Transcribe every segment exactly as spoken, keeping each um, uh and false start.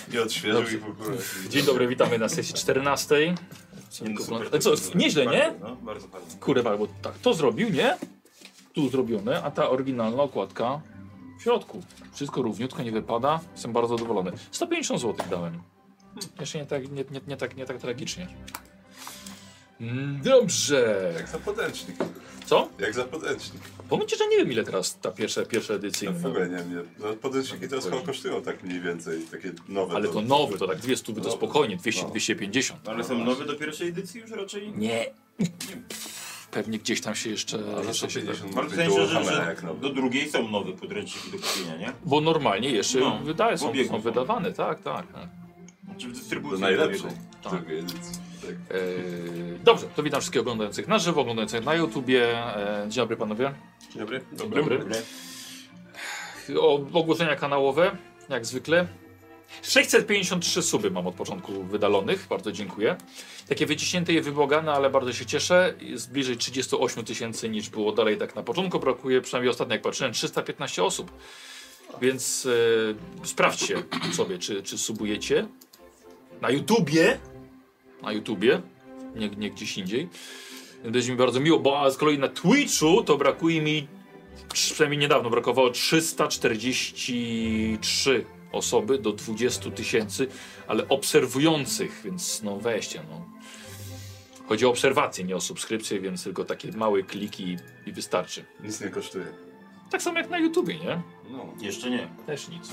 Nie odświeżył i w ogóle. Dzień dobry, witamy na sesji czternastej. Co, co, nieźle, nie? No, bardzo fajnie. Kurwa, bo tak, to zrobił, nie? Tu zrobione, a ta oryginalna okładka w środku. Wszystko równiutko, nie wypada. Jestem bardzo zadowolony. sto pięćdziesiąt złotych dałem. Jeszcze nie tak, nie, nie, nie tak, nie tak tragicznie. Mm, Dobrze. Jak za podręcznik. Co? Jak za podręcznik. Powiem ci, że nie wiem ile teraz ta pierwsza, pierwsza edycja. No w ogóle nie wiem. No, podręczniki teraz chyba kosztują tak mniej więcej. Takie nowe. Ale to nowe, to tak dwie stówy to Nowe. spokojnie, dwieście, No. dwieście pięćdziesiąt. Ale są nowe do pierwszej edycji już raczej? Nie. Pewnie gdzieś tam się jeszcze... A za jeszcze się sto pięćdziesiąt Ale w może sensie, być że, Warhammera że jak nowy. do drugiej są nowe podręczniki do kupienia, nie? Bo normalnie jeszcze No, wydaje, w są, obiegu są są. wydawane, tak, tak. tak. Czy w Do dystrybucji? najlepszej. Tak. drugiej edycji. Tak. Eee, dobrze, to witam wszystkich oglądających na żywo, oglądających na YouTubie. Eee, dzień dobry panowie. Dzień dobry. Dobry. Dobre. O, ogłoszenia kanałowe, jak zwykle. sześćset pięćdziesiąt trzy suby mam od początku wydalonych, bardzo dziękuję. Takie wyciśnięte i wybłagane, ale bardzo się cieszę. Jest bliżej trzydzieści osiem tysięcy niż było dalej tak na początku. Brakuje, przynajmniej ostatnio jak patrzyłem, trzysta piętnaście osób. Więc e, sprawdźcie sobie, czy, czy subujecie. Na YouTubie. Na YouTubie, nie, nie gdzieś indziej. Będzie mi bardzo miło, bo z kolei na Twitchu to brakuje mi, przynajmniej niedawno brakowało trzysta czterdzieści trzy osoby do dwudziestu tysięcy, ale obserwujących, więc no weźcie, no. Chodzi o obserwacje, nie o subskrypcje, więc tylko takie małe kliki i wystarczy. Nic nie kosztuje. Tak samo jak na YouTubie, nie? No. Jeszcze nie. Też nic.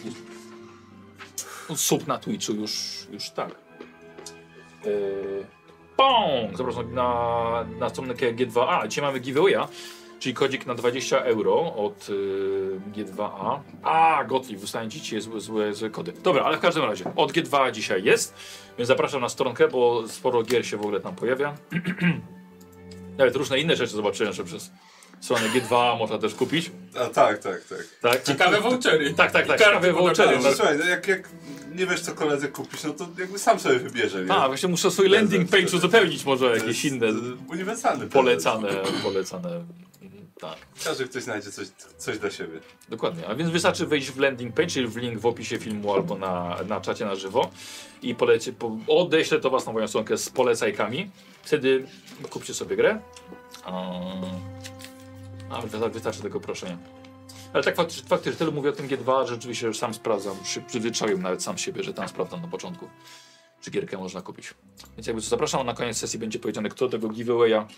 Sub na Twitchu już, już tak. Yy, Pong! Zapraszam na, na stronę G dwa A. Dzisiaj mamy giveawaya, czyli kodzik na dwadzieścia euro od yy, G dwa A. A, Gottlieb, wystawiam ci dzisiaj złe, złe, złe kody. Dobra, ale w każdym razie od G dwa A dzisiaj jest, więc zapraszam na stronkę, bo sporo gier się w ogóle tam pojawia. Nawet różne inne rzeczy zobaczyłem, że przez stronę G dwa A można też kupić. A tak, tak, tak. Tak? Ciekawe vouchery. Tak, tak, tak. I karty Ciekawe vouchery. No, słuchaj, no jak, jak nie wiesz co koledze kupić, no to jakby sam sobie wybierze, nie? A, właśnie muszę swój landing page uzupełnić może To jakieś jest, inne e, uniwersalny polecane, polecane. Tak, Każdy ktoś znajdzie coś, coś dla siebie. dokładnie. A więc wystarczy wejść w landing page, czyli w link w opisie filmu albo na, na czacie na żywo i polecie, po, odeślę to was na moją stronkę z polecajkami. Wtedy kupcie sobie grę. A, a wystarczy, wystarczy tego proszenia. Ale tak faktycznie, faktycznie tyle mówię o tym G dwa, że rzeczywiście już sam sprawdzam, przy, przyzwyczaiłem nawet sam siebie, że tam sprawdzam na początku, czy gierkę można kupić. Więc jakby co, zapraszam, na koniec sesji będzie powiedziane, kto tego giveawaya e,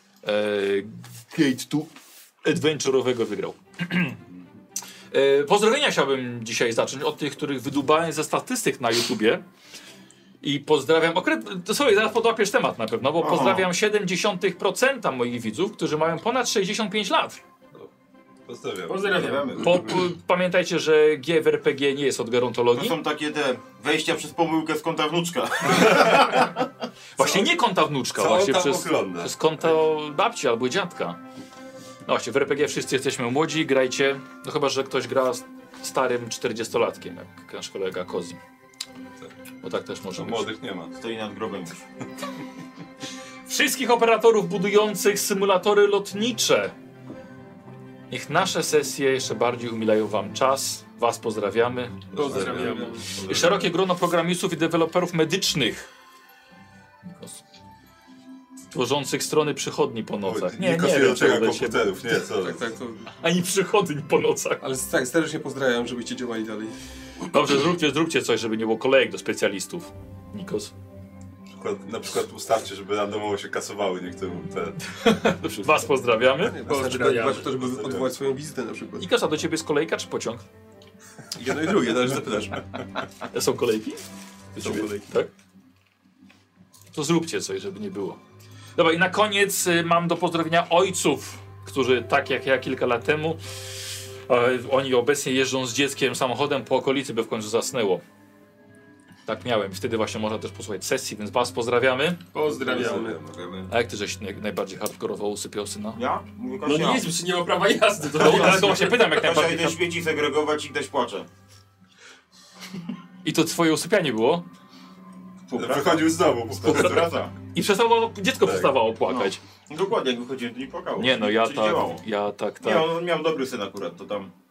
Gate two adventure'owego wygrał. e, pozdrowienia chciałbym dzisiaj zacząć od tych, których wydubałem ze statystyk na YouTubie. I pozdrawiam, akurat, słuchaj, zaraz podłapiesz temat na pewno, bo Aha. pozdrawiam siedemdziesiąt procent moich widzów, którzy mają ponad sześćdziesiąt pięć lat. Pozdrawiam. Pozdrawiamy. Po, po, pamiętajcie, że G w R P G nie jest od To gerontologii. są takie te wejścia przez pomyłkę z kąta wnuczka. Właśnie nie kąta wnuczka, Co on właśnie tam przez, ogląda? przez konto babci albo dziadka. No właśnie, w R P G wszyscy jesteśmy młodzi, grajcie. No chyba, że ktoś gra z starym czterdziestolatkiem, jak nasz kolega Kozi. Bo tak też może To być. młodych nie ma. Stoi nad grobem już. Wszystkich operatorów budujących symulatory lotnicze. Niech nasze sesje jeszcze bardziej umilają wam czas. Was pozdrawiamy. Pozdrawiamy. I szerokie grono programistów i deweloperów medycznych. Tworzących strony przychodni po nocach. Nie, nie, Nikos wiem, nie czego czego do ciebie. komputerów, nie, co? Tak, tak, to... Ani przychodni po nocach. Ale tak, serdecznie pozdrawiam, żebyście działali dalej. Dobrze, zróbcie, zróbcie coś, żeby nie było kolejek do specjalistów. Nikos. Na przykład, na przykład ustawcie, żeby randomowo się kasowały niektórym te... Dobrze, was pozdrawiamy. Nie, wystarczy dbać o to, żeby odwołać swoją wizytę na przykład. Nikos, a do ciebie jest kolejka czy pociąg? Jedno i drugie, należy zapytać. Są kolejki? Są kolejki. Tak? To zróbcie coś, żeby nie było. Dobra, i na koniec y, mam do pozdrowienia ojców, którzy tak jak ja kilka lat temu, e, oni obecnie jeżdżą z dzieckiem samochodem po okolicy, by w końcu zasnęło. Tak miałem. Wtedy właśnie można też posłuchać sesji, więc was pozdrawiamy. Pozdrawiamy. A jak ty żeś naj, najbardziej hardkorowo usypiał syna? Ja? Mówię No Kasia. nie jest, nie ma prawa jazdy. To No, ale to właśnie pytam, jak Kasia najbardziej. idę śmieci segregować i ktoś płacze. I to twoje usypianie było? Wychodził z domu po prostu. Współpraca. I przestało, dziecko Tak. przestawało płakać. No, dokładnie, jak wychodziłem, to nie płakało. Nie no, ja Czyli tak, działało. ja tak, tak. Nie, on miał dobry syn akurat, to tam...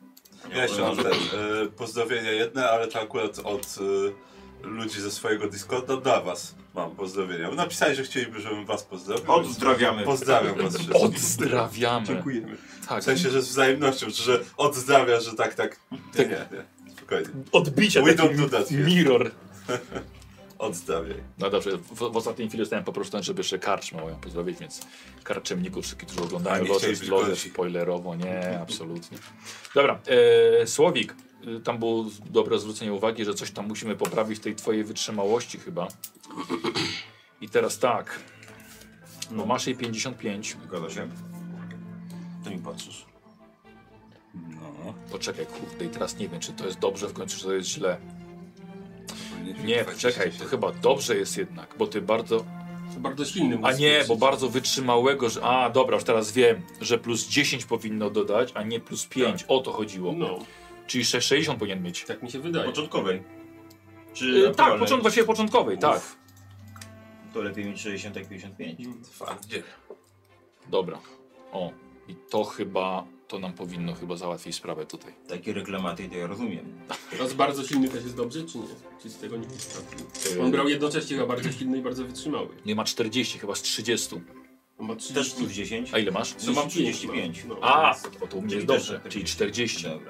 Ja jeszcze mam ten, y, pozdrowienia jedne, ale to akurat od y, ludzi ze swojego Discorda dla was mam pozdrowienia. Napisali, że chcieliby, żebym was pozdrowił. Pozdrawiamy. Pozdrawiam was wszystkich. Pozdrawiamy. Dziękujemy. Tak. W sensie, że z wzajemnością, czy że odzdrawia, że tak, tak. Nie, nie, nie. Spokojnie. Odbicia, We taki don't do that here. mirror. Odstawiaj. No dobrze, w, w ostatniej chwili zostałem poproszony, żeby jeszcze karczmę moją pozdrowić, więc karczemników, wszystkich, którzy A, oglądają nie Loże chcieli z być Loże, gości. spoilerowo, nie, absolutnie. Dobra, e, Słowik, e, tam było dobre zwrócenie uwagi, że coś tam musimy poprawić w tej twojej wytrzymałości chyba. I teraz tak, no masz jej pięćdziesiąt pięć. Zgadza się. To mi patrzysz. No. Poczekaj, kurde, i teraz nie wiem, czy to jest dobrze w końcu, czy to jest źle. Powinieneś Nie, dwadzieścia czekaj, to siedem. chyba dobrze jest jednak, bo ty bardzo... To bardzo silny A mózg nie, jest. bo bardzo wytrzymałego, że... A, dobra, już teraz wiem, że plus dziesięć powinno dodać, a nie plus pięć. O to chodziło. No, Czyli sześćdziesiąt powinien mieć. tak mi się wydaje. Początkowej. Czy Yy, tak, naturalnej? początku, właściwie początkowej, tak. Uff. To lepiej mieć sześćdziesiąt jak pięćdziesiąt pięć. Twardzie. Dobra. O, i to chyba, to nam powinno chyba załatwić sprawę tutaj. Takie reklamaty to ja rozumiem. Raz bardzo silny też jest dobrze, czy nie? Czy z tego nie wystarczy? Yy, On brał jednocześnie chyba bardzo silny i bardzo wytrzymały. Nie ma czterdzieści, chyba z trzydziestu. On ma Też trzydzieści. plus dziesięć. A ile masz? No mam trzydzieści pięć. No. A, o to u mnie Czyli jest też dobrze, czterdzieści. czyli czterdzieści. Dobra.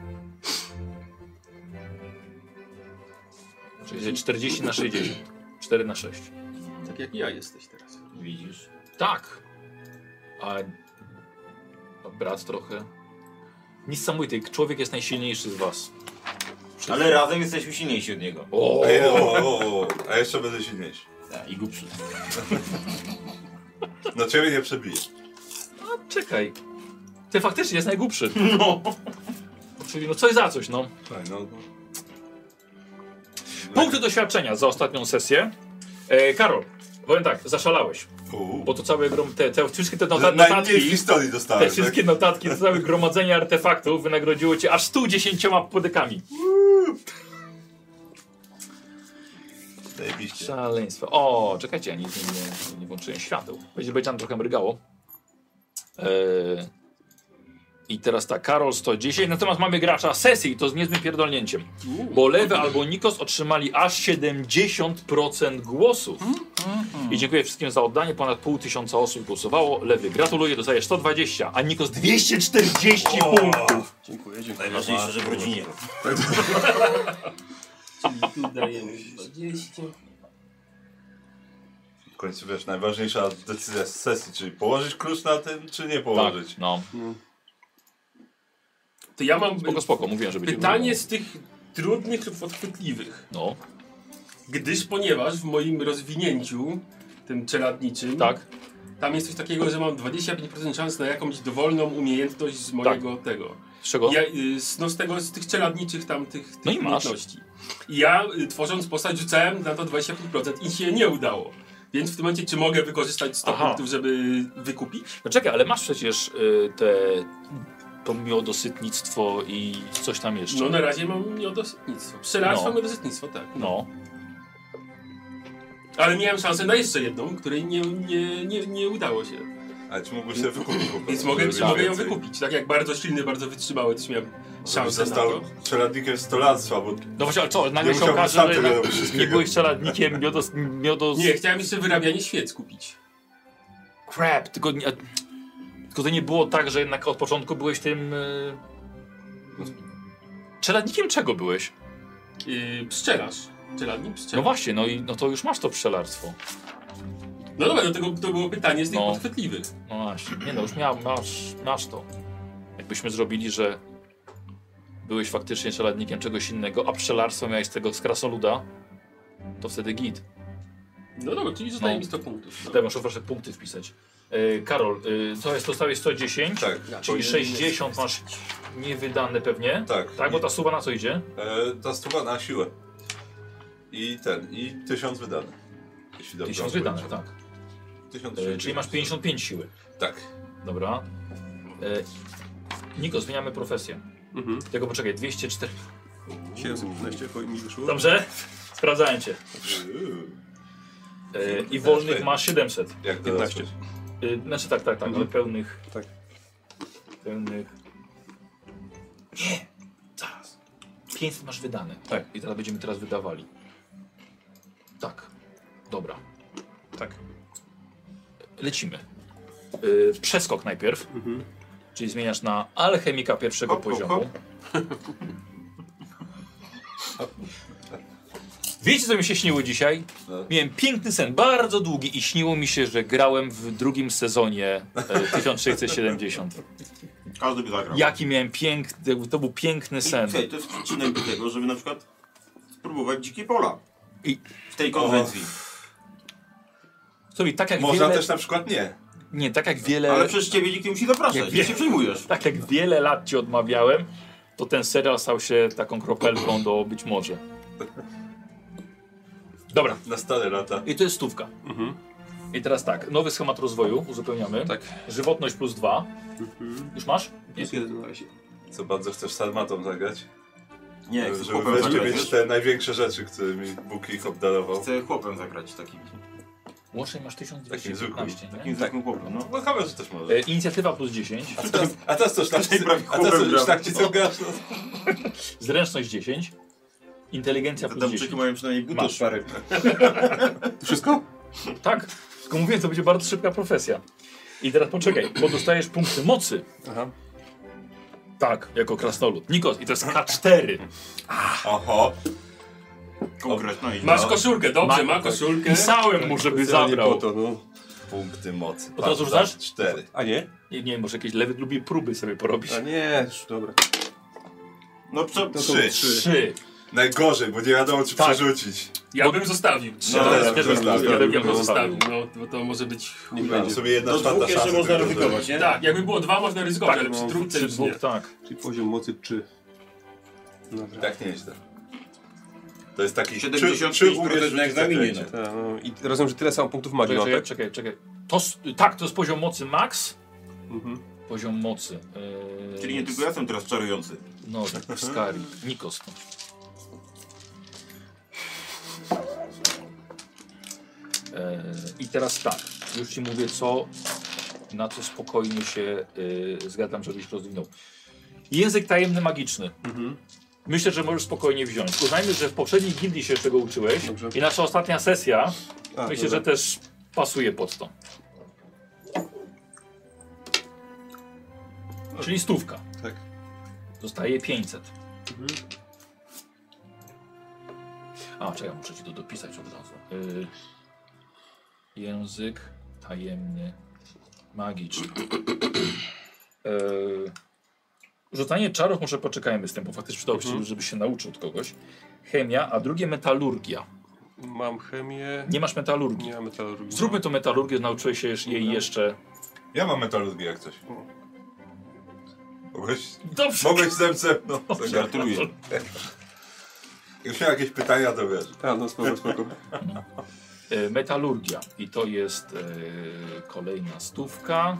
Czyli czterdzieści na sześćdziesiąt. cztery na sześć. Tak jak ja jesteś teraz. Widzisz? Tak. A, a brat trochę. Niesamowity, człowiek jest najsilniejszy z was. Ale razem jesteśmy silniejsi od niego. O, A, ja, o, o, o, a jeszcze będę silniejszy. Tak, i głupszy. No ciebie nie przebiję. czekaj. Ty faktycznie jest najgłupszy. No. Czyli no coś za coś, no. Tak, no. Punkty doświadczenia za ostatnią sesję. E, Karol, powiem tak, zaszalałeś. Uuu. Bo to całe grom, te, te wszystkie te nota, Najmniej w notatki, historii te dostałem, tak? wszystkie notatki, to całe gromadzenie artefaktów wynagrodziło cię aż stu dziesięcioma podykami. Zajebiście. Szaleństwo. O, czekajcie, ja nie, nie, nie, nie włączyłem świateł. Będzie, będzie tam trochę mrygało. Eee, I teraz tak, Karol sto dziesięć, natomiast mamy gracza sesji, to z niezłym pierdolnięciem. Bo Lewy albo Nikos otrzymali aż siedemdziesiąt procent głosów. I dziękuję wszystkim za oddanie, ponad pół tysiąca osób głosowało. Lewy, gratuluję, dostajesz sto dwadzieścia, a Nikos dwieście czterdzieści punktów. Dziękuję, dziękuję. Najważniejsze, że w rodzinie. Czyli tu dajemy dwadzieścia. W końcu wiesz, najważniejsza decyzja z sesji, czyli położyć klucz na tym, czy nie położyć. Tak, no. To ja mam Spoko, spoko, mówiłem, że będzie pytanie z tych trudnych lub podchwytliwych. No, Gdyż, ponieważ w moim rozwinięciu, tym czeladniczym, tak. tam jest coś takiego, że mam dwadzieścia pięć procent szans na jakąś dowolną umiejętność z mojego tego. Z czego? Ja, y, z, no z tego, z tych czeladniczych tam tych, tych No i masz. umiejętności. I ja y, tworząc postać rzucałem na to dwadzieścia pięć procent i się nie udało. Więc w tym momencie, czy mogę wykorzystać sto Aha. punktów, żeby wykupić? No czekaj, ale masz przecież y, te... to miodosytnictwo i coś tam jeszcze. No na razie mam miodosytnictwo. Pszczelarstwo, No. miodosytnictwo, tak. No. Ale miałem szansę na jeszcze jedną, której nie, nie, nie, nie udało się. Ale czy mógłbyś sobie wykupić po prostu, Więc mogę, żeby mieć mogę ją więcej? wykupić. Tak jak bardzo silny, bardzo wytrzymały, też miałem Żebyś szansę na został to. czeladnikiem stolarstwa, bo No właśnie, ale co, nagle Nie się musiałbym okaże, sam że tego jednak robić wszystkiego. nie byłeś czeladnikiem miodos... miodos... Nie, chciałem jeszcze wyrabianie świec kupić. Crap, tylko, nie, tylko to nie było tak, że jednak od początku byłeś tym... Y... Czeladnikiem czego byłeś? Yy, pszczelarz. Czeladnik pszczelarz. No właśnie, no i no to już masz to pszczelarstwo. No dobra, do tego to było pytanie z tych No. podchwytliwych. No właśnie, nie no już miał, masz, masz to. Jakbyśmy zrobili, że byłeś faktycznie czeladnikiem czegoś innego, a pszczelarstwo miałeś z tego z krasoluda, to wtedy git. No dobra, czyli zostaje No. mi sto punktów. No. Tutaj muszę proszę punkty wpisać. E, Karol, y, co jest, dostałeś sto dziesięć, tak, czyli sześćdziesiąt masz niewydane pewnie. tak. Tak, bo ta suba na co idzie? E, ta stuwa na siłę. I ten, i tysiąc wydane. Jeśli dobrze tysiąc mam wydane, pojęcie. tak. Tysiąc E, czyli masz pięćdziesiąt pięć siły. Tak. Dobra. E, Niko, zmieniamy profesję. Mhm. Tylko poczekaj, dwieście cztery. siedemset piętnaście mi wyszło. Dobrze? Sprawdzałem cię. E, I wolnych masz siedemset. Jak piętnaście. dorosłeś? E, znaczy tak, tak, tak, Mhm. ale pełnych... Tak. Pełnych... pięćset masz wydane. Tak. I teraz będziemy teraz wydawali. Tak. Dobra. Tak. Lecimy. Yy, przeskok najpierw. Mhm. Czyli zmieniasz na alchemika pierwszego Hop, hop, poziomu. Wiecie, co mi się śniło dzisiaj? No. Miałem piękny sen, bardzo długi i śniło mi się, że grałem w drugim sezonie e, tysiąc sześćset siedemdziesiąt. Każdy by zagrał. Jaki miałem piękny, to był piękny I, sen. słuchaj, to jest przyczynek do tego, żeby na przykład spróbować dzikie pola. I W tej konwencji. co mi, tak jak Można wiele... też na przykład nie. Nie, tak jak wiele... Ale przecież ciebie nikt nie musi zapraszać, Jak nie się przejmujesz. Tak jak wiele lat ci odmawiałem, to ten serial stał się taką kropelką do być może. Dobra. Na stare lata. I to jest stówka. Mhm. I teraz tak, nowy schemat rozwoju uzupełniamy. Tak. Żywotność plus dwa. Mhm. Już masz? Jest jeden na razie. Co bardzo chcesz Sarmatą zagrać? Nie, chcę Żeby chłopem wreszcie zagrać. mieć te największe rzeczy, którymi Bóg ich obdarował. Chcę chłopem zagrać takim. Łącznie masz tysiąc dwieście Takim zwykłym. piętnaście, nie? Takim zwykłym chłopem, no. No chyba, że też E, może. inicjatywa plus dziesięć. A teraz, a teraz to szlachcice, prawie a teraz chłopem to gram. szlachcice grasz, no. Zręczność dziesięć. Inteligencja Te plus damczyki dziesięć. mają przynajmniej butów Masz. parę. To wszystko? Tak, tylko mówiłem, to będzie bardzo szybka profesja. I teraz poczekaj, bo dostajesz punkty mocy. Aha. Tak, jako krasnolud. Nikos, i to jest K cztery. Oho. Konkretna i Masz No. koszulkę, dobrze, Ma- ma koszulkę. Pisałem mu, żeby Specjalnie zabrał. po to, no. Punkty mocy. Od razu rzucasz? Cztery. A nie? Nie, nie, może jakieś lewy lubi próby sobie porobić. A nie, już dobra. No prze... To Trzy. Trzy. Najgorzej, bo nie wiadomo czy Tak. przerzucić. Ja bym zostawił. Trzy. No, Ja Ja też też bym bym zostawił. ja bym Ja bym zostawił. zostawił, no bo to może być... Niech Mam będzie. sobie jedna Do czwarta dwóch jeszcze szansy można tylko, że- ryzykować, nie? Tak, jakby było dwa, można ryzykować, Tak, ale przy no, trójce Przy już nie. dwóch, tak. Czyli poziom mocy trzy. Dobra. Tak nieźle. To jest taki siedemdziesiąt czy- pięć czy procent umiesz na rzucić egzaminie, zaklęcie? Tak, no. I rozumiem, że tyle samo punktów magii mam, Czekaj, tak? czekaj, czekaj. To, s- tak, to jest poziom mocy max. Mhm. Poziom mocy. Yy, Czyli nie tylko ja jestem teraz czarujący. No, tak, Skari. Nikos. No. E, I teraz tak, już ci mówię co, na co spokojnie się y, zgadzam, żebyś rozwinął. Język tajemny magiczny. Mhm. Myślę, że możesz spokojnie wziąć. Uznajmy, że w poprzedniej gildii się czego uczyłeś Dobrze. i nasza ostatnia sesja, A, myślę, dobra. że też pasuje pod to. Czyli stówka. Tak. Zostaje pięćset. Mhm. A, czekaj, muszę ci to dopisać od razu. Y, język tajemny, magiczny. Y, rzucanie czarów, może poczekajmy z tym, bo faktycznie przydałoby się, Mhm. żebyś się nauczył od kogoś. Chemia, a drugie metalurgia. Mam chemię. Nie masz metalurgii. Nie mam metalurgii. Zróbmy to metalurgię, nauczyłeś się jej Dobra. jeszcze. Ja mam metalurgię jak coś. Mogłeś, Dobrze. mogłeś ze mną no, Gratuluję. Jak miał jakieś pytania, to wiesz. A, no spoko, spoko. E, metalurgia. I to jest e, kolejna stówka.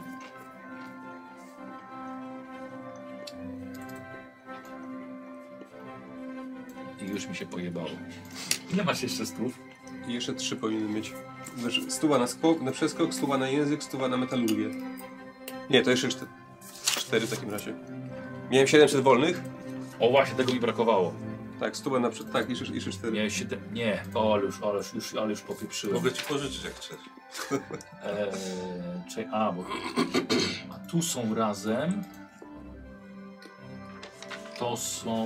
I już mi się pojebało. Ile masz jeszcze stów? I jeszcze trzy powinien mieć. Znaczy, stuwa na skok, na przeskok, stuwa na język, stuwa na metalurgię. Nie, to jeszcze cztery. Cztery w takim razie. Miałem siedemset wolnych. O właśnie, tego mi brakowało. Tak, stuwa na przed. Tak, jeszcze, jeszcze cztery. Miałeś siedem. Nie, o, ale już, ale już, już, ale już popieprzyłem. Mogę ci pożyczyć jak chcesz. Eee, czekaj, a, bo. A tu są razem. To są.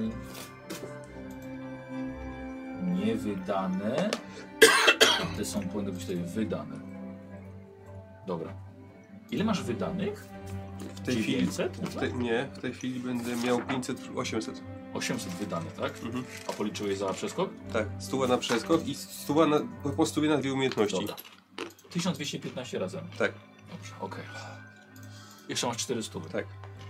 Niewydane. A te są powinny być tutaj wydane. Dobra. Ile masz wydanych? W tej chwili. dziewięćset? W tej, nie, w tej chwili będę miał pięćset, osiemset. osiemset wydane, tak? Mhm. A policzyłeś za przeskok? Tak, stuwa na przeskok i stuwa na, po po stówie na dwie umiejętności. Dobra. tysiąc dwieście piętnaście razem. Tak, Dobrze, okej. Jeszcze masz czterysta. tak.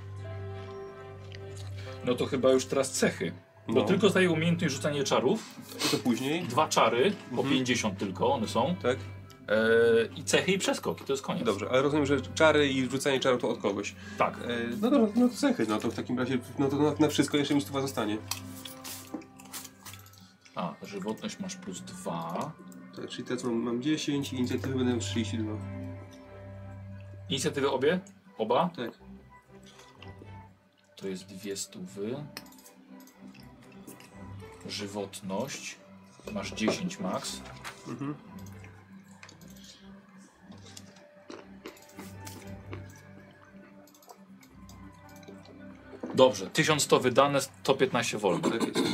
No to chyba już teraz cechy. Bo No. tylko zdaje umiejętność rzucania czarów. I to później. Dwa czary, po Mhm. pięćdziesiąt tylko one są. Tak, E, I cechy i przeskok. I to jest koniec. dobrze, ale rozumiem, że czary i rzucanie czarów to od kogoś. Tak. E, no dobra, no to cechy, no to w takim razie, no to na, na wszystko jeszcze mi stuwa zostanie. A, żywotność masz plus dwa. Tak, czyli teraz mam, mam dziesięć i inicjatywy będę miał trzydzieści dwa. Inicjatywy obie? Oba? Tak. To jest dwie stówy. Żywotność. Masz dziesięć max. Mhm. Dobrze, tysiąc sto wydane, sto piętnaście wolno. Tak jest.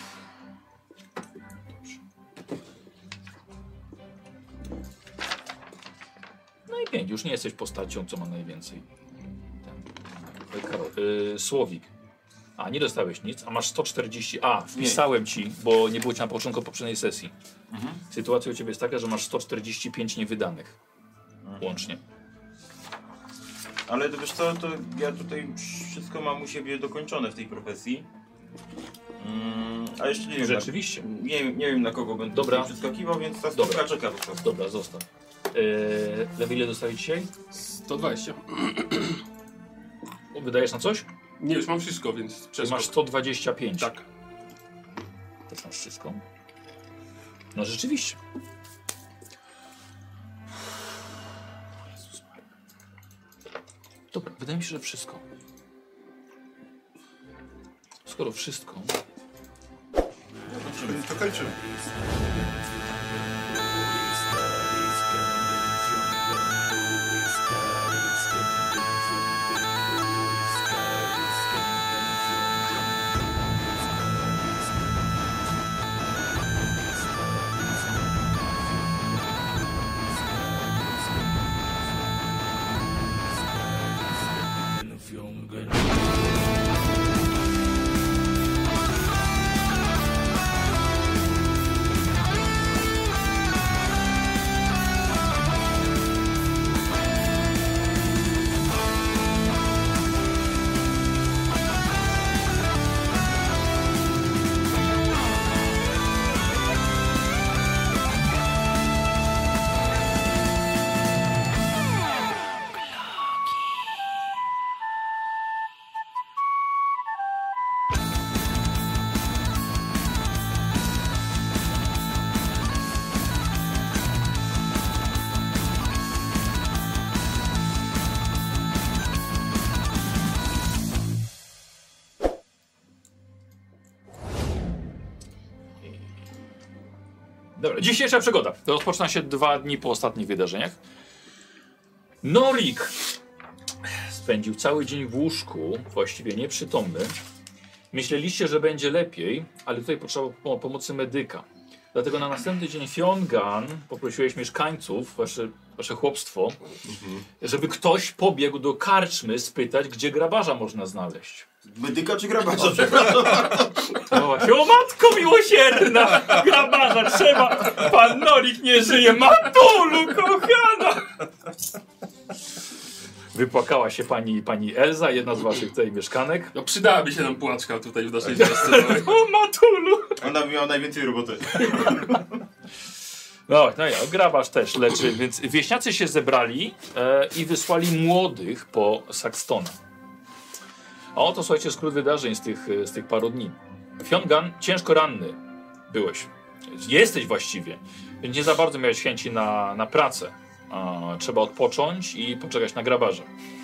No i pięć, już nie jesteś postacią, co ma najwięcej. Ten, Karol, yy, Słowik. A, nie dostałeś nic, a masz sto czterdzieści. A, wpisałem ci, bo nie było ci na początku poprzedniej sesji. Mhm. Sytuacja u ciebie jest taka, że masz sto czterdzieści pięć niewydanych. Łącznie. Ale to wiesz co, to ja tutaj wszystko mam u siebie dokończone w tej profesji. Mm, a jeszcze nie wiem, Rzeczywiście. Na, nie, wiem- nie wiem na kogo będę Dobra. tutaj przeskakiwał, więc ta Dobra. stówka czeka po prostu. Dobra, zostaw. Yy, Lewy, ile dostałeś dzisiaj? sto dwadzieścia. O, wydajesz na coś? Nie, już mam wszystko, więc Czyli przeskok. masz sto dwadzieścia pięć. Tak. Też masz wszystko. No rzeczywiście. Jezus Maria. Dobra, wydaje mi się, że wszystko. Skoro wszystko, To kończymy. dobra, dzisiejsza przygoda. Rozpoczyna się dwa dni po ostatnich wydarzeniach. Norik spędził cały dzień w łóżku, właściwie nieprzytomny. Myśleliście, że będzie lepiej, ale tutaj potrzeba pom pomocy medyka. Dlatego na następny dzień Fiongan poprosiłeś mieszkańców, wasze, wasze chłopstwo, mhm. żeby ktoś pobiegł do karczmy spytać, gdzie grabarza można znaleźć. Medyka czy grabarza? Przepraszam. No właśnie, o matko miłosierna! Grabarza trzeba! Pan Norik nie żyje! Matulu, kochana! Wypłakała się pani, pani Elza, jedna z waszych tutaj mieszkanek. No przydałaby się nam płaczka tutaj w naszej wiosce. O Matulu! Ona miała najwięcej roboty. No, no ja, grabarz też leczy, więc wieśniacy się zebrali e, i wysłali młodych po Saxtona. A oto słuchajcie skrót wydarzeń z tych, z tych paru dni. Fiongan, ciężko ranny byłeś. Jesteś właściwie, więc nie za bardzo miałeś chęci na, na pracę. A, trzeba odpocząć i poczekać na grabarza.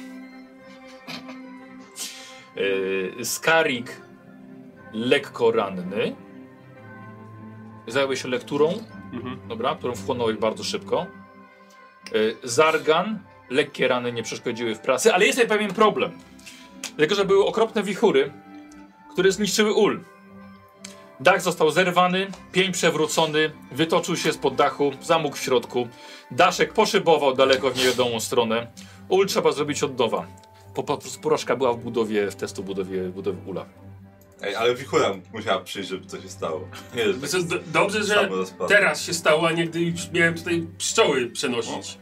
Yy, Skarik, lekko ranny. Zająłeś się lekturą, Mhm. dobra, którą wchłonąłeś bardzo szybko. Yy, Zargan, lekkie rany nie przeszkodziły w pracy, ale jest tutaj pewien problem. Dlatego, że były okropne wichury, które zniszczyły ul. Dach został zerwany, pień przewrócony, wytoczył się spod dachu, zamógł w środku. Daszek poszybował daleko w niewiadomą stronę. Ul trzeba zrobić od nowa. Po, po, porażka była w budowie, w testu budowie, budowie ula. Ej, ale wichura musiała przyjść, żeby coś się stało. Nie, że Wiesz tak co, d- dobrze, że samo rozpadło. teraz się stało, a nie gdy już miałem tutaj pszczoły przenosić.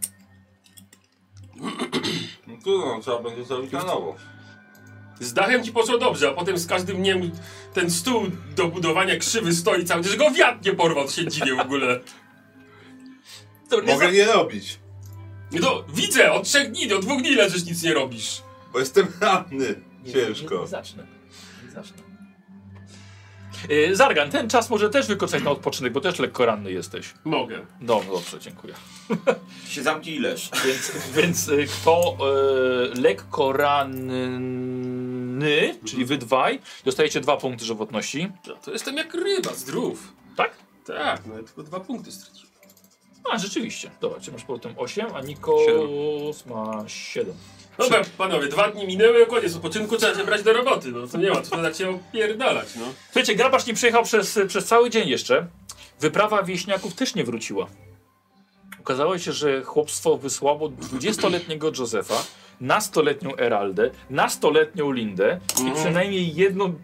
No trudno, trzeba będzie zrobić na nowo. Z dachem ci poszło dobrze, a potem z każdym dniem ten stół do budowania krzywy stoi cały czas, że go wiatr nie porwał, to się dziwię w ogóle. Dobra, nie Mogę za- nie robić, No to widzę, od trzech dni, od dwóch dni leżysz, nic nie robisz. bo jestem ranny. Nie, Ciężko. Nie, nie zacznę. Nie zacznę. Yy, Zargan, ten czas może też wykorzystać na odpoczynek, bo też lekko ranny jesteś. Mogę. No, dobrze, dziękuję. Się zamknij i leż. Więc, więc y, kto y, lekko ranny Ny, czyli wy dwaj, dostajecie dwa punkty żywotności. No, to jestem jak ryba, zdrów. Tak? Tak, no ja tylko dwa punkty straciłem. A, rzeczywiście. Dobra, czy masz potem osiem, a Nikos ma siedem. Dobra, panowie, dwa dni minęły, koniec odpoczynku, trzeba się brać do roboty. No to nie ma, to tak się opierdalać, no. Słuchajcie, grabarz nie przyjechał przez, przez cały dzień jeszcze. Wyprawa wieśniaków też nie wróciła. Okazało się, że chłopstwo wysłało dwudziestoletniego Józefa, nastoletnią Eraldę, nastoletnią Lindę i przynajmniej jedną...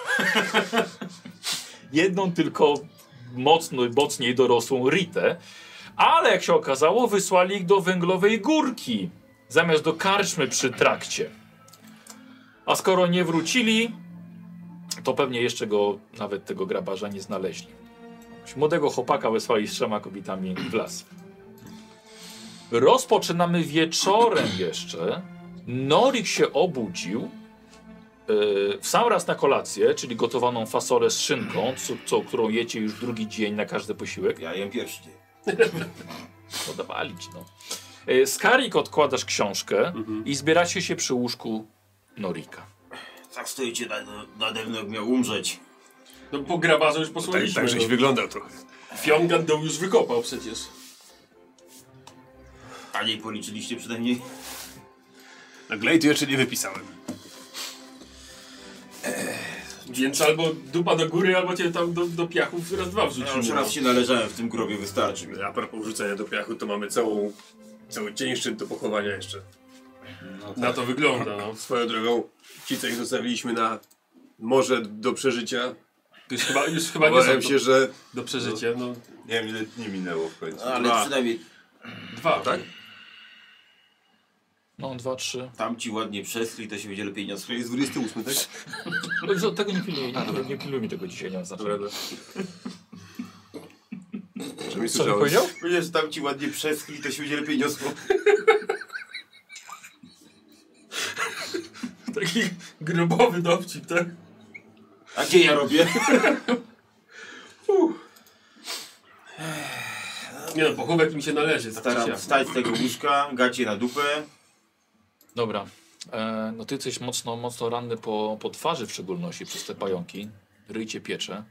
jedną tylko mocno, mocniej dorosłą Ritę, ale jak się okazało, wysłali ich do Węglowej Górki, zamiast do karczmy przy trakcie. A skoro nie wrócili, to pewnie jeszcze go, nawet tego grabarza, nie znaleźli. Młodego chłopaka wysłali z trzema kobietami w las. Rozpoczynamy wieczorem jeszcze. Norik się obudził yy, w sam raz na kolację, czyli gotowaną fasolę z szynką, co, co, którą jecie już drugi dzień na każdy posiłek. Ja jem pierwszy. Podawali ci, no. Yy, Skarik odkładasz książkę mhm. i zbieracie się przy łóżku Norika. Tak stoicie nade, nade mną, jak miał umrzeć. No po grabarzu już Tak, posłaliśmy. tak żeś no. wyglądał trochę. Fiongan dół już wykopał przecież. A nie policzyliście przynajmniej? Na Glejtu jeszcze nie wypisałem. Więc albo dupa do góry, albo cię tam do, do piachów raz dwa Ja wrzucimy. już raz się należałem w tym grobie, wystarczy mi. A propos wrzucenia do piachu, to mamy całą, cały dzień szczyt do pochowania jeszcze. No tak. Na to wygląda, no. Swoją drogą, ci co ich zostawiliśmy na morze do przeżycia, To już chyba, już chyba nie są obawiam do, się, że... do przeżycia, no. Nie wiem ile dni minęło w końcu. Ale Dwa. przynajmniej Dwa, tak? No, dwa, trzy. tamci ładnie przeschli, to się będzie lepiej nie To odskryć. jest dwudziesty ósmy, tak? No, tego nie pilnuję, nie, nie pilnuj mi tego dzisiaj, nie ma znaczenia. Dobra, Czy mi Co ty słyszałeś? powiedział? Wiesz, tamci ładnie przeschli, to się będzie lepiej niosło. Taki grobowy dowcip, tak? A gdzie ja robię? Nie no, pochówek mi się należy, tak czy Staram siak. wstać z tego łóżka, gacie na dupę. Dobra. E, no ty jesteś mocno, mocno ranny po, po twarzy w szczególności przez te pająki. Ryjcie piecze.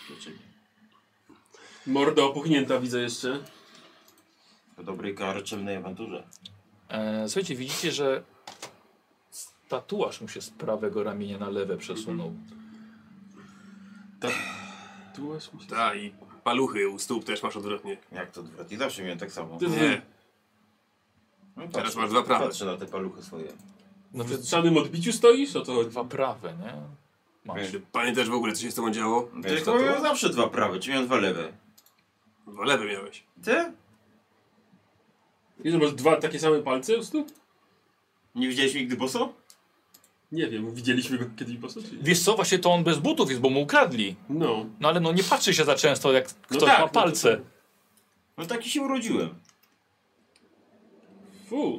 Morda opuchnięta widzę jeszcze. Po dobrej karczemnej awanturze. E, słuchajcie, widzicie, że tatuaż mu się z prawego ramienia na lewe przesunął. Tak. Tu masz mi się... Tak, i paluchy u stóp też masz odwrotnie. Jak to odwrotnie? Zawsze miałem tak samo. Ty- Nie, No, teraz patrzę- masz dwa prawe. Patrzę na te paluchy swoje. No W ty lustrzzanym odbiciu stoisz? O to chodzi. dwa prawe, nie? Masz. Czy pamiętasz w ogóle, co się z tobą działo? To ja chyba miałem zawsze dwa prawe, czy miałem dwa lewe? Dwa lewe miałeś. Ty? Wiesz, że masz dwa takie same palce u stóp? Nie widziałeś mnie nigdy boso? Nie wiem, widzieliśmy go kiedyś po sobie? Wiesz co, właśnie to on bez butów jest, bo mu ukradli. No. No ale no nie patrzy się za często, jak No ktoś tak, ma no to- palce. No taki się urodziłem. Fu.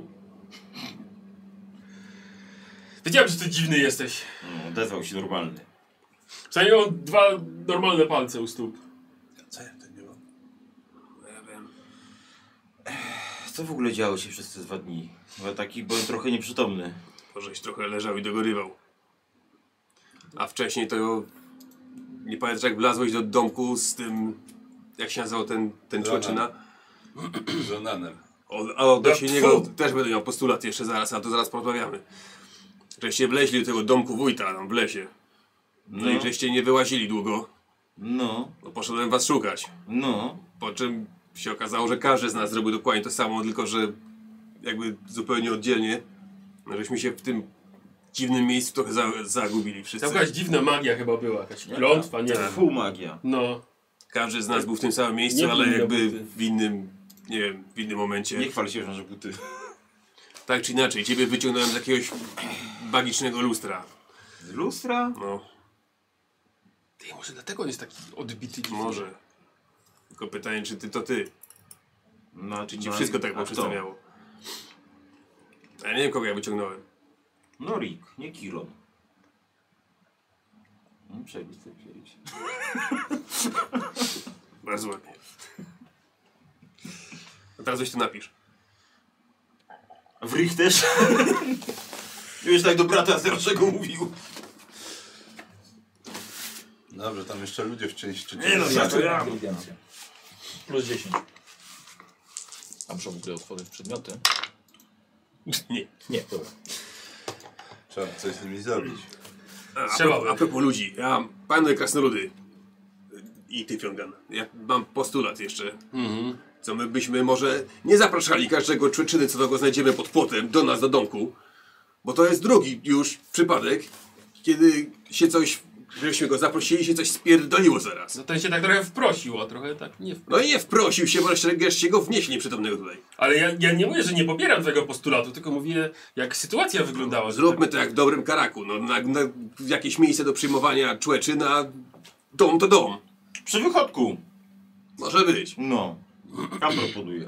Wiedziałem, że ty dziwny jesteś. No, odezwał się normalny. Przynajmniej on dwa normalne palce u stóp. Co ja to nie mam? Ja wiem. Co w ogóle działo się przez te dwa dni? Bo taki byłem trochę nieprzytomny. Możeś trochę leżał i dogorywał. A wcześniej to... Nie pamiętasz, jak wlazłeś do domku z tym... Jak się nazywał ten, ten Ronan. człoczyna? Z Ronanem. O, a odnośnie No, niego tfu. też będę miał postulat jeszcze zaraz, ale to zaraz porozmawiamy. Żeście wleźli do tego domku wójta tam w lesie. No, No. i żeście nie wyłazili długo. No, No poszedłem was szukać. no. Po czym się okazało, że każdy z nas zrobił dokładnie to samo, tylko że jakby zupełnie oddzielnie. No, żeśmy się w tym dziwnym miejscu trochę za, zagubili wszyscy. Jakaś dziwna magia chyba była, jakaś klątwa, nie wiem. Fu magia. No. Każdy z nas był w tym samym miejscu, Nie ale powinno jakby być. w innym, nie wiem, w innym momencie. Nie chwal się, że masz buty. Tak czy inaczej, ciebie wyciągnąłem z jakiegoś magicznego lustra. Z lustra? No, Ty, może dlatego on jest taki odbity. dziwny. może. Tylko pytanie, czy ty to ty? No, Czy ci no, wszystko tak a kto? poprzedstawiało? A ja nie wiem, kogo ja wyciągnąłem. No Rick, nie Kiron. No, przejść sobie przejść. Bardzo ładnie. A teraz weź to napisz. W Rick też? Już tak do brata starszego mówił. Dobrze, tam jeszcze ludzie w części. Nie no, ja to ja. Inteligencja. Plus dziesięć. A muszę w ogóle otworzyć przedmioty? Nie. Nie, dobra. Trzeba coś z nimi zrobić. A, a, Trzeba propos, by. a propos ludzi, ja, panie krasnoludy i ty, Fiongan, ja mam postulat jeszcze. Mhm. Co my byśmy może nie zapraszali każdego człeczyny, co go znajdziemy pod płotem, do nas, do domku. Bo to jest drugi już przypadek, kiedy się coś, żebyśmy go zaprosili, się coś spierdoliło zaraz. No ten się tak trochę wprosił, a trochę tak nie wprosił. No i nie wprosił się, bo wreszcie go wnieśli nieprzytomnego tutaj. Ale ja, ja nie mówię, że nie popieram twojego postulatu, tylko mówię, jak sytuacja wyglądała. że Zróbmy tak- to jak w dobrym Karaku, no, na, na jakieś miejsce do przyjmowania człeczyna, dom to dom. Przy wychodku. Może być. No. Tam proponuję.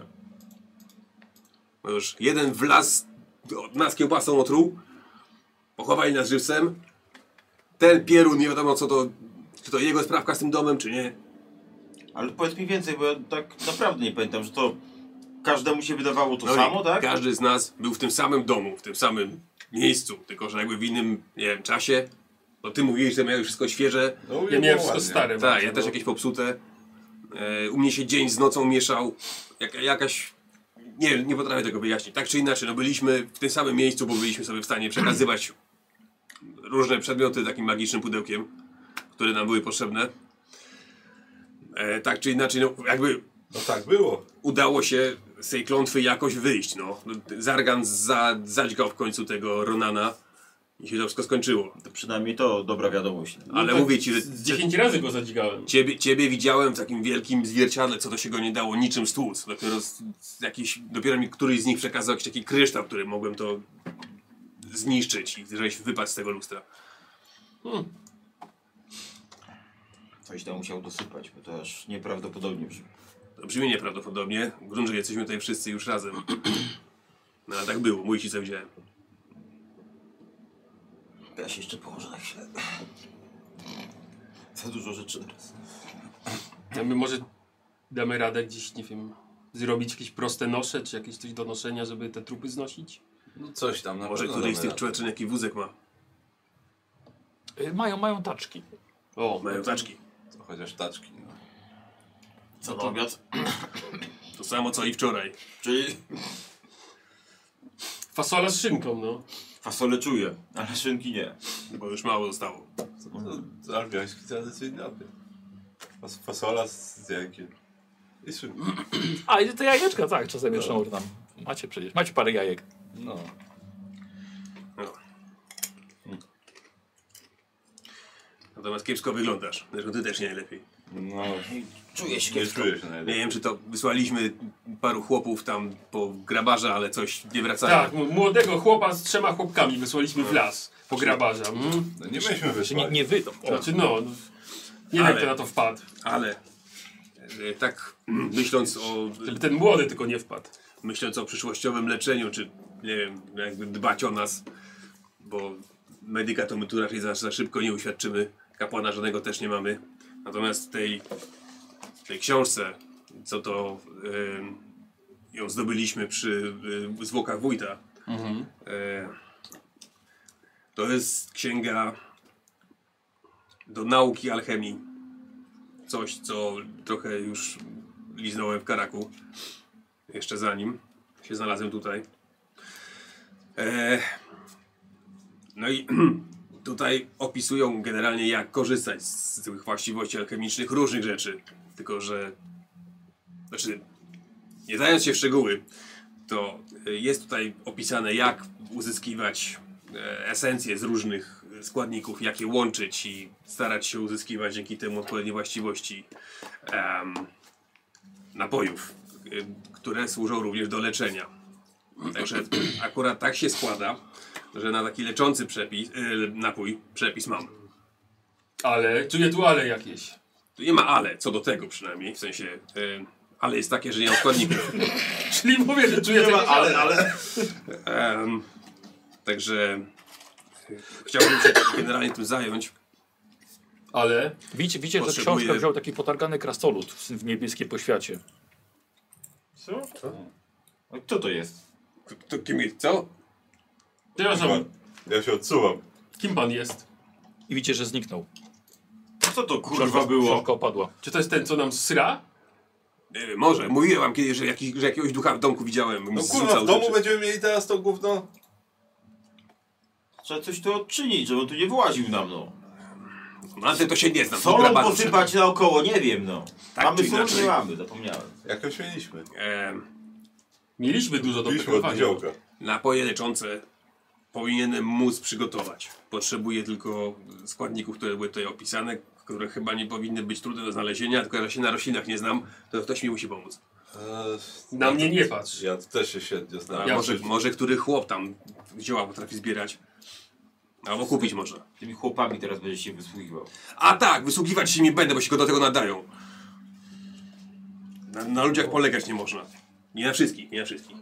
No już jeden wlazł, od nas kiełbasą otruł, pochowali nas żywcem. Ten pierun, nie wiadomo co to, czy to jego sprawka z tym domem, czy nie. Ale powiedz mi więcej, bo ja tak naprawdę nie pamiętam, że to każdemu się wydawało to No i samo, tak? Każdy z nas był w tym samym domu, w tym samym miejscu, tylko że jakby w innym, nie wiem, czasie. No ty mówiłeś, że miałeś wszystko świeże. No, Ja było miałem wszystko ładnie. stare. Tak, bardzo, ja też no. jakieś popsute. E, u mnie się dzień z nocą mieszał. Jak, jakaś... Nie, nie potrafię tego wyjaśnić. Tak czy inaczej, no byliśmy w tym samym miejscu, bo byliśmy sobie w stanie przekazywać różne przedmioty takim magicznym pudełkiem, które nam były potrzebne. E, tak czy inaczej, no jakby No tak było. udało się z tej klątwy jakoś wyjść, no. Zargan za, zadźgał w końcu tego Ronana i się to wszystko skończyło. To przynajmniej to dobra wiadomość. Ale tak mówię ci, że Z dziesięć razy go zadzigałem. ciebie, ciebie widziałem w takim wielkim zwierciadle, co do się go nie dało niczym stłuc. Dopiero, z, z jakiś, dopiero mi któryś z nich przekazał jakiś taki kryształ, który mogłem to zniszczyć i żeś wypadł z tego lustra. Hmm. Coś tam musiał dosypać, bo to aż nieprawdopodobnie brzmi. To brzmi nieprawdopodobnie. W gruncie jesteśmy tutaj wszyscy już razem. No ale tak było, mój ci co widziałem. Ja się jeszcze położę na chwilę. Za dużo rzeczy teraz. Ja my może damy radę gdzieś, nie wiem, zrobić jakieś proste nosze, czy jakieś coś do noszenia, żeby te trupy znosić? No coś tam na Może pewno któryś z damy tych radę. człeczyn jaki wózek ma. Y, Mają, mają taczki. O, Mają taczki. To chociaż taczki. No. Co na obiad? To samo co i wczoraj. Czyli fasola z szynką, no. fasolę czuję, ale szynki nie. Bo już mało zostało. No, to albiański tradycyjny obiad. Fas fasola z jajkiem. I szynką. A, i te jajeczka, tak, czasem jeszcze może tam. Macie przecież, macie parę jajek. No. No. Natomiast kiepsko wyglądasz. Zresztą ty też nie najlepiej. No. Czuję się Nie kiepsko. czuję się Nie najlepiej. wiem, czy to wysłaliśmy paru chłopów tam po grabarza, ale coś nie wracają. Tak, m- młodego chłopa z trzema chłopkami wysłaliśmy w las po grabarza. Mm. No nie myśmy Czy nie, wysłali. nie wy. O, Znaczy no, no nie wiem Ale- kto na to wpadł. Ale e, tak mm, myśląc o, Żeby ten młody tylko nie wpadł. myśląc o przyszłościowym leczeniu, czy nie wiem, jakby dbać o nas, bo medyka to my tu raczej za, za szybko nie uświadczymy, kapłana żadnego też nie mamy. Natomiast w tej, w tej książce, co to y, ją zdobyliśmy przy y, zwłokach wójta, Mhm. y, to jest księga do nauki alchemii. Coś, co trochę już liznąłem w Karaku. Jeszcze zanim się znalazłem tutaj. E, no i tutaj opisują generalnie jak korzystać z tych właściwości alchemicznych różnych rzeczy. Tylko, że znaczy, nie dając się w szczegóły, to jest tutaj opisane jak uzyskiwać e, esencje z różnych składników, jak je łączyć i starać się uzyskiwać dzięki temu odpowiednie właściwości em, napojów, y, które służą również do leczenia. Także akurat tak się składa, że na taki leczący przepis, y, napój przepis mam. Ale, czuję tu ale jakieś. Tu nie ma ale, co do tego przynajmniej, w sensie y, ale jest takie, że nie ma składników. Czyli mówię, że czuję Nie tego ma, ale, ale... Em, także y, chciałbym się generalnie tym zająć. Ale Widzicie, widzicie że Potrzebuję- książkę wziął taki potargany krasnolud w, w niebieskiej poświacie. co? A kto to jest? To kim jest, co? Przepraszam, Ja się odsuwam. Kim pan jest? I widzicie, że zniknął. Co to kurwa było? Książka opadła. Czy to jest ten, co nam sra? Nie wiem, może. Mówiłem wam kiedyś, że, jaki, że jakiegoś ducha w domku widziałem. No kurwa, w domu będziemy mieli teraz to gówno? Trzeba coś tu odczynić, żeby on tu nie właził nam, no. No ale to się nie znam. Solą posypać naokoło, nie wiem, no. Tak mamy czy sól, inaczej. nie mamy, zapomniałem. Jakoś mieliśmy. Ehm, Mieliśmy dużo do Mieliśmy od prykowania. niziołka. napoje leczące powinienem móc przygotować. Potrzebuję tylko składników, które były tutaj opisane, które chyba nie powinny być trudne do znalezienia, tylko że się na roślinach nie znam, to ktoś mi musi pomóc. Eee, Na mnie nie patrz. Ja też się średnio A znam. Ja może, też. może który chłop tam zioła potrafi zbierać. Albo kupić można. Tymi chłopami teraz będziesz się wysługiwał. A tak, wysługiwać się nie będę, bo się go do tego nadają. Na, na ludziach polegać nie można. Nie na wszystkich, nie na wszystkich.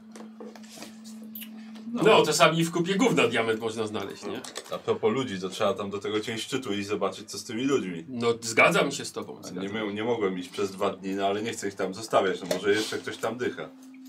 No, czasami w kupie gówna diament można znaleźć, nie? A propos ludzi, to trzeba tam do tego cień szczytu i zobaczyć, co z tymi ludźmi. No, zgadzam się z tobą. Nie, Zgadzam. my- nie mogłem iść przez dwa dni, no ale nie chcę ich tam zostawiać, no może jeszcze ktoś tam dycha.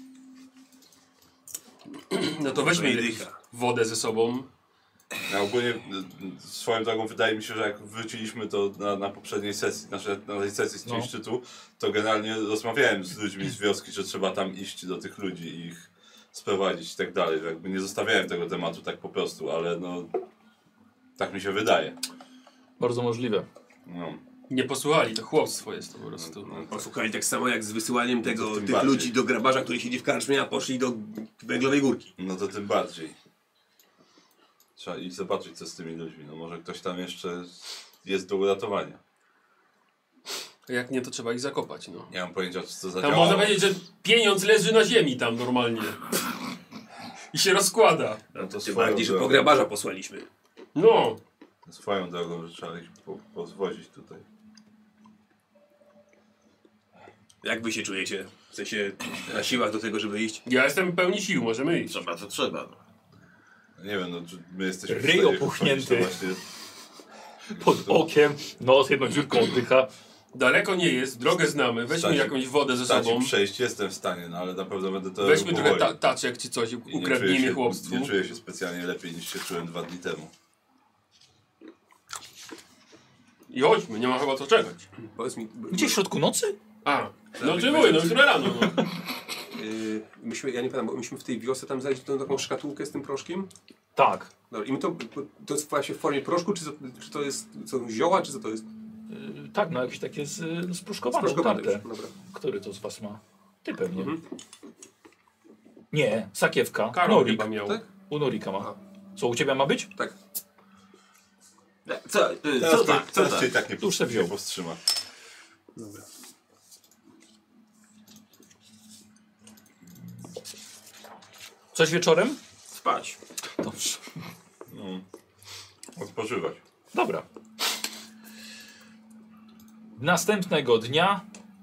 No to weźmy Dobra, jakąś dycha. wodę ze sobą. Ja ogólnie y, swoją drogą wydaje mi się, że jak wróciliśmy to na, na poprzedniej sesji, znaczy na tej sesji z cień No. szczytu, to generalnie rozmawiałem z ludźmi z wioski, że trzeba tam iść do tych ludzi i ich sprowadzić i tak dalej. Że jakby nie zostawiałem tego tematu tak po prostu, ale no tak mi się wydaje. Bardzo możliwe. No. Nie posłuchali, to chłopstwo jest to po prostu. No, tak. Posłuchali tak samo jak z wysyłaniem tego, tym tych bardziej. ludzi do grabarza, który siedzi w karczmie, a poszli do węglowej górki. No to tym bardziej. Trzeba iść zobaczyć, co z tymi ludźmi. No może ktoś tam jeszcze jest do uratowania. A jak nie, to trzeba ich zakopać, no. Nie mam pojęcia, co to Tam zadziałało. można powiedzieć, że pieniądz leży na ziemi tam normalnie. I się rozkłada. No to Tym swoją bardziej, że po drogą, grabarza posłaliśmy. No. swoją drogą, że trzeba ich po, pozwozić tutaj. Jak wy się czujecie? W sensie na siłach do tego, żeby iść? Ja jestem pełni sił, możemy iść. Trzeba, to trzeba. No. No nie wiem, no czy my jesteśmy w Ryj stanie opuchnięty. chodzić, to właśnie Pod okiem, nos jedną dziurką oddycha. Daleko nie jest, drogę znamy. Weźmy Stać- jakąś wodę ze stać sobą. i przejść jestem w stanie, no ale na pewno będę to Weźmy robił trochę powoli. ta taczek czy coś, I nie czuję ukradnijmy się- chłopstwu. Nie czuję się specjalnie lepiej niż się czułem dwa dni temu. I chodźmy, nie ma chyba co czekać. Powiedz mi, Gdzie w środku nocy? A, no czy mówię, no jutro rano. No. yy, myśmy, ja nie pamiętam, bo myśmy w tej wiosce tam znaleźli tą taką szkatułkę z tym proszkiem. Tak. Dobra, i my to, to jest właśnie w formie proszku, czy to, czy to jest co, zioła, czy co to jest? Yy, tak, no jakieś takie z, y, spruszkowane, Sproszkowane utarte. już, dobra. Który to z was ma? Ty pewnie. Mhm. Nie, sakiewka. Karol Norik. chyba miał. Tak? U Norika ma. Co, u ciebie ma być? Tak. Co, y, Teraz, co tak, co teraz cię tak? i tak nie, Już se wziął. nie powstrzyma. Dobra. Coś wieczorem? Spać. Dobrze. No. Odpoczywać. Dobra. Następnego dnia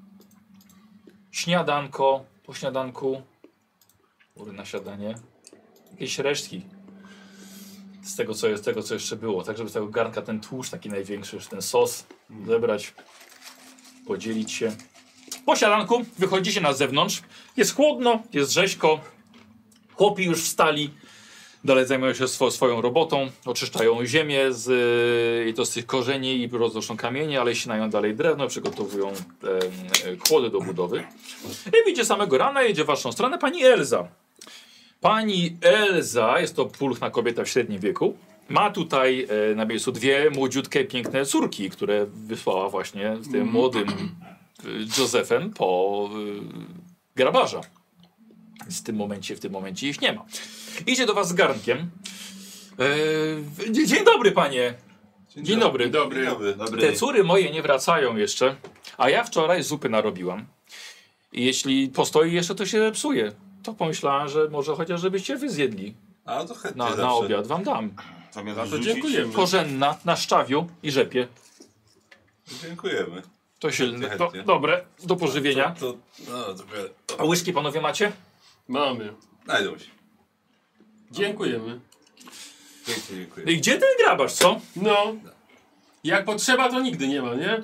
śniadanko, po śniadanku ury na śniadanie, jakieś resztki z tego co jest, tego co jeszcze było, tak żeby z tego garnka ten tłuszcz taki największy, już ten sos zebrać, podzielić się. Po śniadanku wychodzicie na zewnątrz, jest chłodno, jest rzeźko, chłopi już wstali, dalej zajmują się swo, swoją robotą, oczyszczają ziemię z, i to z tych korzeni i roznoszą kamienie, ale ścinają dalej drewno, przygotowują e, e, kłody do budowy. I widzicie samego rana, jedzie w waszą stronę pani Elza. Pani Elza, jest to pulchna kobieta w średnim wieku, ma tutaj e, na miejscu dwie młodziutkie, piękne córki, które wysłała właśnie z tym młodym e, Józefem po e, grabarza. W tym momencie, w tym momencie ich nie ma. Idzie do was z garnkiem. Eee, dzie- dzień dobry, panie. Dzień dobry. Dobry. Dzień dobry. Dobry. Te córy moje nie wracają jeszcze, a ja wczoraj zupy narobiłam. I jeśli postoi jeszcze, to się psuje. To pomyślałem, że może chociaż żebyście wy zjedli. A to chętnie Na, zawsze. na obiad wam dam. Zamiast Za to rzucić? dziękujemy. Korzenna na szczawiu i rzepie. Dziękujemy. To silne. Chętnie, To, chętnie. dobre, do pożywienia. To, to, no, to, to, A łyżki panowie macie? Mamy. znajdą się. Dziękujemy. Pięknie dziękuję. I gdzie ten grabarz, co? No. Jak potrzeba, to nigdy nie ma, nie?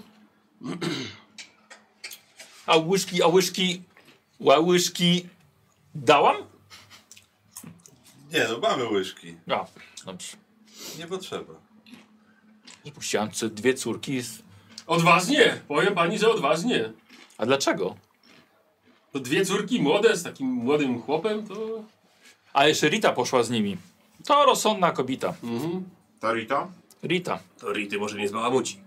A łyżki, a łyżki, a łyżki dałam? Nie no, mamy łyżki. A, dobrze. Nie potrzeba. Puściłam c- dwie córki. Z... Odważnie! Powiem pani, że odważnie. A dlaczego? To dwie córki młode z takim młodym chłopem, to... A jeszcze Rita poszła z nimi. To rozsądna kobieta. Mhm. Ta Rita? Rita. To Rity może nie zbałamuci.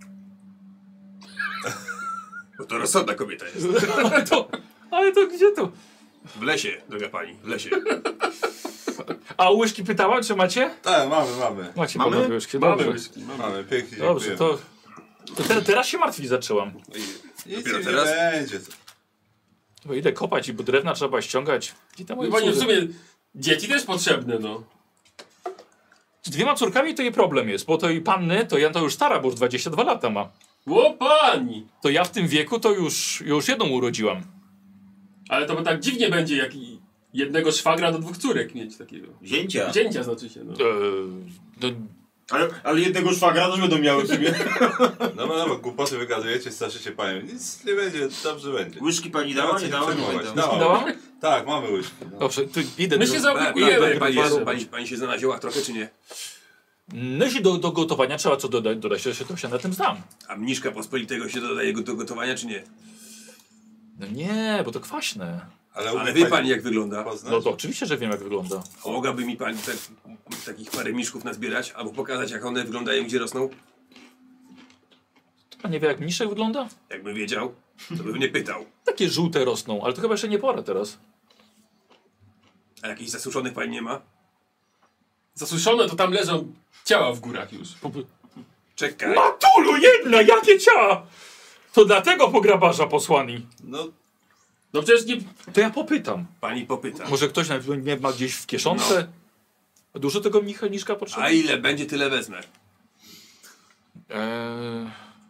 Bo to rozsądna kobieta jest. Ale to, ale to gdzie to? W lesie, droga pani, w lesie. A o łyżki pytała, czy macie? Tak, mamy, mamy. Macie Mamy? panowie łyżki, Mamy dobrze. whisky, mamy. Mamy, pięknie Dobrze, dziękujemy. to, to te, teraz się martwić zaczęłam. Nic Dopiero nie teraz? będzie. Bo idę kopać i bo drewna trzeba ściągać. Gdzie tam moje Panie, w córy? sumie dzieci też potrzebne, no. Z dwiema córkami to jej problem jest, bo to i panny, to ja to już stara, bo już dwadzieścia dwa lata ma. Ło pani! To ja w tym wieku to już, już jedną urodziłam. Ale to by tak dziwnie będzie, jak i jednego szwagra do dwóch córek mieć takiego. Zięcia. Wzięcia znaczy się, no. Eee, to, Ale, ale jednego szwagra też będą miały w sumie. No, no, no, głupoty wygadujecie, straszycie panią. Nic nie będzie, dobrze będzie. Łyżki pani Nie dała, ma co nie się dała? Nie przejmować. pamiętam. Dała. dałam? Tak, mamy łyżki. No. Dobrze, to idę My do... się Pani, zaopiekujemy. pani, Bardzo. jest, pani, pani się zna na ziołach trochę, czy nie? No jeśli do, do gotowania trzeba co dodać, dodać, to się, to się na tym znam. A mniszka pospolitego się dodaje go do gotowania, czy nie? No nie, bo to kwaśne. Ale, Ale umie wie pani, jak wygląda. poznać? No to oczywiście, że wiem jak wygląda. A mogłaby mi pani tak, takich parę mniszków nazbierać, albo pokazać, jak one wyglądają, gdzie rosną? A nie wie jak mniszek wygląda? Jakbym wiedział, to bym nie pytał. Takie żółte rosną, ale to chyba jeszcze nie pora teraz. A jakichś zasuszonych pani nie ma? Zasuszone to tam leżą ciała w górach już. Czekaj. Matulu jedna, jakie ciała! To dlatego po grabarza posłani. No, No przecież nie... To ja popytam. Pani popyta. Może ktoś nawet nie ma gdzieś w kieszonce? Dużo tego mniszka potrzeba? A ile będzie, tyle wezmę. Eee,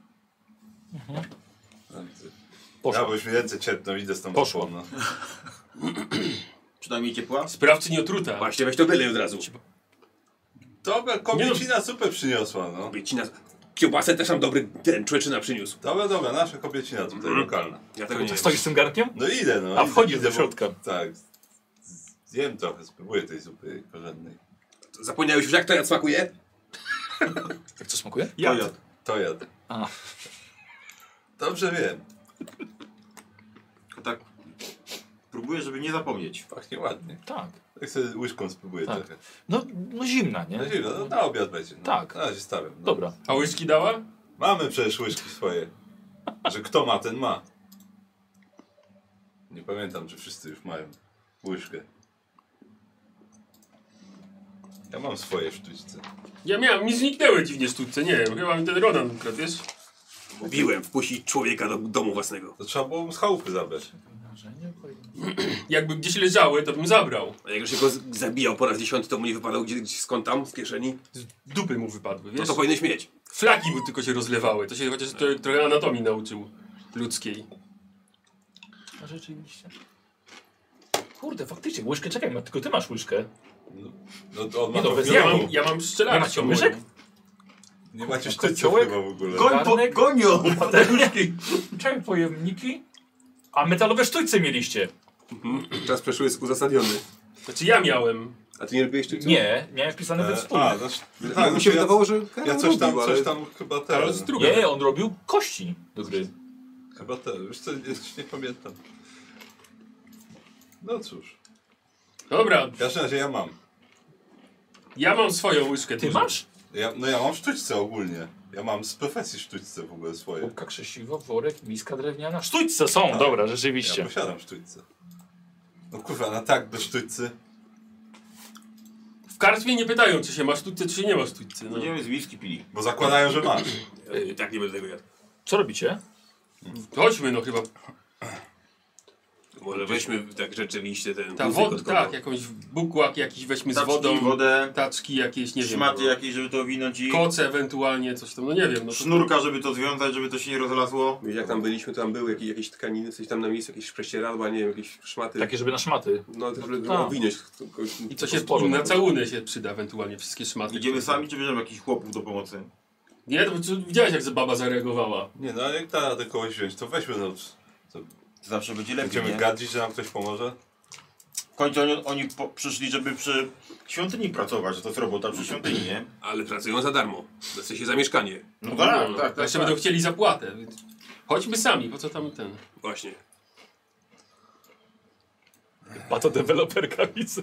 ja poszło. byś mi ręce cietną, idę z tą Poszło. opą, no. Przynajmniej ciepła? Sprawcy nie otruta. Właśnie, weź to byle od razu. Dobra, kobiecina zupę przyniosła, no. Kobiecina... Kiełbasę też nam dobry ten człeczyna przyniósł. Dobra, dobra, nasza kobiecina tutaj lokalna. Ja tego nie wiem. Stoisz z tym garnkiem? No idę, no. A idę, wchodzisz idę, do środka. Bo, tak. Zjem trochę, spróbuję tej zupy korzennej. Zapomniałeś już, jak to jad smakuje? Jak to smakuje? Ja. Jad. To jad. A. Dobrze wiem. Tak. Próbuję, żeby nie zapomnieć. Pachnie ładnie. Tak. Tak sobie łyżką spróbuję Tak. trochę. No, no zimna, nie? No zimno, no na obiad będzie. No. Tak. Na razie stawiam. No. Dobra. A łyżki dała? Mamy przecież łyżki swoje. Że kto ma, ten ma. Nie pamiętam, czy wszyscy już mają łyżkę. Ja mam swoje sztućce. Ja miałem, mi zniknęły dziwnie sztuczce, nie wiem, chyba mi ten Ronan ukradł, wiesz? Mówiłem, wpuścić człowieka do domu własnego. To trzeba było mu z chałupy zabrać. Jakby gdzieś leżały, to bym zabrał. A jak już się go z- zabijał po raz dziesiąty, to mu nie wypadał gdzie, gdzie, skąd tam, z kieszeni? Z dupy mu wypadły, No wiesz? to powinieneś mieć. Flaki mu tylko się rozlewały, to się chociaż trochę, trochę anatomii nauczył. Ludzkiej. A rzeczywiście. Kurde, faktycznie, łyżkę, czekaj, ma- tylko ty masz łyżkę. No, no to on ma Nie no, to bez w Ja domu. mam, ja mam Nie szczelarkę. macie łyżek? moją. Nie macie Kociołek? sztućców chyba w ogóle. Goń, po, Garnek? gonią! Patelnie? Czemu pojemniki? A metalowe sztućce mieliście? Czas przeszły jest uzasadniony. Znaczy ja miałem. A ty nie lubiłeś tych? Nie, miałem wpisane we E, wspólne. a, znaczy, Tak, tak, mi się ja, wydawało, że ja coś tam, robił, ale... coś tam chyba Ale teraz. z drugiej. Nie, on robił kości do gry. Chyba te, wiesz co, nie, nie pamiętam. No cóż, Dobra, w każdym razie ja mam. ja mam swoją łyżkę. Ty dużą. masz? Ja, no ja mam sztućce ogólnie. Ja mam z profesji sztućce w ogóle swoje. Łupka krzesiwo, worek, miska drewniana. Sztućce są, Tak. dobra, Ja rzeczywiście. posiadam sztućce. No kurwa, na tak do sztućcy. W karczmie nie pytają, czy się ma sztućce, czy się nie ma sztućce. No. Będziemy z whisky pili. Bo zakładają, że masz. I tak nie będę tego jadł. Co robicie? Chodźmy no chyba. Może weźmy tak rzeczywiście ten... Ta wózek woda, od kogo. tak, jakąś bukłak jakiś weźmy z Taczki, wodą. wodę, Taczki jakieś, nie wiem. szmaty jakieś, żeby to owinąć i Koce ewentualnie, coś tam, no nie wiem. No to... sznurka, żeby to związać, żeby to się nie rozlazło. Wiesz, jak tam byliśmy, to tam były jakieś, jakieś tkaniny, coś tam na miejscu, jakieś prześcieradła, nie wiem, jakieś szmaty. Takie, żeby na szmaty. No, to żeby Tak. owinąć. I co się sporo, im na no. całuny się przyda ewentualnie, wszystkie szmaty. Idziemy sami, czy bierzemy jakichś chłopów do pomocy? Nie, to co- widziałeś jak baba zareagowała. Nie no, ale jak da radę kogoś wziąć, to weźmy no. To Zawsze będzie lepiej, będziemy nie? gadzić, że nam ktoś pomoże. W końcu oni, oni po, przyszli, żeby przy świątyni pracować, że to jest robota przy świątyni, nie? Ale pracują za darmo. W sensie za mieszkanie. No tak, No, tak, tak. Jeszcze tak. będą chcieli zapłatę. Więc chodźmy sami, po co tam ten... Właśnie. A to deweloperka widzę.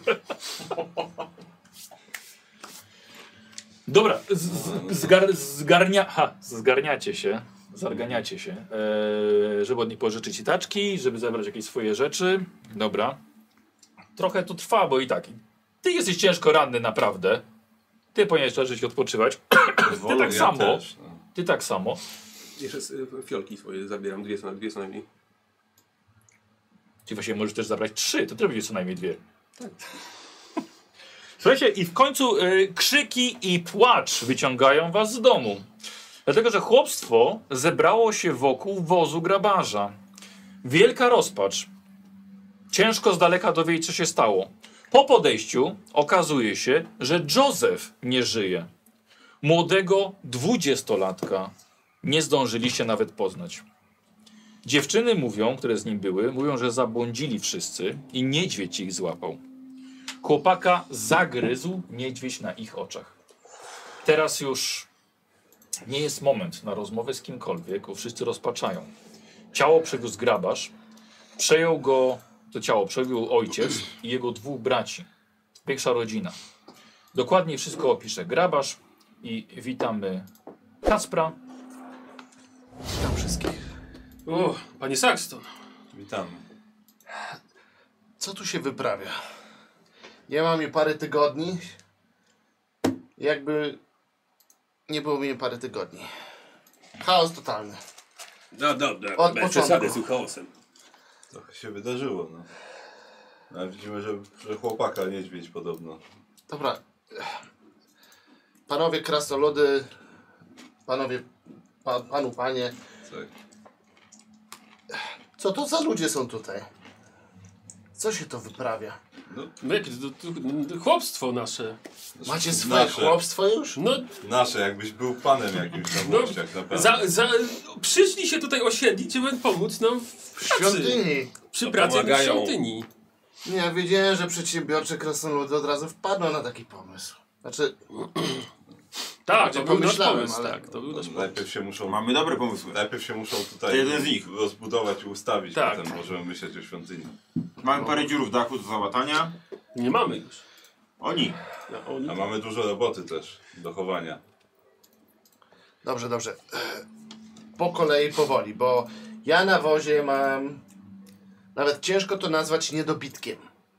Dobra, z, z, zgar, zgarnia, ha, zgarniacie się, zarganiacie się, e, żeby od nich pożyczyć i taczki, żeby zebrać jakieś swoje rzeczy. Dobra. Trochę to trwa, bo i tak. Ty jesteś ciężko ranny naprawdę. Ty powinieneś leżeć i odpoczywać. Ty tak ja samo. Też, no. Ty tak samo. Jeszcze z, y, fiolki swoje zabieram, dwie, co- dwie co najmniej. Czyli właściwie możesz też zabrać trzy, to ty będzie co najmniej dwie. Słuchajcie, i w końcu y, krzyki i płacz wyciągają was z domu. Dlatego, że chłopstwo zebrało się wokół wozu grabarza. Wielka rozpacz. Ciężko z daleka dowiedzieć, co się stało. Po podejściu okazuje się, że Józef nie żyje. Młodego dwudziestolatka nie zdążyliście nawet poznać. Dziewczyny mówią, które z nim były, mówią, że zabłądzili wszyscy i niedźwiedź ich złapał. Chłopaka zagryzł niedźwiedź na ich oczach. Teraz już nie jest moment na rozmowę z kimkolwiek, bo wszyscy rozpaczają. Ciało przywiózł grabarz, przejął go, to ciało przejął ojciec i jego dwóch braci. Większa rodzina. Dokładnie wszystko opisze grabarz i witamy Kacpra. Witam wszystkich. O, panie Saxton. Witamy. Co tu się wyprawia? Nie mam mi parę tygodni. Jakby nie było mi parę tygodni. Chaos totalny. No dobra, Od bez początku. przesady z tym chaosem. Trochę się wydarzyło, no. Ale widzimy, że, że chłopaka niedźwiedź podobno. Dobra. Panowie krasnoludy, panowie, pa, panu panie, Tak. co to za ludzie są tutaj? Co się to wyprawia? No jakie to, to, to chłopstwo nasze. Macie swoje Nasze. chłopstwo już? No, Nasze, jakbyś był panem jakimś na No, włościach, naprawdę. za, za, przyszli się tutaj osiedlić, żeby pomóc nam w pracy. Świątyni. Przy To pracy w pomagają. świątyni. Nie, ja wiedziałem, że przedsiębiorcze krasnoludy od razu wpadną na taki pomysł. Znaczy, Tak, to Znaczy, był nasz pomyślałem, pomysł, ale- tak, to był nasz pomysł. Najpierw się muszą... Mamy dobre pomysły. Najpierw się muszą To tutaj jeden z nich. rozbudować i ustawić, Tak. potem możemy myśleć o świątyni. Mamy parę dziur w dachu do załatania. Nie mamy już. Oni. A oni... A mamy dużo roboty też do chowania. dobrze, dobrze. Po kolei, powoli, bo ja na wozie mam... Nawet ciężko to nazwać niedobitkiem.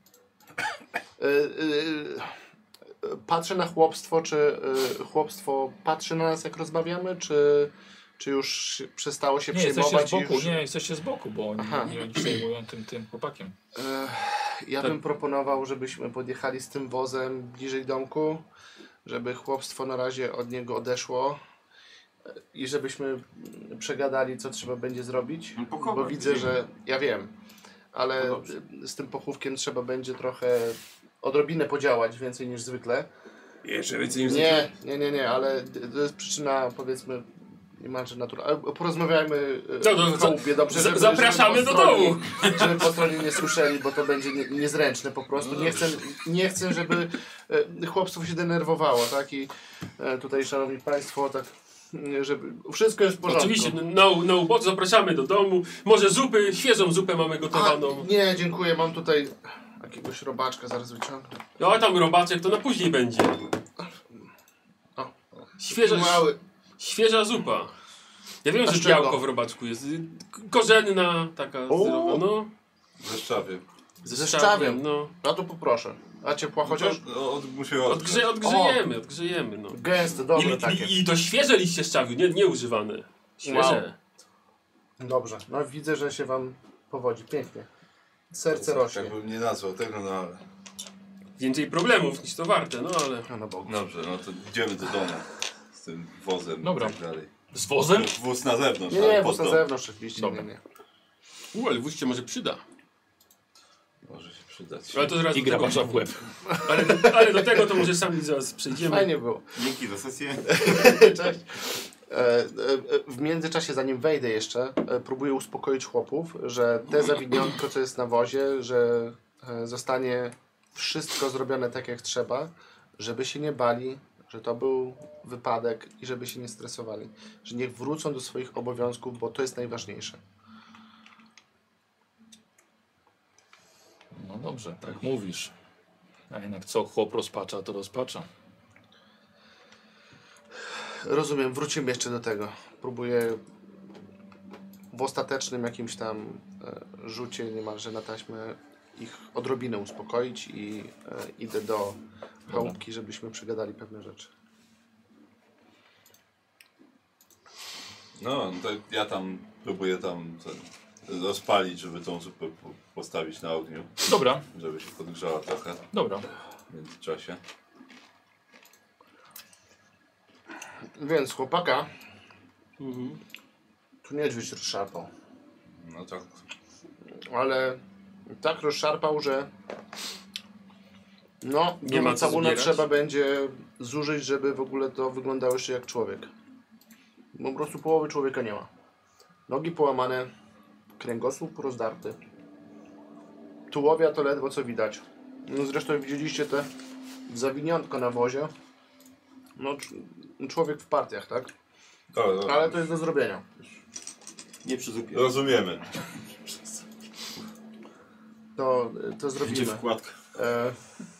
Y, y, Patrzę na chłopstwo, czy y, chłopstwo patrzy na nas, jak rozmawiamy, czy, czy już przestało się Nie, jesteście przejmować? z boku, i już... nie, jesteście z boku, bo oni, Aha. oni, oni przejmują tym, tym chłopakiem. Ech, Ja Tak. bym proponował, żebyśmy podjechali z tym wozem bliżej domku, żeby chłopstwo na razie od niego odeszło e, i żebyśmy mm, przegadali, co trzeba będzie zrobić, No, po kogo? bo widzę, że ja wiem, ale No dobrze. y, z tym pochówkiem trzeba będzie trochę odrobinę podziałać, więcej niż zwykle. Jeszcze więcej niż Nie, nie, nie, nie, ale d- to jest przyczyna, powiedzmy, niemalże naturalna. Porozmawiajmy y, No, no, w chałupie, dobrze? za- Żeby, zapraszamy żeby do postroni- domu. Żeby postroni nie słyszeli, bo to będzie nie, niezręczne po prostu. Nie chcę, nie chcę, żeby e, chłopstwo się denerwowało, tak? I e, tutaj, szanowni państwo, tak, e, żeby wszystko jest w porządku. Oczywiście, na, na uboczu zapraszamy do domu. Może zupy, świeżą zupę mamy A, gotowaną. nie, dziękuję, mam tutaj jakiegoś robaczka, zaraz wyciągnę. No a tam robaczek to na później będzie. O. Świeża, Mały. świeża zupa. Ja wiem, A że z czego? białko w robaczku jest. Y, k- Korzenna, taka O! zdrowa, no. Ze szczawie. Ze, Ze szczawiem, szczawiem. no. No to poproszę. A ciepła chociaż? No, od, musimy odgrzać. Odgrze, odgrzejemy, odgrzejemy, no. Gęste, dobre I, takie. i, I to świeże liście szczawiu, nie, nie używane. Świeże. Dobrze, no widzę, że się wam powodzi. Pięknie. Serce Tak rośnie. bym nie nazwał tego, no ale... Więcej problemów niż to warte, no ale... A na Bogu. Dobrze, no to idziemy do domu. Z tym wozem Dobra. i tak dalej. Z wozem? Wóz na zewnątrz, Nie, ale nie, pod bo na dom. zewnątrz oczywiście. Nie, Dobra. nie. U, ale wóźcie może przyda. Może się przydać. Ale to zaraz I do tego, grabarza w łeb. ale, ale do tego to może sami zaraz przejdziemy. Fajnie było. Dzięki za sesję. Cześć. E, e, W międzyczasie, zanim wejdę jeszcze, e, próbuję uspokoić chłopów, że te zawiniątko, co jest na wozie, że e, zostanie wszystko zrobione tak jak trzeba, żeby się nie bali, że to był wypadek i żeby się nie stresowali. Że niech wrócą do swoich obowiązków, bo to jest najważniejsze. No dobrze, tak mówisz. A jednak co chłop rozpacza, to rozpacza. Rozumiem, wrócimy jeszcze do tego. Próbuję w ostatecznym jakimś tam e, rzucie niemalże na taśmę ich odrobinę uspokoić i e, idę do chałupki, żebyśmy przegadali pewne rzeczy. No, to ja tam próbuję tam ten, rozpalić, żeby tą zupę po- postawić na ogniu, Dobra, żeby się podgrzała trochę dobra. w międzyczasie. Więc chłopaka Mhm. tu niedźwiedź rozszarpał. No tak. Ale tak rozszarpał, że no, Nie ma co całuna zbierać? trzeba będzie zużyć, żeby w ogóle to wyglądało jeszcze jak człowiek. Bo po prostu połowy człowieka nie ma. Nogi połamane, kręgosłup rozdarty. Tułowia to ledwo co widać. No zresztą widzieliście te zawiniątko na wozie. No cz- człowiek w partiach, tak? O, o, Ale to jest do zrobienia. Nie przy zupie. rozumiemy. To, to Będzie zrobimy. wkładka. E...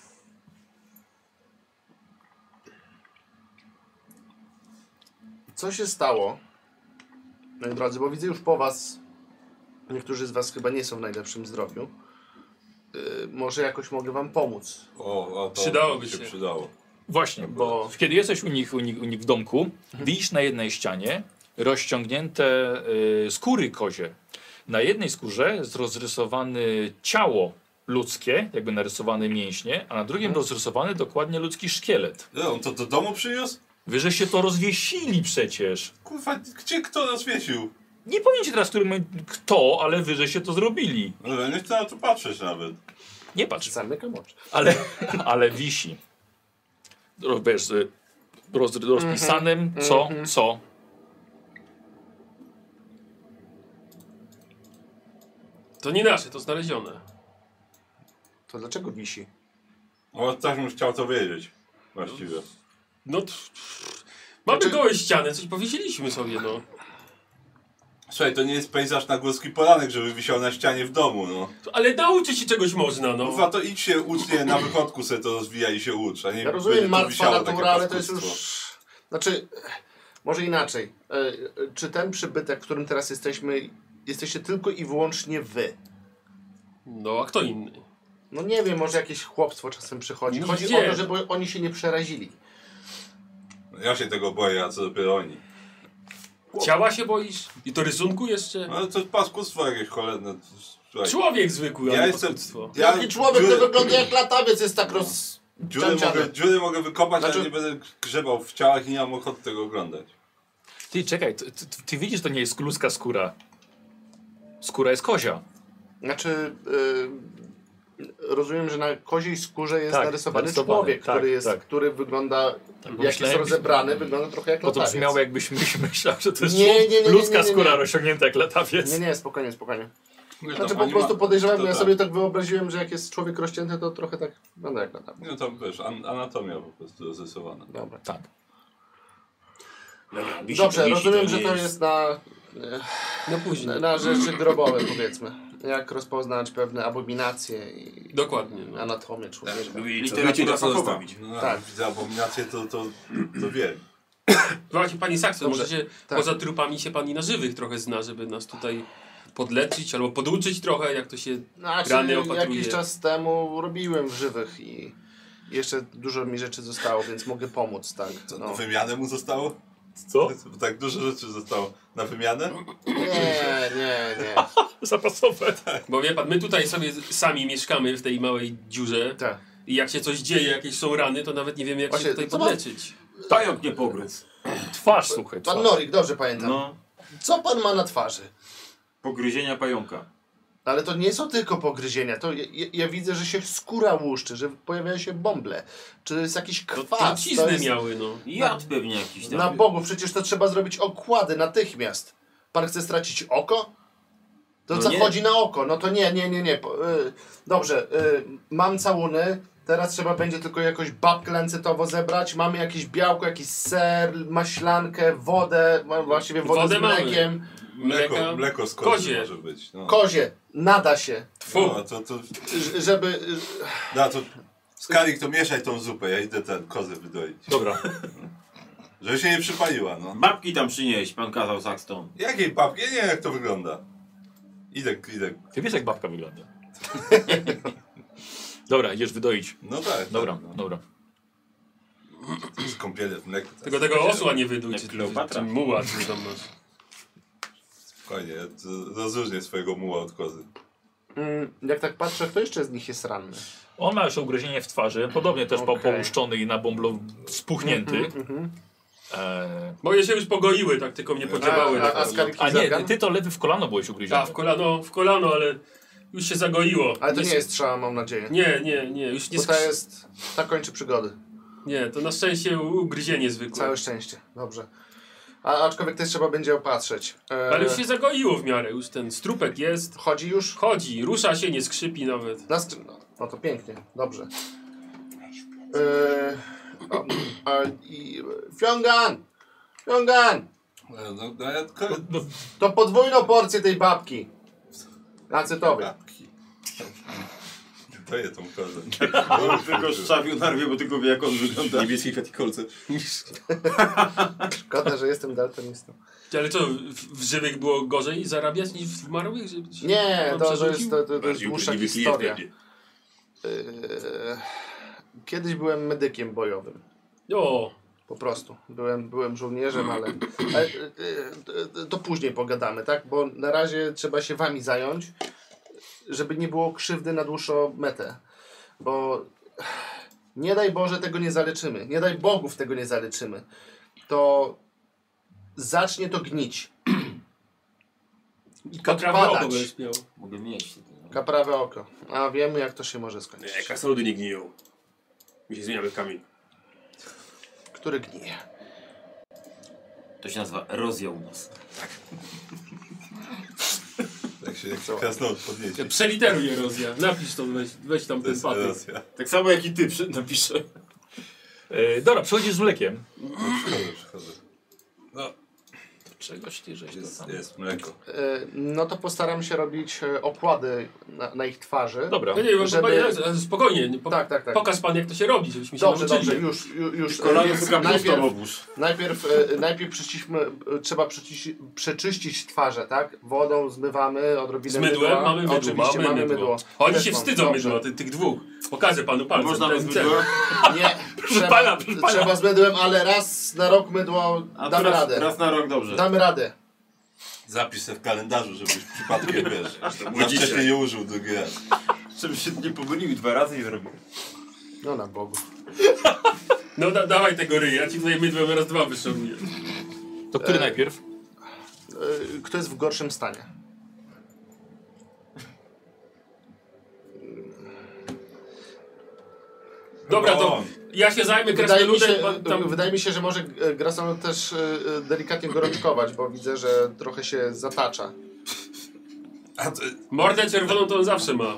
Co się stało, moi drodzy, bo widzę już po was, niektórzy z was chyba nie są w najlepszym zdrowiu. E, może jakoś mogę wam pomóc. O, o to Przydałoby się się. przydało. Właśnie, bo kiedy jesteś u nich, u nich, u nich w domku, widzisz na jednej ścianie rozciągnięte y, skóry kozie. Na jednej skórze jest rozrysowane ciało ludzkie, jakby narysowane mięśnie, a na drugim rozrysowany dokładnie ludzki szkielet. No, on to do domu przyniósł? Wy żeście to rozwiesili przecież. Kurwa, gdzie kto rozwiesił? Nie powiem ci teraz, którym, kto, ale wy żeście to zrobili. No, ja nie chcę na to patrzeć nawet. Nie patrz, Zamykam oczy. ale, ale wisi. Ro- Wiesz, y, roz, rozpisanym, co, co. To nie nasze, to znalezione. To dlaczego wisi? O, też bym chciał to wiedzieć. Właściwie. No t- mamy Znaczy- gołe ściany, coś powiesiliśmy sobie, no. Słuchaj, to nie jest pejzaż na górski poranek, żeby wisiał na ścianie w domu, no. Ale nauczyć się czegoś można, no. Kurwa, to idź się ucz, nie, na wychodku sobie to rozwija i się ucz, a nie Ja będzie rozumiem tu martwa wisiało takie natura, ale to jest paskudstwo. już... Znaczy, może inaczej. E, e, czy ten przybytek, w którym teraz jesteśmy, jesteście tylko i wyłącznie wy? No, a kto inny? No nie wiem, może jakieś chłopstwo czasem przychodzi. No Chodzi gdzie? o to, żeby oni się nie przerazili. Ja się tego boję, a co dopiero oni. Ciała się boisz? I to rysunku jeszcze? No to paskudstwo jakieś cholerne. Słuchaj, Człowiek zwykły, ja ale jestem... paskudstwo. Ja Jaki człowiek dziury, to wygląda jak latawiec, jest tak roz... dziury, ciamciany. mogę, dziury mogę wykopać, Znaczy- ale nie będę grzebał w ciałach i nie mam ochoty tego oglądać. Ty, czekaj, ty, ty, ty widzisz, to nie jest ludzka skóra. Skóra jest kozia. Znaczy, y, rozumiem, że na koziej skórze jest Tak, narysowany narysowany, człowiek, tak, który, jest, tak. który wygląda, bo jak jest myślałem- rozebrany, wygląda trochę jak Bo to latawiec. brzmiało jakbyś myśl, myślał, że to jest Nie, nie, nie, nie, ludzka nie, nie, nie. skóra rozciągnięta jak latawiec. Nie, nie, spokojnie, spokojnie. Mówię, Znaczy tam po ani prostu ma- podejrzewam, to ja tak. sobie tak wyobraziłem, że jak jest człowiek rozcięty, to trochę tak wygląda jak latawiec. No tam wiesz, an anatomia po prostu rozrysowana. Dobra. Tak. Dobra, wisi Dobrze, to wisi, rozumiem, to że nie to jest na, No później. na rzeczy grobowe, powiedzmy. Jak rozpoznać pewne abominacje i Dokładnie. No. anatomię człowieka. Żeby wiedzieć, co Literatura wiedzieć, co fachowa. zostawić. No, Tak. tak. Widzę abominację, to, to, to wiem. Właśnie, pani Saxon, Dobrze, może się tak. poza trupami się pani na żywych trochę zna, żeby nas tutaj podleczyć albo poduczyć trochę, jak to się... Znaczy, Rany opatruje. jakiś czas temu robiłem w żywych i jeszcze dużo mi rzeczy zostało, więc mogę pomóc, tak. Co, No. na wymianę mu zostało? Co? Bo tak dużo rzeczy zostało. Na wymianę? Nie, nie, nie. Zapasowe. Bo wie pan, my tutaj sobie sami mieszkamy w tej małej dziurze Tak. i jak się coś dzieje, jakieś są rany, to nawet nie wiemy, jak Właśnie, się tutaj co pan- podleczyć. Pająk nie pogryzł. Twarz, słuchaj, Pan twarz. Norik, dobrze pamiętam. No, Co pan ma na twarzy? pogryzienia pająka. Ale to nie są tylko pogryzienia, to ja, ja, ja widzę, że się skóra łuszczy, że pojawiają się bąble. Czy to jest jakiś To kwas? To trucizny jest... miały, no. Jad pewnie jakiś tam. Na Bogu, przecież to trzeba zrobić okłady natychmiast. Pan chce stracić oko? To No co nie. chodzi na oko, no to nie, nie, nie, nie. Po- y, dobrze, y, mam całuny, teraz trzeba będzie tylko jakoś babkę lancytowo zebrać, mamy jakieś białko, jakiś ser, maślankę, wodę, ma- właściwie wodę, Wodę z mamy. mlekiem, Mleko, Mleka- mleko z kozy kozie. może być. No. kozie, nada się, Tfu. No, to, to, ż- żeby... da, to Skalik, to mieszaj tą zupę, ja idę ten kozę wydoić. Dobra. Żeby się nie przypaliła, no. Babki tam przynieść, pan kazał Saxton. Jakiej babki? Ja nie wiem jak to wygląda. Idę, idę. Ty wiesz jak babka wygląda. Dobra, idziesz wydoić. No tak. Dobra, tak, no. dobra. Z kąpiele w mleku. Tylko tego osła nie wyduj, Jak czy, Kleopatra. czy muła, czy tam masz. Spokojnie, ja to rozróżnię swojego muła od kozy. Mm, jak tak patrzę, kto jeszcze z nich jest ranny? On ma już ugryzienie w twarzy, podobnie też po Okej. połuszczony i na bąblo spuchnięty. Mhm. E, Moje się już pogoiły, tak tylko mnie podziałały. A, a, a Skalik a i nie, Zargan? ty to lewy w kolano byłeś ugryziony. A, w kolano, w kolano, ale już się zagoiło. Ale to nie s- jest strzała, mam nadzieję. Nie, nie, nie, już nie Bo to skrzy- jest... Ta kończy przygody. Nie, to na szczęście ugryzienie zwykłe. Całe szczęście, dobrze. A, aczkolwiek też trzeba będzie opatrzeć. E, Ale już się zagoiło w miarę, już ten strupek jest. Chodzi już? Chodzi, rusza się, nie skrzypi nawet. Na str- no, no to pięknie, dobrze. E, o, a, i, Fiongan! Fiongan! No, no, no, ja ko- No, To podwójną porcję tej babki. Lancytowej. babki. To je tą kozę. On tylko szczawił narwie, bo tylko wie jak on wygląda. Niebieskiej kwiatikolce. Szkoda, że jestem daltonistą. Ale co, w, w żywych było gorzej zarabiać niż w marłych? Że się Nie, on to, to, przerzucił? jest, to, to, to jest Bardziej dłuższa uczciwy historia. klient E, Kiedyś byłem medykiem bojowym. O, Po prostu. Byłem, byłem żołnierzem, ale, ale e, e, to później pogadamy, tak? Bo na razie trzeba się wami zająć, żeby nie było krzywdy na dłuższą metę. Bo nie daj Boże tego nie zaleczymy. Nie daj Bogów tego nie zaleczymy. To zacznie to gnić. i kaprawe oko Odpadać. będziesz miał. Mogę mieć. Kaprawe oko. A wiemy jak to się może Nie, skończyć. krasnoludy nie gniją. My się zmieniamy w kamień. Który gnije. To się nazywa erozja u nas. Jak się jak się krasnolud podniesie. Przeliteruj erozja, napisz to, weź, weź tam To ten jest papier. erozja. Tak samo jak i ty przy- napiszę. e, dobra, przychodzisz z mlekiem. Przychodzę, przychodzę. No, Czegoś ty żeś jest, to tam. jest mleko. E, No to postaram się robić e, okłady na, na ich twarzy. Dobra. No nie, bo Żeby- żeby... spokojnie, po, Tak, tak, tak. pokaż pan jak to się robi, żebyśmy się Dobrze, nauczyli. dobrze, już, już, już. Kolano Więc tylko najpierw, pustą obóz. najpierw, e, najpierw przyciśmy, e, trzeba przyciś, przeczyścić twarze, tak? Wodą zmywamy, odrobinę Z mydłem mydła. mamy mydło, Oczywiście mamy, mamy mydło. mydło. Oni Też się mam, wstydzą dobrze. mydła, ty, tych dwóch. Pokażę panu palcem. Można ten- bez ten. mydła? Nie, trzeba, pana, proszę pana. trzeba z mydłem, ale raz na rok mydło A damy raz, radę. raz na rok dobrze. Damy radę. Zapisz sobie w kalendarzu, żebyś przypadkiem, wiesz, było na dzisiaj. wcześniej nie użył drugi raz. Żeby się nie pomyliły dwa razy i zrobił. No na Bogu. No da, dawaj tego ryja, ja ci tutaj mydłem raz dwa wyszoruję. To który E, najpierw? E, Kto jest w gorszym stanie? Dobra, to on. ja się zajmę Wydaje mi, się, krasnoludem, pan tam... wydaje mi się, że może e, Grasol też e, e, delikatnie gorączkować, bo widzę, że trochę się zatacza. A to, Mordę czerwoną to on zawsze ma.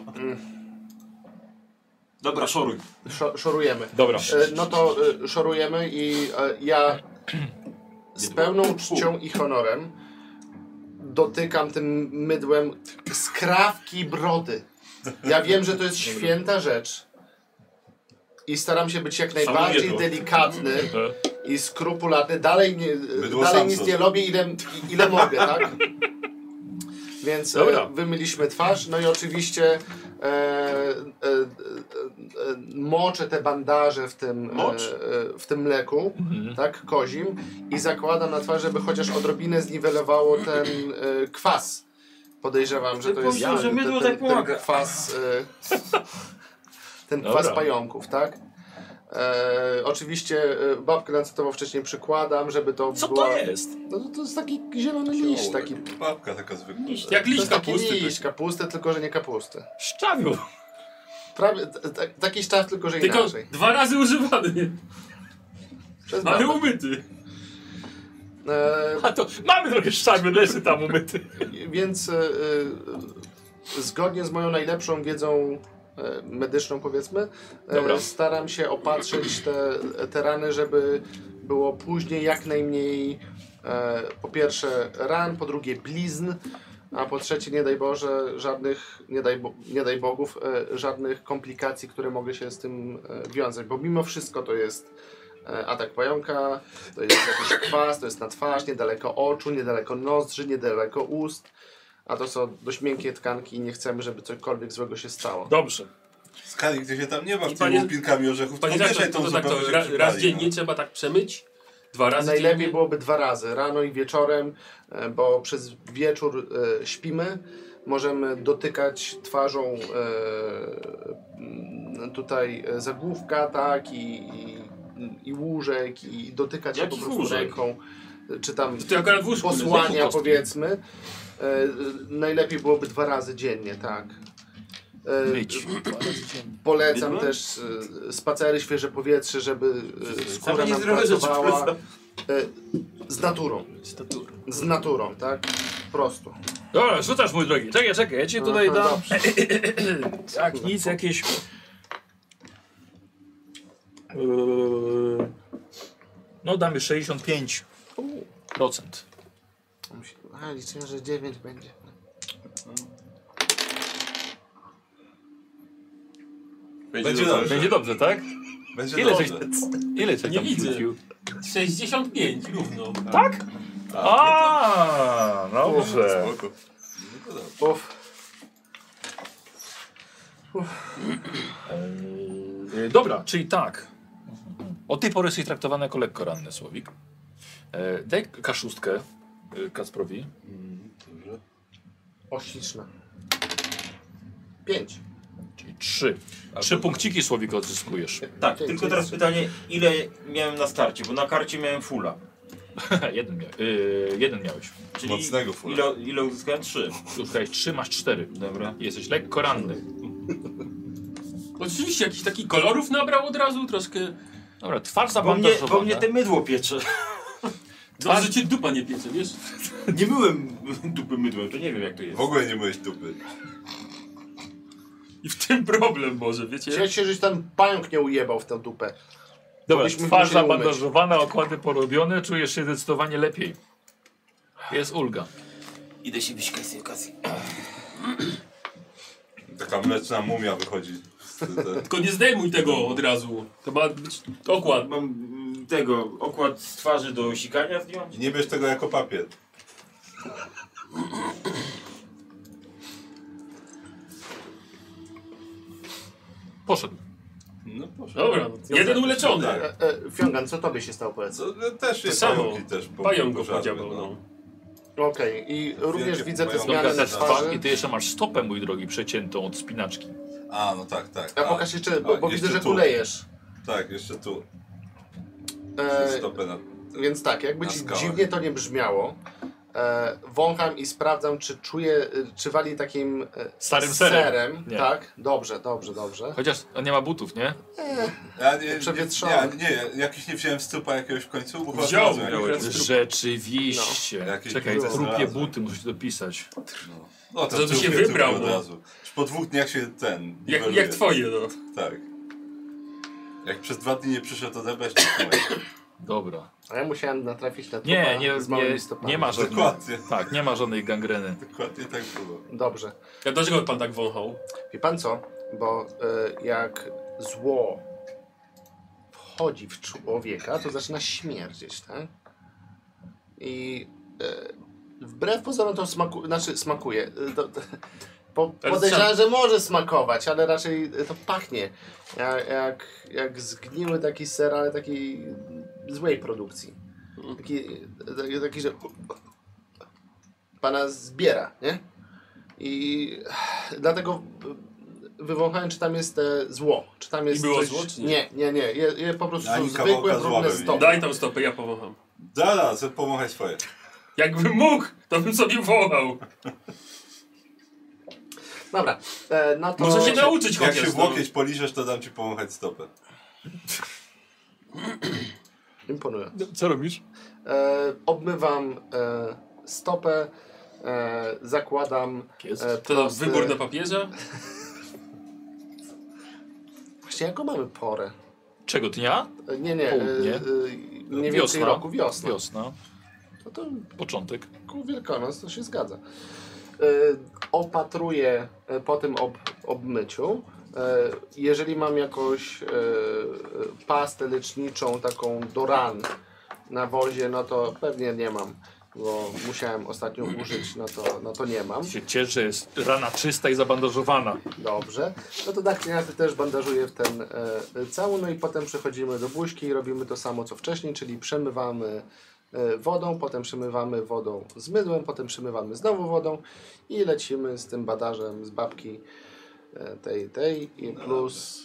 Dobra, szoruj. Szo, szorujemy. Dobra. E, No to e, szorujemy i e, ja z pełną czcią i honorem dotykam tym mydłem skrawki brody. Ja wiem, że to jest święta rzecz i staram się być jak najbardziej to. delikatny E, i skrupulatny. Dalej, nie, Mydło dalej Samson. nic nie robię, ile, ile mogę, tak? Więc Dobra. e, wymyliśmy twarz, no i oczywiście e, e, e, e, moczę te bandaże w tym, e, Mocz? e, w tym mleku, Mhm. tak, kozim i zakładam na twarz, żeby chociaż odrobinę zniwelowało ten e, kwas. Podejrzewam, że to jest Powiedział, że ten, mydło ten, tak ten pomaga. kwas e, ten Dobra. kwas pająków, tak? E, oczywiście e, babkę lancetową wcześniej przykładam, żeby to Co była... to jest? No to, to jest taki zielony liść, taki... babka taka zwykła. Jak To liść jest taki kapusty. liść kapusty, tylko że nie kapusty. Szczawiu. Prawie, t, t, taki szczaw, tylko że Tylko inaczej. dwa razy używany, Przez ale babę. umyty. E, A to mamy trochę szczamy, leży tam umyty. Więc e, e, zgodnie z moją najlepszą wiedzą e, medyczną, powiedzmy, Dobra. e, staram się opatrzyć te, te rany, żeby było później jak najmniej e, po pierwsze ran, po drugie blizn, a po trzecie, nie daj Boże, żadnych, nie daj, bo, nie daj Bogów, e, żadnych komplikacji, które mogły się z tym e, wiązać, bo mimo wszystko to jest e, atak pająka, to jest jakiś kwas, to jest na twarz, niedaleko oczu, niedaleko nozdrzy, niedaleko ust, a to są dość miękkie tkanki i nie chcemy, żeby cokolwiek złego się stało. Dobrze. Skali, gdzie się tam nie masz I z panie- tymi łupinkami orzechów, to Panie mieszaj Zachcian, tą to, to tak zupę, to bo się ra, raz przypali, dziennie no. trzeba tak przemyć? Dwa razy Najlepiej dziennie? byłoby dwa razy, rano i wieczorem, e, bo przez wieczór e, śpimy. Możemy dotykać twarzą e, m, tutaj e, zagłówka, tak, i, i, i łóżek, i dotykać się po Jakich prostu łóżek? ręką, czy tam To ty akurat w łóżku leżysz. posłania, powiedzmy. E, najlepiej byłoby dwa razy dziennie, tak. E, Myć. Polecam Bydło? też e, spacery, świeże powietrze, żeby e, skóra Same nie nam zdrowe rzeczy pracowała. polecam. E, z naturą. Staturą. Z naturą, tak? Prosto. Dobra, rzucasz mój drogi. Czekaj, czekaj, ja ci tutaj Aha, dam. dobrze. Tak, nic, jakieś. Eee, No damy sześćdziesiąt pięć procent. A, liczyłem, że dziewięć będzie. Będzie dobrze. Będzie dobrze, tak? Będzie Ile żeś, dobrze. ile żeś Nie tam widzę. rzucił? sześćdziesiąt pięć równo. Tak? A, dobrze. Spoko. No to dobrze. Uf. Eee, dobra, czyli tak. Od tej pory jesteś traktowany jako lekko ranny, Słowik. Eee, daj kaszustkę e, Kacprowi. Dobrze. O, śliczna. Pięć. Czyli trzy. Trzy punkciki, Słowik, odzyskujesz. Tak, Pięć, tylko teraz pięć. pytanie, ile miałem na starcie, bo na karcie miałem fulla. jeden, mia yy, jeden miałeś. Czyli Mocnego fulla. ile, ile uzyskałem? Trzy. Uzyskałeś trzy, masz cztery. Dobra. Jesteś lekko ranny. Oczywiście jakiś taki kolorów nabrał od razu, troszkę. Dobra, twarz Bo mnie, zabandażowana. bo mnie te mydło piecze. Dobrze, że cię dupa nie piecze, wiesz? Nie byłem dupy mydłem, to nie wiem jak to jest. W ogóle nie myłeś dupy. I w tym problem może, wiecie? Cieszę się, żeś tam pająk nie ujebał w tę dupę. Dobra, Byśmy twarz musieli umyć. zabandażowana, okłady porobione, czujesz się zdecydowanie lepiej. Jest ulga. Idę się wysikać z tej okazji. Taka mleczna mumia wychodzi. z te- te- Tylko nie zdejmuj tego od razu. To ma być okład. Mam mm, tego, okład z twarzy do sikania zdjąć? I nie bierz tego jako papier. Poszedł. No proszę. Dobra, no, jeden uleczony. Tak. E, e, Fiongan, co tobie się stało, powiedz? Co, no, też To jest samo. pająki też. po- Pająk go pożarły, podziałał, no. no. Okej, i również Wielkie widzę te pająki. zmiany na Dobra, twarzy. I ty jeszcze masz stopę, mój drogi, przeciętą od spinaczki. A, no tak, tak. A pokaż jeszcze, bo, A, bo jeszcze widzę, że tu. kulejesz. Tak, jeszcze tu. E, Stopę na... Więc tak, jakby Na ci skałach. dziwnie to nie brzmiało, e, wącham i sprawdzam, czy czuję, e, czy wali takim e, Starym serem. Nie. Tak, dobrze, dobrze, dobrze. Chociaż on nie ma butów, nie? Ja nie, Przewietrzony. nie, nie, jakiś nie wziąłem strupa jakiegoś w końcu, bo chyba Wziął, znalazłem wziął. jakiegoś. Rzeczywiście. No. Jakieś Czekaj, buty trupie znalazłem. buty, muszę ci dopisać. No, no to Żeby się trupie, wybrał, trupie bo- od razu. Już po dwóch dniach się ten... Jak, niweluje. jak twoje, no. Tak. Jak przez dwa dni nie przyszedł, to debesz, to nie. Dobra. A ja musiałem natrafić na trupa Nie, nie, z małymi nie, stopami. nie ma żadnej. Dokładnie. Tak, nie ma żadnej gangreny. Dokładnie tak było. Dobrze. A dlaczego pan tak wąchał? Wie pan co? Bo y, jak zło wchodzi w człowieka, to zaczyna śmierdzieć, tak? I y, wbrew pozorom to smaku, znaczy smakuje. Y, to, to, po, Ale podejrzewam, że może smakować, ale raczej to pachnie jak, jak, jak zgniły taki ser, ale takiej złej produkcji. Taki, taki, taki że pana zbiera, nie? I dlatego wywąchałem, czy tam jest e, zło. Czy tam jest I było coś... zło, czy nie? Nie, nie, nie. Je, je po prostu Ani są kawałka zwykłe, zła brudne bym nie stopy. Daj tam stopę, ja powącham. Zaraz, pomachaj swoje. Jakbym mógł, to bym sobie wąchał. Dobra, e, no to... Muszę się nauczyć Jak chociaż. się w no. łokieć poliżesz, to dam ci pomachać stopę. Imponujące. Co robisz? E, obmywam e, stopę, e, zakładam Jest. e, To prosty... wybór na papierze? Właśnie jaką mamy porę? Czego dnia? E, Nie, nie, e, Południe. e, mniej więcej Wiosna. roku, wiosna. Wiosna. No to Początek. ku Wielkanoc to się zgadza. E, opatruję e, po tym ob, obmyciu. E, jeżeli mam jakąś e, pastę leczniczą taką do ran na wozie, no to pewnie nie mam, bo musiałem ostatnio użyć, no to, no to nie mam. Się cieszę, że jest rana czysta i zabandażowana. Dobrze. No to na klienty też bandażuję w ten e, cały, no i potem przechodzimy do buźki i robimy to samo co wcześniej, czyli przemywamy e, wodą, potem przemywamy wodą z mydłem, potem przemywamy znowu wodą i lecimy z tym badażem z babki e, tej, tej i plus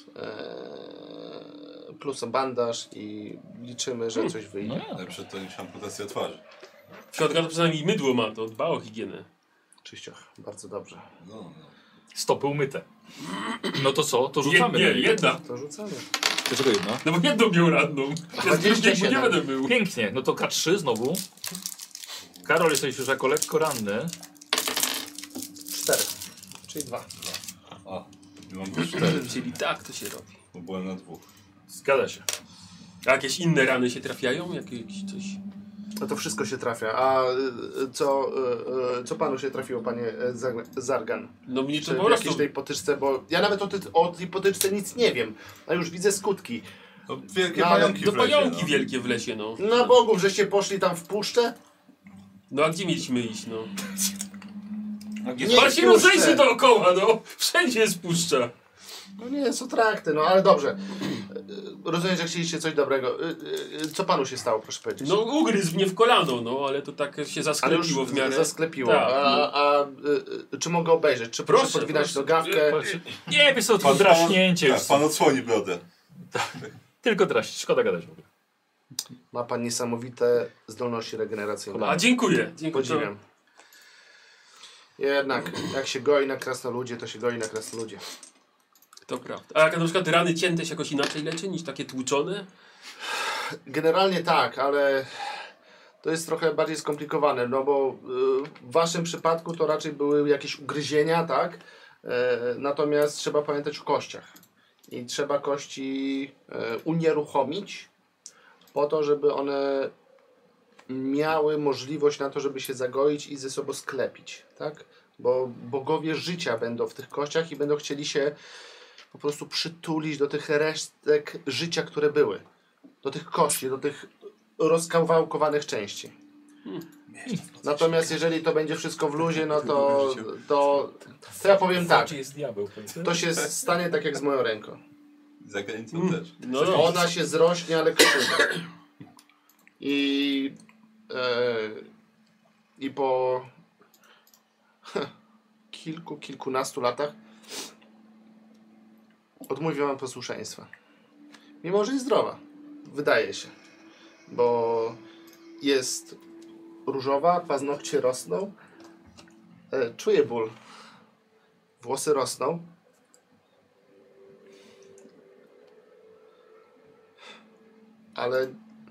e, plus bandaż i liczymy, że coś No wyjdzie. ja. Lepsze to niż amputacja twarzy. Środka to przynajmniej mydło ma, to dba o higienę. Czyścioch, bardzo dobrze. No, no. Stopy umyte. No to co? To Nie, rzucamy. nie, na niego. jedna. To rzucamy. Dlaczego jedna? No bo jedną miał ranną. Ja z drugiego nie będę był. Pięknie. No to K trzy znowu. Karol, jesteś już jako lekko ranny. Cztery, czyli dwa. A, ja mam też cztery, Czyli tak to się robi. bo byłem na dwóch. Zgadza się. A jakieś inne rany się trafiają? Jakieś coś? No to wszystko się trafia. A y, y, co, y, y, co panu się trafiło, panie y, Zag- Zargan? No mnie to Czy po w prostu... jakiejś tej potyczce, bo ja nawet o, ty, o tej potyczce nic nie wiem, a już widzę skutki. No, wielkie No, ale pająki Do w lesie, pająki no. wielkie w lesie, no. Na Bogu, żeście poszli tam w puszczę? No a gdzie mieliśmy iść, no? Nie, Pan się w rozejrzy puszce. dookoła, no. Wszędzie jest puszcza. No nie, są trakty, no ale dobrze. Y, Rozumiem, że chcieliście coś dobrego. Y, y, Co panu się stało, proszę powiedzieć? No ugryzł mnie w kolano, no, ale to tak się ale już zasklepiło w miarę. zasklepiło. Tak, a, no. a y, y, czy mogę obejrzeć? Czy proszę, Proszę, podwinąć proszę. nogawkę? Nie, wiesz co, to Pan- draśnięcie pan, już. tak, pan odsłoni brodę. Tylko draść. Szkoda gadać w ogóle. Ma pan niesamowite zdolności regeneracyjne. A dziękuję, dziękuję. Podziwiam. Jednak, jak się goi na krasnoludzie, to się goi na krasnoludzie. To prawda. A jak na przykład rany cięte się jakoś inaczej leczy niż takie tłuczone? Generalnie tak, ale to jest trochę bardziej skomplikowane, no bo y, w waszym przypadku to raczej były jakieś ugryzienia, tak? E, natomiast trzeba pamiętać o kościach. I trzeba kości e, unieruchomić po to, żeby one miały możliwość na to, żeby się zagoić i ze sobą sklepić, tak? Bo bogowie życia będą w tych kościach i będą chcieli się po prostu przytulić do tych resztek życia, które były. Do tych kości, do tych rozkawałkowanych części. Natomiast jeżeli to będzie wszystko w luzie, no to, to, to ja powiem tak. jest diabeł. To się stanie tak jak z moją ręką. Zagranicą też. No, no. Ona się zrośnie, ale krzywda. I, e, I po kilku, kilkunastu latach odmówiłam posłuszeństwa. Mimo, że jest zdrowa. Wydaje się. Bo jest różowa, paznokcie rosną. E, czuję ból. Włosy rosną. Ale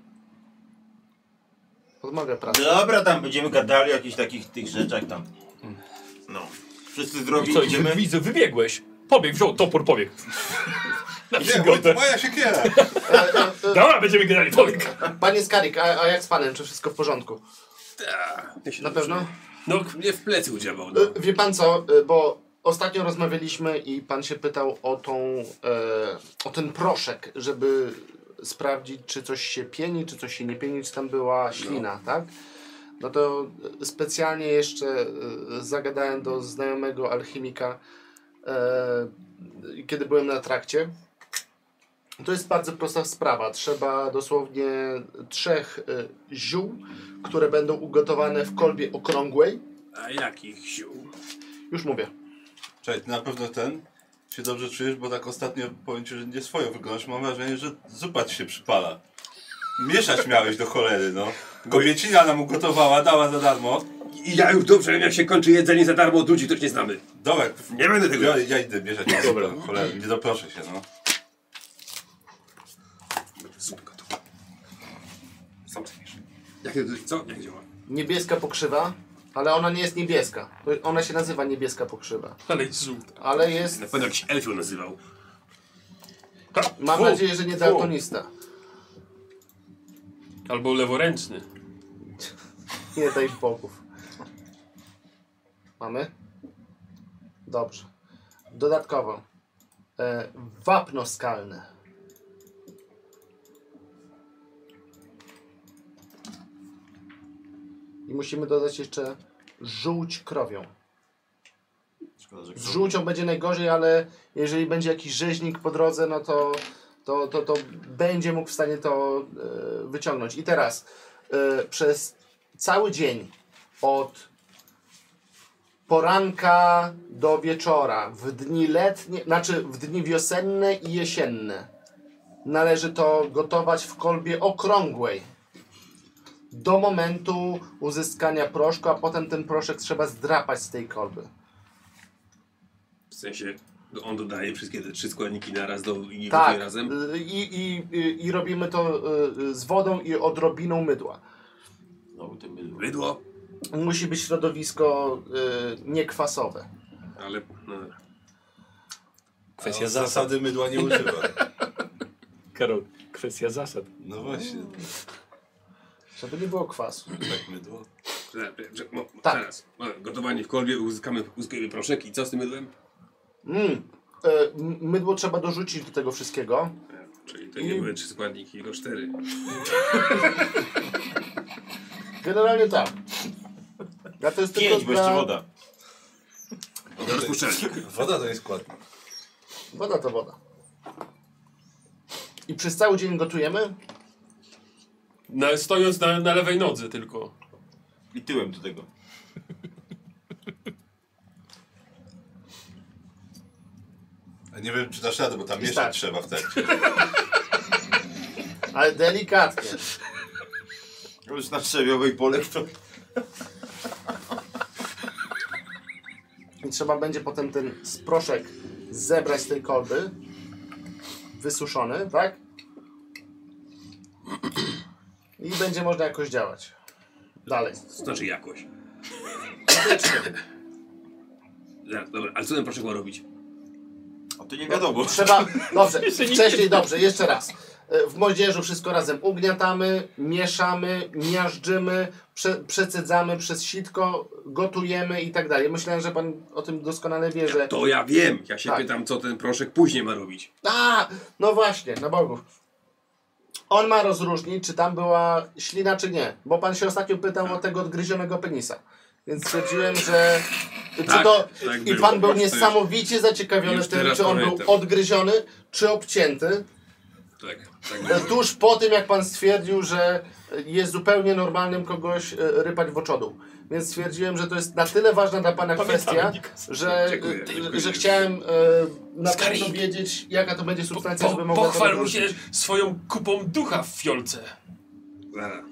odmawia pracy. Dobra, tam będziemy gadali o jakichś takich tych rzeczach tam. No. Wszyscy zdrowi, Co, idziemy. widzę, wybiegłeś. Pobiegł, wziął topór, pobiegł. Na Nie, przygodę. moja siekiera! E, e, e, Dobra, będziemy grali, pobiegł. Panie Skarik, a, a jak z panem? Czy wszystko w porządku? Ja się Na dobrze- pewno? No, mnie w plecy udziałał. No. E, Wie pan co, e, bo ostatnio rozmawialiśmy i pan się pytał o tą, e, o ten proszek, żeby sprawdzić, czy coś się pieni, czy coś się nie pieni, czy tam była ślina, tak? No to specjalnie jeszcze e, zagadałem do znajomego alchimika, e, kiedy byłem na trakcie. To jest bardzo prosta sprawa. Trzeba dosłownie trzech e, ziół, które będą ugotowane w kolbie okrągłej. A jakich sił? Już mówię. Czekaj, ty na pewno ten się dobrze czujesz, bo tak ostatnio powiem ci, że nie swoją wyglądasz. Mam wrażenie, że zupa ci się przypala. Mieszać miałeś do cholery, no. Kobiecina nam ugotowała, dała za darmo. I ja już dobrze wiem, jak się kończy jedzenie za darmo od ludzi, których nie znamy. Dobra, Nie będę tego ja, robić. ja idę mieszać na Dobra. zupę, cholery, nie doproszę się, no. Zupę gotową. Sam sobie miesz. Jak to, co? Jak działa? Niebieska pokrzywa, ale ona nie jest niebieska. To- Ona się nazywa niebieska pokrzywa. Ale jest żółta. Ale jest... Na pewno jakiś elf ją nazywał. Mam Fu, nadzieję, że nie fu. daltonista. Albo leworęczny. Nie daj bogów. Mamy? Dobrze. Dodatkowo. E, wapno skalne. I musimy dodać jeszcze żółć krowią. Szkoda, że Z żółcią będzie najgorzej, ale jeżeli będzie jakiś rzeźnik po drodze, no to, to, to, to będzie mógł w stanie to e, wyciągnąć. I teraz e, przez cały dzień od poranka do wieczora, w dni letnie, znaczy w dni wiosenne i jesienne, należy to gotować w kolbie okrągłej do momentu uzyskania proszku, a potem ten proszek trzeba zdrapać z tej kolby. W sensie, on dodaje wszystkie te trzy składniki naraz do, i nie Tak, gotuje razem. y, i, i, i, i robimy to y, z wodą i odrobiną mydła. Znowu tym mydło. Mydło, Musi być środowisko y, niekwasowe. ale... No, dobra. Kwestia A zasad. zasady mydła nie używa. Karol, kwestia zasad. No właśnie, Żeby nie było kwasu. tak mydło. Że- że- mo- Tak. Teraz, no, gotowanie w kolbie, uzyskamy, uzyskamy proszek i co z tym mydłem? Mm. Y, m- mydło trzeba dorzucić do tego wszystkiego. E, Czyli to nie były trzy składniki, tylko cztery. Generalnie tak. Ja to jest tylko Pięć, bo jeszcze dla... woda. Do rozpuszczalnik. Woda to jest składnik. Woda to woda. I przez cały dzień gotujemy. Na, stojąc na, na lewej nodze tylko. I tyłem do tego. A nie wiem, czy dasz radę, bo tam I mieszać tak. trzeba w trakcie. Ale delikatnie. Już na trzewiowej polek to... I trzeba będzie potem ten proszek zebrać z tej kolby. Wysuszony, tak? I będzie można jakoś działać. Dalej. To znaczy jakoś. Faktycznie. Zaraz, dobra, ale co ten proszek ma robić? A to nie wiadomo. Trzeba, dobrze, wcześniej dobrze, jeszcze raz. W moździerzu wszystko razem ugniatamy, mieszamy, miażdżymy, prze, przecedzamy przez sitko, gotujemy i tak dalej. Myślałem, że pan o tym doskonale wie, że... To ja wiem. Ja się Tak. pytam, co ten proszek później ma robić. A, no właśnie, na Bogu. On ma rozróżnić, czy tam była ślina, czy nie. Bo pan się ostatnio pytał o tego odgryzionego penisa. Więc stwierdziłem, że... Czy Tak, to... tak I było. pan był Już to już- niesamowicie zaciekawiony już tym, teraz czy on był pamiętam. odgryziony, czy obcięty. Tak, tak było. Tuż po tym, jak pan stwierdził, że jest zupełnie normalnym kogoś e, rypać w oczodół. Więc stwierdziłem, że to jest na tyle ważna dla pana kwestia, że, Dziękuję, e, dziękuję. że chciałem e, na Skarik. pewno wiedzieć, jaka to będzie substancja, Po, żeby mogła to pochwal mu się wyróżnić. swoją kupą ducha w fiolce. Zaraz.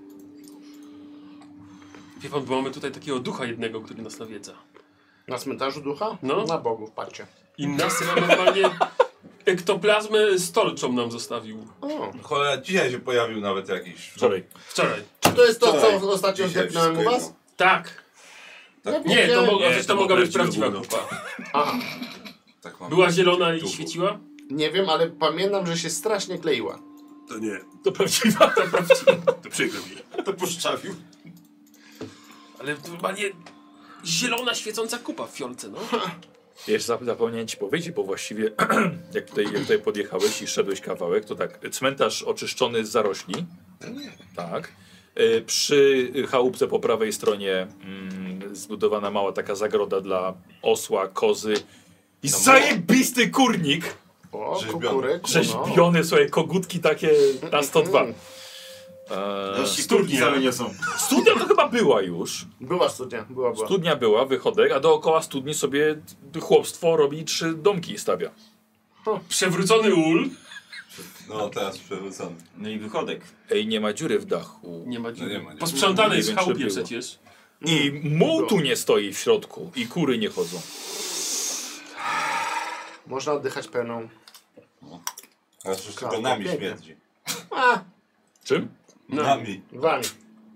Wie pan, bo mamy tutaj takiego ducha jednego, który nas nawiedza. Na cmentarzu ducha? No. Na Bogu, patrzcie. I nas normalnie ektoplazmę z torczą nam zostawił. O. Cholera, dzisiaj się pojawił nawet jakiś... Wczoraj. Wczoraj. Czy to jest to, Wczoraj. co ostatnio Dzisiaj zdepnąłem u wszystko was? jedno. Tak. Ja Nie, to, wiedziałem- mogła, Nie, to, to mogła być prawdziwe prawdziwa gówno. kupa. Aha, Tak mam. Była zielona i Duchu. świeciła? nie wiem, ale pamiętam, że się strasznie kleiła. To nie, To prawdziwa. To prawdziwa. to przykro mi. To puszczawił. Ale normalnie zielona, świecąca kupa w fiolce, no. Jeszcze zap- zapomniałem ci powiedzieć, bo właściwie jak tutaj, jak tutaj podjechałeś i szedłeś kawałek, to tak, cmentarz oczyszczony z zarośli. Tak. E, Przy chałupce po prawej stronie mm, zbudowana mała taka zagroda dla osła, kozy i zajebisty kurnik! O, Rzeźbiony. kukuryku, no. Rzeźbiony, słuchaj, kogutki takie na sto dwa. Eee, Studni same nie są. studnia to chyba była już. Była studnia, była, była. Studnia była, wychodek, a dookoła studni sobie chłopstwo robi trzy domki i stawia. Przewrócony ul. No, teraz przewrócony. No i wychodek. Ej, nie ma dziury w dachu. Nie ma dziury. nie ma, nie. Posprzątany Nie jest w wiem, czy chałupie było. przecież. I muł tu nie stoi w środku i kury nie chodzą. Można oddychać pełną. Teraz już Krawka, tylko nami pięknie. śmierdzi. A, Czym? No. Nami. wami.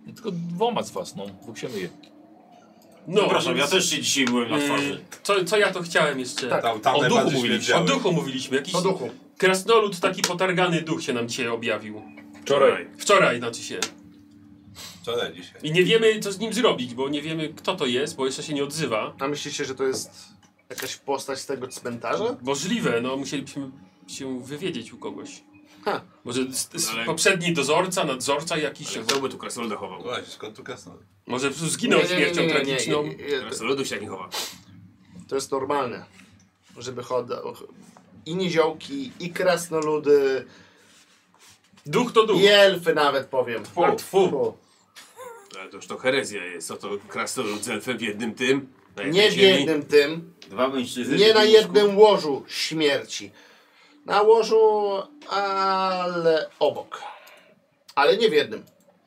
Tylko dwoma z was, no. Bóg się myje. No, Przepraszam, ja więc, też się dzisiaj byłem na twarzy. yy, co, co ja to chciałem jeszcze? Tak. Tam, tam O duchu najbardziej mówiliśmy. O śmierdziały. duchu mówiliśmy. Jakiś Po duchu. krasnolud, taki potargany duch się nam dzisiaj objawił. Wczoraj. Wczoraj, znaczy się. Wczoraj, dzisiaj. I nie wiemy, co z nim zrobić, bo nie wiemy, kto to jest, bo jeszcze się nie odzywa. A myślicie, że to jest jakaś postać z tego cmentarza? Możliwe, no musielibyśmy się wywiedzieć u kogoś. Ha. Może s- s- Ale- poprzedni dozorca, nadzorca jakiś. Ale kto by tu krasnoluda chował? Właśnie, skąd tu kasnął? Może po prostu zginął śmiercią tragiczną. nie, nie. Krasnoludów się tak nie chowa. To jest normalne, żeby chodzą i niziołki, i krasnoludy, Duch to duch. i elfy nawet powiem. Fu, fu. Ale to już to herezja jest. Co to krasnolud z elfem w jednym tym? Na jednej Nie w ziemi? jednym tym, Dwa mężczyzny. nie w na łóżku. jednym łożu śmierci. Na łożu, ale obok. Ale nie w jednym.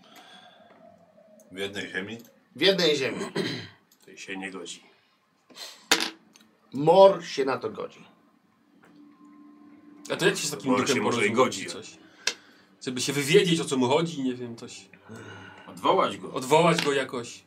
W jednej ziemi? W jednej ziemi. To się nie godzi. Mor się na to godzi. A to jak się z takim Może duchem się może i porozumieć, godzi. czy coś? Żeby się wywiedzieć, o co mu chodzi, nie wiem, coś. Odwołać go. Odwołać go jakoś.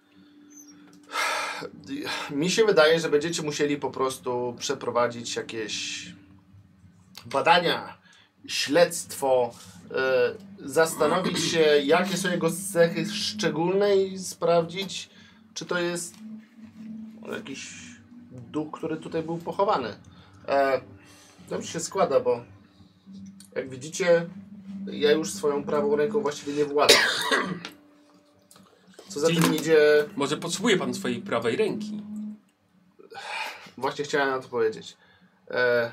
Mi się wydaje, że będziecie musieli po prostu przeprowadzić jakieś badania, śledztwo, e, zastanowić się, jakie są jego cechy szczególne i sprawdzić, czy to jest jakiś duch, który tutaj był pochowany. E, dobrze się składa, bo jak widzicie, ja już swoją prawą ręką właściwie nie władam. Co za tym idzie... Może potrzebuje pan swojej prawej ręki. Właśnie chciałem na to powiedzieć. E...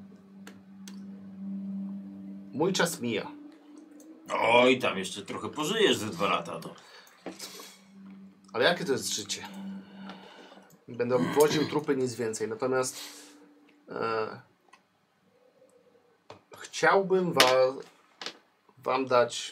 Mój czas mija. Oj, tam jeszcze trochę pożyjesz ze dwa lata. No. Ale jakie to jest życie? Będę woził trupy, nic więcej. Natomiast e... chciałbym wa... wam dać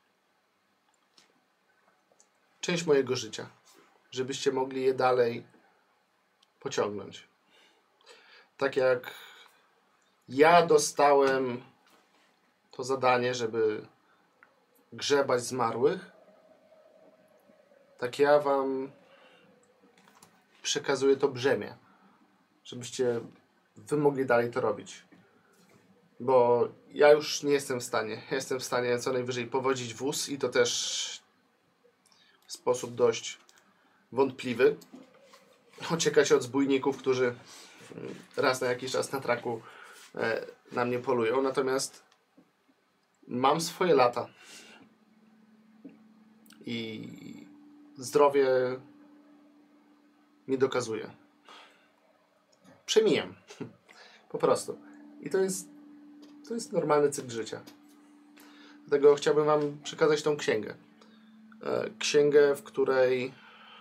część mojego życia, żebyście mogli je dalej pociągnąć. Tak jak ja dostałem to zadanie, żeby grzebać zmarłych, tak ja wam przekazuję to brzemię, żebyście wy mogli dalej to robić. Bo ja już nie jestem w stanie. Ja jestem w stanie co najwyżej powodzić wóz i to też w sposób dość wątpliwy. Uciekać od zbójników, którzy raz na jakiś czas na traku e, na mnie polują. Natomiast mam swoje lata. I zdrowie mi dokazuje. Przemijam. Po prostu. I to jest, to jest normalny cykl życia. Dlatego chciałbym wam przekazać tą księgę. E, księgę, w której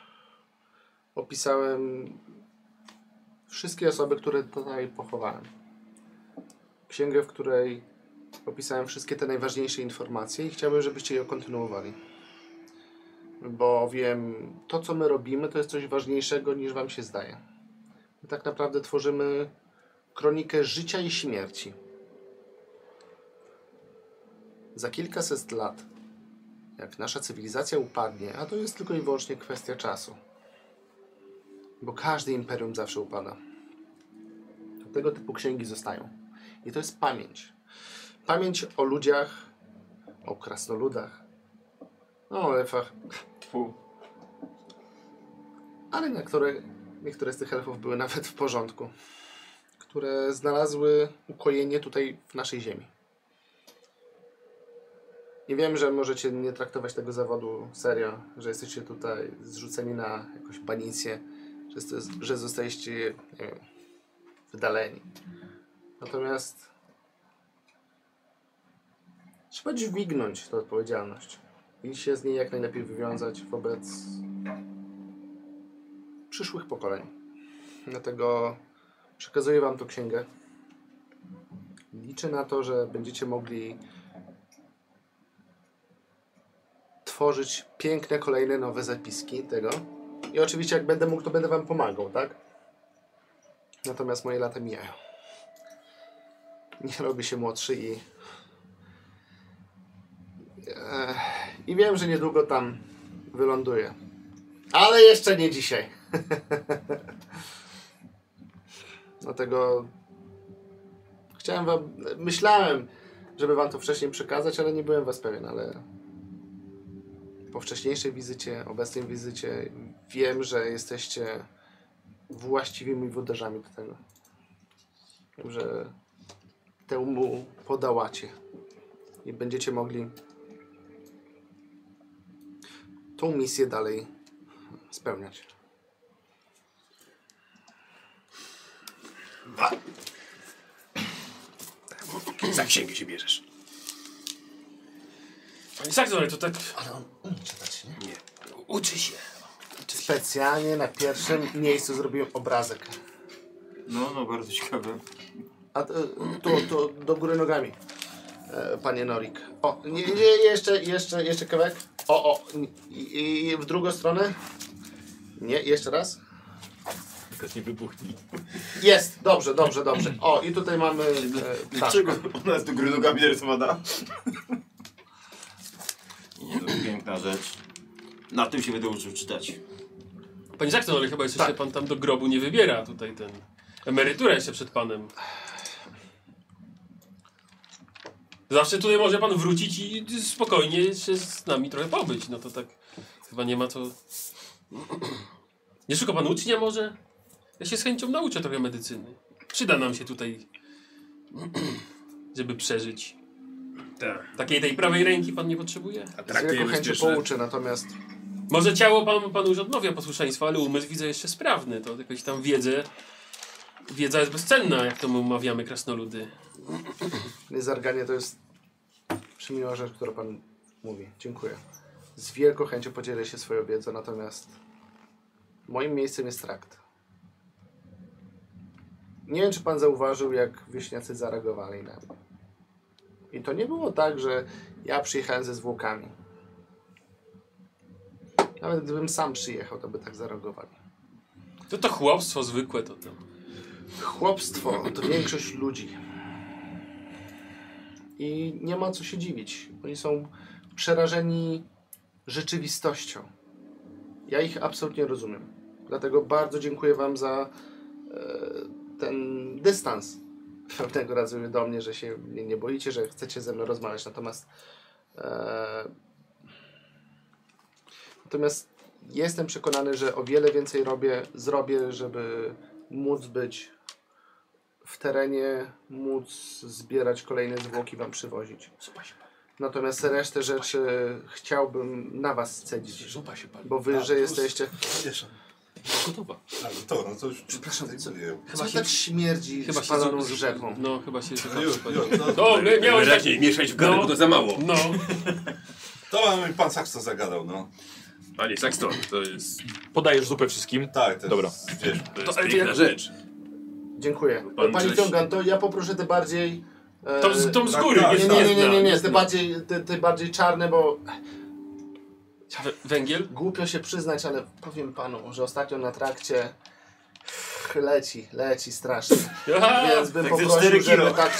opisałem wszystkie osoby, które tutaj pochowałem. Księgę, w której opisałem wszystkie te najważniejsze informacje i chciałbym, żebyście ją kontynuowali. Bo wiem, to co my robimy, to jest coś ważniejszego niż wam się zdaje. My tak naprawdę tworzymy kronikę życia i śmierci. Za kilkaset lat, jak nasza cywilizacja upadnie, a to jest tylko i wyłącznie kwestia czasu, bo każde imperium zawsze upada. Tego typu księgi zostają. I to jest pamięć. Pamięć o ludziach, o krasnoludach, o elfach. Fu. Ale niektóre, niektóre z tych elfów były nawet w porządku, które znalazły ukojenie tutaj w naszej ziemi. I wiem, że możecie nie traktować tego zawodu serio, że jesteście tutaj zrzuceni na jakąś banicję, że, jest, że zostaliście, nie wiem, wydaleni. Natomiast trzeba dźwignąć tę odpowiedzialność i się z niej jak najlepiej wywiązać wobec przyszłych pokoleń. Dlatego przekazuję wam tę księgę. Liczę na to, że będziecie mogli tworzyć piękne, kolejne, nowe zapiski tego. I oczywiście jak będę mógł, to będę wam pomagał, tak? Natomiast moje lata mijają. Nie robię się młodszy i... I wiem, że niedługo tam wyląduje. Ale jeszcze nie dzisiaj. Dlatego chciałem wam, myślałem, żeby wam to wcześniej przekazać, ale nie byłem was pewien, ale po wcześniejszej wizycie, obecnej wizycie wiem, że jesteście właściwymi włodarzami do tego. Wiem, że temu podałacie i będziecie mogli tą misję dalej spełniać. Za księgę się bierzesz. Panie Saxon, ale to tak... Ale on umie czytać, nie? Nie. Uczy się. Specjalnie na pierwszym miejscu zrobiłem obrazek. No, no, bardzo ciekawe. A to, to, to do góry nogami, e, panie Norik. O, nie, nie, jeszcze, jeszcze, jeszcze kawałek. O, o, i, i w drugą stronę. Nie, jeszcze raz. Tylko nie wybuchnij. Jest, dobrze, dobrze, dobrze. O, i tutaj mamy e, Dlaczego ptaszka. ona jest do góry nogami narysowana? Nie, no, piękna rzecz. Na tym się będę uczył czytać. Panie Saxon, ale chyba jeszcze Tak. się pan tam do grobu nie wybiera. Tutaj ten... Emerytura jeszcze przed panem. Zawsze tutaj może pan wrócić i spokojnie się z nami trochę pobyć. No to tak chyba nie ma co... Nie szuka pan ucznia może? Ja się z chęcią nauczę trochę medycyny. Przyda nam się tutaj, żeby przeżyć. Tak. Takiej tej prawej ręki pan nie potrzebuje? A Z trakty wielką chęcią niebezpieczne. pouczę, natomiast Może ciało pan, panu już odmawia posłuszeństwa, ale umysł widzę jeszcze sprawny. To jakąś tam wiedzę... Wiedza jest bezcenna, jak to my umawiamy krasnoludy. Zarganie to jest przemiła rzecz, którą pan mówi. Dziękuję. Z wielką chęcią podzielę się swoją wiedzą, natomiast moim miejscem jest trakt. Nie wiem, czy pan zauważył, jak wieśniacy zareagowali na mnie. I to nie było tak, że ja przyjechałem ze zwłokami. Nawet gdybym sam przyjechał, to by tak zareagowali. To to chłopstwo zwykłe to tam. Chłopstwo to większość ludzi. I nie ma co się dziwić. Oni są przerażeni rzeczywistością. Ja ich absolutnie rozumiem. Dlatego bardzo dziękuję wam za e, ten dystans pewnego razu do mnie, że się mnie nie boicie, że chcecie ze mną rozmawiać. Natomiast e, natomiast jestem przekonany, że o wiele więcej robię, zrobię, żeby móc być w terenie, móc zbierać kolejne zwłoki, wam przywozić. Natomiast resztę rzeczy chciałbym na was scedzić, Zupa się pali. bo wy, A, że to jesteście... Mieszam. Gotowa. A, no to, no to już... Przepraszam, tak co- mówiłem. Co się- tak śmierdzi Chyba się spaloną zu- zu- rzepą? No, chyba się... No już, już, no, No, my, miałeś tak... Raczej mieszać w garnku No. to za mało. No, to mi pan Saxon zagadał, no. Panie Saxton, to jest, Podajesz zupę wszystkim? Tak, to Dobra. jest, wiesz, to jest ale to piękna jak- rzecz. Dziękuję. Pan Pani żeś- Ciongan, to ja poproszę te bardziej... e, tą, z- tą z tak, góry, tak, Nie, jest nie, nie, nie, nie, nie, jest te na- bardziej, te, te bardziej czarne, bo Wę- Węgiel? głupio się przyznać, ale powiem panu, że ostatnio na trakcie leci, leci strasznie. Aha, Więc bym tak ze poprosił, cztery żeby kilo. tak...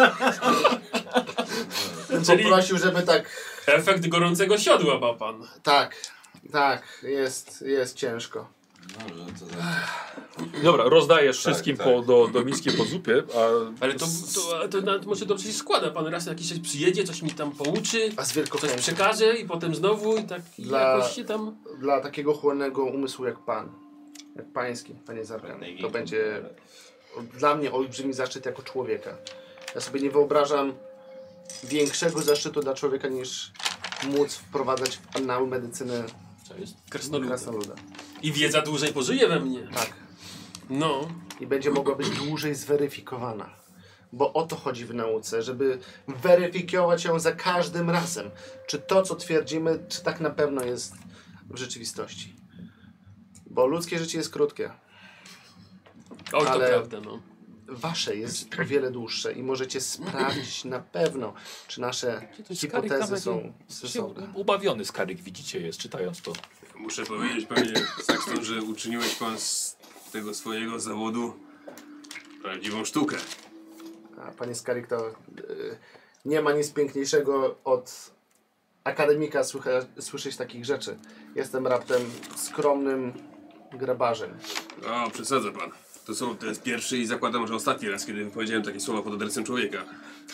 bym Czyli- poprosił, żeby tak... efekt gorącego siodła ma pan. Tak, tak, jest, jest ciężko. Dobrze, to za... Dobra, rozdajesz wszystkim tak. Po, do, do miski po zupie, a... Ale to, to, to nawet może dobrze się składa. Pan raz jakiś czas przyjedzie, coś mi tam pouczy, A z wielką coś chęcią. przekaże i potem znowu i tak i Dla- jakoś się tam... Dla takiego chłonnego umysłu jak pan, jak pański, panie Zarkan, to będzie dla mnie olbrzymi zaszczyt jako człowieka. Ja sobie nie wyobrażam większego zaszczytu dla człowieka niż móc wprowadzać w annały medycyny Co jest? Krasnoluda. krasnoluda. I wiedza dłużej pożyje we mnie. Tak. No. I będzie mogła być dłużej zweryfikowana. Bo o to chodzi w nauce, żeby weryfikować ją za każdym razem. Czy to, co twierdzimy, czy tak na pewno jest w rzeczywistości. Bo ludzkie życie jest krótkie. Oj, to Ale- prawda, no. Wasze jest o wiele dłuższe i możecie sprawdzić na pewno, czy nasze hipotezy są sensowne. Ubawiony Skaryk, widzicie, jest czytając to. Muszę powiedzieć, panie Saxton, że uczyniłeś pan z tego swojego zawodu prawdziwą sztukę. A panie Skarik, to y, nie ma nic piękniejszego od akademika słycha, słyszeć takich rzeczy. Jestem raptem skromnym grabarzem. O, przesadza pan. To, są, to jest pierwszy i zakładam, że ostatni raz, kiedy powiedziałem takie słowa pod adresem człowieka.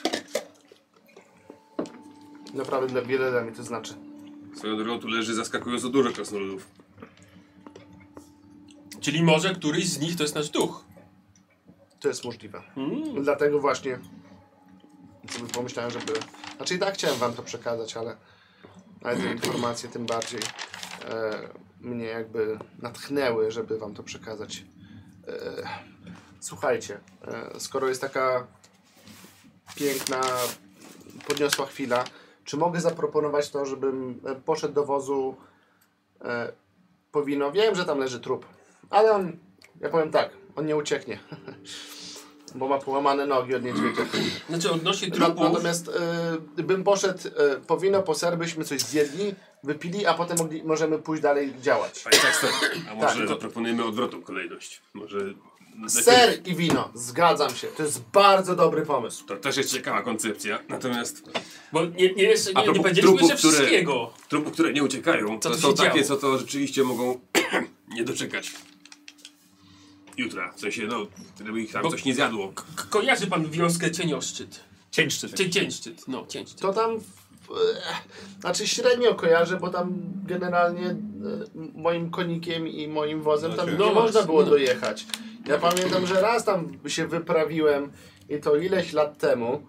Naprawdę dla, wiele dla mnie to znaczy. Swoją drogą tu leży zaskakująco dużo krasnoludów. Czyli może któryś z nich to jest nasz duch. To jest możliwe. Mm. Dlatego właśnie sobie pomyślałem, żeby... Znaczy i tak chciałem wam to przekazać, ale, ale te informacje tym bardziej e, mnie jakby natchnęły, żeby wam to przekazać. E, słuchajcie, e, skoro jest taka piękna, podniosła chwila, czy mogę zaproponować to, żebym e, poszedł do wozu e, po wino? Wiem, że tam leży trup, ale on, ja powiem tak, on nie ucieknie. Bo ma połamane nogi od niedźwiedzia. Znaczy odnośnie Na, trupów... natomiast y, bym poszedł y, po wino, po ser, byśmy coś zjedli, wypili, a potem mogli, możemy pójść dalej działać. Panie Czekster, a może Tak. zaproponujemy odwrotną kolejność? Może... Ser i wino, zgadzam się. To jest bardzo dobry pomysł. To też jest ciekawa koncepcja, natomiast Bo nie, nie, jeszcze, A nie, nie propos powiedzieliśmy trupów, jeszcze które- wszystkiego. trupy, które nie uciekają, Co to tu są się takie, działo? co to rzeczywiście mogą nie doczekać jutra. W sensie, no, gdyby ich tam Bo- coś nie zjadło. K kojarzy pan wioskę Cienioszczyt? Cieńszczyt. Cie Cięszczyt, no Cięszczyt. To tam, w, e, znaczy średnio kojarzę, bo tam generalnie e, moim konikiem i moim wozem tam No nie właśnie, można było no. dojechać. Ja pamiętam, że raz tam się wyprawiłem i to ileś lat temu,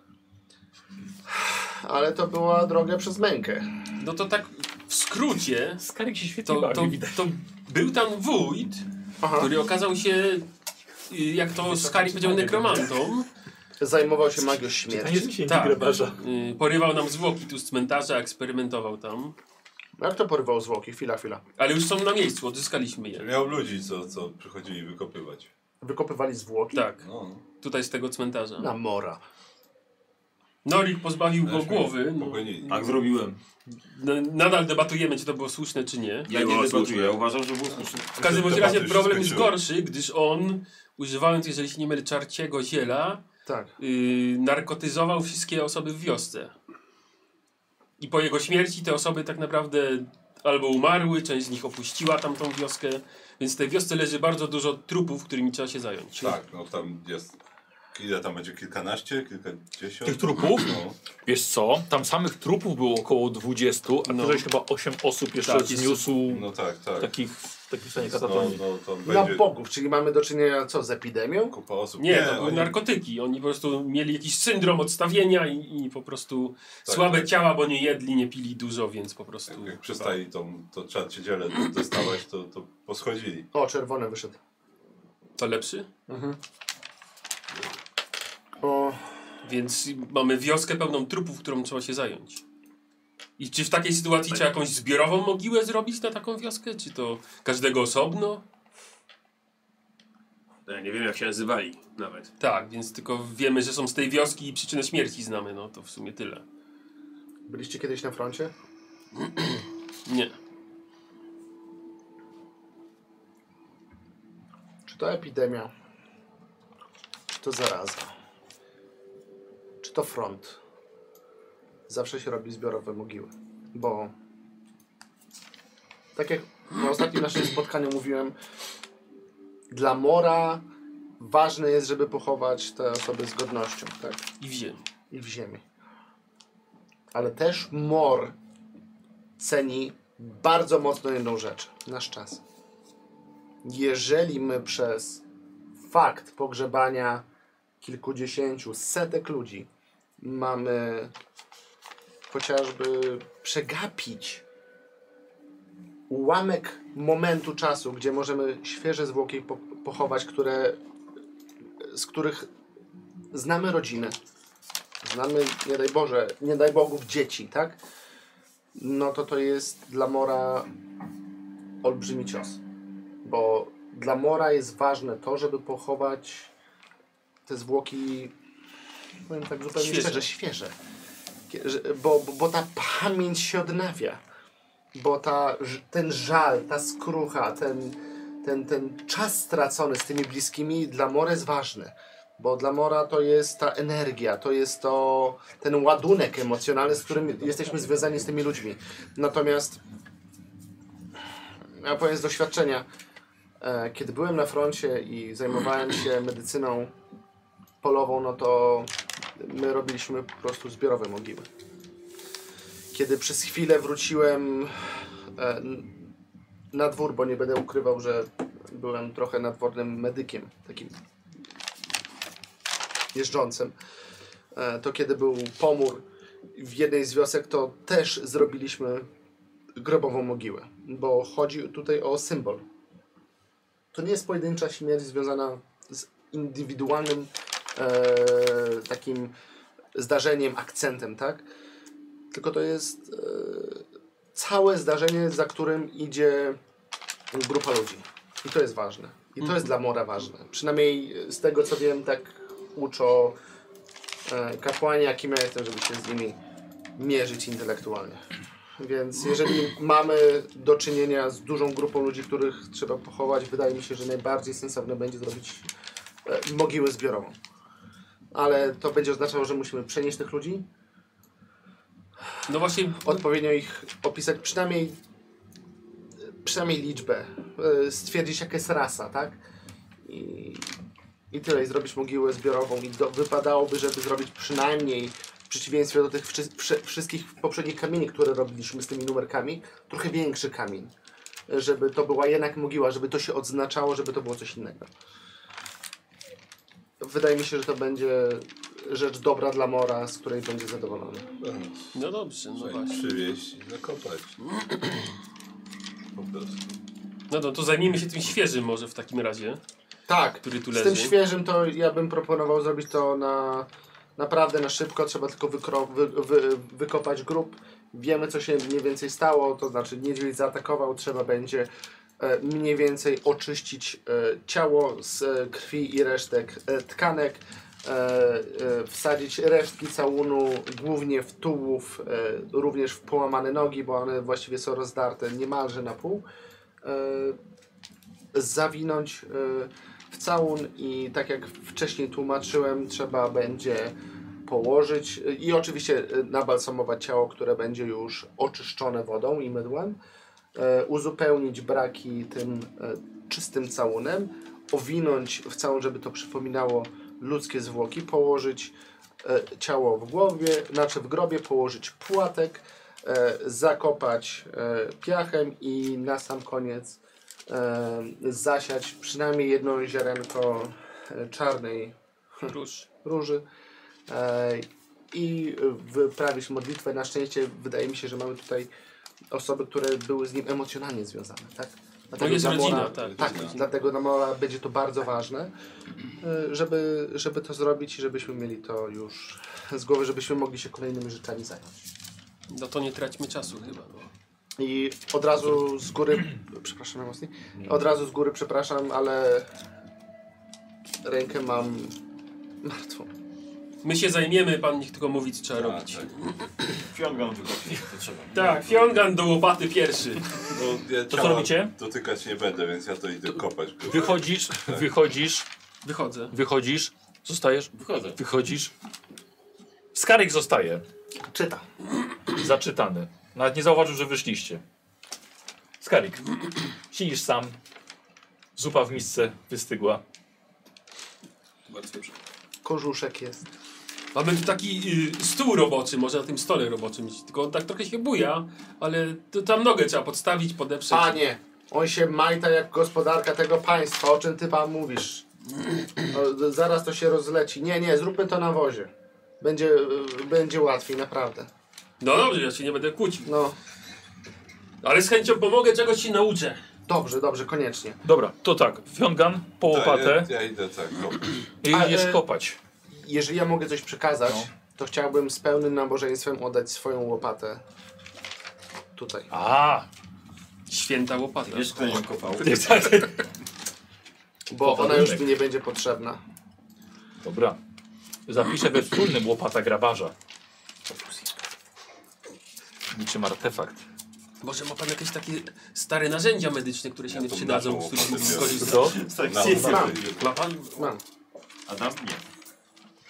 ale to była droga przez mękę. No to tak w skrócie, Skarek się świetnie to, bawi, to, widać. to był tam wójt, Aha. który okazał się, y, jak to Skari powiedział, nekromantą. Zajmował się magią A śmierci. jest księgi Tak. grabarza. Y, porywał nam zwłoki tu z cmentarza, eksperymentował tam. Jak to porywał zwłoki? Chwila, chwila. Ale już są na miejscu, odzyskaliśmy je. Miał ludzi, co, co przychodzili wykopywać. Wykopywali zwłoki? Tak, No. tutaj z tego cmentarza. Na mora. Norik pozbawił go Weźmy głowy. No, pokojni. Tak zrobiłem. n- nadal debatujemy, czy to było słuszne, czy nie. Ja Było nie debatuję, słuszne. ja uważam, że było słuszne. W każdym bądź Debaty razie już problem się jest skończyły. gorszy, gdyż on, używając, jeżeli się nie mylę, czarciego ziela, Tak. yy, narkotyzował wszystkie osoby w wiosce. I po jego śmierci te osoby tak naprawdę albo umarły, część z nich opuściła tamtą wioskę, więc w tej wiosce leży bardzo dużo trupów, którymi trzeba się zająć. Tak, no tam jest. Ile tam będzie? Kilkanaście? Kilkadziesiąt? Tych trupów? No. Wiesz co, tam samych trupów było około dwudziestu, a No. któreś chyba osiem osób jeszcze Tak, jest- zniósł No tak, tak. takich, w takim stanie No, katatonii. no to Na będzie bogów, czyli mamy do czynienia co, z epidemią? kupa osób. Nie, to były oni- narkotyki. Oni po prostu mieli jakiś syndrom odstawienia i, i po prostu Tak, słabe tak. ciała, bo nie jedli, nie pili dużo, więc po prostu... Jak, jak przestali tą, to czad się dzielę dostawać, to, to poschodzili. O, czerwony wyszedł. To lepszy? O, Więc mamy wioskę pełną trupów, którą trzeba się zająć. I czy w takiej sytuacji trzeba jakąś zbiorową mogiłę zrobić na taką wioskę? Czy to każdego osobno? Ja nie wiem, jak się nazywali nawet. Tak, więc tylko wiemy, że są z tej wioski i przyczynę śmierci znamy, no to w sumie tyle. byliście kiedyś na froncie? Nie. Czy to epidemia? Czy to zaraza? Czy to front? Zawsze się robi zbiorowe mogiły. Bo tak jak na ostatnim naszym spotkaniu mówiłem, dla mora ważne jest, żeby pochować te osoby z godnością, tak? I w ziemi. I w ziemi. Ale też mor ceni bardzo mocno jedną rzecz. Nasz czas. Jeżeli my przez fakt pogrzebania kilkudziesięciu, setek ludzi mamy chociażby przegapić ułamek momentu czasu, gdzie możemy świeże zwłoki po pochować, które, z których znamy rodziny, znamy, nie daj Boże, nie daj Bogów dzieci, tak? No to to jest dla mora olbrzymi cios. Bo dla mora jest ważne to, żeby pochować te zwłoki, powiem tak zupełnie Świeże. szczerze, świeże. Kie- że- Bo, bo, bo ta pamięć się odnawia. Bo ta, ż- ten żal, ta skrucha, ten, ten, ten czas stracony z tymi bliskimi dla mora jest ważny. Bo dla Mora to jest ta energia, to jest to ten ładunek emocjonalny, z którym jesteśmy związani z tymi ludźmi. Natomiast ja powiem z doświadczenia, e, kiedy byłem na froncie i zajmowałem się medycyną polową, no to my robiliśmy po prostu zbiorowe mogiły. Kiedy przez chwilę wróciłem e, na dwór, bo nie będę ukrywał, że byłem trochę nadwornym medykiem, takim jeżdżącym, e, to kiedy był pomór w jednej z wiosek, to też zrobiliśmy grobową mogiłę, bo chodzi tutaj o symbol. To nie jest pojedyncza śmierć związana z indywidualnym e, takim zdarzeniem, akcentem, tak? Tylko to jest e, całe zdarzenie, za którym idzie grupa ludzi. I to jest ważne. I to jest dla Mora ważne. Przynajmniej z tego, co wiem, tak uczą e, kapłani, jakim ja jestem, żeby się z nimi mierzyć intelektualnie. Więc jeżeli mamy do czynienia z dużą grupą ludzi, których trzeba pochować, wydaje mi się, że najbardziej sensowne będzie zrobić e, mogiłę zbiorową. Ale to będzie oznaczało, że musimy przenieść tych ludzi, No właśnie, odpowiednio ich opisać, przynajmniej przynajmniej liczbę, e, stwierdzić jaka jest rasa, tak? I, i tyle, i zrobić mogiłę zbiorową i do, wypadałoby, żeby zrobić przynajmniej w przeciwieństwie do tych wszy, wszy, wszystkich poprzednich kamieni, które robiliśmy z tymi numerkami, trochę większy kamień, żeby to była jednak mogiła, żeby to się odznaczało, żeby to było coś innego. Wydaje mi się, że to będzie rzecz dobra dla Mora, z której będzie zadowolony. no dobrze, no Słuchaj, właśnie. przywieźć i zakopać. Po prostu. No to, to zajmijmy się tym świeżym może w takim razie, Tak, który tu z leży. tym świeżym to ja bym proponował zrobić to na naprawdę na szybko, trzeba tylko wykro, wy, wy, wykopać grób. Wiemy, co się mniej więcej stało, to znaczy niedźwiedź zaatakował, trzeba będzie e, mniej więcej oczyścić e, ciało z e, krwi i resztek e, tkanek, e, e, wsadzić resztki całunu głównie w tułów, e, również w połamane nogi, bo one właściwie są rozdarte niemalże na pół. E, zawinąć e, w całun i tak jak wcześniej tłumaczyłem, trzeba będzie położyć i oczywiście nabalsamować ciało, które będzie już oczyszczone wodą i mydłem, e, uzupełnić braki tym e, czystym całunem, owinąć w całun, żeby to przypominało ludzkie zwłoki, położyć e, ciało w głowie, znaczy w grobie, położyć płatek, e, zakopać e, piachem i na sam koniec e, zasiać przynajmniej jedno ziarenko e, czarnej Róż. róży e, i wyprawić modlitwę. Na szczęście wydaje mi się, że mamy tutaj osoby, które były z nim emocjonalnie związane, tak? To jest dla rodzina, Mora- tak. Tak, Rodzina. dlatego dla Mora będzie to bardzo ważne, e, żeby, żeby to zrobić i żebyśmy mieli to już z głowy, żebyśmy mogli się kolejnymi rzeczami zająć. No to nie traćmy czasu chyba. No. I od razu z góry, przepraszam najmocniej, od razu z góry przepraszam, ale rękę mam martwą. My się zajmiemy, pan niech tylko mówi, co trzeba Tak, robić. tak. Fiongan wykopnie, to trzeba. Tak, Fiongan do łopaty pierwszy. No, ja To co ciała robicie? dotykać nie będę, więc ja to idę kopać. Wychodzisz, wychodzisz, Wychodzę. wychodzisz, zostajesz, Wychodzę. wychodzisz. Skarek zostaje, Czyta. zaczytany. Nawet nie zauważył, że wyszliście. Skarik, siedzisz sam, zupa w misce wystygła. Bardzo dobrze. Kożuszek jest. Mamy tu taki y, stół roboczy, może na tym stole roboczym, tylko on tak trochę się buja, ale to tam nogę trzeba podstawić, podeprzeć. Panie, on się majta jak gospodarka tego państwa. O czym ty pan mówisz? O, zaraz to się rozleci. Nie, nie, zróbmy to na wozie. Będzie, y, będzie łatwiej, naprawdę. No dobrze, ja się nie będę kłócił. No, Ale z chęcią pomogę, czegoś się nauczę. dobrze, dobrze, koniecznie. Dobra, to tak, Fiongan po łopatę Tak, ja, ja idę tak kopać. i A, idziesz e, kopać. Jeżeli ja mogę coś przekazać, No. to chciałbym z pełnym nabożeństwem oddać swoją łopatę tutaj. A, Święta łopata. Wiesz, kto ją kopał? Bo ona już mi nie będzie potrzebna. Dobra. Zapiszę we wspólnym łopata grabarza. Niczym artefakt. Może ma pan jakieś takie stare narzędzia medyczne, które się Ja nie tą przydadzą, naszą z których mógł łopatę skorzystać? Co? Tak, Na jest. łopatę Mam. idę. Ma pan? Mam. Adam? Nie.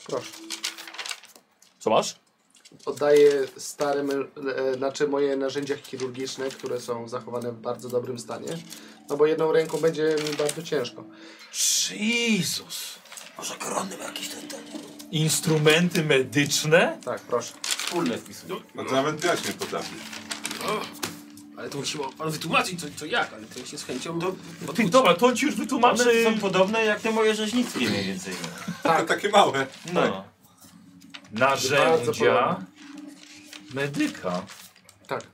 Proszę. Co masz? Oddaję stare, me- e, znaczy moje narzędzia chirurgiczne, które są zachowane w bardzo dobrym stanie. No bo jedną ręką będzie mi bardzo ciężko. Jezus. Może korony ma jakiś ten, ten. Instrumenty medyczne? Tak, proszę. Wspólne wpisują. No to nawet grać nie potrafisz. Ale to musi pan wytłumaczyć co, co jak, ale to ja się z chęcią... To, Ty, dobra, to on ci już One wytłumaczy. są podobne jak te moje rzeźnickie mniej więcej. Tak. Takie małe. No. Bardzo Narzędzia podobne. medyka. Tak.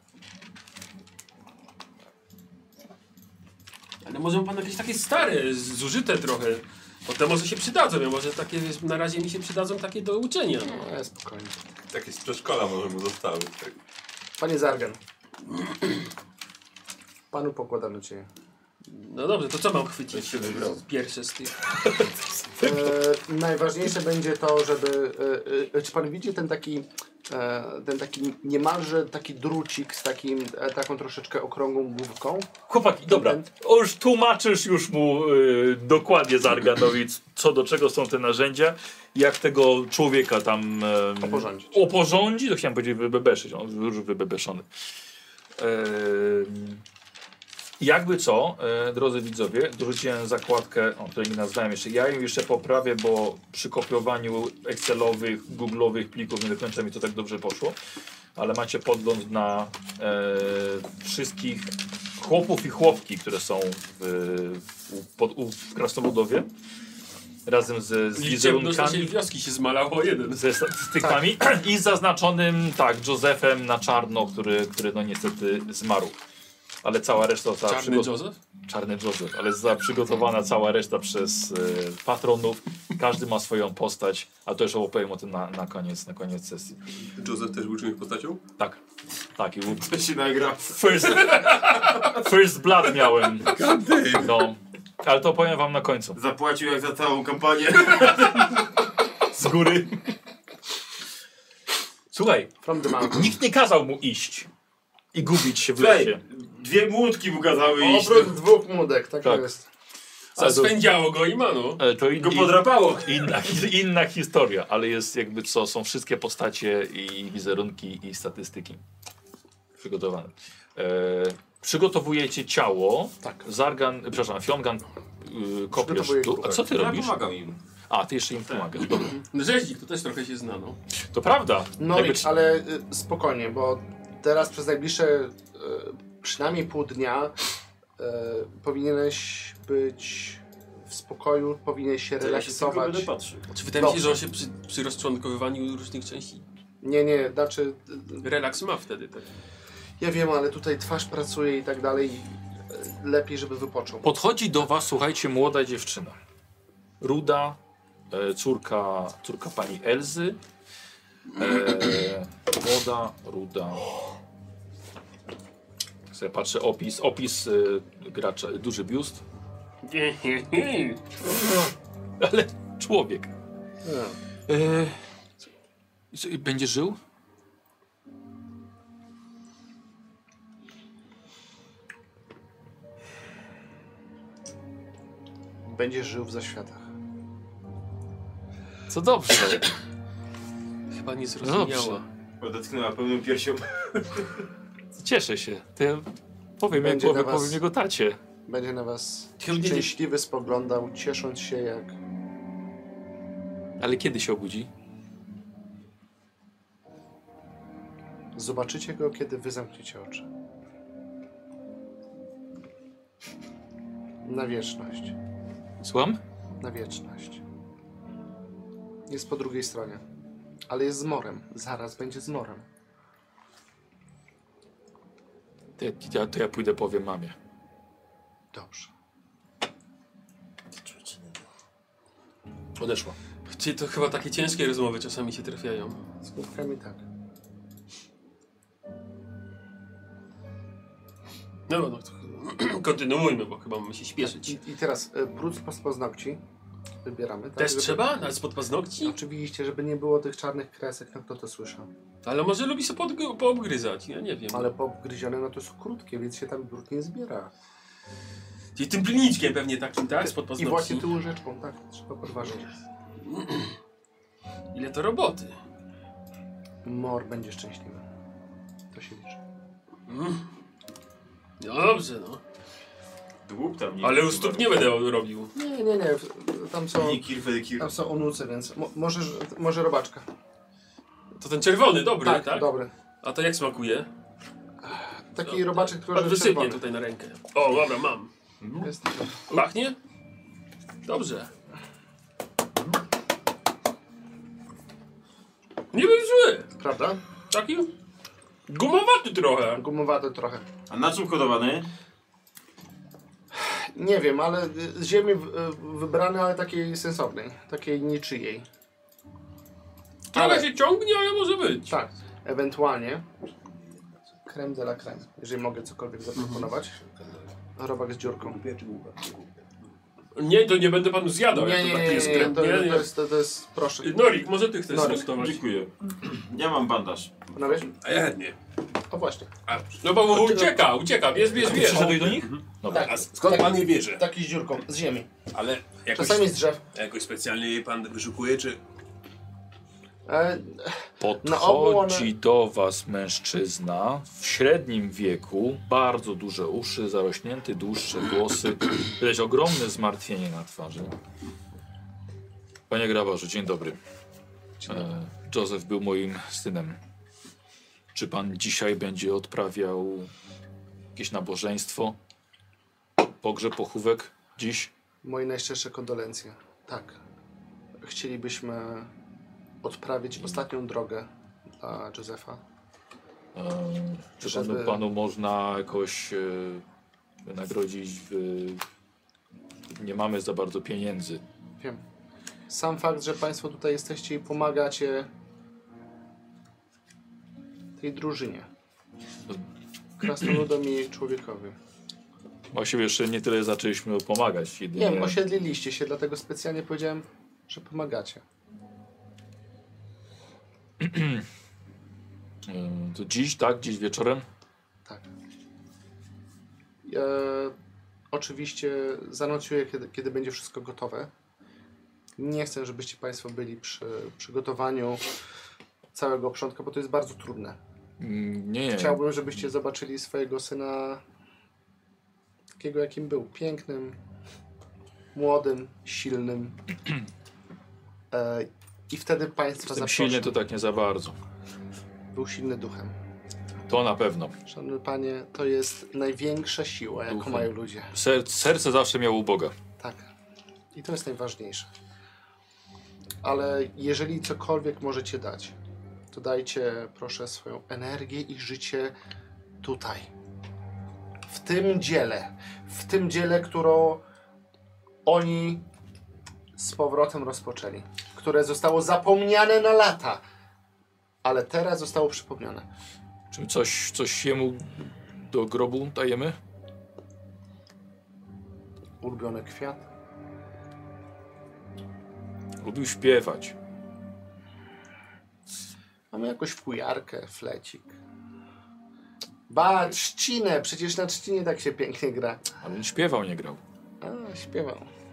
Ale może ma pan jakieś takie stare, zużyte trochę. Bo te może się przydadzą, ja może takie, wiesz, na razie mi się przydadzą takie do uczenia. No. No, spokojnie. Takie z przedszkola może mu zostały. Tak. Panie Zargan. Panu pokładam na ciebie. No dobrze, to co mam chwycić? się wybrał. Pierwsze z tych. E, najważniejsze będzie to, żeby... E, e, czy pan widzi ten taki... E, ten taki niemalże taki drucik z takim, e, taką troszeczkę okrągłą główką? Chłopaki, dobra. O, już tłumaczysz już mu y, dokładnie Zarganowi, co do czego są te narzędzia, jak tego człowieka tam y, Oporządzić. oporządzi, to chciałem powiedzieć wybebeszyć, on już wybebeszony. Y, jakby co, y, drodzy widzowie, dorzuciłem zakładkę, o której nie nazwałem jeszcze, ja ją jeszcze poprawię, bo przy kopiowaniu Excelowych, Google'owych plików nie do końca mi to tak dobrze poszło, ale macie podgląd na e, wszystkich chłopów i chłopki, które są w, w, pod, u, w Krasnoludowie, razem z, z Liczebność wizerunkami, naszej wioski się zmalało o jeden. ze statystykami i z zaznaczonym, tak, Josephem na czarno, który, który no niestety zmarł. Ale cała reszta została Czarny przygo- Józef? Czarny Joseph, ale została przygotowana cała reszta przez e, patronów. Każdy ma swoją postać, a to już opowiem o tym na, na, koniec, na koniec sesji. Joseph też był czymś postacią? Tak, tak i był To się nagra. First, first Blood miałem. No, ale to powiem wam na końcu. Zapłacił jak za całą kampanię. Z góry. Słuchaj, From the mountain. nikt nie kazał mu iść i gubić się w Słuchaj, lesie. dwie młódki mu kazały iść. Oprócz dwóch młodek, tak, Tak. jest. A swędziało go i mano. E, To in, Go podrapało. inna, inna historia, ale jest jakby co, są wszystkie postacie i wizerunki i statystyki przygotowane. E, przygotowujecie ciało. Tak. Zargan, przepraszam, Fiongan yy, kopiesz Przygotowuję tu. A grupę. co ty Ja robisz? pomagam im. A, ty jeszcze im pomagasz. Dobra. No rzeźnik to też trochę się zna, no. To prawda. No Jakby i, ale y, spokojnie, bo teraz przez najbliższe y, przynajmniej pół dnia y, powinieneś być w spokoju, powinieneś się To ja się tylko relaksować. będę patrzył. Czy wydaje mi się, Dobrze. że on się przy, przy rozczłonkowywaniu różnych części Nie, nie, znaczy y, relaks ma wtedy, tak? ja wiem, ale tutaj twarz pracuje i tak dalej. y, Lepiej, żeby wypoczął. Podchodzi do was, słuchajcie, młoda dziewczyna. Ruda, e, córka, córka pani Elzy. E, młoda, ruda. Sobie patrzę, opis, opis e, gracza, duży biust. Ale człowiek. Nie. E, i co, i będzie żył? Będziesz żył w zaświatach. Co dobrze. Chyba nie zrozumiała. Dobrze. Odetchnęła pełną piersią. Cieszę się. To ja powiem, jak Będzie powiem, na was- powiem jego tacie. Będzie na was Ty nie- szczęśliwy spoglądał, ciesząc się jak... Ale kiedy się obudzi? Zobaczycie go, kiedy wy zamkniecie oczy. Na wieczność. Słucham? Na wieczność. Jest po drugiej stronie. Ale jest z morem. Zaraz będzie z morem. To ja, ja, to ja pójdę powiem mamie. Dobrze. Odeszła. Czyli to chyba takie ciężkie rozmowy czasami się trafiają. Z główkami tak. No, no to kontynuujmy, bo chyba mamy się śpieszyć. I, i teraz y, brud z paznokci wybieramy. Tak, Też żeby- trzeba? Nawet spod paznokci? Oczywiście, żeby nie było tych czarnych kresek, no kto to słyszał. Ale może lubi sobie podg- poobgryzać, ja nie wiem. Ale poobgryzione, no to są krótkie, więc się tam brud nie zbiera. Czyli tym pilniczkiem pewnie takim, tak? Spod I paznokci. właśnie tą łyżeczką, tak, trzeba podważyć. Ile to roboty? Mor będzie szczęśliwy. To się liczy. Mm. No dobrze, no. Dług tam nie. Ale u stóp nie będę robił. Nie, nie, nie. Tam są, Nie kirwy, kirwy. tam są onuce, więc mo, może, może robaczka. To ten czerwony, dobry, tak? Tak, dobry. A to jak smakuje? Taki robaczek, tylko Pan że wysypnie czerwony. tutaj na rękę. O, dobra, mam. Jest to. Pachnie? Dobrze. Nie był zły. Prawda? Taki gumowaty trochę. Gumowaty trochę. A na czym hodowany? Nie wiem, ale z ziemi w- wybrany, ale takiej sensownej. Takiej niczyjej. Trochę Ale- się ciągnie, ale może być. Tak. Ewentualnie creme de la creme, jeżeli mogę cokolwiek zaproponować. Robak z dziurką. Nie, to nie będę panu zjadał, Nie, jak nie, to nie, taki nie, jest nie, krem. to, Nie, to, nie. jest, to, to jest, proszę. Norik, może ty chcesz Norik. skosztować? Dziękuję. Ja mam bandaż. Panowie? A ja chętnie. O właśnie. No bo ucieka, ucieka, bierz, bierz, Ty bierz. przyszedłeś do nich? Dobra. Tak, A skąd pan je bierze? taki z dziurką, z ziemi. Ale jakoś, Czasami z drzew. jakoś specjalnie je pan wyszukuje, czy... E, Podchodzi Na obu one- do was mężczyzna w średnim wieku, bardzo duże uszy, zarośnięty, dłuższe włosy, widać ogromne zmartwienie na twarzy. Panie grabarzu, dzień dobry. E, Józef był moim synem. Czy pan dzisiaj będzie odprawiał jakieś nabożeństwo? Pogrzeb, pochówek? Dziś? moje najszczersze kondolencje. Tak. Chcielibyśmy odprawić ostatnią drogę dla Józefa. E, czy Żeby- panu, panu można jakoś e, wynagrodzić? W, nie mamy za bardzo pieniędzy. Wiem. Sam fakt, że Państwo tutaj jesteście i pomagacie tej drużynie. Krasnoludom i człowiekowi. Właściwie jeszcze nie tyle zaczęliśmy pomagać. Nie Jedynie, wiem, osiedliliście się, dlatego specjalnie powiedziałem, że pomagacie. e, to dziś, tak? Dziś wieczorem? Tak. Ja oczywiście zanocjuję, kiedy, kiedy będzie wszystko gotowe. Nie chcę, żebyście Państwo byli przy przygotowaniu całego oprządka, bo to jest bardzo trudne. Mm, Nie, Chciałbym, żebyście zobaczyli swojego syna takiego, jakim był. Pięknym, młodym, silnym. E, I wtedy Państwa jestem zaproszę. silny to tak nie za bardzo. Był silny duchem. To na pewno. Szanowny Panie, to jest największa siła, jaką Duchem. mają ludzie. Ser, serce zawsze miało u Boga. Tak. I to jest najważniejsze. Ale jeżeli cokolwiek możecie dać, to dajcie proszę swoją energię i życie tutaj. W tym dziele. W tym dziele, którą oni z powrotem rozpoczęli. Które zostało zapomniane na lata. Ale teraz zostało przypomniane. Czy coś, coś jemu do grobu dajemy? Ulubiony kwiat. Lubił śpiewać. Mamy jakąś fujarkę, flecik. Ba, trzcinę. Przecież na trzcinie tak się pięknie gra. Ale on śpiewał, nie grał. A, śpiewał.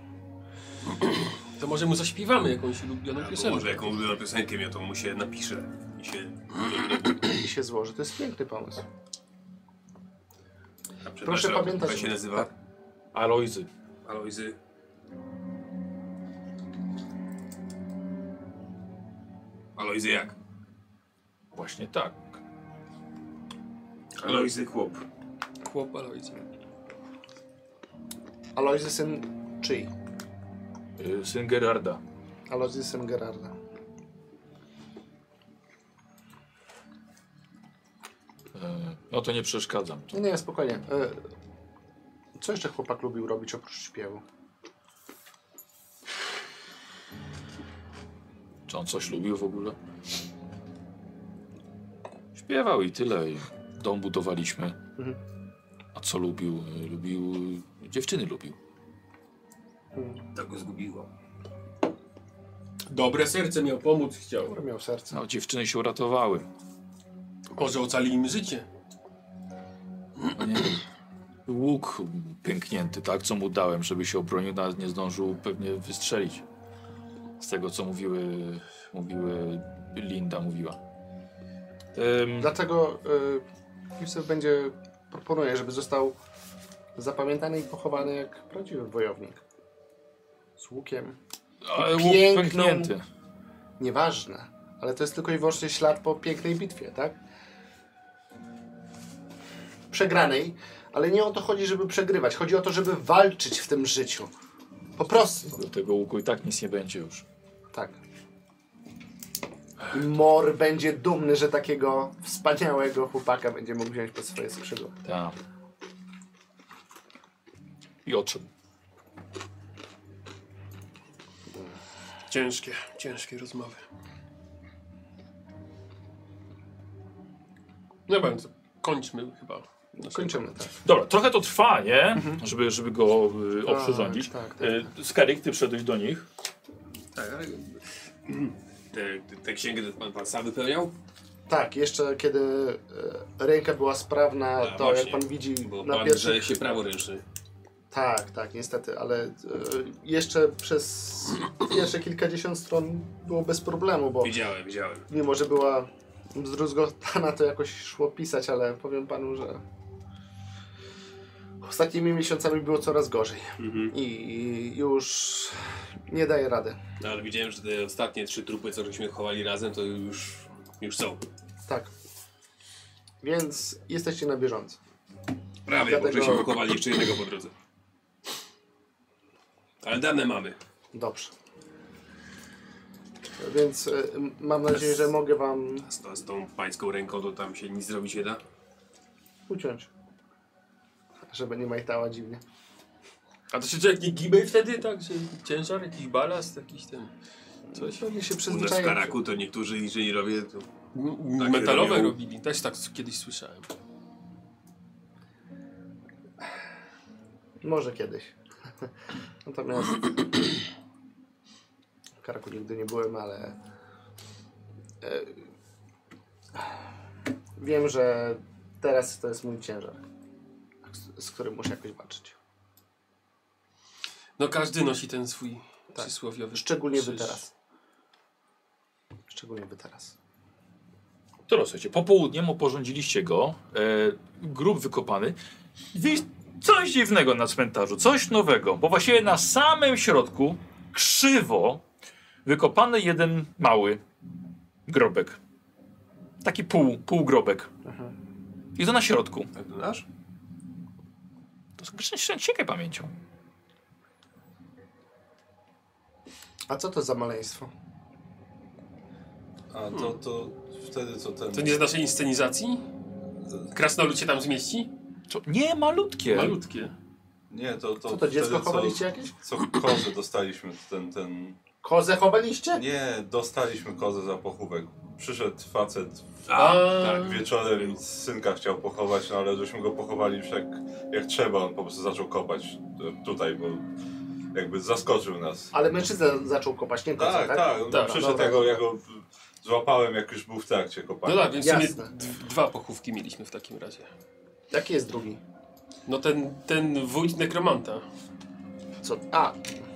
To może mu zaśpiewamy jakąś ulubioną Albo piosenkę. może jaką ulubioną piosenkę ja to mu się napiszę i się... I się złoży. To jest piękny pomysł. A przepraszam, Proszę pamiętać, Jak się że- nazywa? tak. Alojzy. Alojzy. Alojzy jak? Właśnie tak. Alojzy chłop. Chłop Alojzy. Alojzy syn czyj? Y, Syn Gerarda. Alojzy syn Gerarda. Y, No to nie przeszkadzam. Nie, nie, spokojnie. E, Co jeszcze chłopak lubił robić oprócz śpiewu? Czy on coś lubił w ogóle? Śpiewał i tyle. I dom budowaliśmy. Mhm. A co lubił? Y, Lubił... Dziewczyny lubił. Tak go zgubiło. Dobre serce miał, pomóc chciał. Który miał serce? No, dziewczyny się uratowały. Może ocali im życie. No nie wiem. Łuk pęknięty, tak? Co mu dałem, żeby się obronił, nawet nie zdążył pewnie wystrzelić. Z tego co mówiły, mówiły Linda mówiła. Ym, Dlatego y, Józef będzie, proponuje, żeby został zapamiętany i pochowany jak prawdziwy wojownik. Z łukiem. ale łuk piękną- pęknięty. Nieważne, ale to jest tylko i wyłącznie ślad po pięknej bitwie, tak? Przegranej, ale nie o to chodzi, żeby przegrywać. Chodzi o to, żeby walczyć w tym życiu. Po prostu. Do tego łuku i tak nic nie będzie już. Tak. I Mor będzie dumny, że takiego wspaniałego chłopaka będzie mógł wziąć pod swoje skrzydła. Tak. I odszedł. Ciężkie, ciężkie rozmowy. No bardzo, kończmy chyba. Kończymy, tak. Dobra, trochę to trwa, nie? Żeby, żeby go y, oprzyrządzić. tak, tak, Y, Skeryk, ty wszedłeś do nich. Tak, ale... Te, te księgę pan, pan sam wypełniał? Tak, jeszcze kiedy e, ręka była sprawna, A, to właśnie, jak pan widzi Bo na pan pierwszych... że się praworęczny. Tak, tak, niestety, ale e, jeszcze przez pierwsze kilkadziesiąt stron było bez problemu, bo Widziałem, widziałem. mimo, że była zdruzgotana, to jakoś szło pisać, ale powiem panu, że ostatnimi miesiącami było coraz gorzej Mhm. i, i już nie daje rady. No ale widziałem, że te ostatnie trzy trupy, co żeśmy chowali razem, to już, już są. Tak. Więc jesteście na bieżąco. Prawie, Dlatego- bo żeśmy pochowali jeszcze jednego po drodze. Ale dane mamy. Dobrze. Więc y, mam nadzieję, że mogę wam A z, to, z tą pańską ręką to tam się nic zrobić nie da? uciąć. Żeby nie majtała dziwnie. A to się co, jak nie gibej wtedy, tak? Że ciężar, jakiś balast, jakiś ten... Coś. Pewnie się U nas w przyzwyczają. Karaku to niektórzy inżynierowie to... M- Tak, metalowe robią. robili, też tak kiedyś słyszałem. Może kiedyś. Natomiast w Karaku nigdy nie byłem, ale e, wiem, że teraz to jest mój ciężar, z, z którym muszę jakoś walczyć. No każdy nosi ten swój Tak. przysłowiowy Szczególnie wy krzyż. teraz. Szczególnie wy teraz. To słuchajcie, popołudniem oporządziliście go, e, grób wykopany. Widzisz coś dziwnego na cmentarzu, coś nowego, bo właściwie na samym środku, krzywo, wykopany jeden mały grobek. Taki pół, półgrobek. I to na środku. Tak to nasz? To sięgaj pamięcią. A co to za maleństwo? A to, to wtedy co ten... To nie z naszej inscenizacji? Krasnolud się tam zmieści? Co? Nie, malutkie. Malutkie. Nie, to... to Co to, dziecko wtedy, chowaliście jakieś? Co, co kozę dostaliśmy, ten, ten... Kozę chowaliście? Nie, dostaliśmy kozę za pochówek. Przyszedł facet A, tak, wieczorem i synka chciał pochować, no ale żeśmy go pochowali już jak, jak trzeba. On po prostu zaczął kopać e, tutaj, bo jakby zaskoczył nas. Ale mężczyzna zaczął kopać, nie koza, Tak, tak? tak. No, Dobra, przyszedł dobra. tego, ja go złapałem, jak już był w trakcie kopania. No tak, więc w sumie Jasne. d- dwa pochówki mieliśmy w takim razie. Jaki jest drugi? No ten, ten wójt nekromanta. Co? A!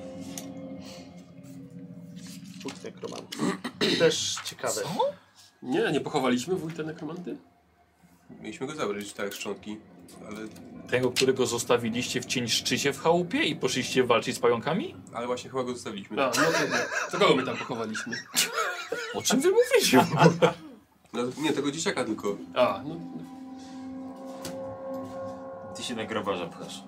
Wójt nekromant. Też ciekawe. Nie, nie pochowaliśmy wójta nekromanty? Mieliśmy go zabrać, tak, szczątki. Ale, Tego, którego zostawiliście w cień szczycie w chałupie i poszliście walczyć z pająkami? ale właśnie chyba go zostawiliśmy. A, no to, to kogo my tam pochowaliśmy? O czym wy mówicie? No, nie, tego dzieciaka tylko. A, no, Ty się na grabarza pchasz.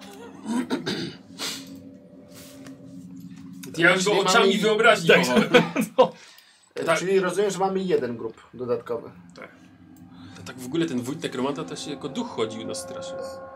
ja już go Czyli oczami mamy- wyobraźni Tak. chowałem. E, Tak. Czyli rozumiem, że mamy jeden grup dodatkowy. A tak w ogóle ten wójt nekromanta też jako duch chodził nas straszy.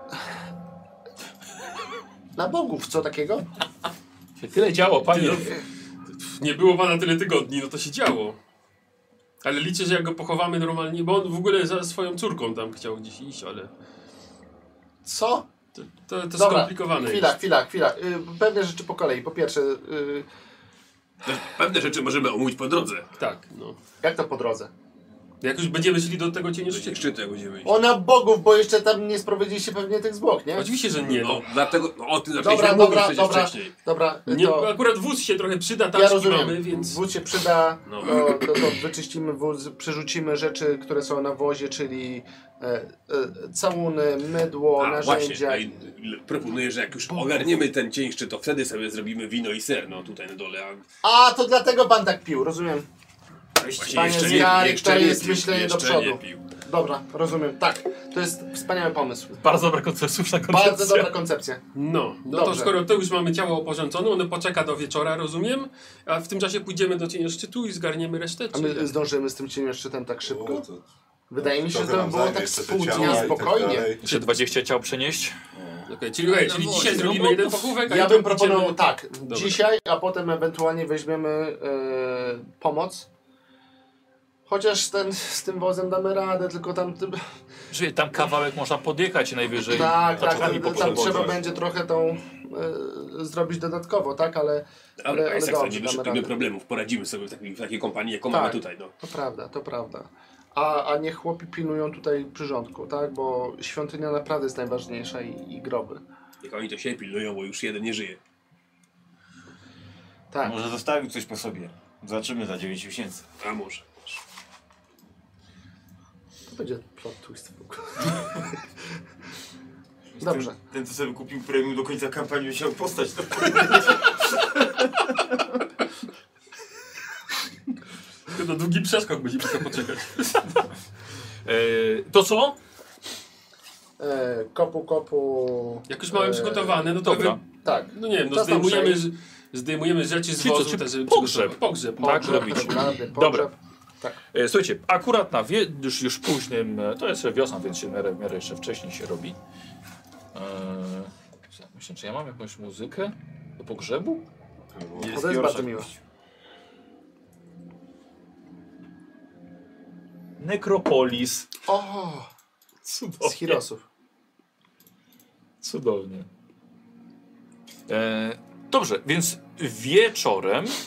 Na bogów, co takiego? Się tyle działo, panie. Nie było pana tyle tygodni, no to się działo. Ale liczę, że jak go pochowamy normalnie, bo on w ogóle za swoją córką tam chciał gdzieś iść, ale Co? to, to, to Dobra, skomplikowane chwila, jest. chwila, chwila. Y, pewne rzeczy po kolei. Po pierwsze, y, Pewne rzeczy możemy omówić po drodze. Tak, no. jak to po drodze? Jak już będziemy szli do tego cienia Do szczytu. szczytu jak będziemy iść. Ona bogów, bo jeszcze tam nie sprowadziliście pewnie tych zwłok, nie? Oczywiście, że nie. No, No. dlatego, no o tym Dobra, zaczęliśmy dobra, mówić przecież dobra. wcześniej. Dobra, nie to akurat wóz się trochę przyda, ja taczki rozumiem. mamy, więc... Wóz się przyda, No. to, to, to wyczyścimy wóz, przerzucimy rzeczy, które są na wozie, czyli e, e, całuny, mydło, A właśnie, narzędzia. no i l- proponuję, że jak już ogarniemy ten cień szczyt, to wtedy sobie zrobimy wino i ser, no tutaj na dole. A A, to dlatego pan tak pił, rozumiem. właśnie Panie jeszcze Zjarek, nie, jeszcze to nie jest pił, myślenie do jeszcze przodu. nie pił. Dobra, rozumiem. Tak, to jest wspaniały pomysł. Bardzo dobra koncepcja, słuszna koncepcja. Bardzo dobra koncepcja. No, no to Dobrze. skoro to już mamy ciało oporządzone, ono poczeka do wieczora, rozumiem, a w tym czasie pójdziemy do cienia szczytu i zgarniemy resztę. A Czy... my zdążymy z tym cieniem szczytem tak szybko? O, to- Wydaje mi się, że trochę to nam było zajmie tak jeszcze z te pół ciała dnia i tak spokojnie. dalej. Jeszcze dwadzieścia ciał przenieść? Okay, czyli okay, czyli dzisiaj zrobimy jeden pochówek, a Ja jutro bym proponował idziemy- tak, Dobra. dzisiaj, a potem ewentualnie weźmiemy e, pomoc. Chociaż ten, z tym wozem damy radę, tylko tam... Ty... Że tam kawałek można podjechać najwyżej. Tak, tak, taczkami tam, po tam przewozie. trzeba będzie trochę tą e, zrobić dodatkowo, tak, ale... Ale, Ale- ale, ale ale dobrze, nie damy wyszukiemy radę. problemów, poradzimy sobie w takiej, w takiej kompanii, jaką Tak. mamy tutaj. No. To prawda, to prawda. A, a niech chłopi pilnują tutaj przyrządku, tak, bo świątynia naprawdę jest najważniejsza i, i groby. Jak oni to się pilnują, bo już jeden nie żyje. Tak. Może zostawił coś po sobie. Zobaczymy za dziewięć miesięcy. A może. To będzie plot twist w ogóle. Dobrze. Ten, ten co sobie kupił premium do końca kampanii musiał postać. No. Na długi przeskok będzie musiał poczekać. E, to co? E, kopu, kopu... Jak już mamy e, przygotowane, no to dobra. wy... Tak. No nie wiem, no Czas tam zdejmujemy, przejść. z- zdejmujemy rzeczy z Czyli co, wozu. czy te, żeby pogrzeb? przygotować. Pogrzeb. Tak pogrzeb. robicie. Regularny Dobra. pogrzeb. Tak. E, słuchajcie, akurat na wie, już, już późnym, e, to jest wiosna, więc się w miarę, w miarę jeszcze wcześniej się robi. E, myślę, czy ja mam jakąś muzykę do pogrzebu? To jest bardzo miłe. Nekropolis. O, z Cudownie. Hirosów. Cudownie. E, dobrze, więc wieczorem e,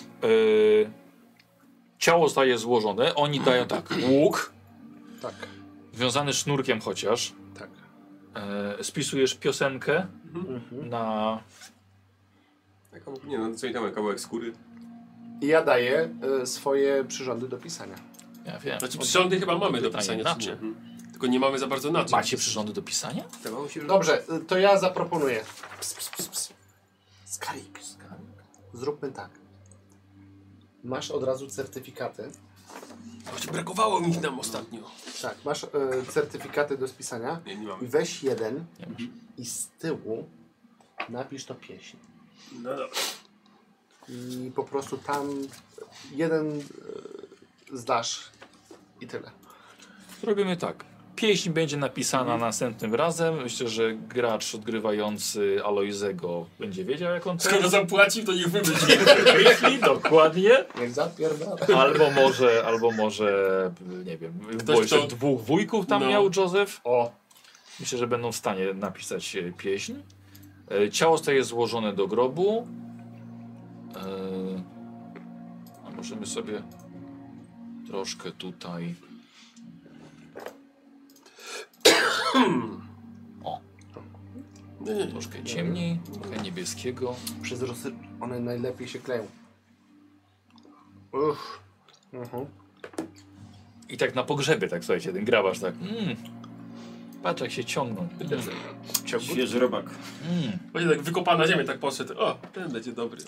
ciało zostaje złożone. Oni dają tak, łuk, Tak, wiązany sznurkiem chociaż. tak. E, spisujesz piosenkę Mhm. na... Taką, nie no, co i tam, kawałek skóry. I ja daję e, swoje przyrządy do pisania. Ja wiem. Znaczy przyrządy chyba mamy do Pytanie pisania, na czy nie? czym? Tylko nie mamy za bardzo na czym. Macie przyrządy do pisania? Wydawało się, że... Dobrze, e, to ja zaproponuję. Ps, ps, ps, ps. Skarik. Zróbmy tak. Masz od razu certyfikaty. Choć brakowało mi ich nam ostatnio. Tak, masz e, certyfikaty do spisania. Nie, nie I mamy. weź jeden Nie masz. i z tyłu napisz to pieśń. No dobra. I po prostu tam jeden e, zdasz i tyle. Robimy tak. Pieśń będzie napisana następnym razem. Myślę, że gracz odgrywający Alojzego będzie wiedział, jak on to Skoro zapłacił, to niech wymyśli. myśli. Dokładnie. Niech zapierdala. Albo może, albo może, nie wiem, bo jeszcze kto- dwóch wujków tam No. miał Józef. O, Myślę, że będą w stanie napisać e, pieśń. E, Ciało zostaje złożone do grobu. E, A możemy sobie troszkę tutaj... O, Nie, nie, nie. troszkę ciemniej, trochę niebieskiego. przez rosy one najlepiej się kleją. Uff. Mhm. I tak na pogrzebie, tak słuchajcie, ten grabarz tak. Mm, patrz jak się ciągną. Mm, Świeży robak. mm. Właśnie tak wykopana ziemię, tak poszedł. O, ten będzie dobry.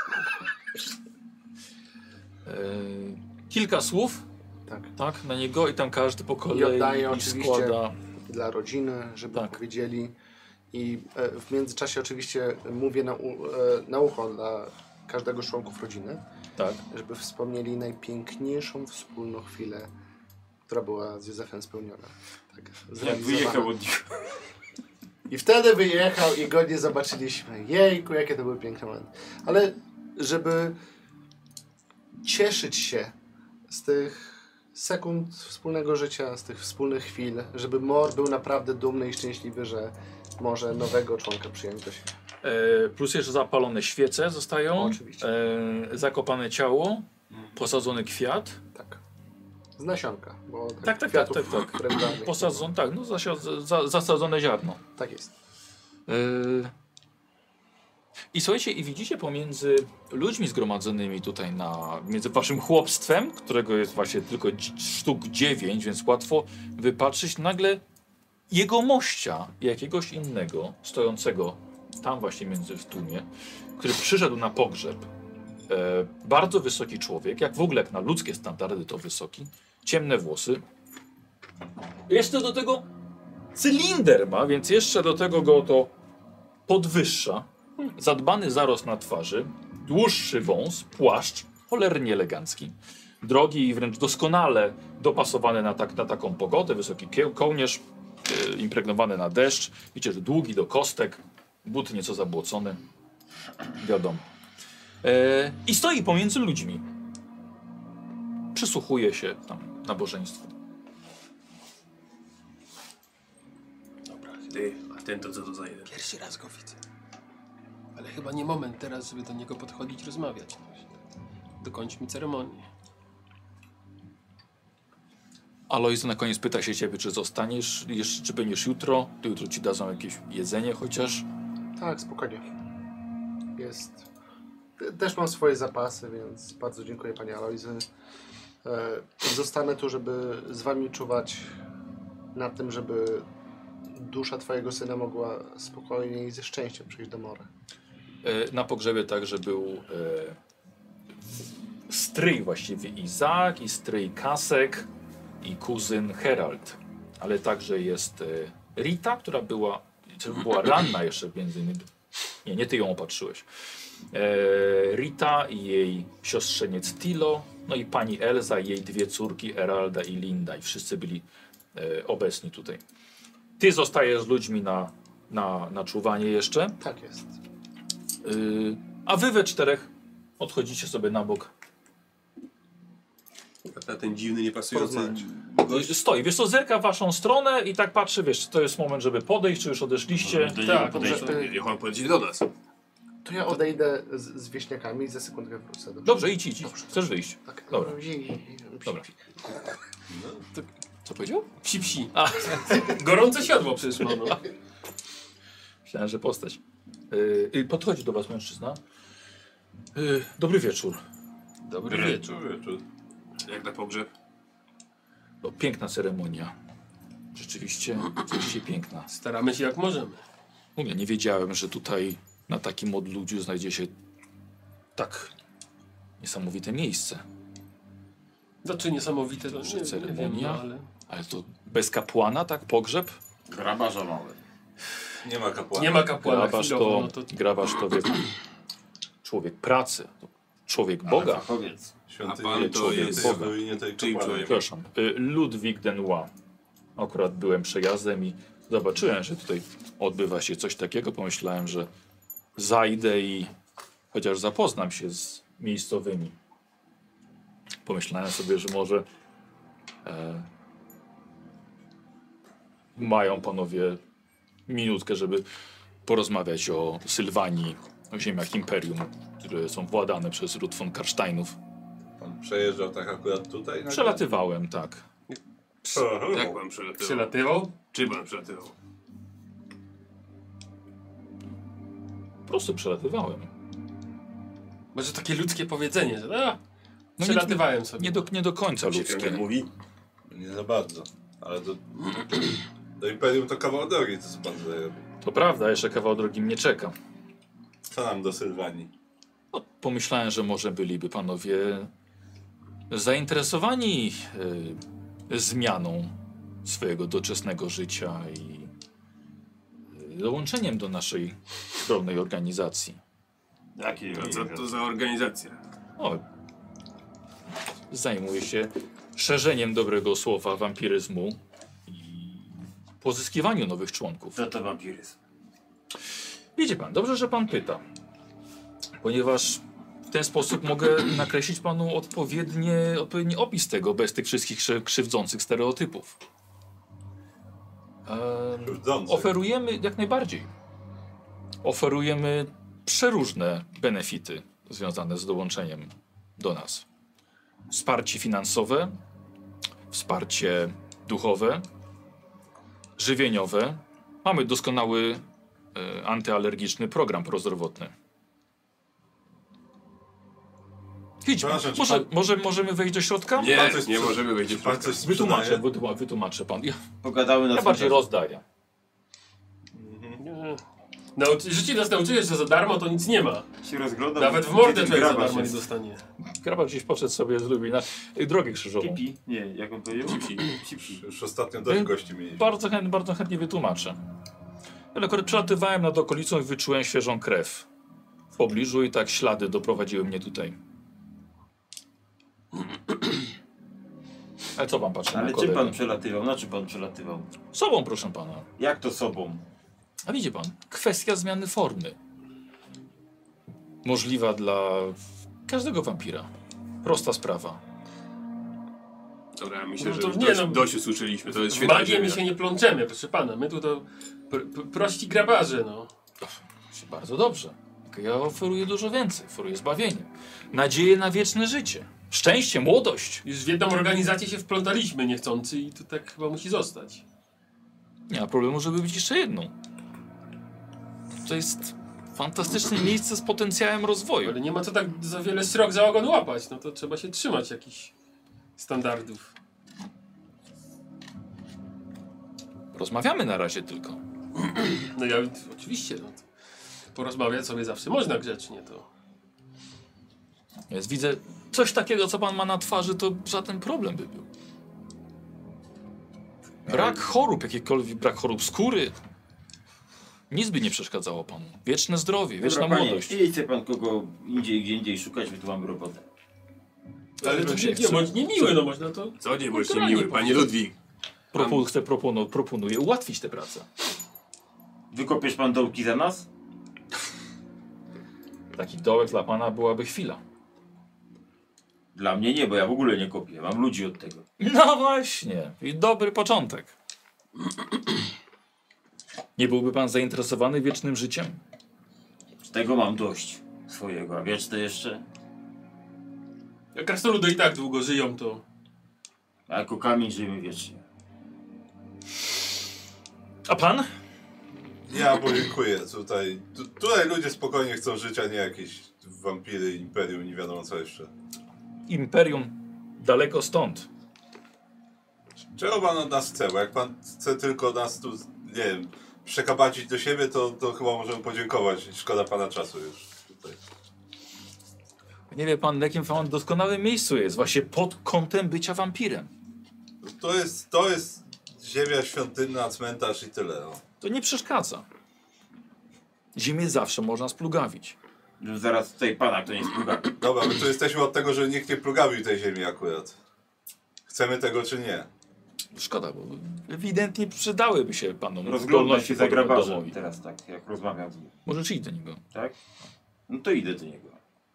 E, kilka słów, Tak. tak, na niego i tam każdy po I kolei oddaję oczywiście składa. dla rodziny, żeby Tak. powiedzieli. I e, w międzyczasie oczywiście mówię na, u, e, na ucho dla każdego z członków rodziny, Tak. żeby wspomnieli najpiękniejszą wspólną chwilę, która była z Józefem spełniona. Tak, Jak zrealizowana. wyjechał od nich. I wtedy wyjechał i go nie zobaczyliśmy. Jejku, jakie to były piękne momenty. Ale żeby cieszyć się z tych sekund wspólnego życia, z tych wspólnych chwil, żeby Mor był naprawdę dumny i szczęśliwy, że może nowego członka przyjąć do siebie. E, plus jeszcze zapalone świece zostają. Oczywiście. E, zakopane ciało, posadzony kwiat. Tak. Z nasionka, bo tak, Tak, tak, kwiatów tak, tak, tak. kręganych. Posadzone, tak, no zasia- za, zasadzone ziarno. Tak jest. Yy. I słuchajcie, i widzicie pomiędzy ludźmi zgromadzonymi tutaj na, między waszym chłopstwem, którego jest właśnie tylko dzi- sztuk dziewięć, więc łatwo wypatrzyć, nagle jego mościa i jakiegoś innego, stojącego tam właśnie między w tłumie, który przyszedł na pogrzeb. E, bardzo wysoki człowiek, jak w ogóle jak na ludzkie standardy to wysoki, ciemne włosy. Jeszcze do tego cylinder ma, więc jeszcze do tego go to podwyższa. Zadbany zarost na twarzy, dłuższy wąs, płaszcz, cholernie elegancki. Drogi i wręcz doskonale dopasowany na, tak, na taką pogodę, wysoki kieł, kołnierz e, impregnowany na deszcz. Widzicie, że długi do kostek, but nieco zabłocony. Wiadomo. E, I stoi pomiędzy ludźmi. Przysłuchuje się tam nabożeństwu. Dobra, Ty, a ten to co to za jeden? pierwszy raz go widzę. Ale chyba nie moment teraz, żeby do niego podchodzić, rozmawiać. Dokończmy ceremonię. Alojzy na koniec pyta się ciebie, czy zostaniesz, jeszcze, czy będziesz jutro. To jutro ci dadzą jakieś jedzenie chociaż. Tak, spokojnie. Jest. Te- Też mam swoje zapasy, więc bardzo dziękuję panie Alojzy. E, Zostanę tu, żeby z wami czuwać nad tym, żeby dusza twojego syna mogła spokojnie i ze szczęściem przyjść do Mory. E, na pogrzebie także był e, stryj właściwie Izaak i stryj Kasek i kuzyn Herald. Ale także jest e, Rita, która była, czy była ranna jeszcze między innymi. Nie, nie ty ją opatrzyłeś. E, Rita i jej siostrzeniec Tilo, no i pani Elza i jej dwie córki Eralda i Linda i wszyscy byli e, obecni tutaj. Ty zostajesz z ludźmi na, na, na czuwanie jeszcze, Tak jest. yy, a wy we czterech odchodzicie sobie na bok. A ten dziwny, niepasujący Poznać. gość. Stoi, wiesz co, zerka w waszą stronę i tak patrzy, wiesz, czy to jest moment, żeby podejść, czy już odeszliście. Do niego Tak, podejść. dobrze. Niech on poleci do nas. To ja odejdę z, z wieśniakami i za sekundkę wrócę. Dobrze? Dobrze, idź, idź, idź. Chcesz wyjść? Tak. Dobra. I- i- i- Dobra. Co powiedział? Psi psi. A. Gorące siodło przecież ma, no. Myślałem, że postać. Yy, yy, podchodzi do was mężczyzna. Yy, dobry wieczór. Dobry wieczór. Wieczór. Jak na pogrzeb? No, piękna ceremonia. Rzeczywiście, rzeczywiście piękna. Staramy się jak możemy. Mówię, nie wiedziałem, że tutaj na takim odludziu znajdzie się tak niesamowite miejsce. Znaczy niesamowite, to Że nie, nie ceremonia? wiem, no, ale... Ale to bez kapłana, tak? Pogrzeb? Grabarza mały. Nie ma kapłana. Nie ma kapłana Grabarz chwilowo, to, no to... grabarz to wie, człowiek pracy, to człowiek Boga. Powiedz. Świątynia A pan to człowiek jest- w ruinie tej czyim kapłana. człowiekiem? Przepraszam, y, Ludwik Denois. Akurat byłem przejazdem i zobaczyłem, że tutaj odbywa się coś takiego. Pomyślałem, że zajdę i chociaż zapoznam się z miejscowymi. Pomyślałem sobie, że może e, mają panowie minutkę, żeby porozmawiać o Sylwanii, o ziemiach Imperium, które są władane przez ród von Karsteinów. Pan przejeżdżał tak akurat tutaj? nagle? Przelatywałem, tak. Aha. Jak pan przelatywał? Przelatywał? Czy pan przelatywał? Po prostu przelatywałem. Może takie ludzkie powiedzenie, że a, No przelatywałem sobie. Nie do, nie do końca Się ludzkie. tak mówi? Nie za bardzo. Ale do, do Imperium to kawał drogi, to co pan tutaj robi. To prawda, jeszcze kawał drogi mnie czeka. Co nam do Sylwanii? No, pomyślałem, że może byliby panowie zainteresowani y, zmianą swojego doczesnego życia i y, dołączeniem do naszej skromnej organizacji. Jakiej A co to za organizacja? O, zajmuję się szerzeniem dobrego słowa wampiryzmu i pozyskiwaniu nowych członków. Co to wampiryzm? Wiecie pan, dobrze, że pan pyta, ponieważ w ten sposób mogę nakreślić panu odpowiednie, odpowiedni opis tego bez tych wszystkich krzy- krzywdzących stereotypów. Em, Krzywdzących. oferujemy jak najbardziej. Oferujemy przeróżne benefity związane z dołączeniem do nas. Wsparcie finansowe, wsparcie duchowe, żywieniowe. Mamy doskonały e, antyalergiczny program prozdrowotny. Idźmy. Przepraszam, czy Może, pan- może możemy wejść do środka? Nie, Pan coś nie przy- możemy wejść do Pan środka. coś Wytłumaczę, sprzedaje? wytłumaczę, wytłumaczę pan. Ja, Pogadamy na ja bardziej cmentarzu. rozdaję. Nie. Nauczy, życie nas nauczyłeś, że za darmo to nic nie ma. Się rozglądam. Nawet w gdzie mordę ten człowiek za grabarz darmo nie jest. dostanie. Graba gdzieś poszedł sobie z Lublina. Y, Drogę krzyżową. Kipi? Nie, jak on powiedział? Cipsi. Cipsi. Już ostatnio dość Y, gości mieliśmy. Bardzo chętnie, bardzo chętnie wytłumaczę. Ja akurat przelatywałem nad okolicą i wyczułem świeżą krew w pobliżu i tak ślady doprowadziły mnie tutaj. Ale co pan patrzy Ale na czym kolegę? pan przelatywał? Na czym pan przelatywał? Sobą, proszę pana. Jak to sobą? A widzi pan, kwestia zmiany formy. Możliwa dla każdego wampira. Prosta sprawa. Dobra, myślę, No że to już nie, dość, no. dość usłyszeliśmy. To jest W świetna magię ziemia. my się nie plączemy, proszę pana. My tu to pr pr prości grabarze, no. Bardzo dobrze. Tylko ja oferuję dużo więcej. Oferuję zbawienie. Nadzieję na wieczne życie. Szczęście, młodość. Już w jedną organizację się wplątaliśmy niechcący i to tak chyba musi zostać. Nie ma problemu, żeby być jeszcze jedną. To jest fantastyczne miejsce z potencjałem rozwoju. Ale nie ma co tak za wiele srok za ogon łapać, no to trzeba się trzymać jakichś standardów. Rozmawiamy na razie tylko. No ja oczywiście, no to porozmawiać sobie zawsze można grzecznie, to. Więc widzę coś takiego, co pan ma na twarzy, to żaden problem by był. Brak chorób, jakikolwiek brak chorób skóry. Nic by nie przeszkadzało panu. Wieczne zdrowie, wieczna Dobra, panie, młodość. nie chce pan kogo indziej, gdzie indziej szukać, my tu mamy robotę. Ale to się nie, nie chce. bądź niemiły, no można to. Co nie bądź kulturalnie miły, panie powiedzieć. Ludwik. Propu, chcę, proponu, proponuję ułatwić tę pracę. Wykopiesz pan dołki za nas? Taki dołek dla pana byłaby chwila. Dla mnie nie, bo ja w ogóle nie kopię. Mam ludzi od tego. No właśnie, i dobry początek. Nie byłby pan zainteresowany wiecznym życiem? Z tego mam dość swojego, a wieczne jeszcze? Jak krasnoludy i tak długo żyją, to. A jako kamień żyjemy wiecznie. A pan? Ja podziękuję tutaj. Tu, tutaj ludzie spokojnie chcą żyć, a nie jakieś wampiry, imperium, nie wiadomo co jeszcze. Imperium daleko stąd. Czego pan od nas chce? Bo jak pan chce tylko nas tu, nie wiem, przekabacić do siebie, to, to chyba możemy podziękować. Szkoda pana czasu już tutaj. Nie wie pan, w jakim pan doskonałym miejscu jest, właśnie pod kątem bycia wampirem. To jest, to jest ziemia świątynna, cmentarz i tyle. No. To nie przeszkadza. Ziemię zawsze można splugawić. Że zaraz tutaj pana kto nie spługa. Dobra, my tu jesteśmy od tego, że nikt nie plugawił tej ziemi akurat. Chcemy tego czy nie? Szkoda, bo ewidentnie przydałyby się panom Rozglądam zdolności się za podobne grabarzem domowi. teraz tak, jak rozmawiam z nim. Może czy idź do niego. Tak? No to idę do niego.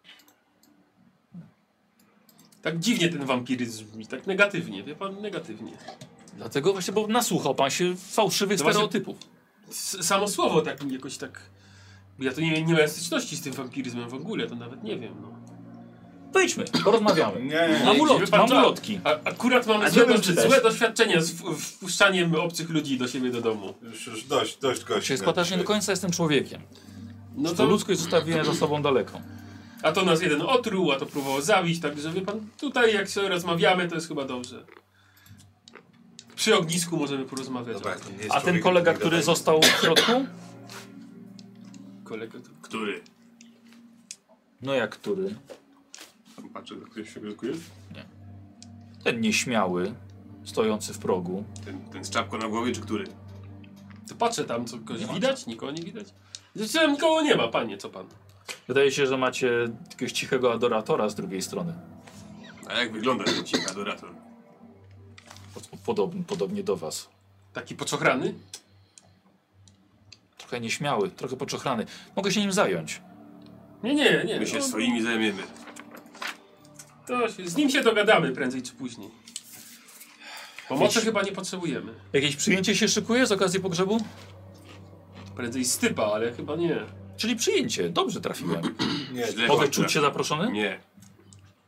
Tak dziwnie ten wampiryzm brzmi, tak negatywnie, wie pan, negatywnie. Dlatego właśnie, bo nasłuchał pan się fałszywych To właśnie- stereotypów. S samo słowo tak mi jakoś tak. Ja tu nie, nie miałem styczności z tym wampiryzmem w ogóle, to nawet nie wiem, no. Wejdźmy, porozmawiamy. Nie, Mam, Wie ulot, pan mam co? ulotki. A, akurat mamy A złe, nie wiem, do, czy też. złe doświadczenia z w- wpuszczaniem obcych ludzi do siebie do domu. już, już dość, dość gości. Się składa, że nie do końca jestem człowiekiem. No To to, ludzkość zostawiłem za sobą daleko. a to nas jeden otruł, a to próbował zabić, także wie pan, tutaj jak się rozmawiamy, to jest chyba dobrze. Przy ognisku możemy porozmawiać. Dobra, o tym. nie jest A ten człowiekiem, kolega, nie który gadaj. został w środku? Kolega to... Który? No jak który? Tam patrzę, że ktoś się ryzykuje. Ten nieśmiały, stojący w progu. Ten, ten z czapką na głowie, czy który? To patrzę tam, co kogoś Nie ma widać? Nikogo nie widać? Zresztą tam nikogo nie ma, panie, co pan? Wydaje się, że macie jakiegoś cichego adoratora z drugiej strony. A jak wygląda ten cichy adorator? Podobnie, podobnie do was. Taki poczochrany? Trochę nieśmiały, trochę poczochrany. Mogę się nim zająć. Nie, nie, nie. My się no, swoimi zajmiemy. to się, z nim się dogadamy prędzej czy później. Pomocy Wiesz- chyba nie potrzebujemy. Jakieś przyjęcie się szykuje z okazji pogrzebu? Prędzej stypa, ale chyba nie. Czyli przyjęcie. Dobrze trafiłem. Nie, Źle Mogę pan czuć się trafił. zaproszony? Nie.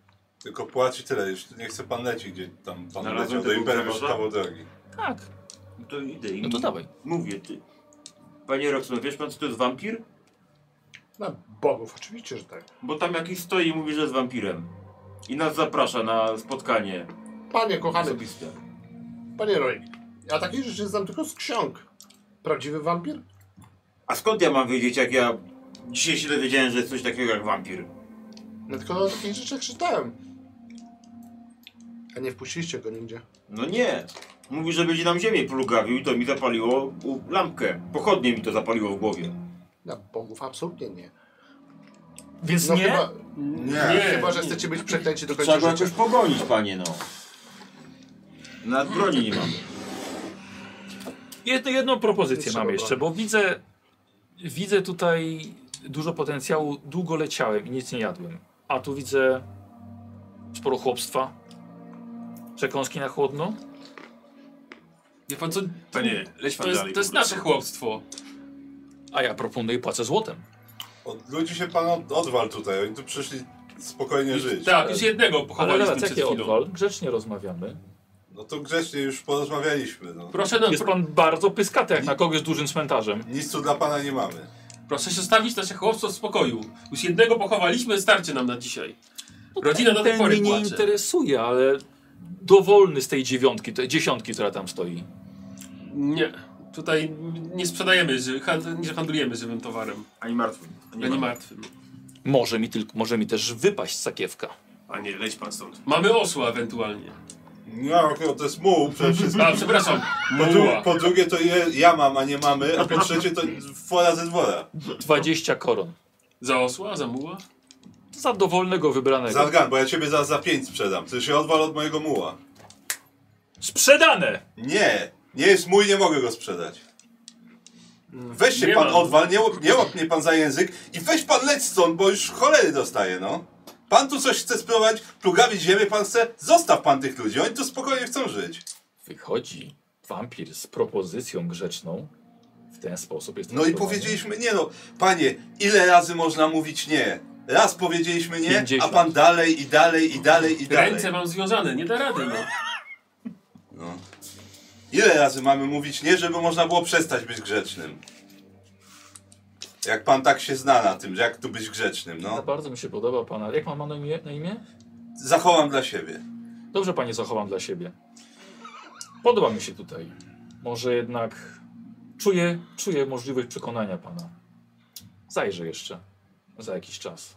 Tylko płaci tyle, już nie chce pan lecieć, gdzie tam pan Znalazłem leciał do tego Imperium już grabarza? kawał drogi. Tak, No to idę i no to dawaj. mówię, ty. Panie Roxon, wiesz pan co to jest wampir? Na bogów, oczywiście, że tak. Bo tam jakiś stoi i mówi, że jest wampirem. I nas zaprasza na spotkanie Panie kochany, osobiste. panie Roy, ja takich rzeczy znam tylko z ksiąg. Prawdziwy wampir? A skąd ja mam wiedzieć, jak ja dzisiaj się dowiedziałem, że jest coś takiego jak wampir? Ja tylko o takich rzeczach czytałem. A nie wpuściliście go nigdzie. No nie. Mówi, że będzie nam ziemię plugawił i to mi zapaliło u, lampkę. Pochodnie mi to zapaliło w głowie. Na bogów, absolutnie nie. Więc No nie? chyba, Nie. chyba, że chcecie być przeklęci do Trzeba końca go życia. jakoś pogonić, panie, no. Nawet broni nie mamy. Jedno, jedną propozycję Nie mam trzeba jeszcze, bo widzę, widzę tutaj dużo potencjału. Długo leciałem i nic nie jadłem. A tu widzę sporo chłopstwa. Przekąski na chłodno. Wie pan co? Panie, leć To pan jest, dalej. to jest po prostu. nasze chłopstwo. A ja proponuję płacę złotem. Od ludzi się pan od, odwal tutaj, oni tu przyszli spokojnie żyć. Tak, już jednego Ale pochowaliśmy teraz przed jakie chwilą. odwal? Grzecznie rozmawiamy. No to grzecznie już porozmawialiśmy, no. Proszę, no, Jest pro, pan bardzo pyskaty jak na kogoś z dużym cmentarzem. Nic tu dla pana nie mamy. proszę się zostawić nasze chłopstwo w spokoju. Już jednego pochowaliśmy, starczy nam na dzisiaj. Rodzina do tej Ten pory mnie nie płacze. interesuje, ale dowolny z tej dziewiątki, tej dziesiątki, która tam stoi. Nie. Tutaj nie sprzedajemy, ży- hand- nie handlujemy żywym towarem, Ani martwym. ani mamy. martwym. Może mi, tylko, może mi też wypaść sakiewka. Panie, leć pan stąd. Mamy osła ewentualnie. No, to jest muł przede wszystkim. A, przepraszam, Po, dru muła. po drugie to je, ja mam, a nie mamy, a po trzecie to fora ze dwora. dwadzieścia koron. Za osła, za muła? Za dowolnego wybranego. Zargan, bo ja ciebie za, za pięć sprzedam. Ty się odwal od mojego muła. Sprzedane! Nie, nie jest mój, nie mogę go sprzedać. Weź się Nie pan mam. odwal, nie, łap- nie łap mnie pan za język i weź pan leć stąd, bo już cholery dostaje, no. Pan tu coś chce spróbować, plugawić ziemię pan chce, zostaw pan tych ludzi, oni tu spokojnie chcą żyć. Wychodzi wampir z propozycją grzeczną. W ten sposób jest No i traktowany. powiedzieliśmy nie no, panie, ile razy można mówić nie? Raz powiedzieliśmy nie, pięćdziesiąt. a pan dalej i dalej i dalej i dalej. Ręce mam związane, nie da rady, no. No. Ile razy mamy mówić nie, żeby można było przestać być grzecznym? Jak pan tak się zna na tym, że jak tu być grzecznym, No. no. Bardzo mi się podoba pana. Jak pan ma na imię? Na imię? Zachowam dla siebie. Dobrze, panie, zachowam dla siebie. Podoba mi się tutaj. Może jednak czuję, czuję możliwość przekonania pana. Zajrzę jeszcze za jakiś czas.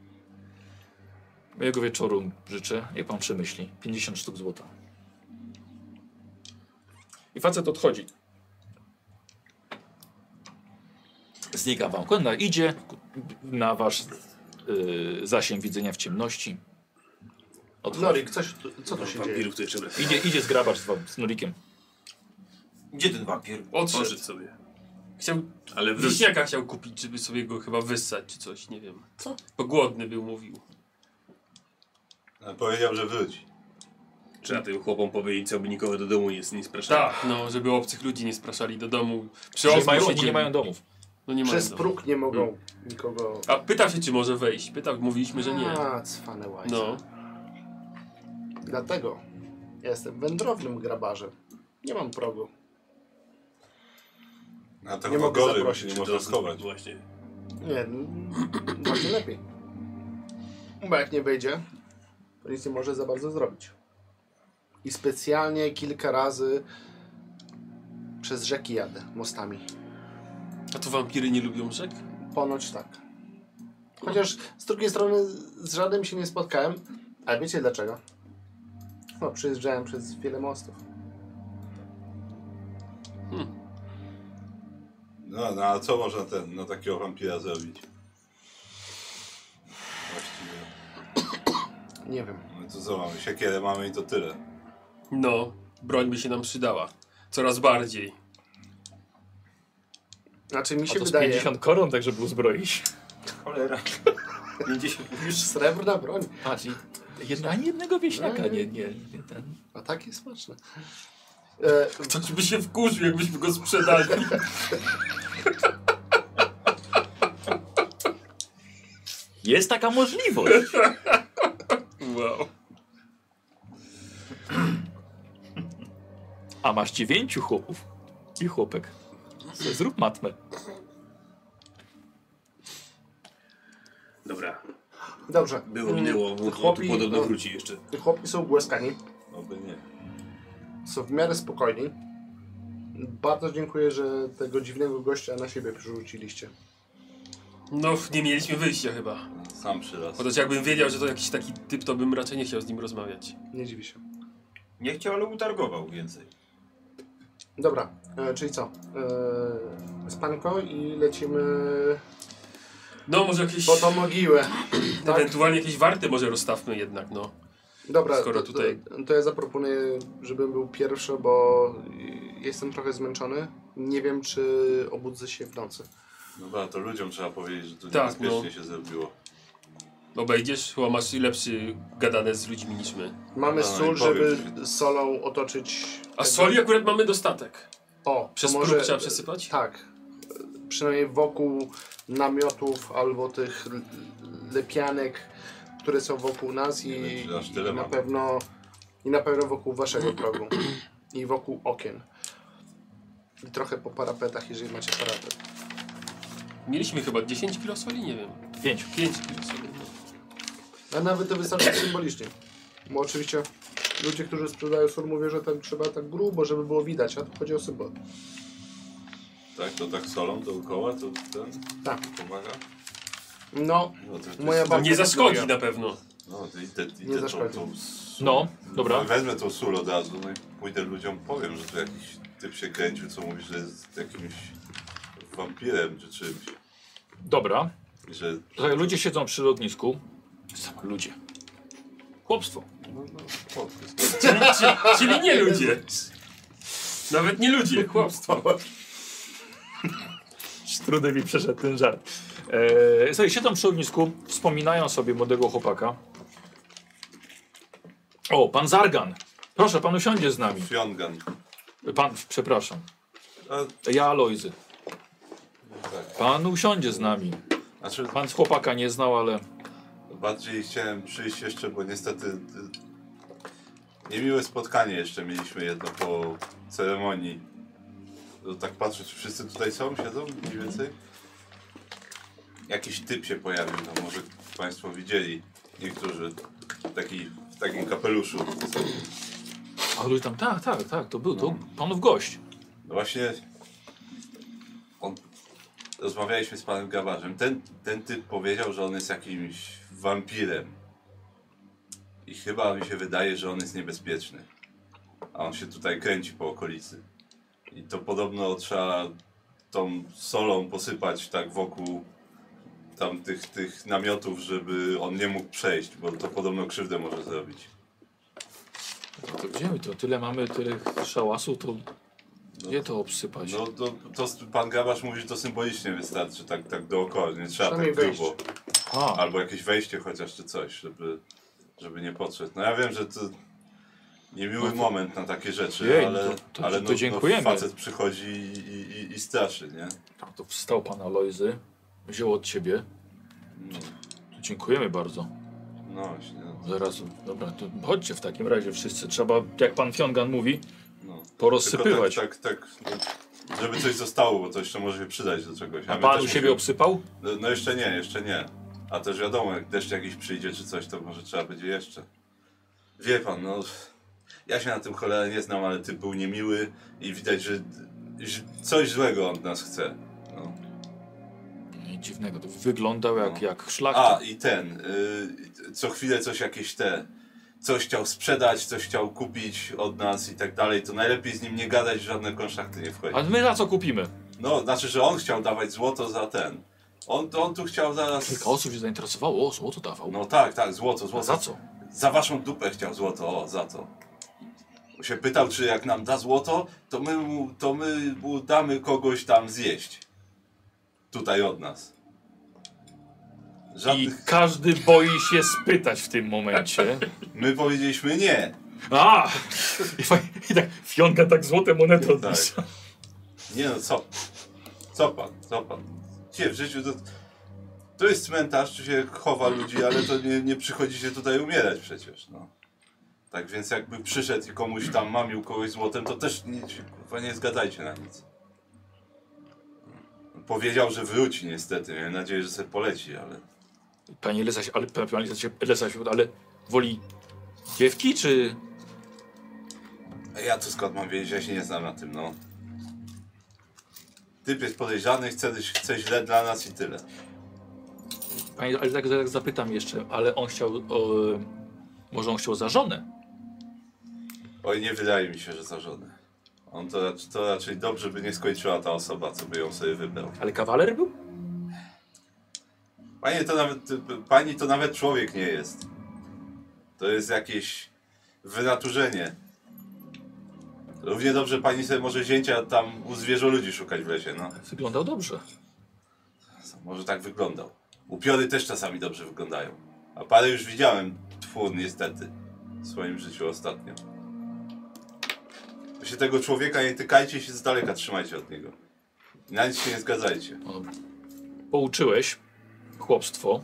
Miłego wieczoru życzę. Niech pan przemyśli. pięćdziesiąt sztuk złota. I facet odchodzi. Znika wam. Kłęda idzie na wasz yy, zasięg widzenia w ciemności. Odchodzi. Norik, coś, co tu się dzieje? Wampirów tu jeszcze brak. Idzie, idzie zgrabacz z, wam- z Norikiem. Gdzie ten wampir? Odszedł. Poszedł sobie. Chciał, Ale wróć. wiśniaka chciał kupić, żeby sobie go chyba wyssać czy coś, nie wiem. Co? Bo głodny był, mówił. No, powiedział, że wróci. Trzeba tym chłopom powiedzieć, co by nikogo do domu nie, nie spraszali. Tak, no, żeby obcych ludzi nie spraszali do domu. Przy Że osłu mają, oni siedzieli. nie mają domów. No nie mają Przez domu. próg nie mogą nikogo... A pytał się, czy może wejść. Pytał, mówiliśmy, że nie. A, cwane łajce. No. Dlatego ja jestem wędrownym grabarzem. Nie mam progu. A to Nie chyba mogę gorzej, bo zaprosić, się nie Czy można to- schować. Właśnie. Nie, mm, właśnie lepiej. Bo jak nie wejdzie, to nic nie może za bardzo zrobić. I specjalnie kilka razy przez rzeki jadę mostami. A to wampiry nie lubią rzek? Ponoć tak. Chociaż z drugiej strony z żadnym się nie spotkałem. Ale wiecie dlaczego? No, przejeżdżałem przez wiele mostów. No, no a co można ten, no takiego wampira zrobić? Właściwie. Nie wiem. No to co mamy? Siekierę mamy i to tyle. No, broń by się nam przydała. Coraz bardziej. Znaczy mi A się to z wydaje... pięćdziesiąt koron, tak żeby uzbroić. Cholera. pięćdziesiąt. Już srebrna broń. Patrz, i jedna, ani jednego wieśniaka nie, nie, nie ten. A takie smaczne. E, Ktoś by się wkurzył, jakbyśmy go sprzedali. Jest taka możliwość. Wow. A masz dziewięciu chłopów i chłopek. Zrób matmę. Dobra, Dobrze. było, minęło, bo Chłopi, tu podobno no, wróci jeszcze. chłopi są głaskani, Oby nie. są w miarę spokojni. Bardzo dziękuję, że tego dziwnego gościa na siebie przerzuciliście. No, nie mieliśmy wyjścia chyba. Sam przyraz. Chociaż jakbym wiedział, że to jakiś taki typ, to bym raczej nie chciał z nim rozmawiać. Nie dziwi się. Nie chciał, ale utargował więcej. Dobra, e, czyli co? E, spanko i lecimy No, może jakieś... po tą mogiłę. Tak? Ewentualnie jakieś warty może rozstawmy jednak, no. Dobra, skoro to, tutaj- to, to ja zaproponuję, żebym był pierwszy, bo jestem trochę zmęczony. Nie wiem, czy obudzę się w nocy. Dobra, to ludziom trzeba powiedzieć, że tu Tak, niebezpiecznie no. się zrobiło. Obejdziesz, bo masz lepszy gadane z ludźmi niż my. Mamy No, sól, i powiem żeby ci. solą otoczyć... A tego- soli akurat mamy dostatek. O, Przez to próg może... trzeba przesypać? Tak. Przynajmniej wokół namiotów albo tych l- lepianek, które są wokół nas i, Nie wiem, czy aż tyle i na mam. pewno i na pewno wokół waszego progu i wokół okien. I trochę po parapetach, jeżeli macie parapet. Mieliśmy chyba dziesięć kilo soli? Nie wiem. Pięć. pięć kilo soli. No. A nawet to wystarczy symbolicznie. Bo oczywiście ludzie, którzy sprzedają sól, mówią, że tam trzeba tak grubo, żeby było widać, a tu chodzi o symbol. Tak, to tak solą dookoła, to ten Tak. pomaga. No, No, to, to Moja jest- babcia- Nie zaszkodzi na pewno. No, to idę, Nie idę tą, zaszkodzi. tą sól. No, dobra. Wezmę tą sól od razu, no i pójdę ludziom, powiem, że tu jakiś typ się kręcił, co mówi, że jest jakimś wampirem czy czymś. Dobra. I że... Słuchaj, ludzie siedzą przy lotnisku. Same ludzie. Chłopstwo. No, no, chłop jest. Czyli, czyli, czyli nie ludzie. Nawet nie ludzie, chłopstwo. Z trudem mi przeszedł ten żart. Eee, słuchaj, siedzą przy ognisku, wspominają sobie młodego chłopaka. O, pan Zargan. Proszę, pan usiądzie z nami. Fiongan. Pan, przepraszam. A, Ja Alojzy. tak. Pan usiądzie z nami. Znaczy, Pan chłopaka nie znał, ale... bardziej chciałem przyjść jeszcze, bo niestety y, niemiłe spotkanie jeszcze mieliśmy jedno po ceremonii. To tak patrzę, czy wszyscy tutaj są, siedzą mniej więcej? Jakiś typ się pojawił, no może Państwo widzieli, niektórzy, taki, w takim kapeluszu. A ludzie tam, tak, tak, tak, to był, to panów gość. No właśnie, on, rozmawialiśmy z panem Gawarzem. Ten, ten typ powiedział, że on jest jakimś wampirem. I chyba mi się wydaje, że on jest niebezpieczny. A on się tutaj kręci po okolicy. I to podobno trzeba tą solą posypać tak wokół tam tych, tych namiotów, żeby on nie mógł przejść, bo to podobno krzywdę może zrobić. To gdzie my to? Tyle mamy tych szałasów, to gdzie to obsypać? No to, to pan Gawarz mówi, że to symbolicznie wystarczy, tak, tak dookoła, nie trzeba tak Przynajmniej grubo. A, Albo jakieś wejście chociaż, czy coś, żeby, żeby nie podszedł. No ja wiem, że to niemiły moment na takie rzeczy, Jej, ale, to- to- ale to no, dziękujemy. no facet przychodzi i, i, i, i straszy, nie? to wstał pan Alojzy, wziął od ciebie. No, To dziękujemy bardzo. no właśnie, no, Zaraz, dobra, to chodźcie w takim razie wszyscy. Trzeba, jak pan Fiongan mówi, no. porozsypywać. Tylko tak, tak, tak, no, żeby coś zostało, bo to jeszcze może się przydać do czegoś. A my pan też u siebie musimy- obsypał? No, no jeszcze nie, jeszcze nie. A też wiadomo, jak deszcz jakiś przyjdzie czy coś, to może trzeba będzie jeszcze. Wie pan, no... Ja się na tym cholera nie znam, ale typ był niemiły i widać, że że coś złego on od nas chce. No. Nic dziwnego, to wyglądał jak, No. jak szlachta. A, i ten, y, co chwilę coś jakieś te... Coś chciał sprzedać, coś chciał kupić od nas i tak dalej, to najlepiej z nim nie gadać, w żadne konszachty nie wchodzić. A my za co kupimy? No, znaczy, że on chciał dawać złoto za ten. On, on tu chciał zaraz... Kilka osób się zainteresowało, o, złoto dawał. No tak, tak, złoto, A złoto. za co? Za waszą dupę chciał złoto, o, za to. Się pytał, czy jak nam da złoto, to my mu, to my mu damy kogoś tam zjeść. Tutaj od nas. I Żadnych... każdy boi się spytać w tym momencie. My powiedzieliśmy nie. A! I, faj- I tak Fionka tak złote monety Tak. odniósł. Nie no, co? Co pan, co pan? Gdzie w życiu to... To jest cmentarz, tu się chowa ludzi, ale to nie, nie przychodzi się tutaj umierać przecież, no. Tak więc jakby przyszedł i komuś tam mamił kogoś złotem, to też nie, kurwa, nie zgadzajcie na nic. Powiedział, że wróci niestety, miałem nadzieję, że sobie poleci, ale... Panie Lesaś, ale, panie Lesaś, Lesaś, ale woli dziewki, czy... A ja to skąd mam wiedzieć, ja się nie znam na tym, no. Typ jest podejrzany, chce, chce źle dla nas i tyle. Panie, ale tak, tak zapytam jeszcze, ale on chciał... O, może on chciał za żonę? Oj, nie wydaje mi się, że za żonę. On to, to raczej dobrze by nie skończyła ta osoba, co by ją sobie wybrał. Ale kawaler był? Panie, to nawet, pani to nawet człowiek nie jest. To jest jakieś wynaturzenie. Równie dobrze pani sobie może zięcia tam u zwierzoludzi szukać w lesie, no. Wyglądał dobrze. Może tak wyglądał. Upiory też czasami dobrze wyglądają. A parę już widziałem, tfu, niestety, w swoim życiu ostatnio. Wy się tego człowieka nie tykajcie i się z daleka trzymajcie od niego. Na nic się nie zgadzajcie. No, pouczyłeś chłopstwo.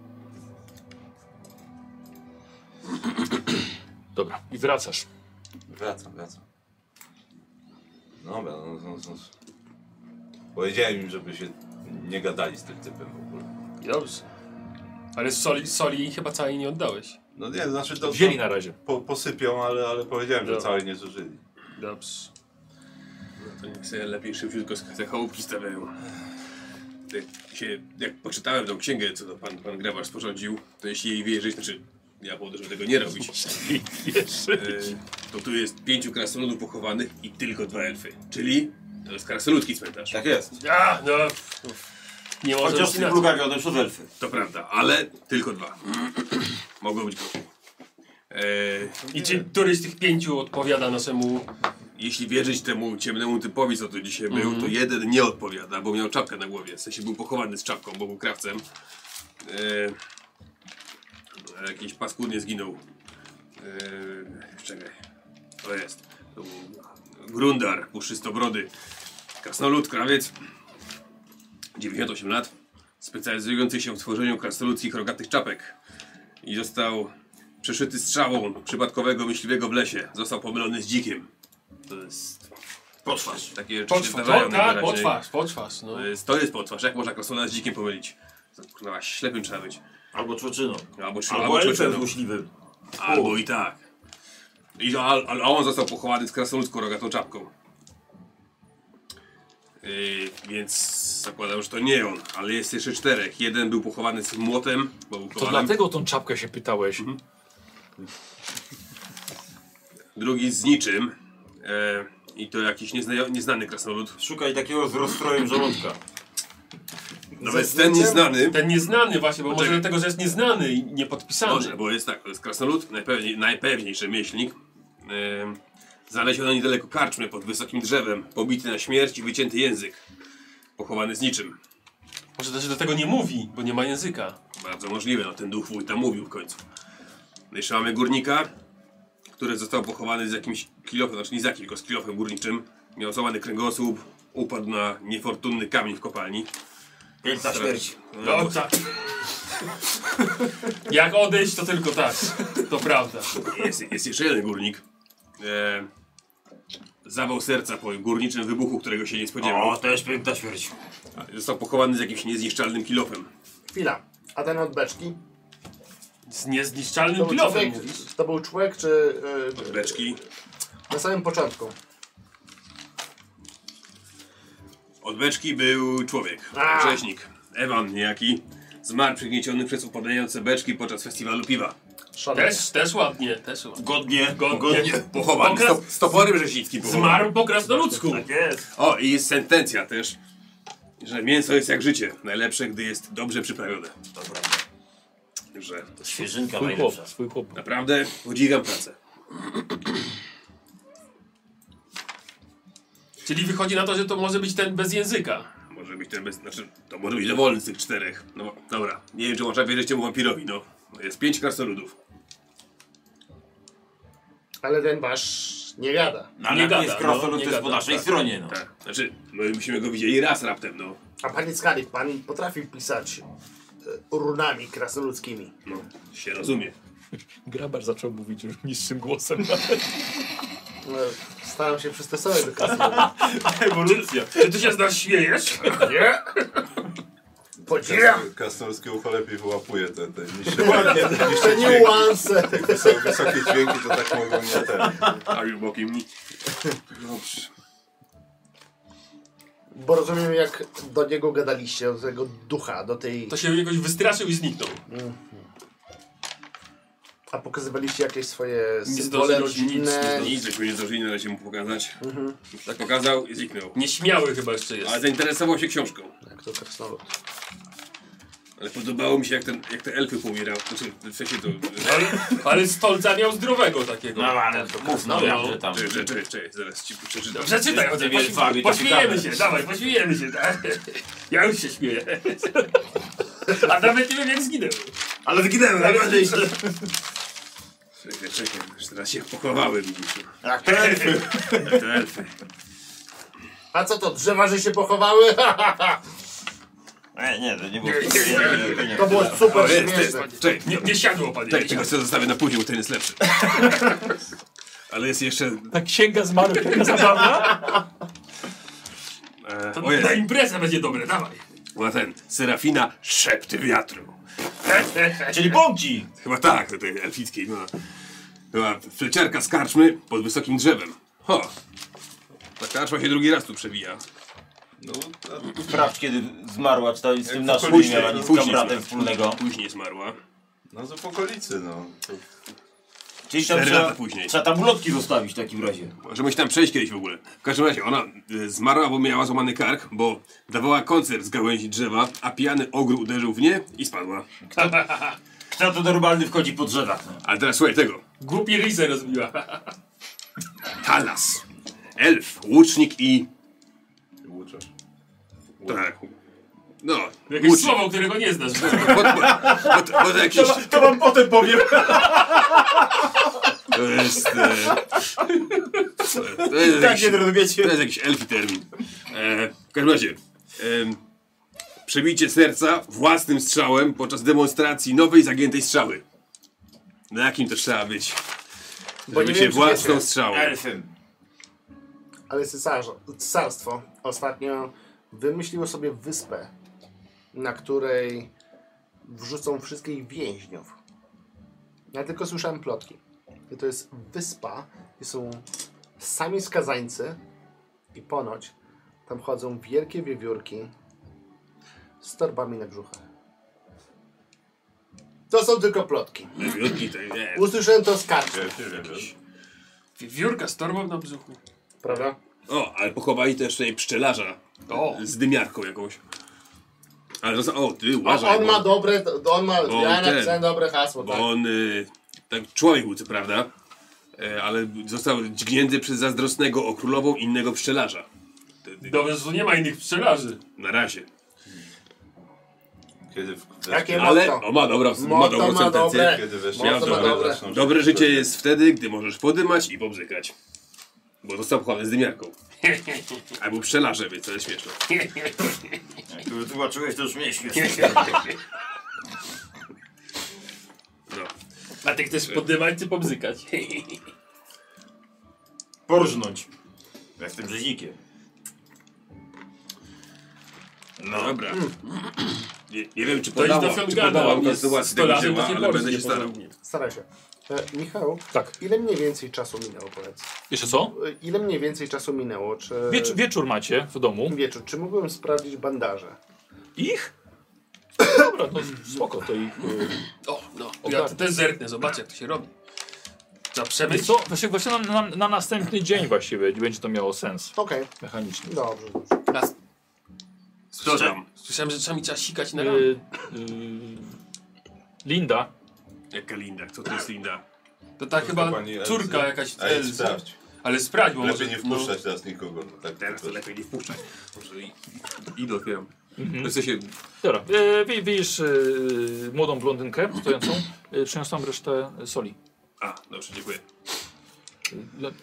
Dobra, i wracasz. Wracam, wracam. Dobra, no, no, no. Powiedziałem im, żeby się nie gadali z tym typem w ogóle. Dobrze. Ale soli, soli chyba całej nie oddałeś. No nie, znaczy to, Wzięli na razie. po, posypią, ale, ale powiedziałem, że Dobra. całej nie zużyli. Dobrze. No to niech sobie lepiej szybciutko te chałupki stawiają. Jak, się, jak poczytałem tą księgę, co to pan, pan grabarz sporządził, to jeśli jej wierzyć, znaczy ja podejrzewam tego nie robić, Wiesz. e, to tu jest pięciu krasnoludów pochowanych i tylko dwa elfy. Czyli to jest krasnoludki cmentarz. Tak jest. A, no. Nie może Chociaż być inaczej. splugawione przez elfy. To prawda, ale tylko dwa. Mogą być gorzej. E, I czy któryś z tych pięciu odpowiada naszemu... Jeśli wierzyć temu ciemnemu typowi, co tu dzisiaj był, to jeden nie odpowiada, bo miał czapkę na głowie. W sensie był pochowany z czapką, bo był krawcem. Eee, jakiś paskudnie zginął. Eee, czekaj. To jest. To był Grundar, puszystobrody. Krasnolud, krawiec. dziewięćdziesiąt osiem lat. Specjalizujący się w tworzeniu krasnoludzkich rogatych czapek. I został przeszyty strzałą przypadkowego myśliwego w lesie. Został pomylony z dzikiem. To jest Potwarz. takie rzeczy się Potwarz, zdarzają po, tak, najwyraźniej. potwarz, potwarz, no. To jest, to jest potwarz. Jak można krasnoluda z dzikiem pomylić? Kurwa, ślepym trzeba być. Albo człoczyną. Albo, czy, Albo albo elfem człowiekiem. złośliwym. Albo i tak. I, a, a on został pochowany z krasnoludzką rogatą czapką. Yy, więc zakładam, że to nie on, ale jest jeszcze czterech. Jeden był pochowany z młotem, bo był To kowalem. dlatego o tą czapkę się pytałeś. Drugi z niczym. E, I to jakiś niezna, nieznany krasnolud. Szukaj takiego z rozstrojem żołądka. Nawet ten nieznany. Ten nieznany właśnie, bo może Poczekaj. dlatego, że jest nieznany i niepodpisany. Może, bo jest tak, to jest krasnolud, najpewniej, najpewniej rzemieślnik. E, znaleziono niedaleko karczmy pod wysokim drzewem, pobity na śmierć i wycięty język. Pochowany z niczym. Może też do tego nie mówi, bo nie ma języka. Bardzo możliwe, no ten duch wuj tam mówił w końcu. No jeszcze mamy górnika, który został pochowany z jakimś kilofem, znaczy nie z jakimś, tylko z kilofem górniczym. Miał złamany kręgosłup, upadł na niefortunny kamień w kopalni. Piękna śmierć. No tak. Jak odejść, to tylko tak. To prawda. Jest, jest jeszcze jeden górnik. E, zawał serca po górniczym wybuchu, którego się nie spodziewał. O, też piękna śmierć. Został pochowany z jakimś niezniszczalnym kilofem. Chwila. A ten od beczki? Z To niezniszczalnym był kilofem człowiek, mówisz. to był człowiek czy... Yy, Od beczki. na samym początku. Od beczki był człowiek, A. rzeźnik. Ewan niejaki. Zmarł przygnieciony przez upadające beczki podczas festiwalu piwa. Szalenie. Też, też ładnie, też ładnie. Godnie, Godnie. godnie. Pochowany z, Pokras- to, z toporem rzeźnickim. pochowany. Zmarł po krasnoludzku. Tak jest. O, i jest sentencja też, że mięso jest jak życie. Najlepsze, gdy jest dobrze przyprawione. To prawda. Że Świeżynka Swój najlepsza. chłop, swój chłop. naprawdę podziwiam pracę. Czyli wychodzi na to, że to może być ten bez języka. Może być ten bez... Znaczy, to może być dowolny z tych czterech. No, dobra. Nie wiem, czy można wierzyć temu wampirowi, no. Jest pięć krasnoludów. Ale ten wasz nie gada. No, ale Nie jak gada, jest no, krasnolud, nie to jest po gada, naszej tak. stronie, no. Tak. Znaczy, my byśmy go widzieli raz raptem, no. A panie Skalik, pan potrafi pisać runami krasnoludzkimi. No, się rozumie. Grabar zaczął mówić już niższym głosem. No, staram się przystosować do krasnoludów. Ewolucja. Czy ty się z nas śmiejesz? Nie? Podziwiam Krasnoludzkie ucho lepiej wyłapuje te, te niższe, te niższe dźwięki. niuanse. Jak wysokie, wysokie dźwięki to tak mogą nie ten. A już bokiem ni... Dobrze. Bo rozumiem, jak do niego gadaliście, do tego ducha, do tej... To się jakoś wystraszył i zniknął. A pokazywaliście jakieś swoje Nie symbole zdążyliśmy nic, rodzinne? Nic, żeśmy nie zdążyli na razie mu pokazać. Tak pokazał i zniknął. Nieśmiały chyba jeszcze jest. Ale zainteresował się książką. Jak to krasnolud. Ale podobało mi się, jak, ten, jak te elfy pomierały. Znaczy, w sensie to... Ale, ale stolca miał zdrowego takiego. No ale to mów, no, No, ja, no. że tam. Czekaj, czekaj, czekaj, zaraz ci przeczytam. Przeczytaj, Ty- o tym, ty elfami, to pośmiejemy ciekawe. się, dawaj, pośmiejemy się, tak? Ja już się śmieję. A nawet nie wiem jak zginęły. Ale zginęłem, najważniejsze. Czekaj, czekaj, już teraz się pochowały, widzisz. Jak to elfy. Jak to elfy. A co to, drzewa, że się pochowały? Nie, nie, to nie było. Nie, nie, nie, nie, nie, nie. To było super O, jest, śmieszne. jest. Czekaj, Nie, nie siadło, panie. tak, nie tego siadło. sobie zostawię na później, bo ten jest lepszy. Ale jest jeszcze... Ta księga zmarłych taka zabawna. E, To o jest, na imprezę będzie dobre, dawaj. była ten, Serafina Szepty Wiatru. Czyli punkci! Chyba tak, do tej elfickiej była. Była fleciarka z karczmy pod wysokim drzewem. Ho! Ta karczma się drugi raz tu przewija. No, a Sprawdź kiedy zmarła, czy to z tym Jak naszym później, nie miała nic z później bratem zmarła. wspólnego. Później zmarła. no to w okolicy, no. To Czyli tam Cztery trzeba, lata później. trzeba tam ulotki zostawić w takim razie. Możemy się tam przejść kiedyś w ogóle. W każdym razie ona y, zmarła, bo miała złamany kark, bo dawała koncert z gałęzi drzewa, a pijany ogr uderzył w nie i spadła. Kto to normalny wchodzi po drzewach? No. Ale teraz słuchaj tego. Głupi rysę rozbiła. Talas. Elf, łucznik i... łuczesz. Tak. No, Jakieś łucznik. słowo, którego nie znasz. Bo, bo, bo, to- bo to jakiś... To wam potem powiem. To jest... E, to jest Tak jakiś, nie rozumiecie. to jest jakiś elfi termin. E, w każdym razie... em, przebicie serca własnym strzałem podczas demonstracji nowej zagiętej strzały. Na jakim to trzeba być? Bo nie Żeby wiem, się czy własną wiecie, strzałą. Elfem. Ale cesarzo, cesarstwo ostatnio wymyśliło sobie wyspę, na której wrzucą wszystkich więźniów. Ja tylko słyszałem plotki. I to jest wyspa, gdzie są sami skazańcy i ponoć tam chodzą wielkie wiewiórki z torbami na brzuchach. To są tylko plotki. Wielki to nie. Usłyszałem to z karty, Ja nie wiem, wiesz. Wiewiórka z torbą na brzuchu. prawda? O, ale pochowali też tutaj pszczelarza O, z dymiarką jakąś. Ale to, o, ty A uważaj, on bo, ma dobre, on ma, Bo ja ten- napisałem dobre hasło, bo tak? on y, tak człowiek był, co prawda, e, ale został dźgnięty przez zazdrosnego o królową innego pszczelarza. Ty- ty- dobrze, że nie ma innych pszczelarzy. Na razie. Kiedy w, Jakie Ale motto? on ma dobrą, ma Motto dobrą ma sentencję. dobre. kiedy weszli Mocno w ma dobre, dobre. zaczną Dobre się życie wtedy- jest wtedy, gdy możesz podymać i pobzykać. Bo został pochowany z dymiarką. Albo pszczelarze, więc to jest śmieszne. Jak to wytłumaczyłeś, to już mnie śmiesznie. No. A ty chcesz poddywać czy pobzykać? Porżnąć. Jak z tym rzeźnikiem. No. Dobra. Nie, nie wiem, czy To idź do podała, czy Fiongana, podała on mi jest sytuację tego stolarzem, dzieła, to się ale polski będę się starał. porządnie. Staraj się. E, Michał, Tak. ile mniej więcej czasu minęło, powiedz? Jeszcze co? E, ile mniej więcej czasu minęło? Czy... Wiecz, wieczór macie w domu. Wieczór. Czy mógłbym sprawdzić bandaże? Ich? Dobra, to spoko, to ich... y, O, no. Ja też zerknę, zobaczę jak to się robi. Trzeba Wiesz przemyć. co? Właśnie, właśnie na, na, na następny dzień właściwie będzie to miało sens Okej, mechaniczny. dobrze, dobrze. Raz. Co tam? Słyszałem, że czasami trzeba sikać na Y, rano. y, Linda. Jaka Linda? Kto to jest Linda? To ta chyba pani Elzy. córka jakaś A idź Elzy. sprawdź. Ale sprawdź, bo Lepiej może... nie wpuszczać teraz nikogo. No, tak, Teraz to to lepiej nie wpuszczać. Może i, i otwieram. W sensie, Dobra, y, wy, widzisz y, młodą blondynkę stojącą. Y, przyniosłam resztę soli. a, dobrze, dziękuję. Y, le-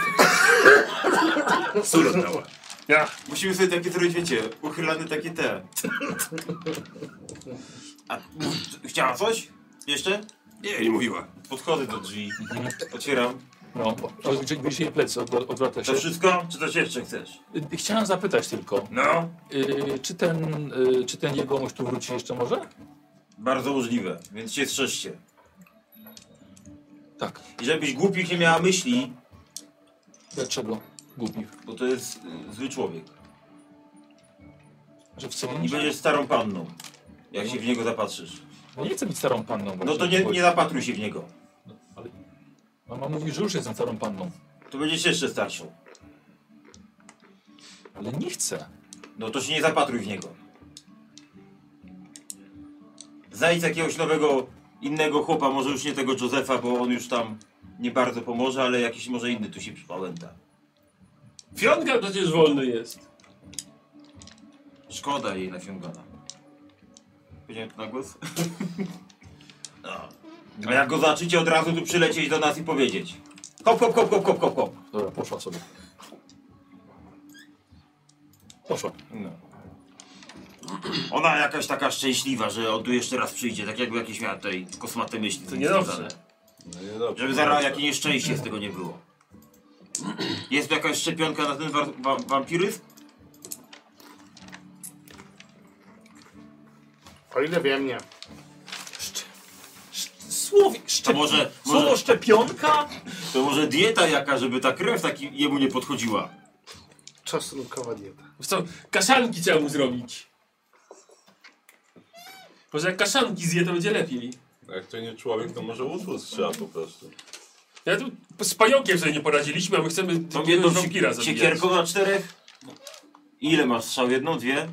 Sól oddała. Ja. Musimy sobie takie zrobić, wiecie, uchylane takie te. A chciała coś? Jeszcze? Nie, nie mówiła. Podchodzę do drzwi. Otwieram. No, widzisz jej plecy, odwr- odwraca się. To wszystko? Czy coś jeszcze chcesz? Y, Chciałem zapytać tylko, No. y, czy ten, y, czy ten jegomość tu wróci jeszcze może? Bardzo możliwe, więc się strzeżcie. Tak. I żebyś głupich nie miała myśli, Dlaczego? Głupi. bo to jest y, zły człowiek. Że wcale I nie... będziesz starą panną, jak się w niego zapatrzysz. No nie chcę być starą panną. No właśnie. to nie, nie zapatruj się w niego. Ale mama mówi, że już jestem starą panną. To będziesz jeszcze starszą. Ale nie chcę. No to się nie zapatruj w niego. Znajdź jakiegoś nowego, innego chłopa, może już nie tego Józefa, bo on już tam nie bardzo pomoże, ale jakiś może inny tu się przypałęta. Fionka przecież wolny jest. Szkoda jej na Fiongana. Powiedziałem to na głos? No. A jak go zobaczycie, od razu tu przylecieć do nas i powiedzieć. Hop, hop, hop, hop, hop, hop, hop. Dobra, poszła sobie. Poszła. No. Ona jakaś taka szczęśliwa, że on tu jeszcze raz przyjdzie, tak jakby jakieś miała tutaj kosmate myśli. To niedobrze. No nie dobrze. Żeby zaraz jakie nieszczęście z tego nie było. Jest tu jakaś szczepionka na ten wa wa wampiryzm? O ile wiem, nie. Słowie, To szczep... może, Słowo może, szczepionka? to może dieta jaka, żeby ta krew taki jemu nie podchodziła. Czosnkowa dieta. Wiesz co, kaszanki trzeba mu zrobić. Może jak kaszanki zje, to będzie lepiej. Jak to nie człowiek, to może utwór trzeba po prostu. Ja tu z pająkiem sobie nie poradziliśmy, a my chcemy Tą jedną jedną wampira si zabijać. siekierką na czterech? Ile masz strzał? Jedną, dwie?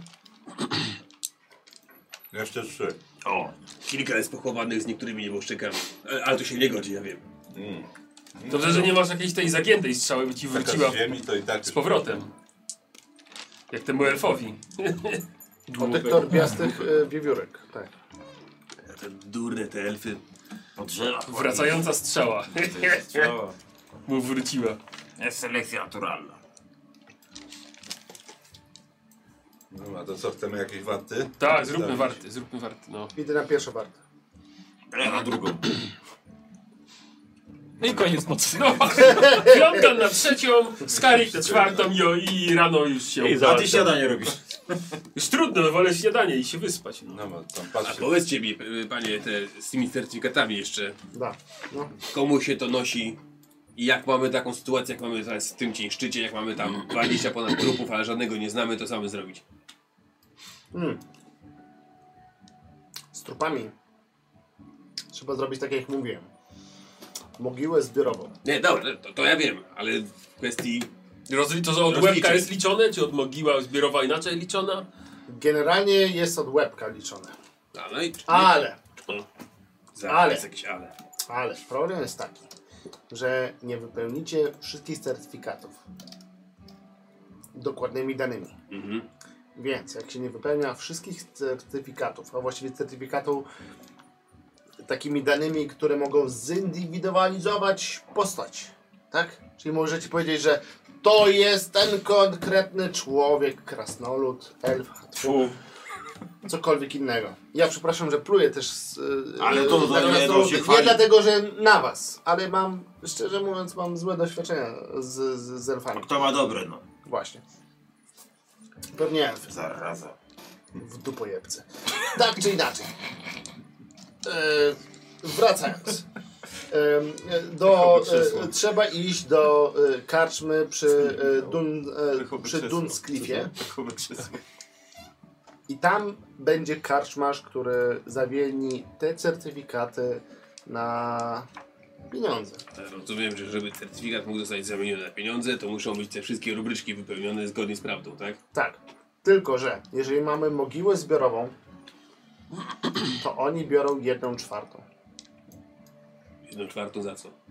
Jeszcze trzy. O. Kilka jest pochowanych z niektórymi nieboszczykami. Ale, ale to się nie godzi, ja wiem. Mm. Dobrze, że nie masz jakiejś tej zagiętej strzały, by ci Taka wróciła z ziemi to i tak z już- powrotem. Jak temu elfowi. Od tych torbiastych y, wiewiórek, tak. Te durne, te elfy. Po drzewach. Wracająca strzała. To jest strzała. Mu wróciła. Jest selekcja naturalna. No a to co, chcemy jakieś warty? Tak, zróbmy Stawić? warty, zróbmy warty, no. Idę na pierwszą wartę. Ja na drugą. No i koniec nocy. No, Fionkan na trzecią, Skarik na czwartą jo, i rano już się I A obudził. ty śniadanie robisz. Już trudno, no, wolę śniadanie i się wyspać. No. No bo tam A patrzcie. powiedzcie mi, y, panie, te, z tymi certyfikatami jeszcze, Da. No. komu się to nosi i jak mamy taką sytuację, jak mamy teraz w tym cień szczycie, jak mamy tam dwadzieścia ponad trupów, ale żadnego nie znamy, to co mamy zrobić? Mm. Z trupami trzeba zrobić tak, jak mówiłem. Mogiłę zbiorową. Nie, dobra, to, to ja wiem, ale w kwestii... Rozli to, że od Rozliczeń. łebka jest liczone, czy od mogiła zbiorowa inaczej liczona? Generalnie jest od łebka liczone. A, no i... Ale, Za, ale. Jest jakieś ale. ale problem jest taki, że nie wypełnicie wszystkich certyfikatów dokładnymi danymi. Mhm. Więc jak się nie wypełnia wszystkich certyfikatów, a właściwie certyfikatu takimi danymi, które mogą zindywidualizować postać, tak? Czyli możecie powiedzieć, że to jest ten konkretny człowiek, krasnolud, elf, Fu. cokolwiek innego. Ja przepraszam, że pluję też z, yy, Ale to- to na nie, to krasnoludy. się Nie chwali. dlatego, że na was, ale mam, szczerze mówiąc, mam złe doświadczenia z, z, z elfami. Kto ma dobre, no. Właśnie. Pewnie elfy. Zaraza. W dupojebce. Tak czy inaczej. E, wracając. E, do, e, trzeba iść do e, karczmy przy, e, Dun, e, przy Dunscliffie i tam będzie karczmarz, który zawielni te certyfikaty na pieniądze. Rozumiem, że żeby certyfikat mógł zostać zamieniony na pieniądze, to muszą być te wszystkie rubryczki wypełnione zgodnie z prawdą, tak? Tak. Tylko że jeżeli mamy mogiłę zbiorową, to oni biorą jedną czwartą. Jedną czwartą za co?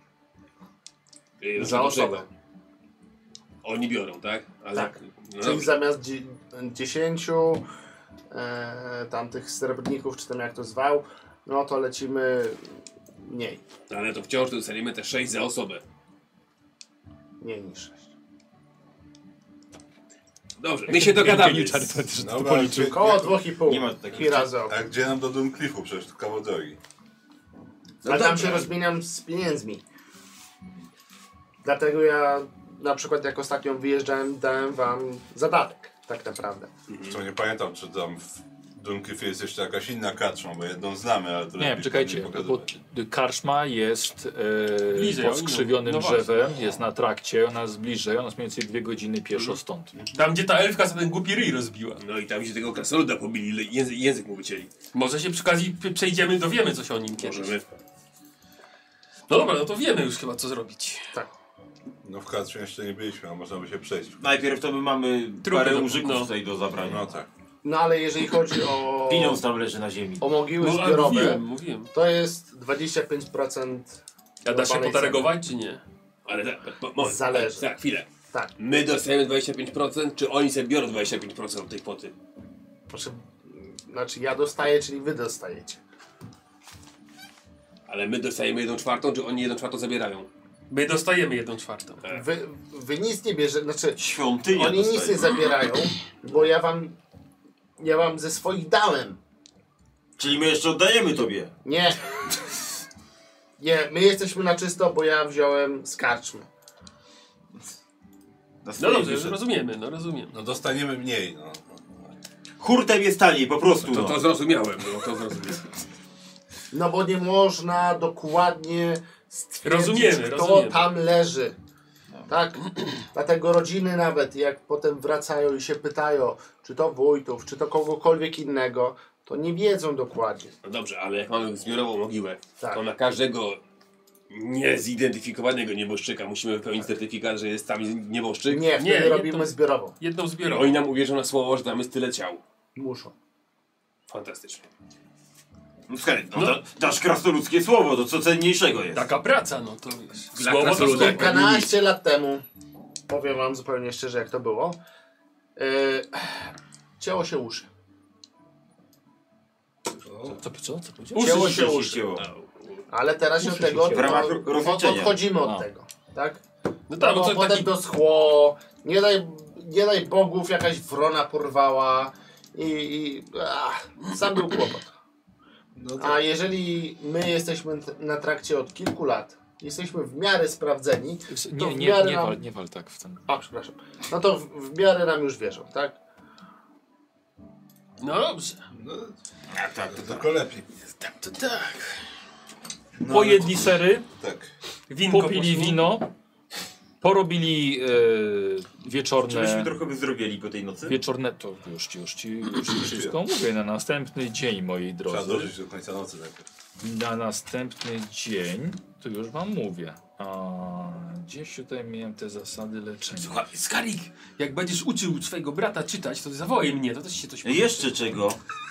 Jedną Za czwartą osobę. czego? Oni biorą, tak? Ale, Tak. No Czyli dobrze. zamiast dzie- dziesięciu e, tamtych srebrników, czy tam jak to zwał, no to lecimy mniej. Ale to wciąż dostaniemy te sześć za osobę. Mniej niż sześć. Dobrze, my się dogadamy. Geniusz arytmetyczny to Dobra, policzył. gdzie- Koło dwóch i pół. Nie ma takich- Hirazo. A gdzie nam do Dunklifu? Przecież to kawał drogi. No Ale tam dobrze. się rozmieniam z pieniędzmi. Dlatego ja na przykład jak ostatnio wyjeżdżałem, dałem wam zadatek, tak naprawdę. Co nie pamiętam, czy tam w Dunklifu jest jeszcze jakaś inna karczma, bo jedną znamy, ale to Nie wiem, lepiej czekajcie, nie bo pokazywać. karczma jest e, Bliżej, pod o, skrzywionym no właśnie. drzewem, jest na trakcie, ona jest bliżej, ona jest mniej więcej dwie godziny pieszo stąd. Tam, gdzie ta elfka za ten głupi ryj rozbiła. No i tam się tego krasnoluda pobili, język, język mu wycięli. Może się przy okazji p- przejdziemy, dowiemy coś o nim kiedyś. Możemy. No dobra, no to wiemy już chyba co zrobić. Tak. No w karczmie jeszcze nie byliśmy, a można by się przejść. Najpierw to my mamy Trupy parę do- muzyków no. tutaj do zabrania. No tak. No ale jeżeli chodzi o, Pieniądz tam leży na ziemi. o mogiły No ale zbiorowe, mówiłem, mówiłem. to jest dwadzieścia pięć procent. A da się globalnej potaregować czy nie? Ale tak, mo- moment, Zależy. Tak, chwilę. Tak. My dostajemy dwadzieścia pięć procent, czy oni sobie biorą dwadzieścia pięć procent od tej kwoty? Proszę, znaczy ja dostaję, czyli wy dostajecie. Ale my dostajemy jedną czwartą, czy oni jedną czwartą zabierają? My dostajemy jedną czwartą. Wy, wy nic nie bierze, znaczy Świątynia oni nic dostaje. nie zabierają, bo ja wam, ja wam ze swoich dałem. Czyli my jeszcze oddajemy tobie. Nie. Nie, my jesteśmy na czysto, bo ja wziąłem z karczmy. Na No swoje dobrze, wyszedł. rozumiemy, no rozumiem. No dostaniemy mniej, no. Hurtem jest taniej, po prostu. To, No. to zrozumiałem, no to zrozumiałem. No bo nie można dokładnie stwierdzić, Rozumiemy, kto rozumiemy. tam leży. Tak? Dlatego rodziny nawet, jak potem wracają i się pytają, czy to wójtów, czy to kogokolwiek innego, to nie wiedzą dokładnie. No dobrze, ale jak mamy zbiorową mogiłę, Tak. to na każdego niezidentyfikowanego nieboszczyka musimy wypełnić certyfikat, że jest tam nieboszczyk? Nie, wtedy Nie, robimy jedną- zbiorową. Jedną zbiorową. Oni nam uwierzą na słowo, że tam jest tyle ciał. Muszą. Fantastycznie. No, słuchaj, no, da, dasz krasnoludzkie słowo, to co cenniejszego jest. Taka praca, no to wiesz. Dla Słowo to krasnoludek. słowo. Kilkanaście lat temu, powiem wam zupełnie szczerze jak to było, yy, cięło się uszy. Co, co, co powiedział? Uszy Cięło się się się uszy. ścięło. Ale teraz się od Uszy się tego cięło. W ramach od, rozliczenia. odchodzimy od A. tego. Tak? No tak, bo bo to potem taki... to schło, nie daj, nie daj Bogów, jakaś wrona porwała i, i ach, sam był kłopot. No A jeżeli my jesteśmy t- na trakcie od kilku lat, jesteśmy w miarę sprawdzeni, to Nie, w nie, miarę nie, nam... wal, nie wal tak w ten. A, przepraszam. No to w, w miarę nam już wierzą, tak? No dobrze. No, Tak, tak, to tak. tylko lepiej. Tak, to tak. No, Pojedli sery, Tak. Winko popili poszło. wino, porobili e, Czy myśmy wieczorne... trochę wyzdrowieli po tej nocy? Wieczorne, to już ci, już ci, już ci wszystko mówię, na następny dzień, moi Trzeba drodzy. dożyć do końca nocy najpierw. Na następny dzień, to już wam mówię. A, gdzieś tutaj miałem te zasady leczenia. Słuchaj, Skarik, jak będziesz uczył swojego brata czytać, to zawołaj mnie, to też się coś powie. Jeszcze czego?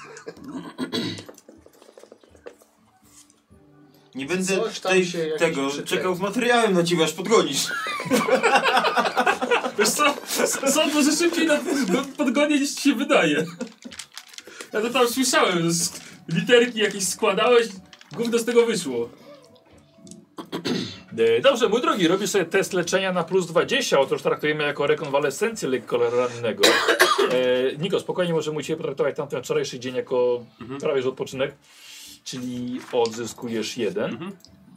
Nie będę Coś tam tej, się jakiś tego przyklei. czekał z materiałem na ciebie, aż podgonisz. Wiesz co, sąd może szybciej na podgonie niż ci się wydaje. Ja to tam słyszałem, że z literki jakieś składałeś, gówno z tego wyszło. E, Dobrze, mój drogi, robisz sobie test leczenia na plus dwadzieścia, otóż traktujemy jako rekonwalescencję lekko rannego. E, Niko, spokojnie możemy u Ciebie potraktować tamten wczorajszy dzień jako prawie że odpoczynek, czyli odzyskujesz jeden.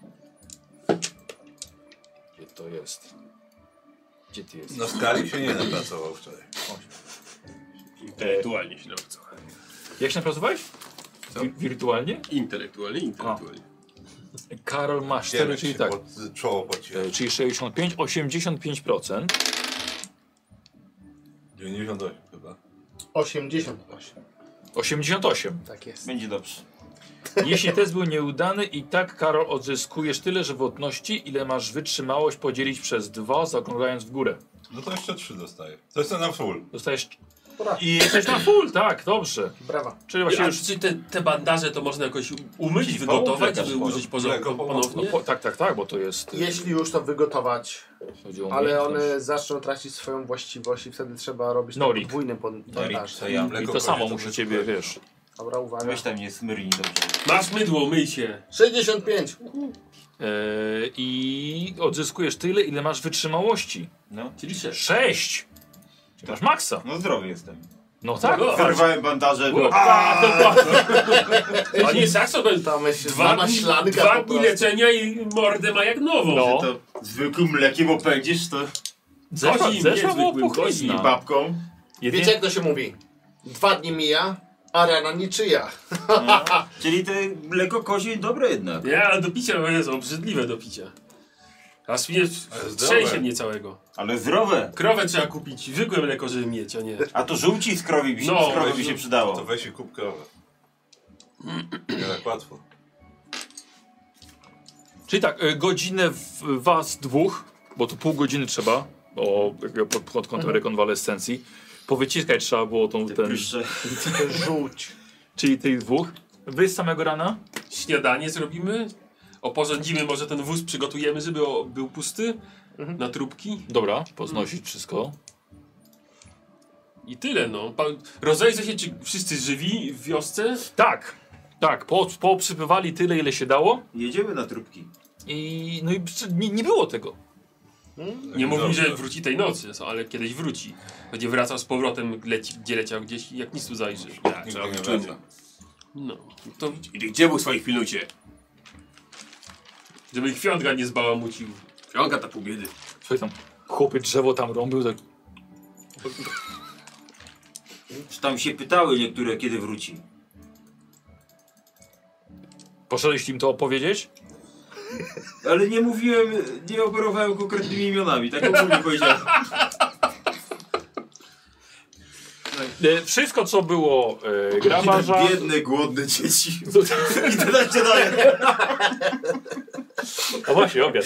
Gdzie to jest? Gdzie Ty jesteś? Na skali się nie napracował wczoraj. Intelektualnie się nauczył. Jak się napracowałeś? Co? Wi- wirtualnie? Intelektualnie, intelektualnie. Karol ma cztery, Wiemy, czyli się tak. pod czoło pociło. E, Czyli sześćdziesiąt pięć, osiemdziesiąt pięć procent. dziewięćdziesiąt osiem chyba. osiemdziesiąt osiem. osiemdziesiąt osiem. Tak jest. Będzie dobrze. Jeśli test był nieudany, i tak, Karol, odzyskujesz tyle żywotności, ile masz wytrzymałość podzielić przez dwa, zaokrąglając w górę. No to jeszcze trzy dostaję. To jest na full. Dostajesz... Brawa. I jesteś na full, tak, dobrze. Brawa. Czyli właśnie A już... czy te, te bandaże to można jakoś umyć, Jakiś wygotować, lekarz żeby może. użyć porządku Lekko ponownie? No, po, tak, tak, tak, bo to jest... e, Jeśli już to wygotować, chodzi o ale umiejętność. one zaczną tracić swoją właściwość i wtedy trzeba robić na Norik. podwójnym pod- bandaż. to ja. I Mleko to samo kobiet, muszę to ciebie, wszystko wiesz... Dobra, uwaga. Weź tam nie smyrnij dobrze. Masz mydło, myj się. sześćdziesiąt pięć. E, I odzyskujesz tyle, ile masz wytrzymałości. No. Czyli sześć. Sześć! Ty masz maksa. No zdrowy jestem. No tak. No, Zerwałem bandaże. O, A, dokładnie. A nie Saxo, to Tam się dwa, dwa dni, śladka dwa po dni prostu. leczenia i mordę ma jak nową. No. To zwykłym mlekiem opędzisz to Zeszła, Kozim, zeszła nie była zwykłym, i puchlizna. babką. Jedynie- Wiecie jak to się mówi? Dwa dni mija, a rana niczyja. No. Czyli te mleko kozie dobre jednak. Nie, ale do picia no jest obrzydliwe do picia. Aż mnie Ale trzęsie zdrowe. mnie całego. Ale zdrowe. Krowę trzeba kupić, zwykłe mleko, żeby mieć, a nie... A to żółci z krowy by się, No, z krowy by no, się To przydało. weź i kup krowę. Nie tak łatwo. Czyli tak, y, godzinę w was dwóch, bo tu pół godziny trzeba, bo jakby pod, pod kątem rekonwalescencji. Powyciskać trzeba było tą, ten, Jeszcze Żółć. czyli tych dwóch. Wy z samego rana? Śniadanie zrobimy, oporządzimy, może ten wóz przygotujemy, żeby o, był pusty, na trupki Dobra, poznosić wszystko. i tyle no. Pa, rozejrzę się, czy wszyscy żywi w wiosce. Tak, tak, po, poobsypywali tyle, ile się dało jedziemy na trupki. i no i przy- nie, nie było tego. Nie mówił, Dobrze. że wróci tej nocy, ale kiedyś wróci. Będzie wracał z powrotem, leci, gdzie leciał gdzieś i jak nic tu zajrzy. Ja, Nigdy trzeba nie być wraca. czujny. No, to I gdzie był swoich pilnujcie? żeby Chwiątka nie zbałamucił. Fionka ta pół biedy. Słuchaj tam, chłopy drzewo tam rąbił, tak Czy tam się pytały niektóre, kiedy wróci. poszedłeś im to opowiedzieć? Ale nie mówiłem, nie operowałem konkretnymi imionami, tak ogólnie powiedziałem. E, wszystko co było e, grabarza... Te biedne, głodne dzieci. I to dajcie dalej. A właśnie, obiad.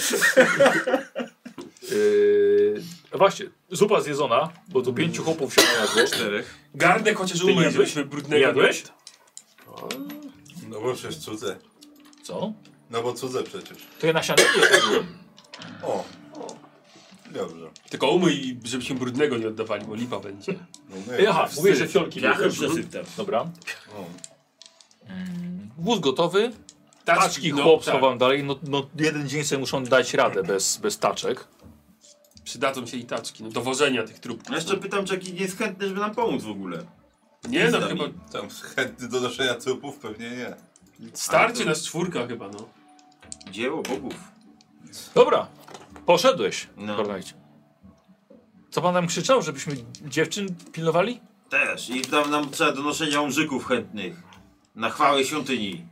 Yy, a właśnie, zupa zjedzona, bo tu pięciu chłopów się najadło. Czterech. Garnek chociaż Ty nie umyj, jadłeś? żebyśmy brudnego Nie jadłeś? No bo przecież cudze. Co? No bo cudze przecież. To ja na śniadanie jadłem. O. Dobrze. Tylko umyj, żebyśmy brudnego nie oddawali, bo lipa będzie. No, no Aha, mówię, że fiolki Piachem były. przesyptem. Dobra. O. Wóz gotowy. Taczki no, chłop tak. schowam dalej. No, no jeden dzień sobie muszą dać radę bez, bez taczek. Przydadzą się i taczki, no, do wożenia tych trupków. Ja jeszcze pytam, czy jakiś jest chętny, żeby nam pomóc w ogóle. Nie no, z nami. chyba Tam chętny do noszenia trupów pewnie nie. starczy Ale to- nas czwórka chyba, no. Dzieło bogów. Dobra, poszedłeś. No. Kornajcie. Co pan nam krzyczał, żebyśmy dziewczyn pilnowali? Też. I tam nam trzeba do noszenia umrzyków chętnych. Na chwałę świątyni.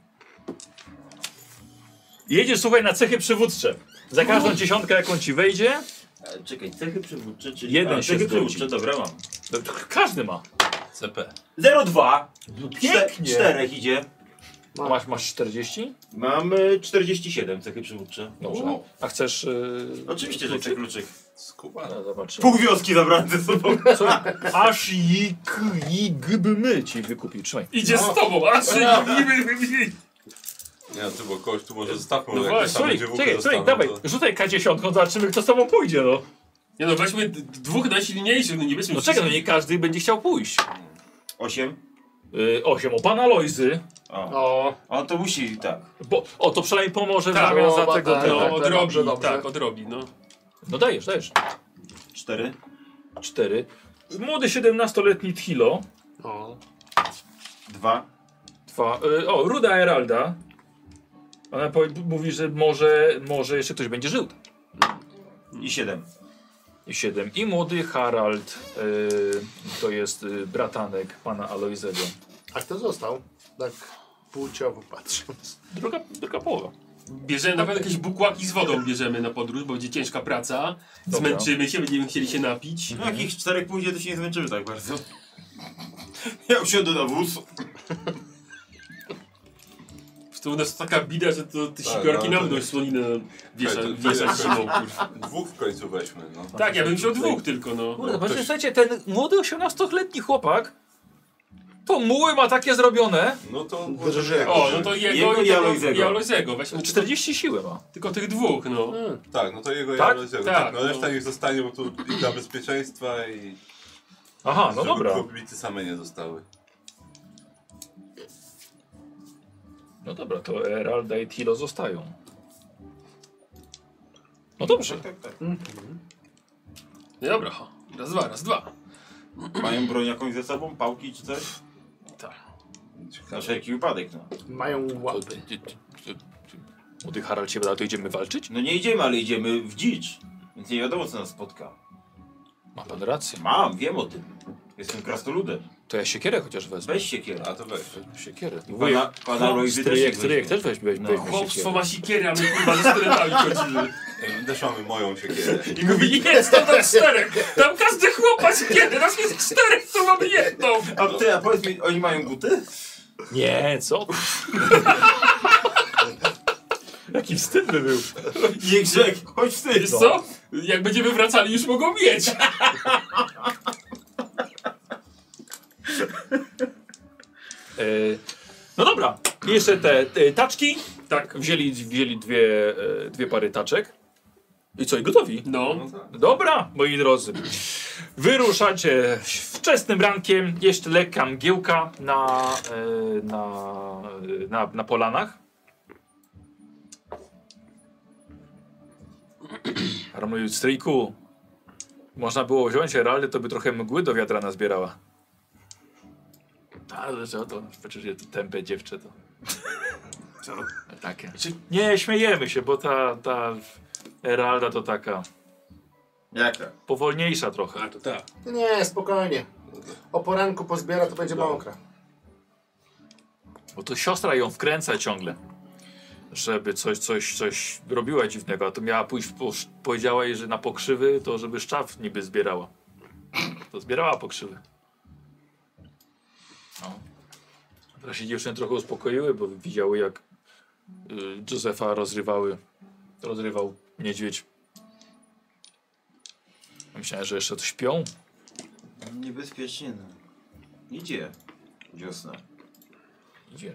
Jedziesz, słuchaj, na cechy przywódcze. Za każdą dziesiątkę, jaką ci wejdzie, E, czekaj, cechy przywódcze, czyli... Jeden A, się cechy zwróci. przywódcze, dobra mam. to każdy ma. C P. zero dwa. Pięknie. Czterech idzie. Masz, masz czterdzieści? Mam y, czterdzieści siedem cechy przywódcze. Dobrze. A chcesz... Yy, Oczywiście, że chcę kluczyk. Skuba. No, zobaczymy. Pół wioski zabrałem ze sobą. Co? Aż i k i gby my ci wykupi. Trzymaj. Idzie z tobą, a czy Nie, ty bo kogoś tu może zostawmy, No jak właśnie, tam Słuchaj, będzie w czekaj, ogóle czekaj, zostaną, dawaj, to... rzucaj K dziesięć, zobaczymy kto z tobą pójdzie, no. Nie no, weźmy d- dwóch najsilniejszych, no nie weźmy No czekaj, no wszystkich. nie każdy będzie chciał pójść. Osiem. Yy, osiem, o pana Lojzy. O. O, On to musi, tak. Bo, o, to przynajmniej pomoże w Tak, zamian za o, tego. tak, tego. No, tak, odrobi, dobrze, dobrze. tak, odrobi, no. No dajesz, dajesz. Cztery. Cztery. Młody siedemnastoletni Tchilo. o. Dwa. Dwa. Yy, o, Ruda Heralda. Ona powie, mówi, że może, może jeszcze ktoś będzie żył. I siedem. I siedem. I młody Harald. Yy, to jest yy, bratanek pana Alojzego. A kto został? Tak płciowo patrząc. Druga, druga połowa. Bierzemy nawet jakieś bukłaki z wodą bierzemy na podróż, bo będzie ciężka praca. Dobra. Zmęczymy się, będziemy chcieli się napić. No jakich czterech pójdzie, to się nie zmęczymy tak bardzo. Ja usiądę na wóz. To u nas taka bida, że to te Tak, sikorki no, nam to dość słoninę wiesza, Czekaj, to- wieszać to- zimą, kurwa. Dwóch w końcu weźmy, no. Tak, ja bym wziął dwóch tylko, no. Kurde, ktoś- właśnie, słuchajcie, ten młody osiemnastoletni chłopak, to muły ma takie zrobione, No to... Drży. O, no to jego, Jego i i tego, Alojzego. i Alojzego. Weźmy tylko, czterdzieści siły ma. tylko tych dwóch, no. Tak, no to jego Tak? ja tak, Tak, tak, no no. reszta niech zostanie, bo tu i dla bezpieczeństwa i... Aha, no żeby dobra. kobiety same nie zostały. No dobra, to Heralda i Tilo zostają. No dobrze. Tak, tak. No dobra, ho. Raz, dwa, raz, dwa. Mają broń jakąś ze sobą? Pałki czy coś? Tak. Na wszelki wypadek, no. Mają To, łapy. ty, ty, ty, ty, młody Harald się wyda, to idziemy walczyć? No nie idziemy, ale idziemy w dzicz. Więc nie wiadomo co nas spotka. Ma pan rację. Mam, wiem o tym. Jestem krasnoludem. To ja siekierę chociaż wezmę. Weź siekierę. A to weź. Siekierę. Pana, pana Lojzy też Stryjek, niech stryjek weźmie. też weź, weź, No. weź Chłopstwo ma siekiery, a my kurwa ze styletami chodzimy. Ej, też mamy moją siekierę. I mówi, jest to do czterech. Tam każdy chłop ma siekiery, nas jest czterech, to mamy jedną. A ty, a powiedz mi, oni mają buty? Nie, co? Jaki wstydny był. Nie grzech, chodź ty. Wiesz co? Jak będziemy wracali, już mogą mieć. E, no dobra, i jeszcze te, te taczki. Tak. Wzięli, wzięli dwie, e, dwie pary taczek. I co, i gotowi? No. Dobra, moi drodzy. Wyruszacie wczesnym rankiem, jeszcze lekka mgiełka na, e, na, e, na, na polanach. Ramluj stryjku. Można było wziąć Heraldę, to by trochę mgły do wiatra nazbierała. Ale co to? Przecież to tępe dziewczę to. Co? Takie. Znaczy, nie, śmiejemy się, bo ta, ta Heralda to taka Jaka? powolniejsza trochę. A, to tak. Nie, spokojnie. O poranku pozbiera, to będzie mokra. Bo to siostra ją wkręca ciągle. Żeby coś, coś, coś robiła dziwnego, a to miała pójść, po, powiedziała jej, że na pokrzywy to żeby szczaw niby zbierała. To zbierała pokrzywy. No. Teraz się dziewczyny trochę uspokoiły, bo widziały jak y, Józefa rozrywały, rozrywał niedźwiedź. Myślałem, że jeszcze to śpią. Niebezpiecznie, no. Idzie. Wiosna. Idzie.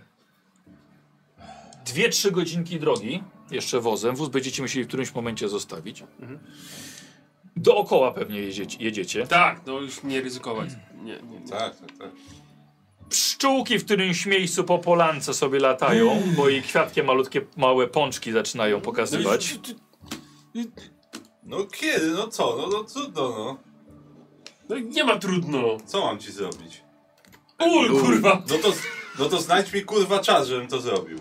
Dwie, trzy godzinki drogi, jeszcze wozem. Wóz będziecie musieli w którymś momencie zostawić. Dookoła pewnie jedziecie. jedziecie. Tak, no już nie ryzykować. Nie, nie, nie. Tak, tak, tak. Pszczółki w którymś miejscu po polance sobie latają, bo i kwiatkie malutkie, małe pączki zaczynają pokazywać. No kiedy? No co? No, no trudno, no. No nie ma trudno. Co mam ci zrobić? Ul, kurwa. No to, no to znajdź mi kurwa czas, żebym to zrobił.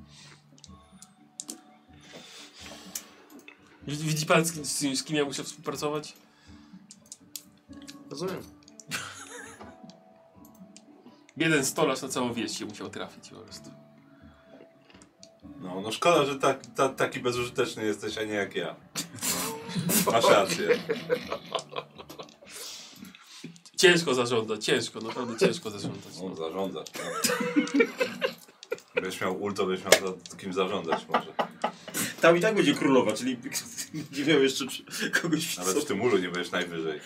Widzi pan z, z, z kim ja muszę współpracować? Rozumiem. Jeden stolarz na całą wieś się musiał trafić po prostu. No, no szkoda, że tak, ta, taki bezużyteczny jesteś, a nie jak ja. Masz rację. Ciężko zarządzać, ciężko, naprawdę ciężko zarządzać. No, zarządzasz. No. Będziesz miał ult, to będziesz miał za kim zarządzać może. Tam i tak będzie królowa, czyli będzie miał jeszcze kogoś w Nawet w tym ulu nie będziesz najwyżej.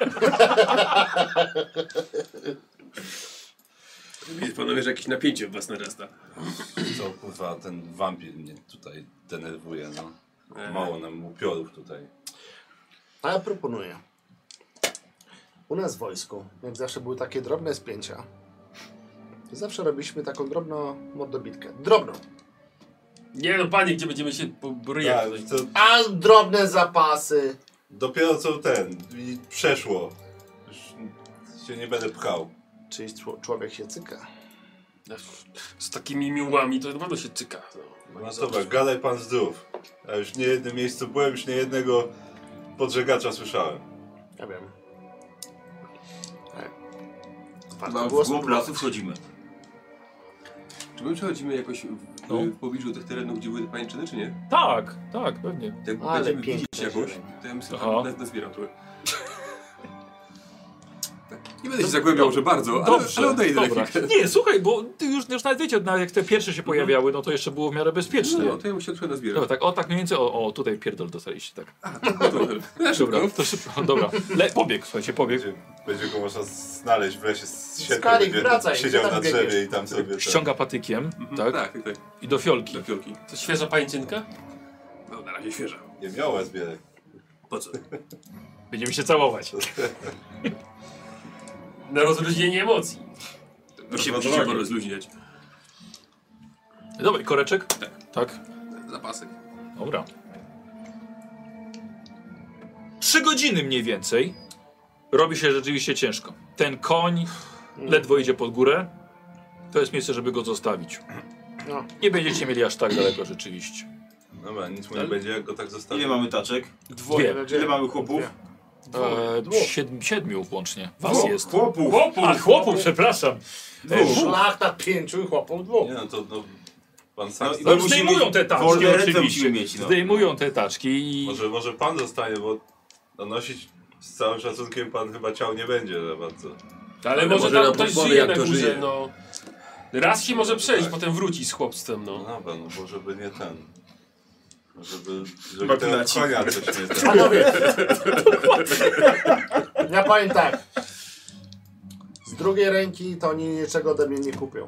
Widzisz panowie, że jakieś napięcie w was narasta. Co kurwa, ten wampir mnie tutaj denerwuje, no. Mało nam upiorów tutaj. A ja proponuję. U nas w wojsku, jak zawsze były takie drobne spięcia, to zawsze robiliśmy taką drobną mordobitkę. Drobną. Nie no panie, gdzie będziemy się pobryjać? Tak, to A drobne zapasy. dopiero co ten, i przeszło. Już się nie będę pchał. Czyli czł- człowiek się cyka. Z takimi miłami to na pewno się cyka. No. No dobra, gadaj pan zdrów. Ja już nie jednym miejscu byłem, już nie jednego podżegacza słyszałem. Ja wiem. Tak. Warto No, w było głąb spróbować. lasu wchodzimy. Czy my przechodzimy jakoś w, No. w pobliżu tych terenów, gdzie były pajęczyny, czy nie? Tak, tak, pewnie. Jak Ale będziemy piękne widzieć jakoś, zieleń. to ja bym sobie Aha. tam nazbierał trochę. Tak. Nie będę się zagłębiał, że bardzo, ale, Dobrze, ale odejdę na dobra. chwilkę. Nie, słuchaj, bo ty już, już nawet wiecie, nawet jak te pierwsze się pojawiały, no to jeszcze było w miarę bezpiecznie. No, to ja bym się trochę nazbierał. Dobra, tak, o tak mniej więcej, o, o tutaj pierdol dostaliście, tak. No to, na szybko. Dobra, to szybko, dobra. Le, pobieg, słuchajcie, pobieg. Będzie, będzie go można znaleźć w lesie z siedem, Skalik, będzie wracaj, siedział gdzie tam na biegniesz? drzewie i tam sobie... ten- Ściąga patykiem, Mhm, tak? Tak, tak, tak. I do fiolki. Dla fiolki. To świeża pajęczynka? No, na razie świeża. Nie miała zbierek. Po co? Będziemy się całować. Na rozluźnienie emocji. Wy się musicie chyba rozluźniać. Dobra, i koreczek? Tak. Tak. Zapasek. Dobra. Trzy godziny mniej więcej robi się rzeczywiście ciężko. Ten koń ledwo idzie pod górę. To jest miejsce, żeby go zostawić. No. Nie będziecie mieli aż tak daleko rzeczywiście. Dobra, nic mu nie będzie, jak go tak zostawi. Ile mamy taczek? Dwoje. Dwie. Ile mamy chłopów? E, siedm, siedmiu łącznie. Was Dwóch jest. chłopów! Chłopów! A, chłopów, przepraszam. E, W szlachtach pięciu i chłopów dwóch. Nie no to no, pan sam No, stał. No, musimy zdejmują mieć- te taczki wolne ręce oczywiście. musimy mieć, no. Zdejmują te taczki i... Może, może pan zostanie, bo no, nosić z całym szacunkiem pan chyba ciał nie będzie za bardzo. Ale, Ale może może tam nam ktoś powie, żyje jak na to górze, żyje. no. Raz się może przejść, Tak. potem wróci z chłopstwem, No no. dobra, no może by nie ten. Żeby, żeby Chyba tego klacik. konia coś nie ten. Panowie! Ja powiem tak. Z drugiej ręki to oni niczego ode mnie nie kupią.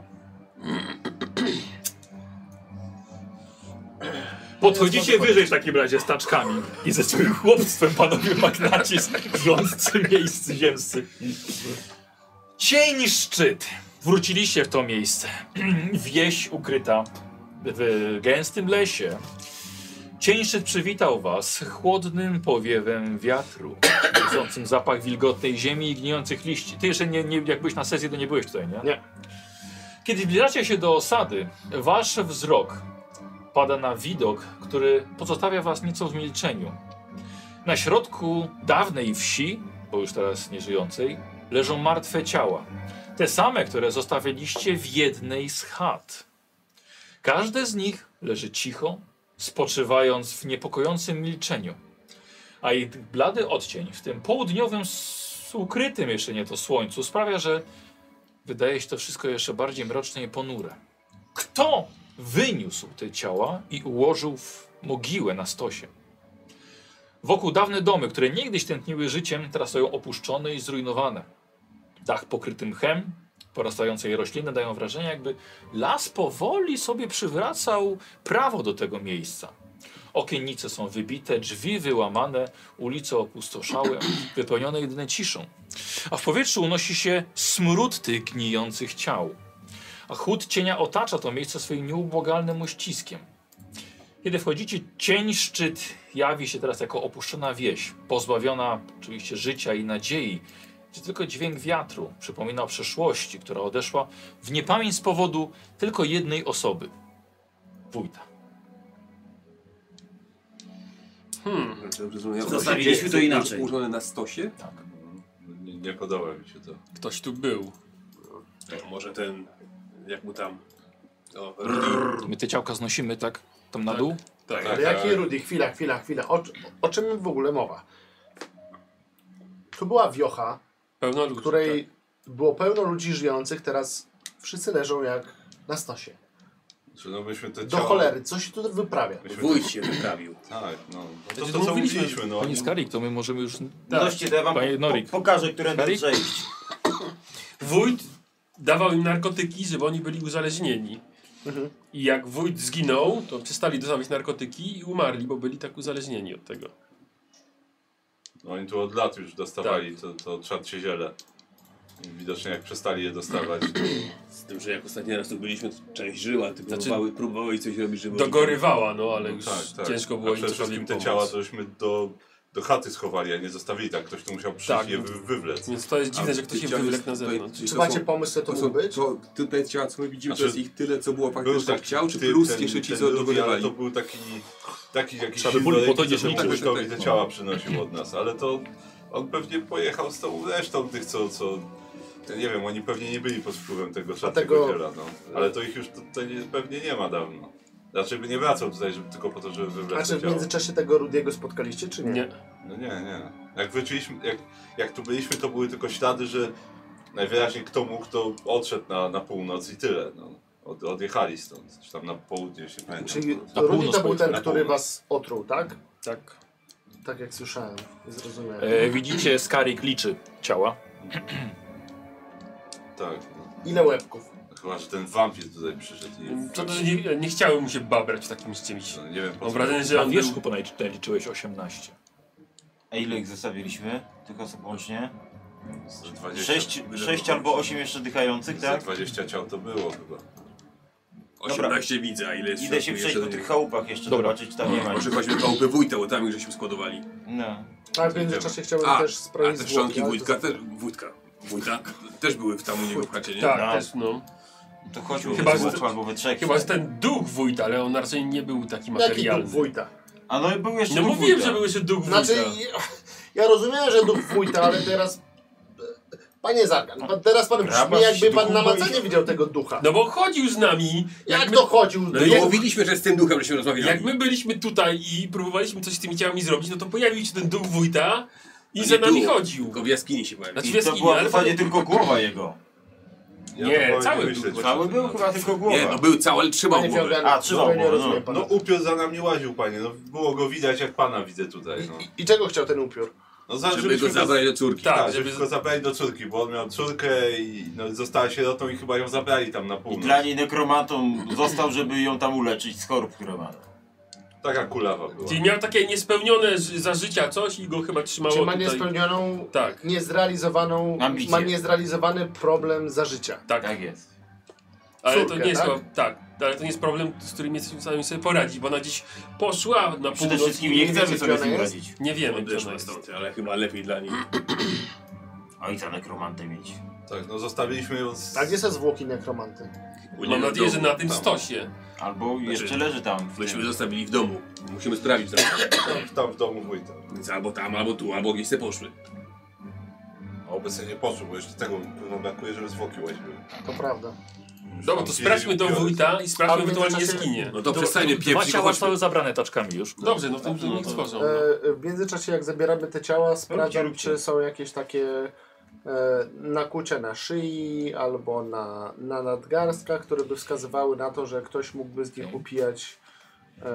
Podchodzicie wyżej w takim razie z taczkami i ze swoim chłopstwem, panowie magnaci, rządcy miejscy ziemscy. Cień szczyt. Wróciliście w to miejsce. Wieś ukryta w gęstym lesie. Cień szczyt przywitał was chłodnym powiewem wiatru, niosącym zapach wilgotnej ziemi i gnijących liści. Ty jeszcze nie, nie, jak byłeś na sesji, to nie byłeś tutaj, nie? Nie. Kiedy zbliżacie się do osady, wasz wzrok pada na widok, który pozostawia was nieco w milczeniu. Na środku dawnej wsi, bo już teraz nieżyjącej, leżą martwe ciała. Te same, które zostawiliście w jednej z chat. Każde z nich leży cicho, spoczywając w niepokojącym milczeniu. A ich blady odcień w tym południowym, s- ukrytym jeszcze nieco słońcu sprawia, że wydaje się to wszystko jeszcze bardziej mroczne i ponure. Kto wyniósł te ciała i ułożył w mogiłę na stosie? Wokół dawne domy, które niegdyś tętniły życiem, teraz stoją opuszczone i zrujnowane. Dach pokryty mchem, porastające rośliny dają wrażenie, jakby las powoli sobie przywracał prawo do tego miejsca. Okiennice są wybite, drzwi wyłamane, ulice opustoszałe, wypełnione jedynie ciszą. A w powietrzu unosi się smród tych gnijących ciał. A chłód cienia otacza to miejsce swoim nieubłagalnym uściskiem. Kiedy wchodzicie, cień szczyt jawi się teraz jako opuszczona wieś, pozbawiona oczywiście życia i nadziei, gdzie tylko dźwięk wiatru przypomina o przeszłości, która odeszła w niepamięć z powodu tylko jednej osoby. Wójta. Hmm. Dobrze zrozumiałem. Zostawiliśmy to inaczej. Ułożone na stosie? Tak. Nie, nie podoba mi się to. Ktoś tu był. No, może ten, jak mu tam... O, Rudy. My te ciałka znosimy tak tam na Tak. dół? Tak, Ale jaki Rudy? Chwila, chwila, chwila. O, o czym w ogóle mowa? Tu była wiocha, Pełno ludzi. w której było pełno ludzi żyjących, teraz wszyscy leżą jak na stosie. Czy no myśmy te Do ciała... cholery, co się tu wyprawia? Myśmy Wójt się wyprawił. Tak, no. no to, Przecież to co mówiliśmy, mówiliśmy, no. Panie oni- Skarik, to my możemy już... Tak. Doście, to ja wam Panie po, Norik. pokażę, którędy Norik? przejść. Wójt dawał im narkotyki, żeby oni byli uzależnieni. Mhm. I jak wójt zginął, to przestali dostawać narkotyki i umarli, bo byli tak uzależnieni od tego. No, oni tu od lat już dostawali to, to trzadcie ziele. I widocznie jak przestali je dostawać, to... Z tym, że jak ostatni raz tu byliśmy, to część żyła, ty Znaczy- próbowały, próbowały coś robić, żeby... Dogorywała, no ale już tak, tak. ciężko było A im przede cokolwiek wszystkim te pomóc. ciała to żeśmy do, do chaty schowali, a nie zostawili tak. Ktoś tu musiał przyjść Tak, i je no wy, wywlec. Więc to jest dziwne, A że ktoś się chciałem wywlekł na tutaj- zewnątrz. czyli Czy to macie są- pomysł, co to To mógł są, być? to, to te ciała, co my widzimy, Znaczy, to jest ich tyle, co było Był faktycznie taki ciał, czy typ, plus ten- jeszcze ci, ten co Rudy, ale dogonywali? to był taki, taki jakiś Trzeba by było, bo to nie co liczy. Wojtkowi Tak, te tak. ciała przynosił od nas, ale to on pewnie pojechał z tą resztą tych, co, co to nie wiem, oni pewnie nie byli pod wpływem tego Dlatego- czarnego dziela, no. Ale to ich już tutaj nie, pewnie nie ma dawno. Raczej by nie wracał tutaj, żeby, tylko po to, żeby wybrać Znaczy w ciało. międzyczasie tego Rudiego spotkaliście, czy nie? Nie. No nie, nie. Jak wróciliśmy, jak, jak tu byliśmy, to były tylko ślady, że najwyraźniej kto mógł, to odszedł na, na północ i tyle. No. Od, odjechali stąd, czy tam na południe się pamiętam. Czyli Na Rudy północ to był ten, pojechali, na który północ. was otruł, tak? Tak. Tak jak słyszałem, nie zrozumiałem. E, widzicie, Skarik liczy ciała. Tak. No. Ile łebków? Chyba, że ten wampir tutaj przyszedł i... To, to nie, nie chciały mu się babrać w takim z czymś. No, nie wiem po Mam co. wrażenie, że Na on był... wierzchu ponaliczyłeś osiemnaście. A ile ich zostawiliśmy? Tych osób łącznie? Że dwadzieścia Sześć, ile sześć było? albo osiem jeszcze dychających, Za tak? dwadzieścia ciał to było chyba. osiemnaście widzę, a ile jest w Idę środku, się przejść jeszcze po nie tych wiem. chałupach jeszcze, Dobra. zobaczyć, czy tam nie ma. Może chodźmy chałupy wójta, bo tam ich żeśmy składowali. No. A w międzyczasie chciałbym A, też a sprawdzić te zwłoki, szczątki ale wójtka, to- też, wójtka, wójta, też były w tam u niego w chacie, nie? Tak, No. też, no. To chodźmy Chyba, we że- dwóch albo we trzech. Chyba, że ten duch wójta, ale on raczej nie był taki Jaki materialny. duch wójta? A no i był jeszcze No duch mówiłem, wójta. że był jeszcze duch wójta. Znaczy, ja, ja rozumiem, że duch wójta, ale teraz... Panie Zargan, pan, teraz pan brzmi, Rabasz jakby pan duchu namacalnie boi. widział tego ducha. No bo chodził z nami. Jak my, to chodził? No No jak- i mówiliśmy, że z tym duchem żeśmy rozmawiali. jak my byliśmy tutaj i próbowaliśmy coś z tymi ciałami zrobić, no to pojawił się ten duch wójta i No za nie nami tu, chodził. Tylko w jaskini się pojawił. Znaczy, I w to jaskini, była w ale zasadzie potem- tylko głowa jego. Ja Nie, to powiem cały myśleć. był. Cały był chyba tylko głowa. Nie, no był cały, ale trzymał Panie głowę. Fiorgan, A, trzymał zupełnie głowę, rozumiem no. pana. No upiór za nami łaził, panie. No było go widać, jak pana widzę tutaj. No, I, I czego chciał ten upiór? no za, Żeby żebyśmy go zabrać do córki. Tak, Tak, żeby- żeby go zabrali do córki, bo on miał córkę i no, została sierotą i chyba ją zabrali tam na I północ. dla niej nekromantą został, żeby ją tam uleczyć z chorób, które ma. Taka kulawa była. Czyli miał takie niespełnione ż- za życia coś i go chyba trzymało Czy ma tutaj. niespełnioną, Tak, niezrealizowaną, Ambicje. ma niezrealizowany problem za życia. tak. Tak jest. Ale to Córkę, nie jest tak? chyba- tak, ale to nie jest problem, z którym jesteśmy w stanie sobie poradzić, bo ona gdzieś poszła na Przede północ. wszystkim nie nie wiecie, chcemy gdzie sobie z ona tym jest? radzić. Nie wiemy, gdzie ona Odeszła jest. stąd, ale chyba lepiej dla niej. Ojca nekromantę mieć. Tak, no zostawiliśmy ją z... A gdzie są zwłoki nekromanty? U niego Mam w nadzieję, że domu. na tym tam. stosie. Albo jeszcze leży tam. w Myśmy tym. zostawili w domu. Musimy sprawdzić teraz. tam w domu wójta. Więc albo tam, albo tu, albo gdzieś se poszły. A obecnie nie poszło, bo jeszcze tego chyba brakuje, żeby zwłoki łaziły. To prawda. Już Dobra, tam to gdzieś sprawdźmy do upiór- wójta i sprawdźmy Ale w ewentualnie międzyczasie- jaskinię. No to Dwa- przestańmy Dwa pieprzyć, ciała chodźmy. zostały zabrane taczkami już. Dobrze, no to Dobrze, no niech to- stworzą. E, No. w międzyczasie jak zabieramy te ciała, sprawdzam, róbcie. czy są jakieś takie e, nakucia na szyi albo na, na nadgarstkach, które by wskazywały na to, że ktoś mógłby z nich upijać e,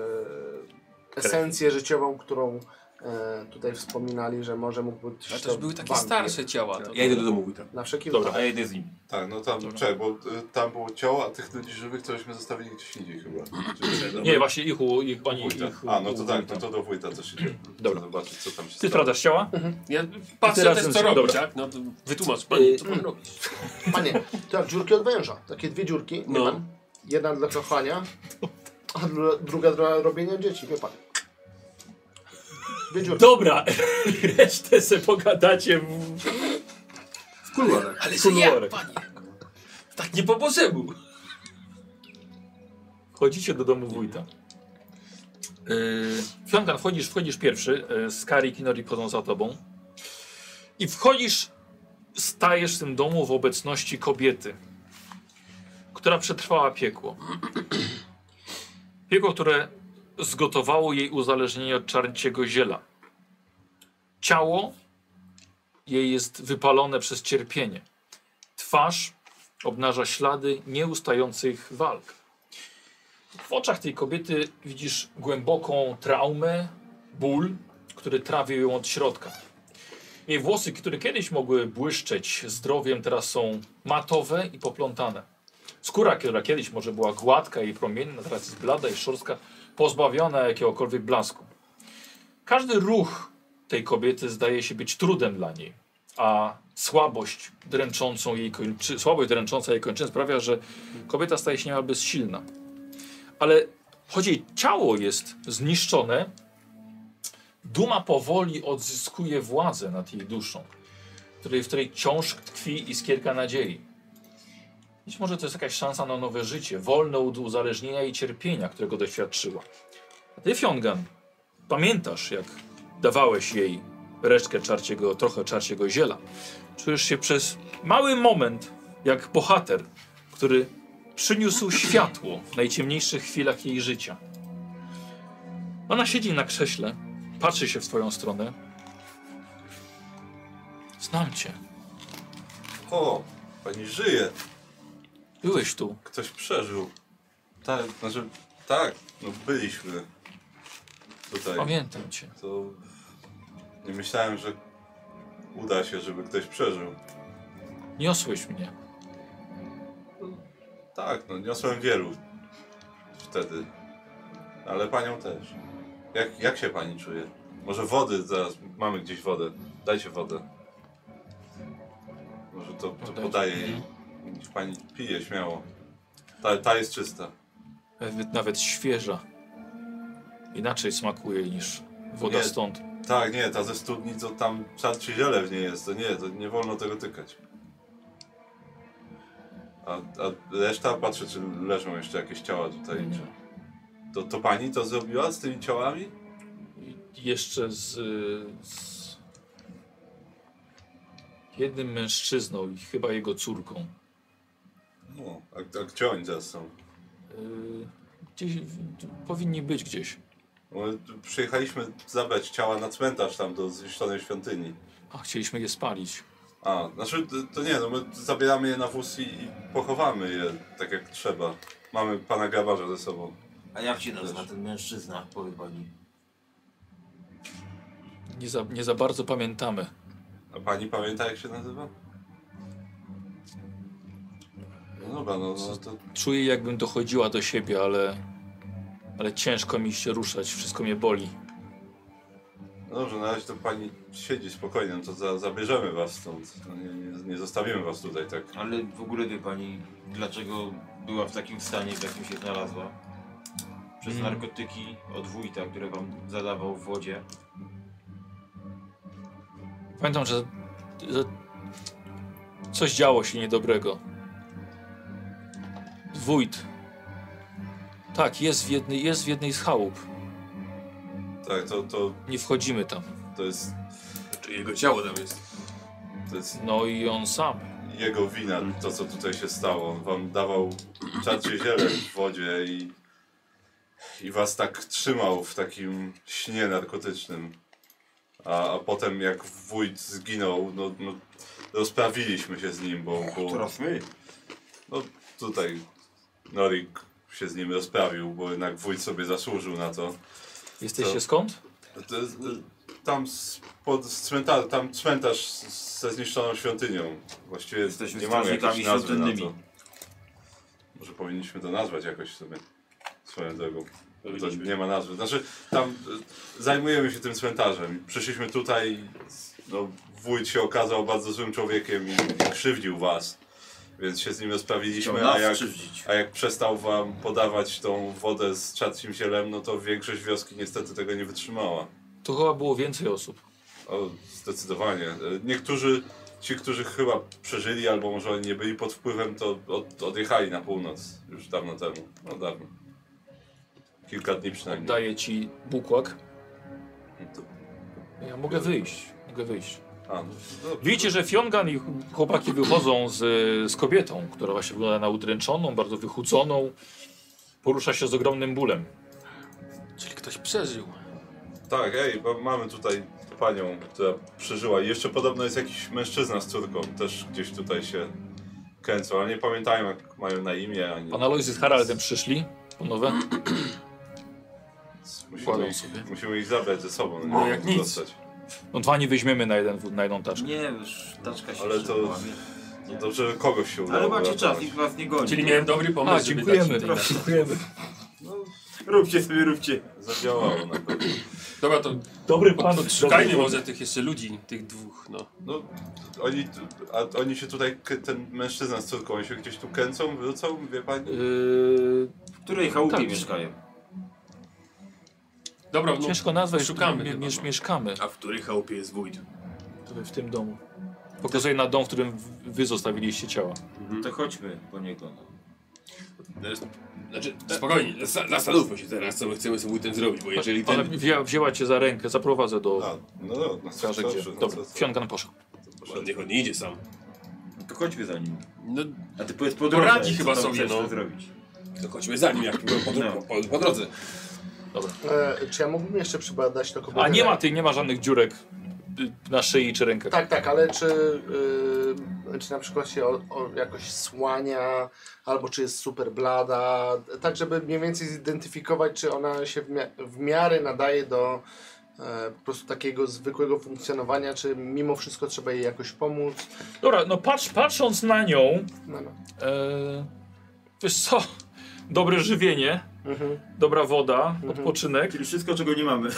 esencję życiową, którą e, tutaj wspominali, że może mógł być Ale to też były takie wampir. starsze ciała. To... Ja idę do domu wójta. Na wszelki Dobra. A ja idę z nim. Tak, no tam, czekaj, bo y, tam było ciało, a tych ludzi żywych to żeśmy zostawili gdzieś indziej chyba. Czy- Nie, właśnie ich, u, ich oni Wójta. ich, u- A, no to u tak, wójta. no to do wójta też idzie. Dobra. Zobaczyć, co tam się Ty stało. sprawdzasz ciała? Ja patrzę Ty też, razem co z- robić, dobra. tak? No to wytłumacz pani, co pan robi. Panie, to jak dziurki od węża. Takie dwie dziurki, wie No. pan? Jedna dla kochania, a dru- druga dla robienia dzieci, wie pan. Dwie dziurki. Dobra, resztę se pogadacie w, W kuluarach. Ale w że jak, kuluarach. panie? Tak nie po bożemu. Wchodzicie do domu wójta. Yy, Fiongan, wchodzisz, wchodzisz pierwszy, yy, Skari i Kinori wchodzą za tobą. I wchodzisz, stajesz w tym domu w obecności kobiety, która przetrwała piekło. Piekło, które zgotowało jej uzależnienie od czarnciego ziela. Ciało jej jest wypalone przez cierpienie. Twarz obnaża ślady nieustających walk. W oczach tej kobiety widzisz głęboką traumę, ból, który trawił ją od środka. Jej włosy, które kiedyś mogły błyszczeć zdrowiem, teraz są matowe i poplątane. Skóra, która kiedyś może była gładka i promienna, teraz jest blada i szorstka, pozbawiona jakiegokolwiek blasku. Każdy ruch tej kobiety zdaje się być trudem dla niej, a słabość dręczącą jej kończy, słabość dręcząca jej kończyn sprawia, że kobieta staje się niemal bezsilna. Ale choć jej ciało jest zniszczone, duma powoli odzyskuje władzę nad jej duszą, której, w której wciąż tkwi iskierka nadziei. Być może to jest jakaś szansa na nowe życie, wolne od uzależnienia i cierpienia, którego doświadczyła. A ty, Fiongan, pamiętasz, jak dawałeś jej resztkę czarciego, trochę czarciego ziela. Czujesz się przez mały moment jak bohater, który przyniósł światło w najciemniejszych chwilach jej życia. Ona siedzi na krześle, patrzy się w twoją stronę. Znam cię. O, pani żyje. Byłeś tu. Ktoś przeżył. Tak, znaczy, tak, no byliśmy tutaj. Pamiętam cię. To nie myślałem, że uda się, żeby ktoś przeżył. Niosłeś mnie. Tak, no niosłem wielu wtedy, ale panią też. Jak, jak się pani czuje? Może wody zaraz, mamy gdzieś wodę. Dajcie wodę. Może to, to Podajcie. podaję jej. Niech pani pije śmiało. Ta, ta jest czysta. Nawet, nawet świeża. Inaczej smakuje niż woda Nie. stąd. Tak, nie, ta ze studni, to tam czarczy ziele w niej jest, to nie, to nie wolno tego tykać. A, a reszta, patrzę, czy leżą jeszcze jakieś ciała tutaj. Nie. Czy... To, to pani to zrobiła z tymi ciałami? I jeszcze z, z jednym mężczyzną i chyba jego córką. No, a, a gdzie oni teraz są? Yy, gdzieś, w- powinni być gdzieś. Bo my tu przyjechaliśmy zabrać ciała na cmentarz tam do zniszczonej świątyni. A chcieliśmy je spalić. A, znaczy to, to nie, no my zabieramy je na wóz i, i pochowamy je tak jak trzeba. Mamy pana grabarza ze sobą. A jak się nazywa ten mężczyzna, powie pani? Nie za, nie za bardzo pamiętamy. A pani pamięta jak się nazywa? No dobra, no, no to... Czuję, jakbym dochodziła do siebie, ale, ale ciężko mi się ruszać. Wszystko mnie boli. No dobrze, na razie to pani siedzi spokojnie, no to za, zabierzemy was stąd. No nie, nie, nie zostawimy was tutaj tak. Ale w ogóle wie pani, dlaczego była w takim stanie, w jakim się znalazła? Przez Mm. narkotyki od wójta, które wam zadawał w wodzie. Pamiętam, że, że coś działo się niedobrego. Wójt. Tak, jest w jednej, jest w jednej z chałup. Tak, to, to, Nie wchodzimy tam. to jest... Czy jego ciało tam jest? To jest No i on sam. jego wina, to co tutaj się stało. On wam dawał czarcie ziele w wodzie i, i was tak trzymał w takim śnie narkotycznym. A, a potem jak wójt zginął, no, no rozprawiliśmy się z nim, bo, bo Teraz my. no, tutaj Norik się z nim rozprawił, bo jednak wójt sobie zasłużył na to. Jesteście Co? skąd? To jest, y, tam z, pod, z cmentarz, tam cmentarz z- ze zniszczoną świątynią. Właściwie Jesteśmy nie mamy strażnikami jakiejś nazwy na to. świątynnymi. Może powinniśmy to nazwać jakoś sobie swoją drogą. To Powinniśmy. nie ma nazwy. Znaczy, tam y, zajmujemy się tym cmentarzem. Przyszliśmy tutaj, no, wójt się okazał bardzo złym człowiekiem i, i krzywdził was. Więc się z nim Chciał rozprawiliśmy, a nas jak, krzywdzić. a jak przestał wam podawać tą wodę z czarcim zielem, no to większość wioski niestety tego nie wytrzymała. Tu chyba było więcej osób. O, zdecydowanie. E, Niektórzy, ci, którzy chyba przeżyli, albo może oni nie byli pod wpływem, to od, odjechali na północ już dawno temu. No dawno. Kilka dni przynajmniej. Daję ci bukłak. To, Ja mogę wyjść. Mogę wyjść. a, no, dobrze. Widzicie, że Fiongan i chłopaki wychodzą z, z kobietą, która właśnie wygląda na udręczoną, bardzo wychudzoną. Porusza się z ogromnym bólem. Czyli ktoś przeżył. Tak, ej, bo mamy tutaj panią, która przeżyła. I jeszcze podobno jest jakiś mężczyzna z córką. Też gdzieś tutaj się kręcą, ale nie pamiętają jak mają na imię. Ani... Pan Alojzy z Haraldem przyszli. Panowie. Musimy Kładą ich, sobie. musimy ich zabrać ze sobą. nie No możemy jak tu nic. dostać. No dwa nie weźmiemy na, jeden, na jedną taczkę. Nie, już taczka się Ale to- szybko, No dobrze, że kogoś się udało. Ale macie uratować. czas, nikt was nie goni. Czyli miałem dobry pomysł, A, żeby dziękujemy. dać tej Dziękujemy. No, Róbcie sobie, róbcie. zadziałało na pewno. Dobra, to, Dobry to, pan. to szukajmy dobry może tych jeszcze ludzi, tych dwóch, no. No, oni, a oni się tutaj, ten mężczyzna z córką, oni się gdzieś tu kręcą, wrócą, wie pani? Yy, W której chałupie Tak. mieszkają? Dobra, no, ciężko nazwać, szukamy mie, chyba, miesz, no. mieszkamy A w której chałupie jest wójt? tutaj w tym domu. Pokazuję na dom, w którym wy zostawiliście ciała. To chodźmy po niego. No. Znaczy, spokojnie, zas- zastanówmy się teraz, co my chcemy z tym wójtem zrobić, bo jeżeli Ona ten... wzięła, wzięła cię za rękę, zaprowadzę do... A, no, no, no, Pokażę dobrze, gdzie. no, Dobra, co- co- Fiongan poszedł. co- Bo niech on nie idzie sam. No to chodźmy za nim. No, A ty powiedz po drodze, Poradzi co chyba tam sobie, chcesz no. tu zrobić. to chodźmy za nim, jak po, po, No. po, po drodze. Dobra. E, czy ja mógłbym jeszcze przybadać to kobietę? A nie ma tych, nie ma żadnych dziurek y, na szyi czy rękach. Tak, tak, ale czy, y, czy na przykład się o, o jakoś słania, albo czy jest super blada, tak żeby mniej więcej zidentyfikować, czy ona się w, mia- w miarę nadaje do e, po prostu takiego zwykłego funkcjonowania, czy mimo wszystko trzeba jej jakoś pomóc. Dobra, no patrz, patrząc na nią, No, no. e, wiesz co, dobre żywienie, Mhm. dobra woda, odpoczynek. Czyli wszystko, czego nie mamy.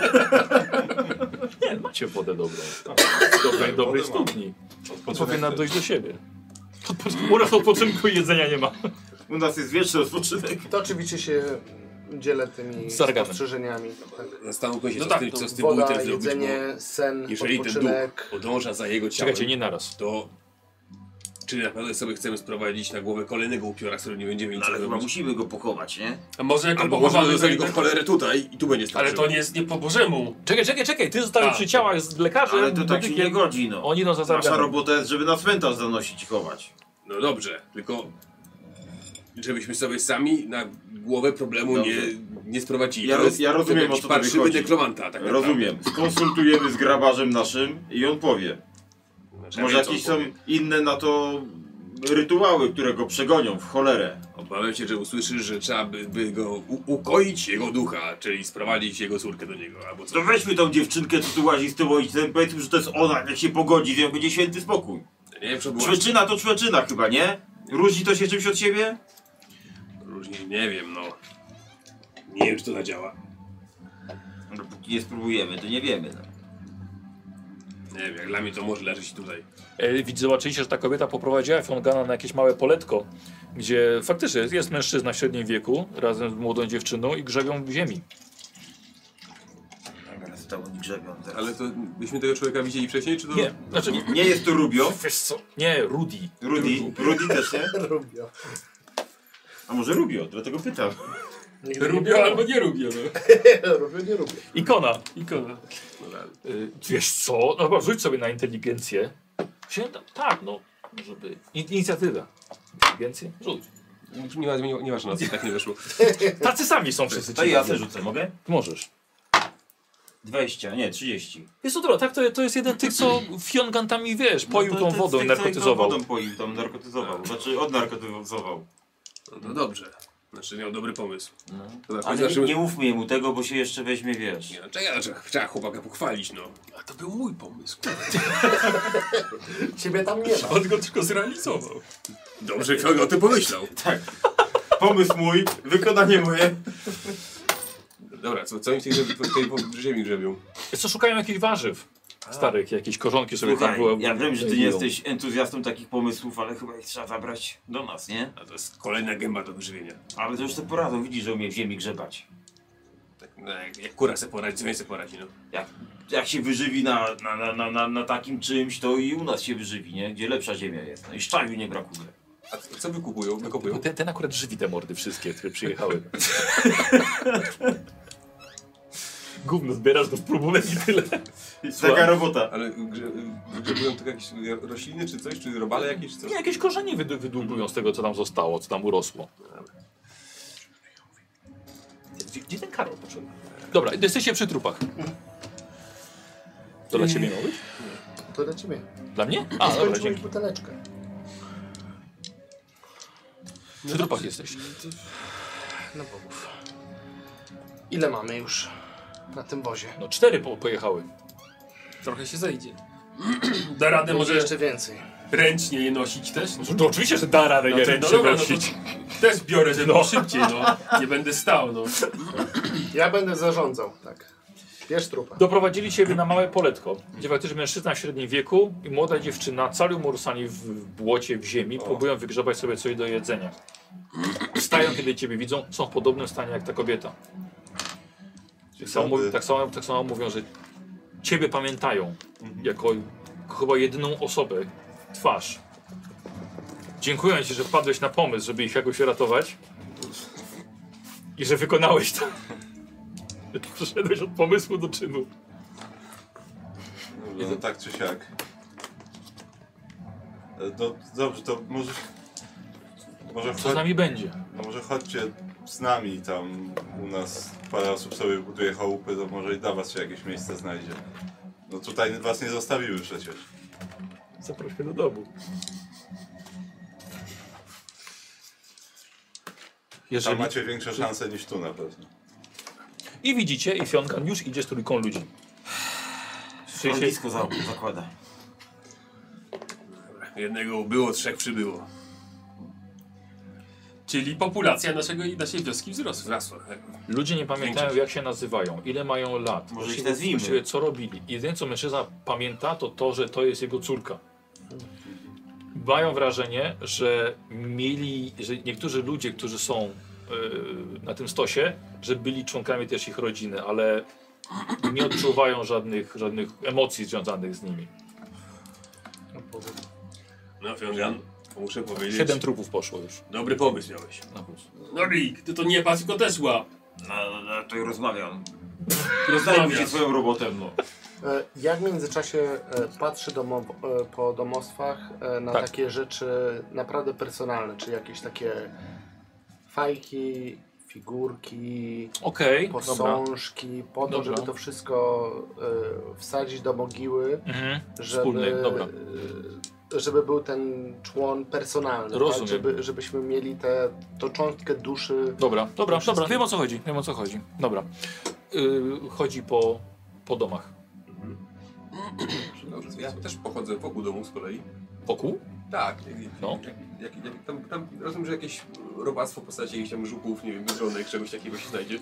Nie, macie wodę dobrą. Z dobrej, dobrej wodę mam. studni. Odpoczynek Powinna też. dojść do siebie. Odpoczyn- Oraz odpoczynku i jedzenia nie ma. U nas jest wieczny odpoczynek. To oczywiście się dzielę tymi Zargamy. spostrzeżeniami. Tak. Zastanówmy się, No co, tak, z tym, to co z tym Woda, butem zrobić, jedzenie, bo sen, jeżeli ten duch odpoczynek. podąża za jego ciałem, Czekajcie, nie naraz. to czy naprawdę sobie chcemy sprowadzić na głowę kolejnego upiora, z którym nie będziemy No, nic ale chyba robić? musimy go pochować, nie? A może jak go Albo można pochowamy, zostawić to go w cholerę tutaj i tu będzie Ale starczył. to nie jest nie po Bożemu. Czekaj, czekaj, czekaj, ty zostałeś A, przy ciałach z lekarzem. Ale to tak się medykiem. nie godzi, no. Oni idą za Nasza zarganem. robota jest, żeby na cmentarz zanosić i chować. No dobrze, tylko żebyśmy sobie sami na głowę problemu Dobrze. nie, nie sprowadzili. Ja To roz- jest- ja rozumiem, to o jakiś co tobie parszywy chodzi. nekromanta, tak naprawdę. Rozumiem. Skonsultujemy z grabarzem naszym i on powie. Znaczy, Może ja wiem, co jakieś on są powie. inne na to rytuały, które go przegonią w cholerę. Obawiam się, że usłyszysz, że trzeba by, by go u- ukoić jego ducha, czyli sprowadzić jego córkę do niego, albo To co. weźmy tą dziewczynkę, co tu łazi z tym ojcem, powiedzmy, że to jest ona, jak się pogodzi, z nią będzie święty spokój. Nie wiem, co było. Człeczyna to człeczyna chyba, nie? Różni to się czymś od siebie? Różnie, nie wiem, no. Nie wiem, czy to zadziała. No, póki nie spróbujemy, to nie wiemy. No. Nie wiem, jak dla mnie to może leżeć tutaj. E, widzę, zobaczyliście, że ta kobieta poprowadziła Fiongana na jakieś małe poletko, gdzie faktycznie jest mężczyzna w średnim wieku razem z młodą dziewczyną i grzebią w ziemi. Dobra, zostało mi grzebią teraz. Ale to byśmy tego człowieka widzieli wcześniej, czy to... Nie, znaczy nie. Nie jest to Rubio? Wiesz co? Nie, Rudy. Rudy? Rudy też nie? Rubio. A może Rubio, dlatego pytam. Nigdy nie Rubio było. albo nie rubio, no. Rubio, nie lubię. Ikona. Ikona. Y, wiesz co? No chyba rzuć sobie na inteligencję. Wziąłem tam, tak, no, żeby... In, inicjatywę. Inteligencję? Rzuć. Nie, nie, nie, nie ważne, na co tak nie wyszło. Tacy sami są wszyscy. To ci ja ludzie. też rzucę, mogę? Możesz. dwadzieścia, nie, trzydzieści. Jest to dobra, tak, to, to jest jeden z tych, co Fiongantami, wiesz, poił No to- tą to wodą, z tych, co narkotyzował. Tą wodą poił, tam narkotyzował. Znaczy odnarkotyzował. No, no dobrze. Znaczy miał dobry pomysł. To na Ale końcu nie, nie mówmy jemu tego, bo się jeszcze weźmie, wiesz. Nie, no, czekaj, trzeba, trzeba chłopaka pochwalić, no. A to był mój pomysł. Ciebie tam nie ma. On go tylko zrealizował. Dobrze, kto o tym pomyślał. Tak. Pomysł mój, wykonanie moje. Dobra, co, co oni w tej, w tej w ziemi grzebią? Jest co, szukają jakichś warzyw starych, jakieś korzonki sobie tam Słuchaj, było. ja wiem, że ty nie znajdują. jesteś entuzjastą takich pomysłów, ale chyba ich trzeba zabrać do nas, nie? A to jest kolejna gęba do wyżywienia. Ale to już to poradzą, widzisz, że umie w ziemi grzebać. Tak, no, jak, jak kura se poradzi, co więcej poradzi, no. Jak, jak się wyżywi na, na, na, na, na, na takim czymś, to i u nas się wyżywi, nie? Gdzie lepsza ziemia jest. No i szczaju nie brakuje. A co, co wykupują? Wykupują? Ten, ten akurat żywi te mordy wszystkie, które przyjechały. Gówno zbierasz do próbówek i tyle. Taka robota. Ale grze, grzebują tylko jakieś rośliny, czy coś? Czy robale jakieś, czy coś? Nie, jakieś korzenie wyd- wydłubują z tego, co tam zostało, co tam urosło. Gdzie, gdzie ten Karol poszedł? Dobra, jesteście przy trupach. To dla ciebie miał być? To dla ciebie. Dla mnie? A, dobra, Skończyłeś dzięki. buteleczkę. Przy trupach jesteś. No bogów. Ile mamy już na tym wozie? No cztery po, pojechały. Trochę się zejdzie. Da radę Może może jeszcze więcej. ręcznie je nosić też? No to oczywiście, że da radę No je to- ręcznie no dobra, no to nosić. też biorę, żeby było szybciej, no. Nie będę stał, no. Ja będę zarządzał, tak. Bierz trupa. Doprowadzili ciebie na małe poletko, gdzie faktycznie mężczyzna w średnim wieku i młoda dziewczyna, cali umorusani w, w błocie, w ziemi, próbują wygrzebać sobie coś do jedzenia. Wstają, kiedy ciebie widzą, są w podobnym stanie jak ta kobieta. Tak samo, mówi- tak samo, tak samo mówią, że ciebie pamiętają jako chyba jedyną osobę, twarz. Dziękuję ci, że wpadłeś na pomysł, żeby ich jakoś uratować i że wykonałeś to. Przeszedłeś od pomysłu do czynu. No tak czy siak. E, No dobrze, to może... Może, Co z chodź, nami będzie? no może chodźcie z nami tam u nas. Parę osób sobie buduje chałupy, to może i dla was się jakieś miejsce znajdzie. No tutaj was nie zostawiły przecież. Zaprośmy do domu. Tam Jeżeli... macie większe szanse niż tu na pewno. I widzicie, i Fionkan już idzie z trójką ludzi. Słyszycie? Blisko za, zakłada. Jednego ubyło, trzech przybyło. Czyli populacja naszego, naszej wioski wzrosła. Wzrasło. tak. Ludzie nie pamiętają, Większość. jak się nazywają, ile mają lat, Może ich właściwie- nazwijmy. właściwie co robili. Jedyne, co mężczyzna pamięta, to to, że to jest jego córka. mają wrażenie, że mieli, że niektórzy ludzie, którzy są yy, na tym stosie, że byli członkami też ich rodziny, ale nie odczuwają żadnych, żadnych emocji związanych z nimi. No Fiągan, muszę powiedzieć, Siedem trupów poszło już dobry pomysł miałeś. na wóz. Norik, ty to nie patrz, tylko też łap. No, no to i rozmawiam. Rozmawiasz. Zajmij się swoją robotą, no. E, Jak w międzyczasie e, patrzy domo, e, po domostwach e, na Tak. takie rzeczy naprawdę personalne, czy jakieś takie fajki, figurki, Okej, dobra. posążki, po to, Dobra. żeby to wszystko e, wsadzić do mogiły, Mhm. żeby, Wspólny, dobra. e, żeby był ten człon personalny, Rozumiem. tak? żeby, żebyśmy mieli tę tą cząstkę duszy. Dobra, dobra, Wszystkim. dobra, wiem o co chodzi, wiem o co chodzi. Dobra. Yy, chodzi po, po domach. Dobrze, ja też pochodzę wokół domu z kolei. Wokół? Tak, No. jak, jak, jak, tam, tam rozumiem, że jakieś robactwo w postaci jakichś tam żuków, nie wiem, biedronek, czegoś takiego się znajdzie.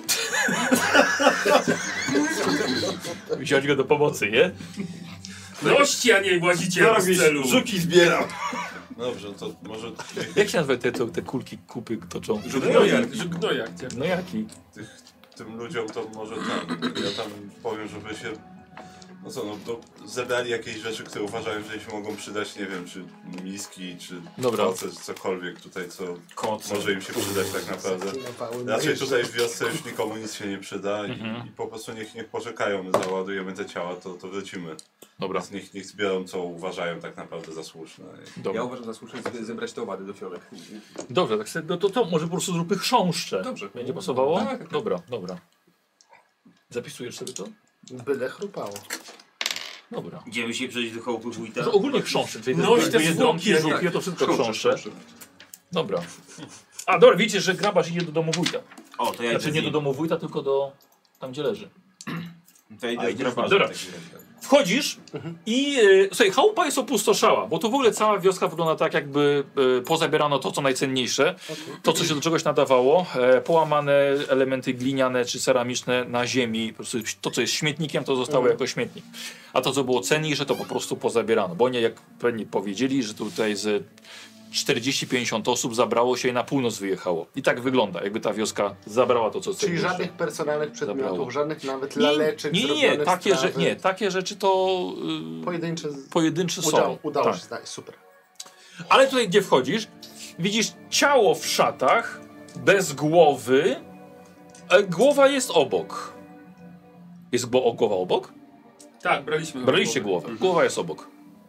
Wziąć go do pomocy, nie? Ności, a nie właziciel z celu. Żuki zbieram. Dobrze, to może Jak się nazywa te, te, te kulki, kupy toczą? Żugnojak. No jak? No jaki? tych, tym ludziom to może tam, ja tam powiem, żeby się, no co, no to zebrali jakieś rzeczy, które uważają, że się mogą przydać, nie wiem, czy miski, czy Dobra. koce, czy cokolwiek tutaj, co Koce. może im się przydać tak naprawdę. Zakinowały Raczej myszy. tutaj w wiosce już nikomu nic się nie przyda i, Mhm. i po prostu niech, niech poczekają, my załadujemy te ciała, to, to wrócimy. Dobra, Więc niech, niech zbiorą, co uważają tak naprawdę za słuszne. dobra. Ja uważam za słuszne ze- zebrać te owady do fionek. Dobrze, tak sobie, no to, to może po prostu zróbmy chrząszcze. Dobrze. Będzie pasowało? Tak, tak. Dobra, dobra. Zapisujesz sobie to? Byle chrupało. Dobra. Idziemy się przejść do hołdu wójta. To ogólnie chrząszcze, czyli No i te te jedronki, zwłoki, żółkie, tak. to wszystko Chrząszcze, chrząszcze. chrząszcze. Dobra. A dobra, wiecie, że grabarz idzie do domu wójta. O, to ja Znaczy idę nie z do nim. domu wójta, tylko do tam, gdzie leży. To ja A idę z idziesz grabarzem. Dobra. w takim razie. Wchodzisz i yy, słuchaj, chałupa jest opustoszała, bo tu w ogóle cała wioska wygląda tak, jakby yy, pozabierano to, co najcenniejsze, to, co się do czegoś nadawało, e, połamane elementy gliniane czy ceramiczne na ziemi, po prostu to, co jest śmietnikiem, to zostało Mhm. jako śmietnik. A to, co było cenniejsze, to po prostu pozabierano, bo oni, jak pewnie powiedzieli, że tutaj z czterdzieści pięćdziesiąt osób zabrało się i na północ wyjechało. I tak wygląda, jakby ta wioska zabrała to, co Czyli cenniejsze. żadnych personalnych przedmiotów, Zabrało. żadnych nawet Nie, laleczek nie, nie, nie, zrobionych takie, z że, trawy. nie, takie rzeczy to yy, Pojedyncze z... pojedyncze są. udało, udało Tak. się znaleźć, super. Ale tutaj, gdzie wchodzisz, widzisz ciało w szatach, bez głowy. E, głowa jest obok. Jest gło głowa obok? Tak, braliśmy. Braliście głowę. Głowa jest obok.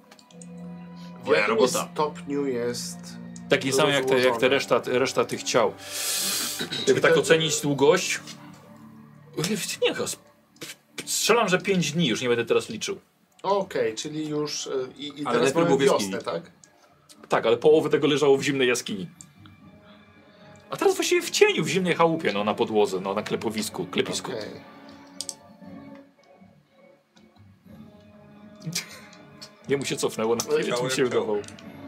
W Moja jakim robota. stopniu jest... Taki sam jak te, jak te Rozłożone. reszta, reszta tych ciał. Jakby tak to- ocenić długość. Nie, chyba s- strzelam, że pięć dni, już nie będę teraz liczył. Okej, czyli już... y, I, i Ale teraz najpierw mamy był w wiosnę, jaskini. tak? Tak, ale połowę tego leżało w zimnej jaskini. A teraz właściwie w cieniu, w zimnej chałupie, no na podłodze, no na klepowisku, klepisku. Okej. Nie mu się cofnęło na chwilę, Ciało czy mi jak się ciało. wydawało.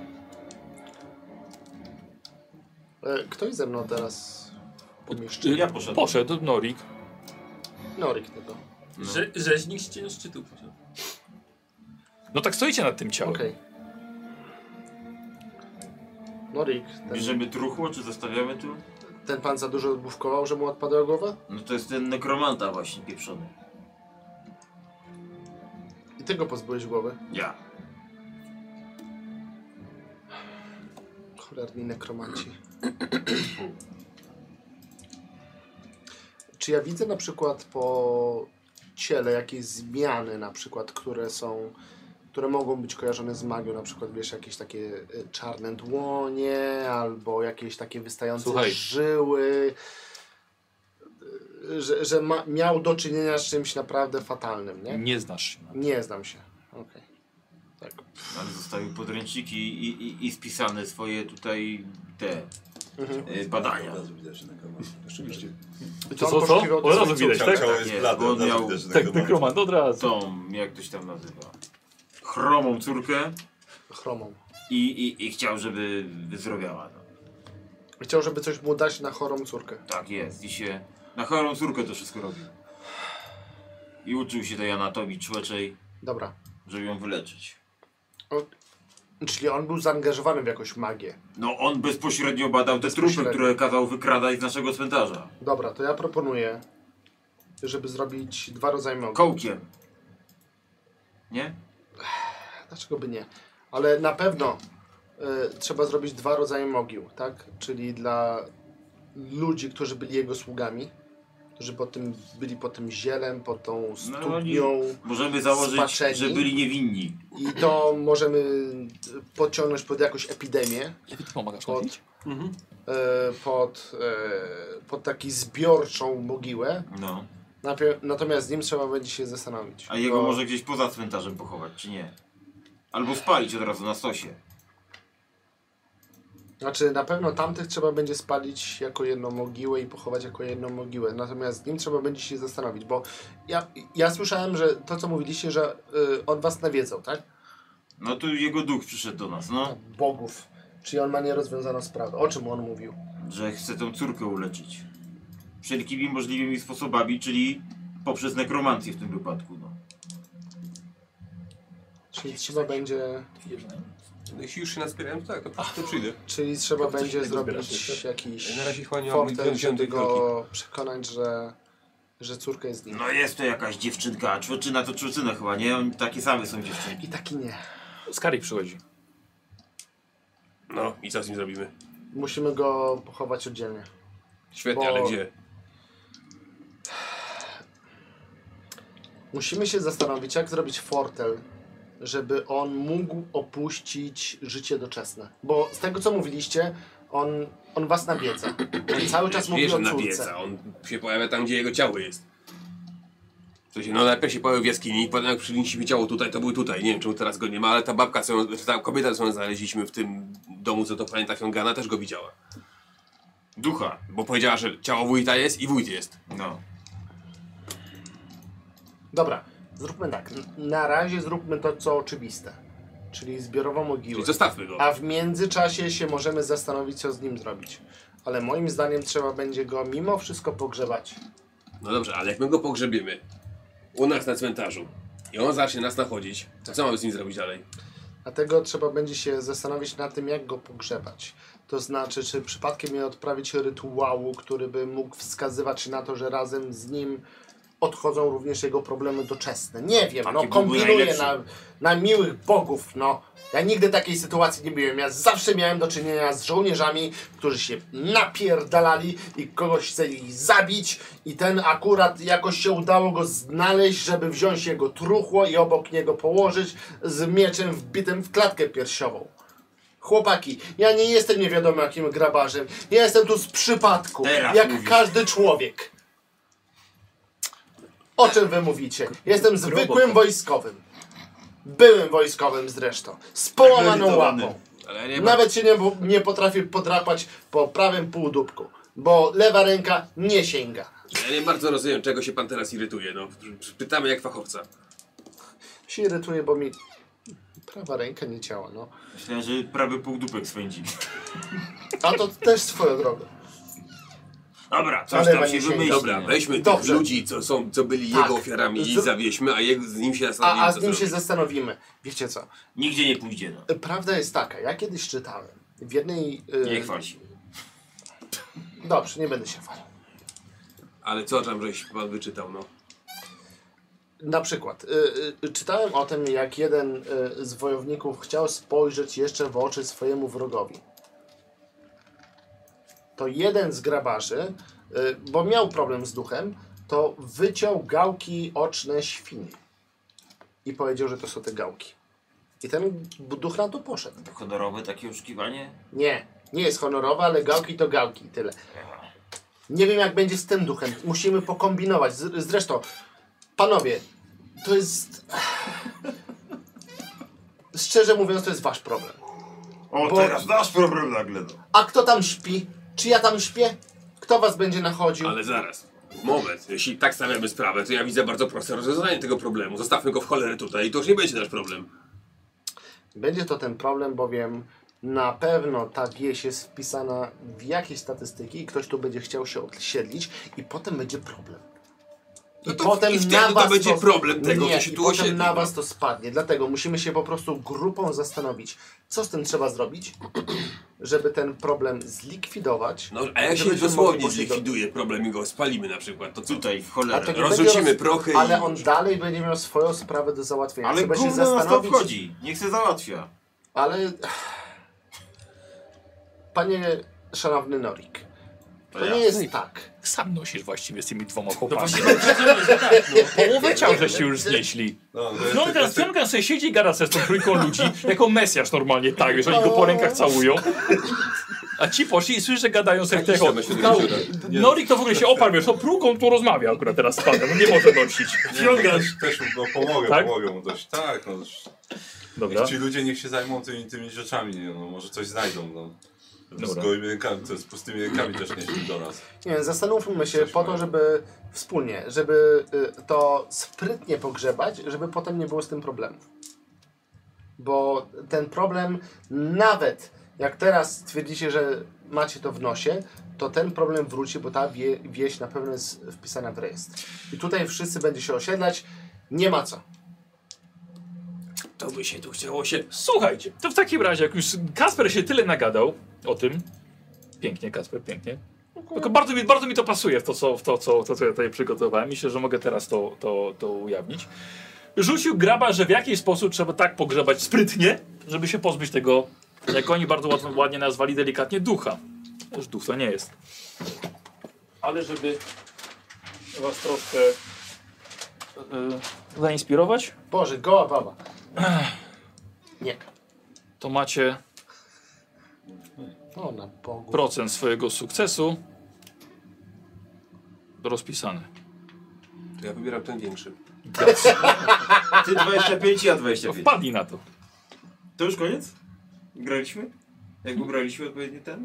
E, Ktoś ze mną teraz pomieszczy. Y, Ja poszedłem. Poszedł Norik. Norik tego. Że, rzeźnik z cienia szczytu. No tak stoicie nad tym ciałem. Okej. Norik, ten, Bierzemy truchło, czy zostawiamy tu? ten pan za dużo odbówkował, że mu odpadła głowa? No to jest ten nekromanta właśnie pieprzony. I ty go pozbyłeś głowy? Ja. Cholerni nekromanci. Czy ja widzę na przykład po ciele jakieś zmiany, na przykład, które są, które mogą być kojarzone z magią, na przykład, wiesz, jakieś takie y, czarne dłonie, albo jakieś takie wystające Słuchaj. żyły, y, że, że ma, miał do czynienia z czymś naprawdę fatalnym, nie? Nie znasz się. Nie znam się. Okej. Tak. Ale zostawił podręczniki i, i, i spisane swoje tutaj te Mhm. y, badania. Od razu widać, że nekromant. Rzeczywiście. I To on co, co? poszukiwał Od tych razu swoich widać, córek. tak? Ciało jest Nie, blade, bo od razu miał- widać, że Tak, nekromant. nekromant, od razu. Tą, jak to się tam nazywa? Chromą córkę Chromą. i, i, i chciał, żeby wyzdrowiała. No. Chciał, żeby coś mu dać na chorą córkę. Tak jest. I się na chorą córkę to wszystko robił. I uczył się tej anatomii człeczej, Dobra. żeby ją wyleczyć. O, Czyli on był zaangażowany w jakąś magię. No on bezpośrednio badał te Bezpośrednio. trupy, które kazał wykradać z naszego cmentarza. Dobra, to ja proponuję, żeby zrobić dwa rodzaje mogił. Kołkiem. Nie? Dlaczego by nie? Ale na pewno y, trzeba zrobić dwa rodzaje mogił, tak? Czyli dla ludzi, którzy byli jego sługami, którzy po tym, byli pod tym zielem, pod tą studnią. Możemy założyć, spaczeni. że byli niewinni. I to możemy podciągnąć pod jakąś epidemię, Jak ty pomagasz Pod- robić? Mhm. y, pod, y, pod taką zbiorczą mogiłę. No. Napie- Natomiast z nim trzeba będzie się zastanowić. A jego bo- może gdzieś poza cmentarzem pochować, czy nie? Albo spalić od razu na stosie. Znaczy na pewno tamtych trzeba będzie spalić jako jedną mogiłę i pochować jako jedną mogiłę. Natomiast z nim trzeba będzie się zastanowić, bo ja, ja słyszałem, że to co mówiliście, że y, on was nawiedzał, tak? No tu jego duch przyszedł do nas, no. Bogów. Czyli on ma nierozwiązaną sprawę. O czym on mówił? Że chce tę córkę uleczyć. Wszelkimi możliwymi sposobami, czyli poprzez nekromancję w tym wypadku, no. Czyli trzeba będzie, No jeśli już się naspierają, to tak, to, to przyjdę. czyli trzeba Coś będzie innego zrobić zbierasz jakiś Na razie chyba nie mam fortel, żeby piątej go przekonać, że, że córka jest z nim. No jest to jakaś dziewczynka, a człoczyna to człoczyna chyba, nie? Oni takie same są dziewczynki. I taki nie. Skari przychodzi. No i co z nim zrobimy? Musimy go pochować oddzielnie. Świetnie, Bo- ale gdzie? Musimy się zastanowić, jak zrobić fortel, żeby on mógł opuścić życie doczesne. Bo z tego, co mówiliście, on, on was nawiedza. On cały czas mówi Wiesz, o on córce. nawiedza, on się pojawia tam, gdzie jego ciało jest. To się, no najpierw się pojawił w jaskini, potem jak przynieśliśmy ciało tutaj, to był tutaj. Nie wiem, czemu teraz go nie ma, ale ta babka, co ją, ta kobieta, co ją znaleźliśmy w tym domu, co to pamięta Fiongana, też go widziała. Ducha, Bo powiedziała, że ciało wójta jest i wójt jest. no. Dobra, zróbmy tak. Na razie zróbmy to, co oczywiste. Czyli zbiorową mogiłę. Czyli zostawmy go. A w międzyczasie się możemy zastanowić, co z nim zrobić. Ale moim zdaniem trzeba będzie go mimo wszystko pogrzebać. No dobrze, ale jak my go pogrzebiemy u nas na cmentarzu i on zacznie nas nachodzić, to co mamy z nim zrobić dalej? Dlatego trzeba będzie się zastanowić nad tym, jak go pogrzebać. To znaczy, czy przypadkiem nie odprawić rytuału, który by mógł wskazywać na to, że razem z nim odchodzą również jego problemy doczesne. Nie wiem, Taki no byłby kombinuję najlepszy. na, na miłych bogów, no. Ja nigdy takiej sytuacji nie byłem. Ja zawsze miałem do czynienia z żołnierzami, którzy się napierdalali i kogoś chcieli zabić i ten akurat jakoś się udało go znaleźć, żeby wziąć jego truchło i obok niego położyć z mieczem wbitym w klatkę piersiową. Chłopaki, ja nie jestem nie wiadomo jakim grabarzem. Ja jestem tu z przypadku, Teraz jak mówisz. każdy człowiek. O czym wy mówicie? Jestem zwykłym wojskowym. Byłem wojskowym zresztą. Z połamaną Emerytowany. łapą. Ale ja nie mam... Nawet się nie, nie potrafię podrapać po prawym półdubku, bo lewa ręka nie sięga. Ja nie bardzo rozumiem, czego się pan teraz irytuje. No, pytamy jak fachowca. Się irytuje, bo mi prawa ręka nie działa, no. Myślałem, że prawy półdupek swędzi. A to też swoją drogą. Dobra, coś Ale tam pani się sięga. wymyśli. Dobra, nie? weźmy tych Dobrze. ludzi, co, są, co byli Tak. jego ofiarami i Z- zawieźmy, a jego, z nim się A, zastanowimy, a co z nim się zrobić. zastanowimy. Wiecie co? Nigdzie nie pójdzie, no. Prawda jest taka, ja kiedyś czytałem w jednej... y, Nie chwal się. Dobrze, nie będę się chwalił. Ale co tam żeś pan wyczytał, no? Na przykład, y, y, czytałem o tym, jak jeden y, z wojowników chciał spojrzeć jeszcze w oczy swojemu wrogowi. To jeden z grabarzy, y, bo miał problem z duchem, to wyciął gałki oczne świni. I powiedział, że to są te gałki. I ten duch na to poszedł. Honorowe takie oszukiwanie? Nie, nie jest honorowe, ale gałki to gałki, tyle. Nie wiem, jak będzie z tym duchem. Musimy pokombinować. Z, zresztą, panowie, to jest... Szczerze mówiąc, to jest wasz problem. O, Bo- teraz nasz problem nagle, no. A kto tam śpi? Czy ja tam śpię? Kto was będzie nachodził? Ale zaraz, moment, jeśli tak stawiamy sprawę, to ja widzę bardzo proste rozwiązanie tego problemu. Zostawmy go w cholerę tutaj i to już nie będzie nasz problem. Będzie to ten problem, bowiem na pewno ta wieś jest wpisana w jakieś statystyki i ktoś tu będzie chciał się osiedlić i potem będzie problem. I to- potem i wtedy na to was będzie problem tego, nie, co się i tu potem osiedli, na no. was to spadnie. Dlatego musimy się po prostu grupą zastanowić, co z tym trzeba zrobić, żeby ten problem zlikwidować. No, a jak się żebyśmy dosłownie mogli poszli do- zlikwiduje problem i go spalimy na przykład, to co? Tutaj, w A cholerę. to nie Rozrzucimy będzie roz- prochy Ale i on już. dalej będzie miał swoją sprawę do załatwienia. Ale Trzeba się gówno nas to zastanowić. obchodzi. Niech się załatwia. Ale... Panie szanowny Norik, to ja. nie jest tak. Sam nosisz właściwie z tymi dwoma chłopami. Właśnie powiedziałem, że tak, no. Połowę ciał żeście już znieśli. No, to jest- Flongan, Flongan sobie siedzi i gada sobie z tą trójką ludzi, jako mesjasz normalnie, tak, wiesz, oni go po rękach całują. A ci poszli i słyszę, że gadają sobie Jakiś tego. tam myślę, że Nie. Norik to w ogóle się oparł, wiesz, o próką tu rozmawia akurat teraz z panem, no nie może nosić. Nie, Flongan. też, też mu no, pomogę, Tak? pomogę mu dość. Tak, no. Dobra. Niech ci ludzie niech się zajmą tymi, tymi rzeczami, nie, no, może coś znajdą, no. Z Dobra. gołymi rękami, to z pustymi rękami też nie szli do nas. Nie wiem, zastanówmy się Coś po to, mają. żeby wspólnie, żeby y, to sprytnie pogrzebać, żeby potem nie było z tym problemów. Bo ten problem, nawet jak teraz stwierdzicie, że macie to w nosie, to ten problem wróci, bo ta wie, wieś na pewno jest wpisana w rejestr. I tutaj wszyscy będzie się osiedlać, nie ma co. To by się tu chciało się... Słuchajcie, to w takim razie, jak już Kasper się tyle nagadał o tym, pięknie Kasper, pięknie, tylko bardzo mi, bardzo mi to pasuje w to, co, w to, co, to, co ja tutaj przygotowałem. Myślę, że mogę teraz to, to, to ujawnić. Rzucił graba, że w jakiś sposób trzeba tak pogrzebać sprytnie, żeby się pozbyć tego, jak oni bardzo ładnie, ładnie nazwali delikatnie, ducha. Już duch to nie jest. Ale żeby was troszkę yy, zainspirować, Boże, goła baba. Nie. to macie O, na Bogu. procent swojego sukcesu rozpisany. To ja wybieram ten większy. Ty dwadzieścia pięć, ja dwadzieścia To pięć. wpadnij na to. To już koniec? Graliśmy? Jak ugraliśmy odpowiednio ten?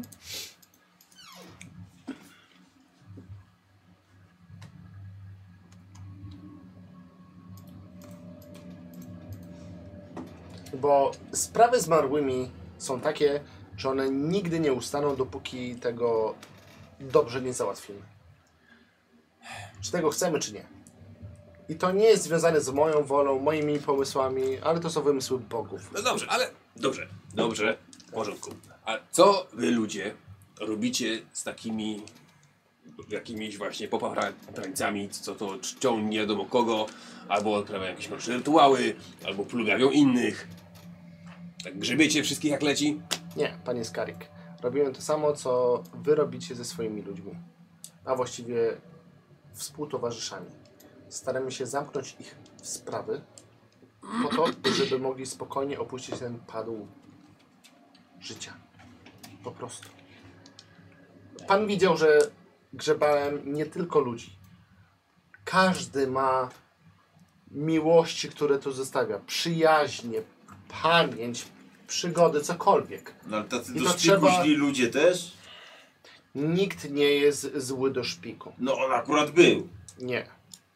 Bo sprawy zmarłymi są takie, że one nigdy nie ustaną, dopóki tego dobrze nie załatwimy. Czy tego chcemy, czy nie. I to nie jest związane z moją wolą, moimi pomysłami, ale to są wymysły bogów. No dobrze, ale... Dobrze, dobrze, w porządku. A co wy ludzie robicie z takimi... jakimiś właśnie popaprańcami, co to czczą nie wiadomo kogo, albo odprawiają jakieś mroczne rytuały, albo plugawią innych. Tak grzebiecie wszystkich jak leci? Nie, panie Skarik. Robimy to samo, co wy robicie ze swoimi ludźmi. A właściwie współtowarzyszami. Staramy się zamknąć ich w sprawy, po to, żeby mogli spokojnie opuścić ten padł życia. Po prostu. Pan widział, że grzebałem nie tylko ludzi. Każdy ma miłości, które tu zostawia. Przyjaźnie, pamięć, przygody, cokolwiek. No ale tacy I do to szpiku trzeba- źli ludzie też? Nikt nie jest zły do szpiku. No on akurat był. Nie.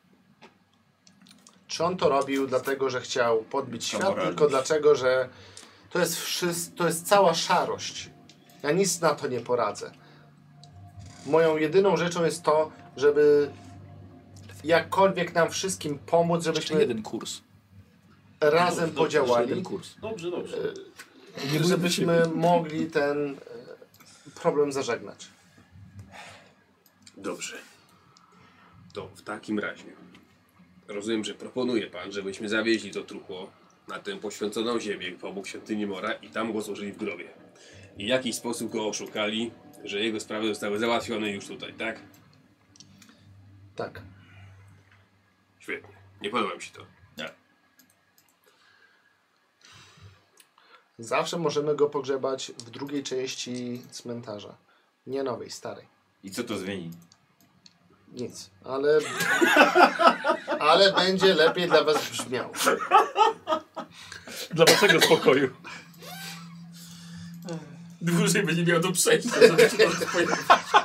Czy on to robił dlatego, że chciał podbić świat, Kamoralność. tylko dlaczego, że to jest wszystko, to jest cała szarość. Ja nic na to nie poradzę. Moją jedyną rzeczą jest to, żeby jakkolwiek nam wszystkim pomóc, Jeszcze żebyśmy jeden kurs. razem Jeszcze podziałali, jeden kurs. Dobrze, dobrze. żebyśmy mogli ten e, problem zażegnać. Dobrze. To w takim razie rozumiem, że proponuje pan, żebyśmy zawieźli to truchło na tę poświęconą ziemię obok świątyni Mora i tam go złożyli w grobie. I w jakiś sposób go oszukali, że jego sprawy zostały załatwione już tutaj, tak? Tak. Świetnie. Nie podoba mi się to. Zawsze możemy go pogrzebać w drugiej części cmentarza. Nie nowej, starej. I co to zmieni? Nic, ale, ale będzie lepiej dla was brzmiało. Dla waszego spokoju. Dłużej będzie miał do przejścia, żeby się to pojawić.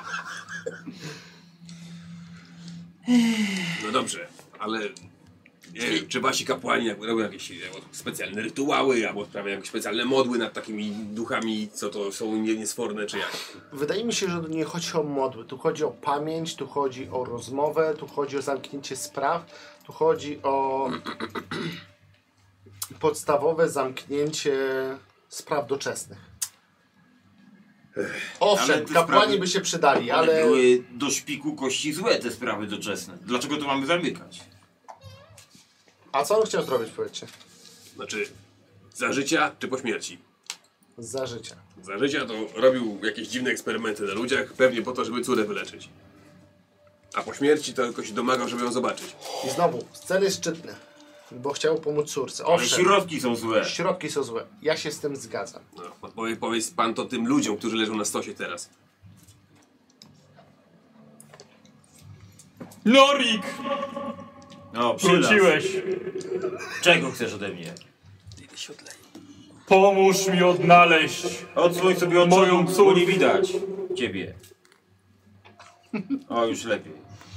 No dobrze, ale Nie wiem, czy wasi kapłani jakby robią jakieś albo specjalne rytuały, albo odprawiają jakieś specjalne modły nad takimi duchami, co to są nie- niesforne, czy jak? Wydaje mi się, że nie chodzi o modły, tu chodzi o pamięć, tu chodzi o rozmowę, tu chodzi o zamknięcie spraw, tu chodzi o podstawowe zamknięcie spraw doczesnych. Owszem, Ale te kapłani sprawy- by się przydali, Ale ale były do szpiku kości złe te sprawy doczesne. Dlaczego to mamy zamykać? a co on chciał zrobić, powiedzcie? Znaczy, za życia czy po śmierci? Za życia. Za życia to robił jakieś dziwne eksperymenty na ludziach, pewnie po to, żeby córę wyleczyć. A po śmierci to tylko się domagał, żeby ją zobaczyć. I znowu, cel jest szczytny, bo chciał pomóc córce. Ale Owszem, środki są złe. środki są złe. Ja się z tym zgadzam. No, odpowie, powiedz pan to tym ludziom, którzy leżą na stosie teraz. Norik! No, przylas. Wróciłeś. Czego chcesz ode mnie? Pomóż mi odnaleźć. Odsłoń sobie od Moją bo córkę. nie widać ciebie. O, już lepiej.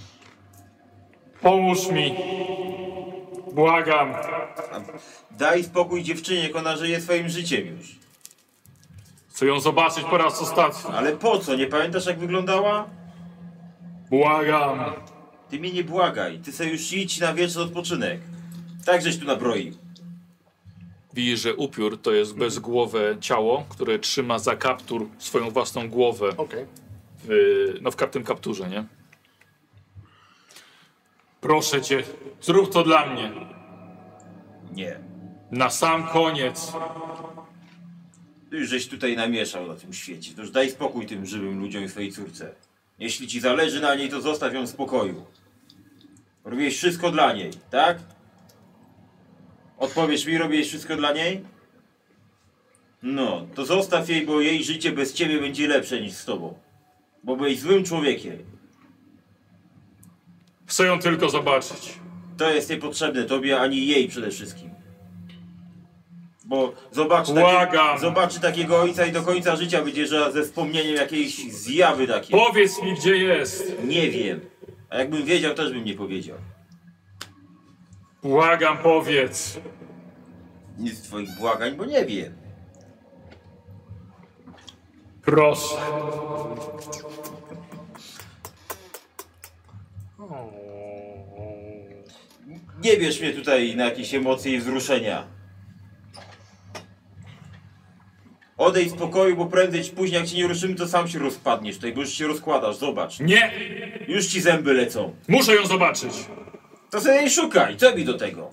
Pomóż mi. Błagam. Daj spokój dziewczynie, jak ona żyje swoim życiem już. Chcę ją zobaczyć po raz ostatni. Ale po co? Nie pamiętasz, jak wyglądała? Błagam. Ty mnie nie błagaj. Ty sobie już idź na wieczny odpoczynek. Tak żeś tu nabroił. Widzisz, że upiór to jest bezgłowe ciało, które trzyma za kaptur swoją własną głowę Okej. w, no, w tym kapturze, nie? Proszę cię, zrób to dla mnie. Nie. Na sam koniec. Ty już żeś tutaj namieszał na tym świecie. To już daj spokój tym żywym ludziom i swojej córce. Jeśli ci zależy na niej, to zostaw ją w spokoju. Robiłeś wszystko dla niej, tak? Odpowiesz mi, robiłeś wszystko dla niej? No, to zostaw jej, bo jej życie bez ciebie będzie lepsze niż z tobą. Bo byłeś złym człowiekiem. Chcę ją tylko zobaczyć. To jest niepotrzebne tobie, ani jej przede wszystkim. Bo zobacz Błagam. takie, zobaczy takiego ojca i do końca życia będzie żyła ze wspomnieniem jakiejś zjawy takiej. Powiedz mi, gdzie jest. Nie wiem. A jakbym wiedział, też bym nie powiedział. Błagam, powiedz. Nic z twoich błagań, bo nie wiem. Proszę. Nie bierz mnie tutaj na jakieś emocje i wzruszenia. Odejdź z pokoju, bo prędzej czy później jak ci nie ruszymy, to sam się rozpadniesz tutaj, bo już się rozkładasz, zobacz. Nie! Już ci zęby lecą. Muszę ją zobaczyć. To sobie jej szukaj, co mi do tego?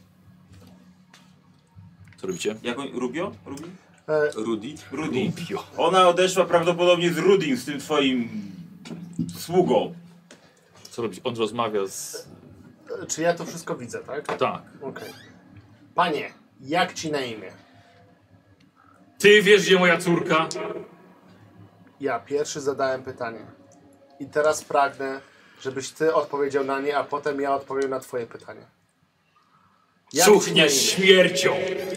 Co robicie? Jak on, Rubio? Rubi? E, Rudy? Rudy. Ona odeszła prawdopodobnie z Rudim, z tym twoim sługą. Co robić? On rozmawia z... czy ja to wszystko widzę, tak? Tak. Okej. Panie, jak ci na imię? Ty wiesz, gdzie moja córka? Ja pierwszy zadałem pytanie. I teraz pragnę, żebyś ty odpowiedział na nie, a potem ja odpowiem na twoje pytanie. Jak ci na Cuchniesz imię? śmiercią.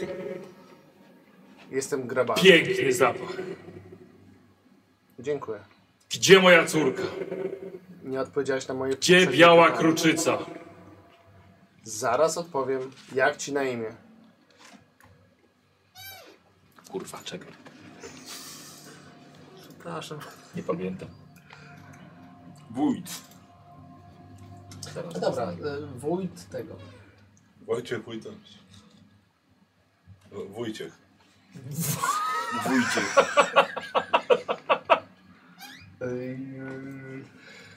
Jestem grabarem. Piękny zapach. Dziękuję. Gdzie moja córka? Nie odpowiedziałeś na moje Gdzie poprzednie biała pytanie. kruczyca? Zaraz odpowiem. Jak ci na imię? Kurwa, czekaj. Przepraszam. Nie pamiętam. Wójt. Dobra, y, wójt tego. Wojciech Wójta. Wójciech. Wójcie. Yy,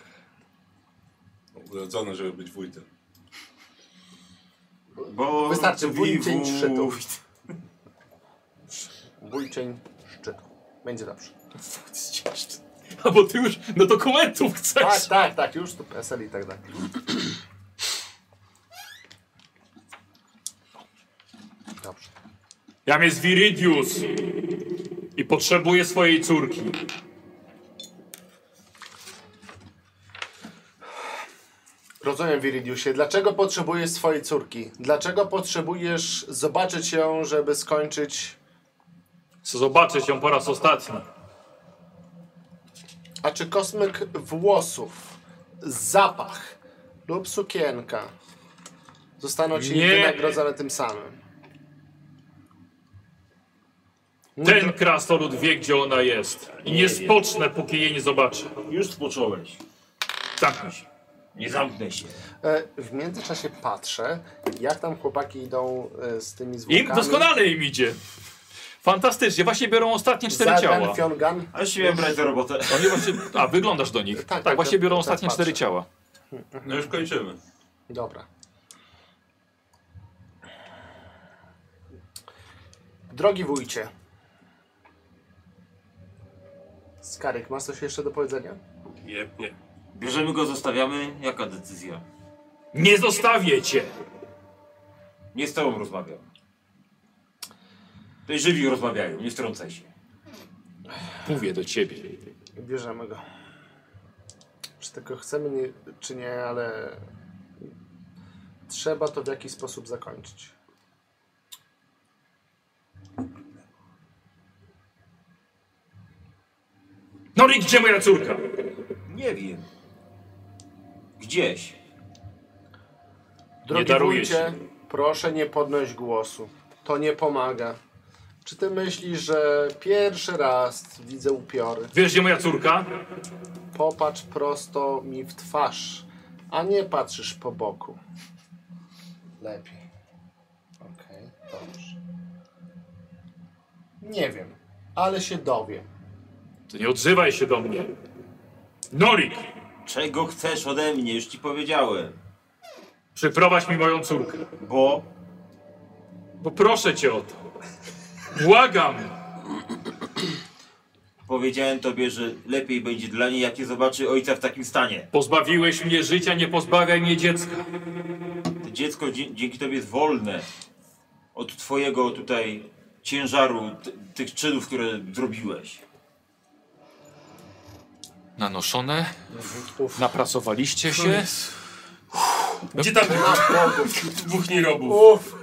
Urodzony, żeby być wójtem. Bo Wystarczy wójcień wójt. szczytu. Wójcień szczytu. Będzie dobrze. A bo ty już do dokumentów chcesz. Tak, tak, tak. Już tu P E S L i tak dalej. Dobrze. Jam jest Viridius i potrzebuję swojej córki. Rozumiem, Viridiusie. Dlaczego potrzebujesz swojej córki? Dlaczego potrzebujesz zobaczyć ją, żeby skończyć... Chcę zobaczyć ją po raz ostatni. A czy kosmyk włosów, zapach lub sukienka zostaną ci Nie. wynagrodzone tym samym. Ten krasnolud wie, gdzie ona jest. I nie spocznę, póki jej nie zobaczę. Już spocząłeś. Zamknij się. Nie zamknę się. E, W międzyczasie patrzę, jak tam chłopaki idą e, z tymi Im zwłokami. doskonale im idzie. Fantastycznie. Właśnie biorą ostatnie cztery Zadran, ciała. Fiongan. A już się miałem brać za robotę. Oni właśnie... A, wyglądasz do nich. Tak, Tak, tak, właśnie tak, biorą tak ostatnie patrzę. cztery ciała. No już kończymy. Dobra. Drogi wójcie. Skaryk, masz coś jeszcze do powiedzenia? Nie, nie. Bierzemy go, zostawiamy. Jaka decyzja? Nie zostawię cię! Nie z tobą rozmawiam. Tutaj żywi rozmawiają, nie wtrącaj się. Mówię do ciebie. Bierzemy go. Czy tego chcemy, nie, czy nie, ale trzeba to w jakiś sposób zakończyć. Norik, gdzie moja córka? Nie wiem. Gdzieś. Drogi daruję wójcie, się. proszę nie podnoś głosu. To nie pomaga. Czy ty myślisz, że pierwszy raz widzę upiory? Wiesz, gdzie moja córka? Popatrz prosto mi w twarz, a nie patrzysz po boku. Lepiej. Okej, dobrze. Nie wiem, ale się dowiem. To nie odzywaj się do mnie. Norik, Czego chcesz ode mnie? Już ci powiedziałem. przyprowadź mi moją córkę. Bo Bo proszę cię o to. Błagam. powiedziałem tobie, że lepiej będzie dla niej, jak nie zobaczy ojca w takim stanie. Pozbawiłeś mnie życia, nie pozbawiaj mnie dziecka. To dziecko dzie- dzięki tobie jest wolne od twojego tutaj ciężaru, t- tych czynów, które zrobiłeś. Nanoszone, Uf. napracowaliście się. Gdzie tam Na bogów. dwóch nierobów? Uf.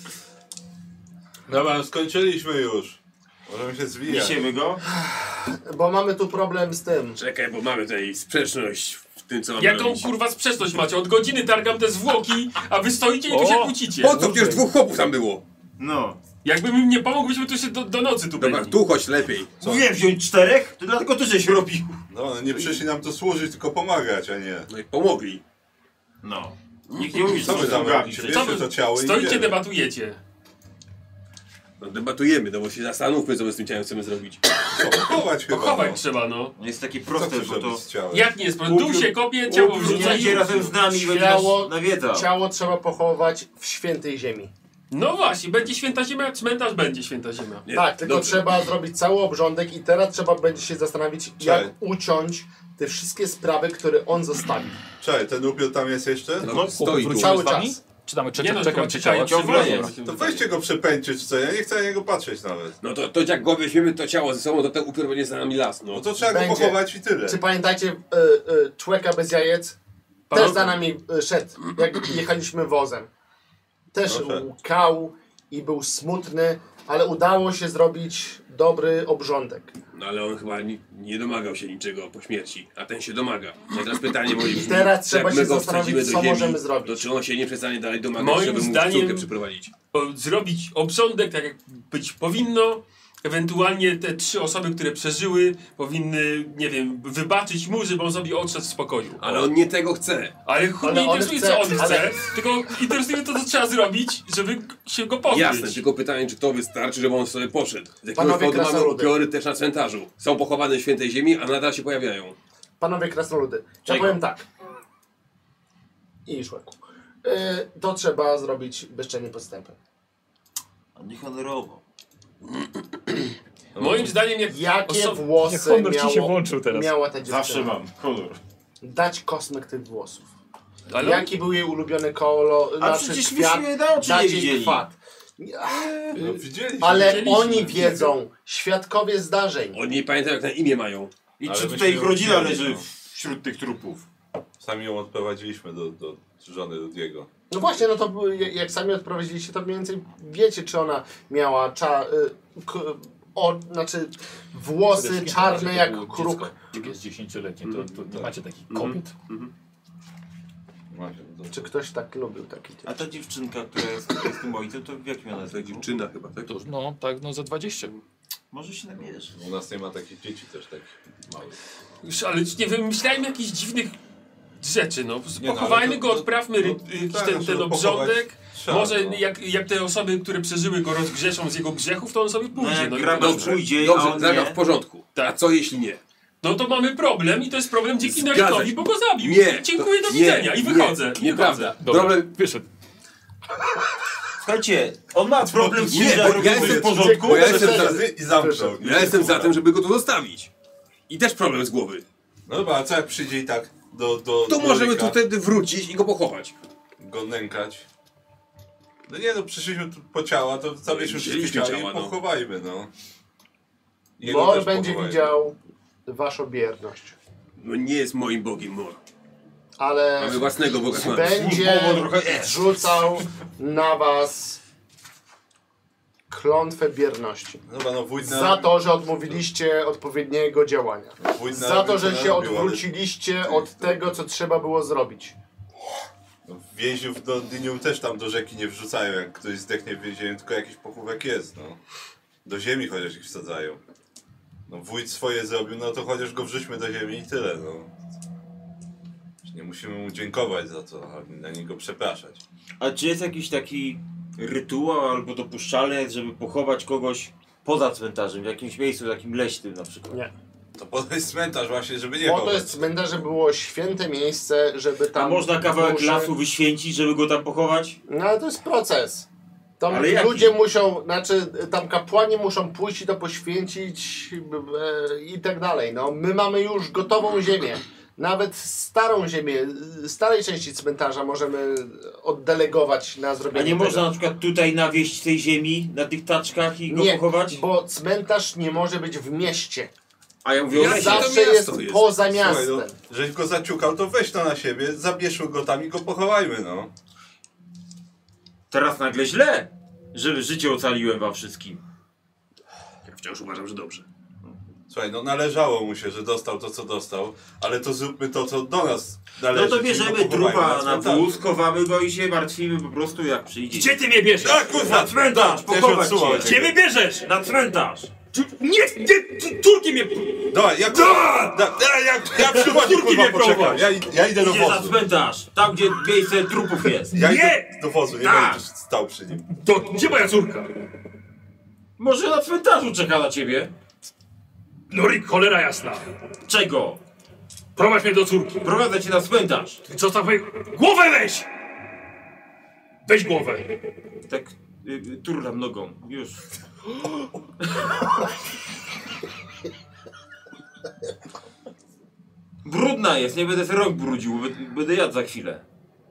Dobra, skończyliśmy już. Możemy się zwijać. Niesiemy go? Bo mamy tu problem z tym. Czekaj, bo mamy tutaj sprzeczność w tym, co mamy Jaką robić. kurwa sprzeczność macie? Od godziny targam te zwłoki, a wy stoicie i tu się O! kłócicie. Po co? Przecież dwóch chłopów tam było. No. Jakby mi nie pomógł, byśmy tu się do, do nocy tu Dobra, byli. tu chodź lepiej. Mówiłem wziąć czterech, to dlatego ty żeś robił. No, no nie przyszli nam to służyć, tylko pomagać, a nie. No i pomogli. No. Nikt nie mówi, że Co są wy tam sługami robicie? przecież. Co Bierzcie wy to ciało i stoicie, idziemy. debatujecie. No debatujemy, no bo się zastanówmy, co my z tym ciałem chcemy zrobić. Co, pochować chyba. Pochować no. trzeba, no. Jest takie Co proste, chcesz bo to... robić z ciałem? Jak nie jest? Dół się kopie, ciało wrzuca Wrzucajcie i... razem z nami i będzie Ciało- nas nawiedzał. Ciało trzeba pochować w świętej ziemi. No właśnie, będzie święta ziemia, cmentarz będzie święta ziemia. Nie, Tak, tylko dobrze. trzeba zrobić cały obrządek i teraz trzeba będzie się zastanowić, jak Czekaj. uciąć te wszystkie sprawy, które on zostawił. Czekaj, ten upiór tam jest jeszcze? No, stoi tu. Wrócimy Cały z wami? czas. Czytamy, czekam, Nie no, czekam, tylko czy czekają, ciała. ciągle ciągle jest. To weźcie go przepęcie czy co, ja nie chcę na niego patrzeć nawet. No to, to jak go weźmiemy to ciało ze sobą, to ten upiór będzie za nami las, no. No to trzeba Będzie. go pochować i tyle. Czy pamiętacie y, y, człowieka bez jajec? Panowie. Też za nami y, szedł, jak jechaliśmy wozem. Też Proszę. łkał i był smutny, ale udało się zrobić dobry obrządek. No ale on chyba nie, nie domagał się niczego po śmierci, a ten się domaga. No i teraz pytanie moje brzmi, teraz czy trzeba jak my się go zastanowić, wsadzimy do co ziemi, możemy zrobić. to czy on się nie przestanie dalej domagać, Moim żeby mu zdaniem- córkę przyprowadzić? O, zrobić obrządek tak jak być powinno. Ewentualnie te trzy osoby, które przeżyły, powinny, nie wiem, wybaczyć mu, żeby on sobie odszedł z spokoju. Ale on nie tego chce. Ale chuj Ale mnie on interesuje, chce, co on ale- chce, tylko interesuje mnie to, co trzeba zrobić, żeby się go pozbyć. Jasne, tylko pytanie, czy to wystarczy, żeby on sobie poszedł. Z jakiegoś Panowie powodu mamy krasnoludy. upiory też na cmentarzu. Są pochowane w świętej ziemi, a nadal się pojawiają. Panowie krasnoludy, ja Czego? powiem tak. I szłeku. Y, to trzeba zrobić bezczelnie podstępem. A nie honorowo. Moim zdaniem, jak Jakie oso- włosy honor ci się miało, włączył teraz. miała ta dziewczyna? Zawsze mam honor. Dać kosmyk tych włosów. Ale Jaki był jej ulubiony kolor? A znaczy przecież kwiat, myśmy na oczy dać nie jej widzieli. kwat. No widzieliśmy. Ale Widzieliśmy. oni wiedzą, świadkowie zdarzeń. Oni nie pamiętają, jak na imię mają. I Ale czy myśmy tutaj ich ją rodzina widzieli, leży no. wśród tych trupów? Sami ją odprowadziliśmy do, do żony Rudiego. No właśnie, no to były- jak sami odprowadziliście, to mniej więcej wiecie, czy ona miała cza, y, k, o, znaczy włosy czarne jak kruk. Jak jest dziesięcioletnie, to, to, to Tak. macie takich Mhm. kobiet. Macie, no to- Czy ktoś tak lubił taki typ? A ta dziewczynka, która jest tutaj z tym ojcem, to w jakim ona To jest jest wieku? dziewczyna chyba, tak? To, no tak, no za dwadzieścia. Może się namierzysz. U nas nie ma takich dzieci też takich małych. Już, ale nie wymyślajmy jakichś dziwnych rzeczy, no. Nie, no, Pochowajmy ale to- go, to- odprawmy ry- to- jakiś tak, ten, znaczy, ten no, obrządek. trzeba, Może no. jak, jak te osoby, które przeżyły go, rozgrzeszą z jego grzechów, to on sobie No pójdzie. jak No, i gra to- Dobrze, pójdzie, a dobrze, on zagra nie. w porządku. A co jeśli nie? no to mamy problem i to jest problem dzięki Zgadza Norikowi, się. bo go zabił. Nie. Dziękuję, do nie, widzenia i nie, wychodzę. i Nieprawda. wychodzę. Dobra, Problem, wyszedł. Słuchajcie, on ma problem z Nie, ciężarem, bo ja jest w jestem- porządku. bo ja jestem za, I zamknął. ja jestem za tym, żeby go tu zostawić. I też problem z głowy. No dobra, a co jak przyjdzie i tak do... do To do możemy Ryka tu wtedy wrócić i go pochować. go nękać. No nie no, przyszliśmy tu po ciała, to zabierzmy wszystkie wzięliśmy ciała ciała, i no. pochowajmy, no. Jego Mor też będzie pochowajmy. widział waszą bierność. No nie jest moim bogiem, Mor. Ale Mamy własnego boga. będzie Słowo trochę- rzucał na was klątwę bierności. Dobra, no wójt na... Za to, że odmówiliście odpowiedniego działania. wójt na- Za to, że na się robił, ale- odwróciliście od tego, co trzeba było zrobić. No, więźniów do Dynium też tam do rzeki nie wrzucają, jak ktoś zdechnie w więzieniu, tylko jakiś pochówek jest, no. Do ziemi chociaż ich wsadzają. No wójt swoje zrobił, no to chociaż go wrzućmy do ziemi i tyle, no. Nie musimy mu dziękować za to, ale na niego przepraszać. A czy jest jakiś taki rytuał albo dopuszczalny, żeby pochować kogoś poza cmentarzem, w jakimś miejscu takim leśnym na przykład? Nie. To po to jest cmentarz właśnie, żeby nie Bo to chować. jest cmentarze, było święte miejsce, żeby tam... A można kawałek duszy- lasu wyświęcić, żeby go tam pochować? No ale to jest proces. Tam Ale jaki? ludzie muszą, znaczy tam kapłani muszą pójść i to poświęcić e, i tak dalej. No, my mamy już gotową ziemię. Nawet starą ziemię, starej części cmentarza możemy oddelegować na A zrobienie nie tego. można na przykład tutaj nawieść tej ziemi na tych taczkach i go Nie, pochować? bo cmentarz nie może być w mieście. A ja mówię o Ja lesie. za- Zawsze miasto jest, jest. poza Słuchaj, miastem. no, żeś go zaciukał, to weź to na siebie, zabierzmy go tam i go pochowajmy, no. Teraz nagle źle, że życie ocaliłem wam wszystkim. Ja wciąż uważam, że dobrze. Słuchaj, no należało mu się, że dostał to, co dostał, ale to zróbmy to, co do nas No należy. to czyli bierzemy go pochowajmy trupa na cmentarzu. wóz, chowamy go i się martwimy po prostu jak przyjdzie. Gdzie ty mnie bierzesz? Tak, kurwa, Na cmentarz, też pochować odsuwał się. cię. Gdzie mnie bierzesz? Na cmentarz! Ty- Nie, nie, ty- Turki mnie... Dawaj, jak... Da, da, jak ja przychodzi, Turki kurwa, mnie poczekam. prowadź. Ja, id- ja idę do Idzie na wozu. cmentarz, tam gdzie miejsce trupów jest. Ja Nie! idę do wozu, nie Tak. będę stał przy nim. To gdzie moja córka? Może na cmentarzu czeka na ciebie? Norik, cholera jasna. Czego? Prowadź mnie do córki. Prowadzę cię na cmentarz. Co tam... Głowę weź! Weź głowę. Tak y, y, turlam nogą, już. Brudna jest, nie będę sobie rąk brudził, b- będę jadł za chwilę.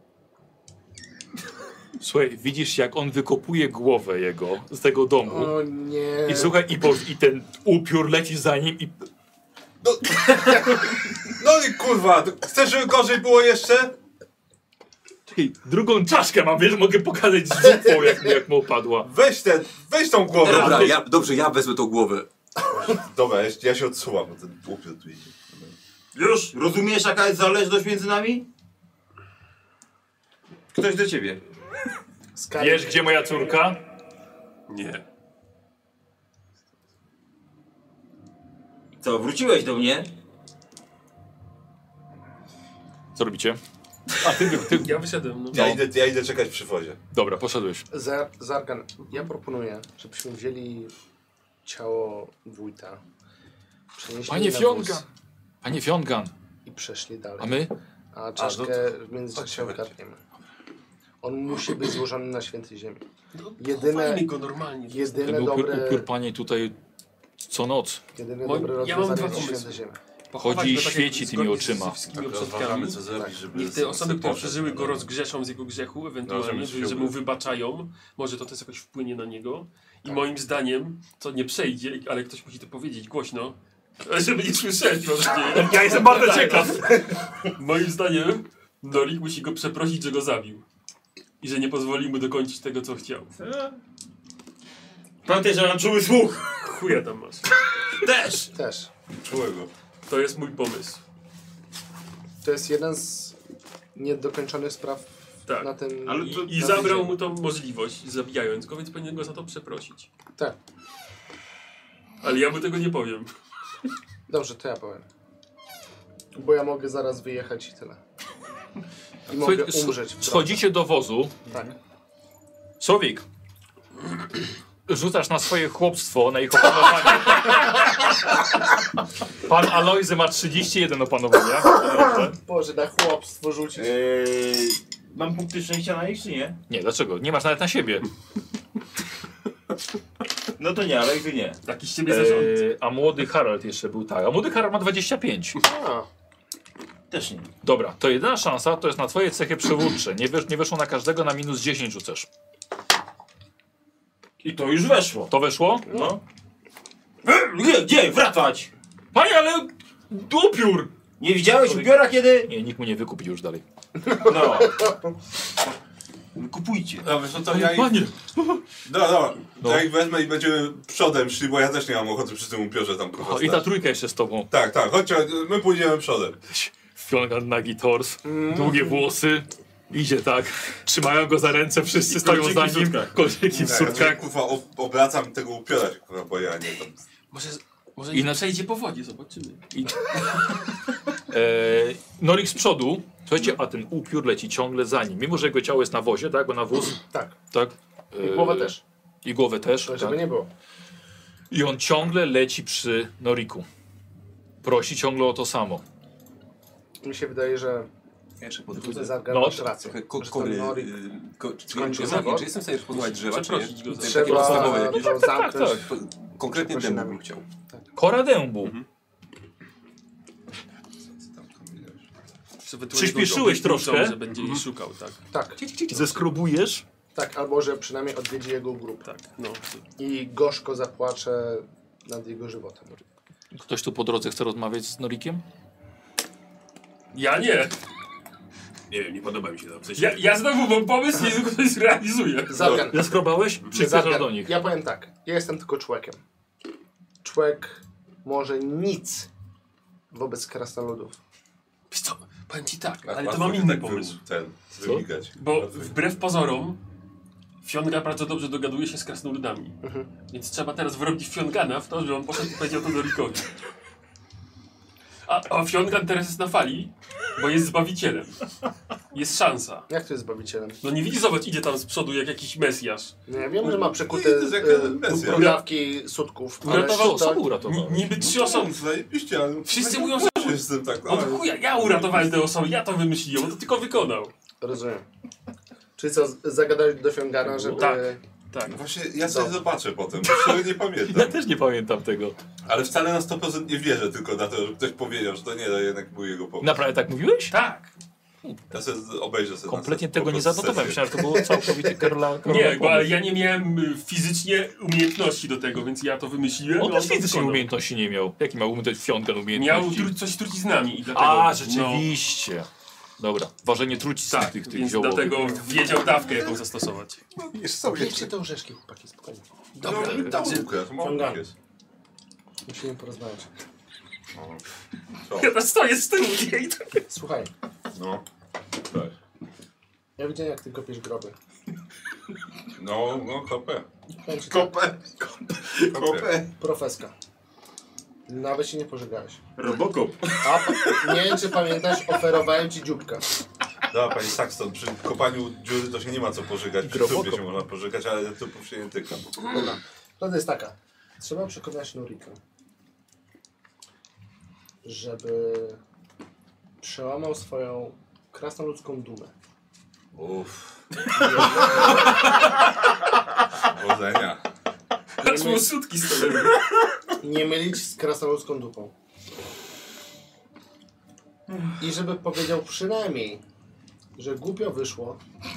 Słuchaj, widzisz jak on wykopuje głowę jego z tego domu. O nie. I słuchaj, i, po, i ten upiór leci za nim i... No, no i kurwa, to chcesz, żeby gorzej było jeszcze? Czekaj, drugą czaszkę mam, wiesz, mogę pokazać z zupą, jak, jak mu opadła. Weź ten, weź tą głowę. Dobra, ja, dobrze, ja wezmę tą głowę. Dobra, ja, ja się odsuwam, bo ten upiór tu idzie. Już? Rozumiesz jaka jest zależność między nami? Ktoś do ciebie. Skarbie. Wiesz, gdzie moja córka? Nie. Co, wróciłeś do mnie? Co robicie? A ty, ty... Ja wyszedłem, no. Ja, idę, ja idę czekać przy wozie. Dobra, poszedłeś. Zar- Zargan, ja proponuję, żebyśmy wzięli ciało wójta, przenieśli Panie na Fiongan! wóz Panie Fiongan! i przeszli dalej. A my? A czaszkę to- w międzyczasie chodźcie, ogarniemy. On musi być złożony na świętej ziemi. No, Jedyne, Chowajmy go normalnie. jedyne Ten upiór, dobre, upiór panie tutaj co noc. jedyne Moim- dobre ja mam rozwiązanie dwa jest pomysły. święta ziemia. Pochować Chodzi i go tak, świeci jak tymi zgodnie oczyma. ze wszystkimi Tak, rozważamy, przodkami. co zrobić, żeby... Niech te osoby, które poszedł, przeżyły go, no. rozgrzeszą z jego grzechu, No, ewentualnie, żeby że, że mu się- wybaczają. Może to też jakoś wpłynie na niego. I Tak. moim zdaniem, to nie przejdzie, ale ktoś musi to powiedzieć głośno, żeby nie słyszeli. właśnie. Ja jestem bardzo ciekaw. Moim zdaniem, Norik musi go przeprosić, że go zabił. I że nie pozwoli mu dokończyć tego, co chciał. Pamiętaj, że mam czuły słuch. Chuja tam masz. Też. Też. Czułego. To jest mój pomysł. To jest jeden z niedokończonych spraw Tak. na tym... Ale to- I, i na zabrał więzieniu. mu tą możliwość, zabijając go, więc powinien go za to przeprosić. Tak. Ale ja mu tego nie powiem. Dobrze, to ja powiem. Bo ja mogę zaraz wyjechać i tyle. I Słuchaj, mogę umrzeć w drodze. Schodzicie do wozu. Tak. Słowik, rzucasz na swoje chłopstwo, na ich opanowanie. Pan Alojzy ma trzydzieści jeden opanowania. Boże, na chłopstwo rzucić. Eee, mam punkty szczęścia na nich, czy nie? Nie, dlaczego? Nie masz nawet na siebie. No to nie, ale gdy nie. Taki z ciebie zarząd. Eee, a młody Harald jeszcze był tak. A młody Harald ma dwadzieścia pięć. A, Też nie. Dobra, to jedyna szansa to jest na twoje cechy przywódcze. Nie, wysz, nie wyszło na każdego, na minus dziesięć rzucasz. I to już weszło. To weszło? No. Gdzie? Gdzie? Wracać! Panie, ale upiór! Nie widziałeś ubiora kiedy? Nie, nikt mu nie wykupi już dalej. No. Kupujcie. No wiesz, no to ja ich... Panie! Dobra, dobra. No. Ja ich wezmę i będziemy przodem szli, bo ja też nie mam ochoty przy tym upiorze tam kurwa O, i ta stać. trójka jeszcze z tobą. Tak, tak, chodźcie, my pójdziemy przodem. Fiongan, nagi tors, długie włosy. Idzie tak, trzymają go za ręce, wszyscy stoją za kolczyki w nim. sutkach. Kolczyki w Tak, ja sutkach. kurwa ob- obracam tego upiora się kurwa, bo ja nie tam... Może, może I I na- przejdzie po wodzie, zobaczymy. I... Eee, Norik z przodu, słuchajcie, a ten upiór leci ciągle za nim. Mimo, że jego ciało jest na wozie, tak, bo na wóz, tak. tak. I Eee, głowę też. I głowę też, To tak. żeby nie było. I on ciągle leci przy Noriku. Prosi ciągle o to samo. Mi się wydaje, że Ja jeszcze podchodzę. Zargan No, masz rację. Trochę ko że kory. ten Norik y, ko- czy, skończył czy, zawód. czy jestem w stanie rozpoznawać drzewa, czy nie? Przeprosić go za- Takie trzeba podstawowe jakieś. to zamknąć. tak. Po- Konkretnie Przeprosimy. demo bym chciał. Kora dębu. Przyspieszyłeś Obiecał, troszkę. że będzie jej szukał, tak. Tak, Zeskrobujesz. tak, albo że przynajmniej odwiedzi jego grupę. Tak, no. I gorzko zapłacze nad jego żywotem. Ktoś tu po drodze chce rozmawiać z Norikiem? Ja nie. Nie wiem, nie podoba mi się to. W sensie, Ja, ja znowu mam pomysł, nie ktoś zrealizuje. Zargan, Zaskrobałeś? Przyspieszasz Zargan, do nich. ja powiem tak, ja jestem tylko człowiekiem. Człowiek może nic wobec krasnoludów. Wiesz co, powiem ci tak, Tak, ale to łatwo mam się inny tak pomysł. wy- Ten, wymigać. Bo Łatwo. wbrew pozorom Fionga bardzo dobrze dogaduje się z krasnoludami. Mhm. Więc trzeba teraz wrobić Fiongana w to, że on poszedł i powiedział to Norikowi. A, a Fiongan teraz jest na fali, bo jest zbawicielem. Jest szansa. Jak to jest zbawicielem? No nie widzisz, zobacz, idzie tam z przodu jak jakiś mesjasz. Nie wiem, że ma przekute No i to jest jak e, Mesjasz. brudawki sutków. ale Uratował Co to- uratował? Ni, niby trzy No, osoby. zajebiście, ale... Wszyscy no, mówią, też jestem tak... Od ale- chuja, ja uratowałem tę osobę, ja to wymyśliłem, on to tylko wykonał. Rozumiem. Czyli co, z- zagadałeś do Fiongana, żeby... Tak. Tak. Właśnie ja sobie Dobra. zobaczę potem, bo się nie Ja pamiętam. też nie pamiętam tego. Ale wcale na sto procent nie wierzę tylko na to, że ktoś powiedział, że to nie, to jednak był jego pomysł. Naprawdę tak mówiłeś? Tak. Ja sobie obejrzę sobie Kompletnie na tego nie po prostu zanotowałem. sesję. Myślałem, że to było całkowicie Karola. Karola Nie, bo ale pomysł. ja nie miałem y, fizycznie umiejętności do tego, więc ja to wymyśliłem. On i też to fizycznie wykonał. umiejętności nie miał. Jaki miał umiejętność Fiongan Miał umiejętności? tru, coś z truciznami i dlatego... A, no, rzeczywiście. Dobra, ważenie trucizn tak, tych, tych więc ziołowych. dlatego wiedział dawkę, jaką zastosować. Wiesz co, Wiecie te orzeszki, chłopaki, spokojnie. Dobra, no, tam Łukasz, mądry jest. Musimy porozmawiać. Co? Ja tam stoję z tyłu i tak... Słuchaj, No, tak. ja widziałem jak ty kopiesz groby. No, no, kopę. Powiem ci tak, Kopę. Kopę. profeska. Nawet się nie pożegałeś. Robocop. A pa- nie wiem, czy pamiętasz, oferowałem ci dzióbka. Dobra, pani Saxton, przy kopaniu dziury to się nie ma co pożygać, przy Grobokop. trupie się można pożygać, ale trupów się nie tyka. Dobra. Prawda jest taka. Trzeba przekonać Norika, żeby przełamał swoją krasnoludzką dumę. Uff. Powodzenia. Nie, Aż my, mu sutki stoją. nie mylić z krasnoludzką dupą. I żeby powiedział przynajmniej, że głupio wyszło,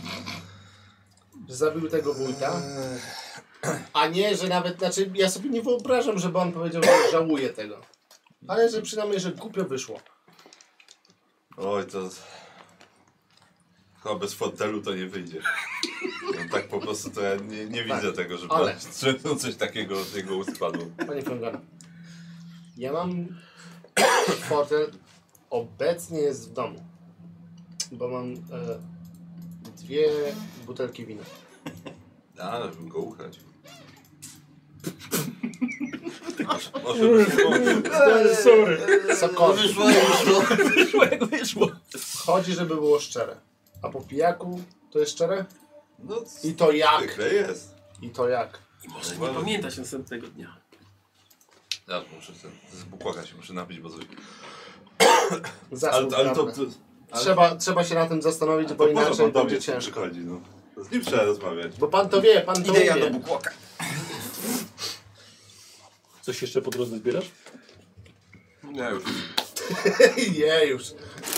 że zabił tego wójta, a nie, że nawet, znaczy ja sobie nie wyobrażam, żeby on powiedział, że żałuje tego. Ale że przynajmniej, że głupio wyszło. Oj, to... Chyba bez fotelu to nie wyjdzie. No, tak po prostu to ja nie, nie widzę Tak, tego, żeby ale- żeby coś takiego z jego ust padło. Panie Fiongana, ja mam fotel, obecnie jest w domu. bo mam e, dwie butelki wina. A, żeby go uchrać. Może by się mogło. Sorry. Sokowy. Wyszło, wyszło. Wyszło jak wyszło. Chodzi, żeby było szczere. A po pijaku to jest szczere? No, I to jak? zwykle jest. I to jak? I może nie pamiętać następnego dnia. Ja muszę sobie z bukłaka się muszę napić, bo coś... Zasób Ale, ale to... prawny. to ale, Trzeba, trzeba się na tym zastanowić, to bo po co inaczej pan do będzie mnie ciężko. przychodzi, no. Z nim trzeba rozmawiać. Bo pan to wie, pan to Idę ja do wie. bukłaka. Coś jeszcze po drodze zbierasz? Ja już. Je już.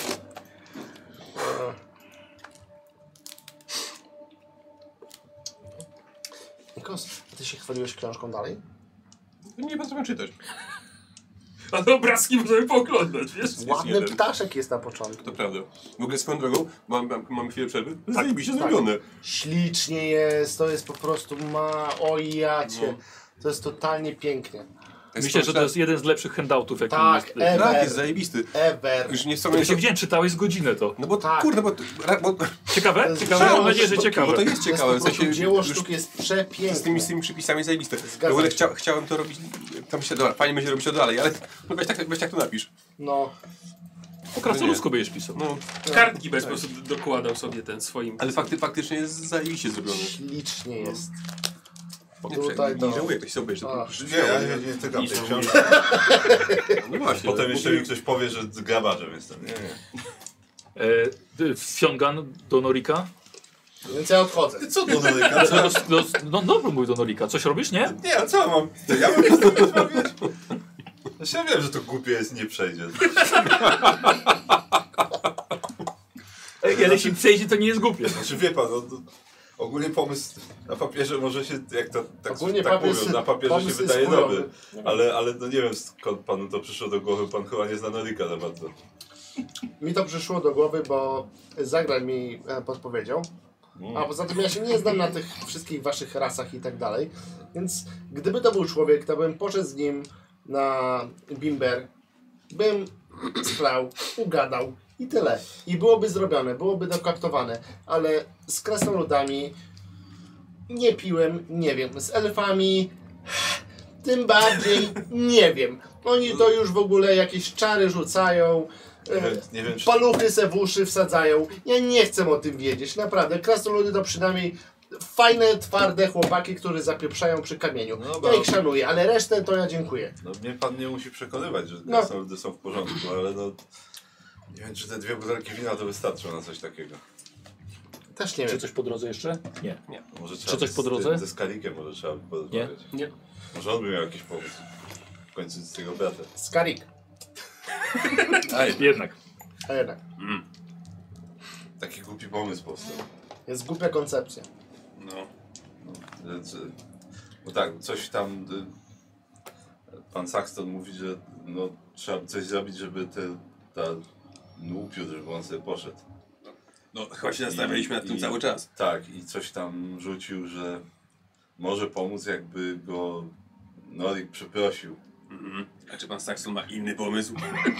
Nikos, a ty się chwaliłeś książką dalej? Nie potrafię czytać. A te obrazki możemy pooglądać, wiesz? Ładny jeden. ptaszek jest na początku. To prawda. W ogóle swoją drogą, mam, mam, mam chwilę przerwy. Zajebiście zrobione. Ślicznie jest, to jest po prostu ma... O jacie. No. To jest totalnie pięknie. Myślę, że to jest jeden z lepszych handoutów, jaki Tak, jest. ever. Tak, jest zajebisty. Ever. Już nie Ja wspomnę. się widziałem, czytałeś z godzinę to. No bo Tak. kurde, bo, bo, bo Ciekawe? jest Ciekawe? dzieło Mam nadzieję, że sztuki, ciekawe. to jest To jest ciekawe. po W prostu sensie dzieło już sztuki jest z tymi, przepiękne. z tymi przypisami zajebiste. Zgadza W ogóle się. chcia, chciałem to robić. Tam się, dobra, fajnie będzie robić to dalej, ale no weź tak, weź tak to napisz. No, Po krasnoludzku będziesz pisał. No, Kartki bez po prostu dokładał sobie ten swoim. ale fakty, faktycznie jest zajebiście zrobione. ślicznie jest. Nie, Tutaj nie to- żałuję, ktoś sobie obejrzy. A. To Nie, ja nie, nie tykam tej książki. No właśnie. Potem ale jeszcze mówię- mi ktoś powie, że z grabarzem jestem. Nie, nie. E, Fiongan do Norika? Więc ja odchodzę. Co do Norika? Co, do, do, no dobry mój do Norika. Coś robisz, nie? Nie, a co mam? To ja mam z tym rozmawiać? Ja wiem, że to głupie jest, nie przejdzie. E, ale jeśli przejdzie, to nie jest głupie. Znaczy wie pan, no, to ogólnie pomysł na papierze może się, jak to tak, Ogólnie tak papier- mówią, na papierze się pomysł wydaje jest dobry. chujowy. Ale, ale no nie wiem skąd panu to przyszło do głowy, pan chyba nie zna Norika za bardzo. Mi to przyszło do głowy, bo Zagraj mi e, podpowiedział. A poza tym ja się nie znam na tych wszystkich waszych rasach i tak dalej. Więc gdyby to był człowiek, to bym poszedł z nim na bimber, bym sprał, ugadał i tyle. I byłoby zrobione, byłoby dokaptowane. Ale z krasnoludami nie piłem, nie wiem. Z elfami tym bardziej nie wiem. Oni to już w ogóle jakieś czary rzucają. Nie wiem, nie wiem czy... Paluchy se w uszy wsadzają. Ja nie chcę o tym wiedzieć, naprawdę. Krasnoludy to przynajmniej fajne, twarde chłopaki, które zapieprzają przy kamieniu. No Ja dobra. ich szanuję, ale resztę to ja dziękuję. No mnie pan nie musi przekonywać, że No. krasnoludy są w porządku, ale no... Nie wiem, czy te dwie butelki wina to wystarczą na coś takiego. Też nie Czy wiem. coś po drodze jeszcze? Nie. Może trzeba Czy coś po z- drodze? Ze Skalikiem może trzeba by porozmawiać. Nie. Może on by miał jakiś pomysł. W końcu z tego brata. Skarik. Jednak. A jednak. Taki głupi pomysł powstał. Jest głupia koncepcja. No. No, że- bo tak, coś tam... y, Pan Saxton mówi, że no, trzeba by coś zrobić, żeby te, ta nupiód, żeby on sobie poszedł. No, chyba się zastanawialiśmy nad tym I- cały czas. Tak, i coś tam rzucił, że może pomóc, jakby go Norik przeprosił. Mhm. A czy pan Saxon ma inny pomysł?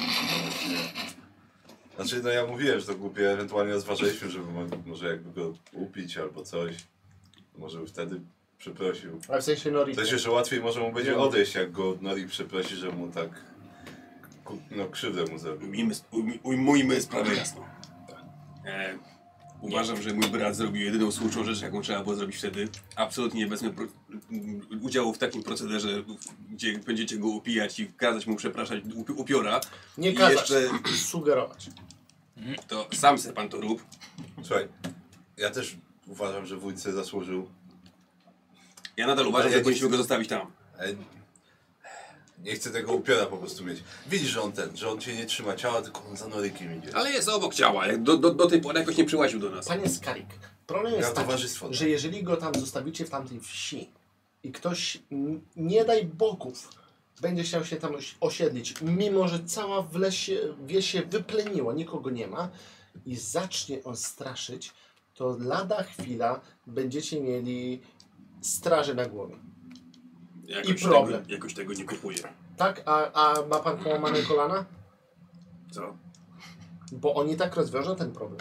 Znaczy, no ja mówiłem, że to głupie, ewentualnie rozważaliśmy, żeby mo- może jakby go upić albo coś. Może by wtedy przeprosił. Ale w sensie Norik. Coś jeszcze łatwiej może mu będzie odejść, jak go Norik przeprosi, że mu tak ku- no, krzywdę mu zrobił. Ujmijmy, ujmi- ujmujmy sprawę jasno. E, uważam, że mój brat zrobił jedyną słuszną rzecz, jaką trzeba było zrobić wtedy. Absolutnie nie wezmę pro, m, udziału w takim procederze, gdzie będziecie go upijać i kazać mu przepraszać upi- upiora. Nie I kazać. jeszcze Sugerować. to sam se pan to rób. Słuchaj, ja też uważam, że wójt zasłużył. Ja nadal uważam, Ale że ja nie powinniśmy chcę- go zostawić tam. E, Nie chcę tego upiora po prostu mieć. Widzisz, że on ten, że on cię nie trzyma ciała, tylko on za Norykiem idzie. Ale jest obok ciała. Jak do, do, do tej pory jakoś nie przyłaził do nas. Panie Skarik, problem Ja jest taki, towarzystwo, że tak. jeżeli go tam zostawicie w tamtej wsi i ktoś, n- nie daj bogów, będzie chciał się tam oś- osiedlić, mimo że cała w lesie, wieś się wypleniła, nikogo nie ma i zacznie on straszyć, to lada chwila będziecie mieli straży na głowie. Jakoś I problem. Tego, jakoś tego nie kupuję. Tak? A, a ma pan połamane kolana? Co? Bo oni tak rozwiążą ten problem.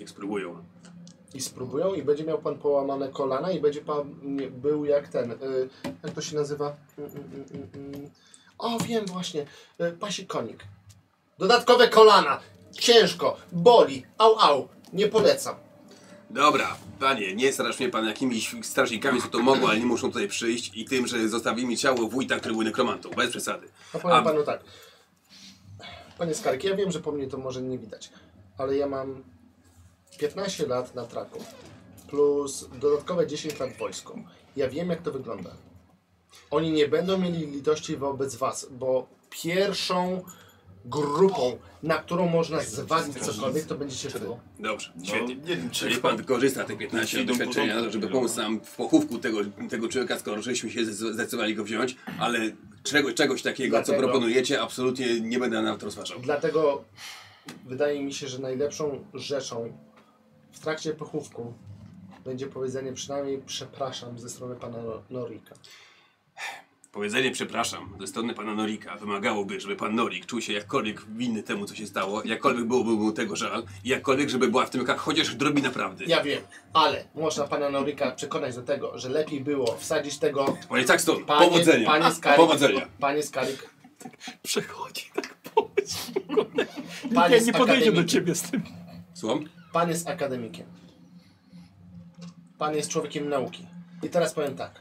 Niech spróbują. I spróbują i będzie miał pan połamane kolana i będzie pan nie, był jak ten, y, jak to się nazywa? Mm, mm, mm, mm. O, wiem właśnie, y, pasi konik. Dodatkowe kolana, ciężko, boli, au, au, nie polecam. Dobra, panie, nie strasz mnie pan jakimiś strażnikami, co to mogło, ale nie muszą tutaj przyjść i tym, że zostawi mi ciało wójta, który był nekromantą, bez przesady. No powiem A- panu tak. Panie Skarki, ja wiem, że po mnie to może nie widać, ale ja mam piętnaście lat na traku, plus dodatkowe dziesięć lat w wojsku. Ja wiem, jak to wygląda. Oni nie będą mieli litości wobec was, bo pierwszą grupą, na którą można zwalić cokolwiek, to będziecie wy. Dobrze, No, świetnie. nie wiem, czy Niech pan wykorzysta te piętnaście lat Idą doświadczenia, porządku. żeby pomóc nam w pochówku tego, tego człowieka, skoro żeśmy się zde- zdecydowali go wziąć, ale czegoś, czegoś takiego, co Dlatego- proponujecie, absolutnie nie będę nawet rozważał. Dlatego wydaje mi się, że najlepszą rzeczą w trakcie pochówku będzie powiedzenie przynajmniej przepraszam ze strony pana Norika. Powiedzenie przepraszam ze strony pana Norika wymagałoby, żeby pan Norik czuł się jakkolwiek winny temu, co się stało, jakkolwiek byłoby mu tego żal i jakkolwiek, żeby była w tym jaka chociaż drobina prawdy. Ja wiem, ale można pana Norika przekonać do tego, że lepiej było wsadzić tego... Panie tak stąd, Panie, powodzenia, Panie Skarik, powodzenia. Panie Skarik, Przechodzi tak pomysł. Panie Ja z nie podejdzie do akademikiem. ciebie z tym. Słucham? Pan jest akademikiem. Pan jest człowiekiem nauki. I teraz powiem tak.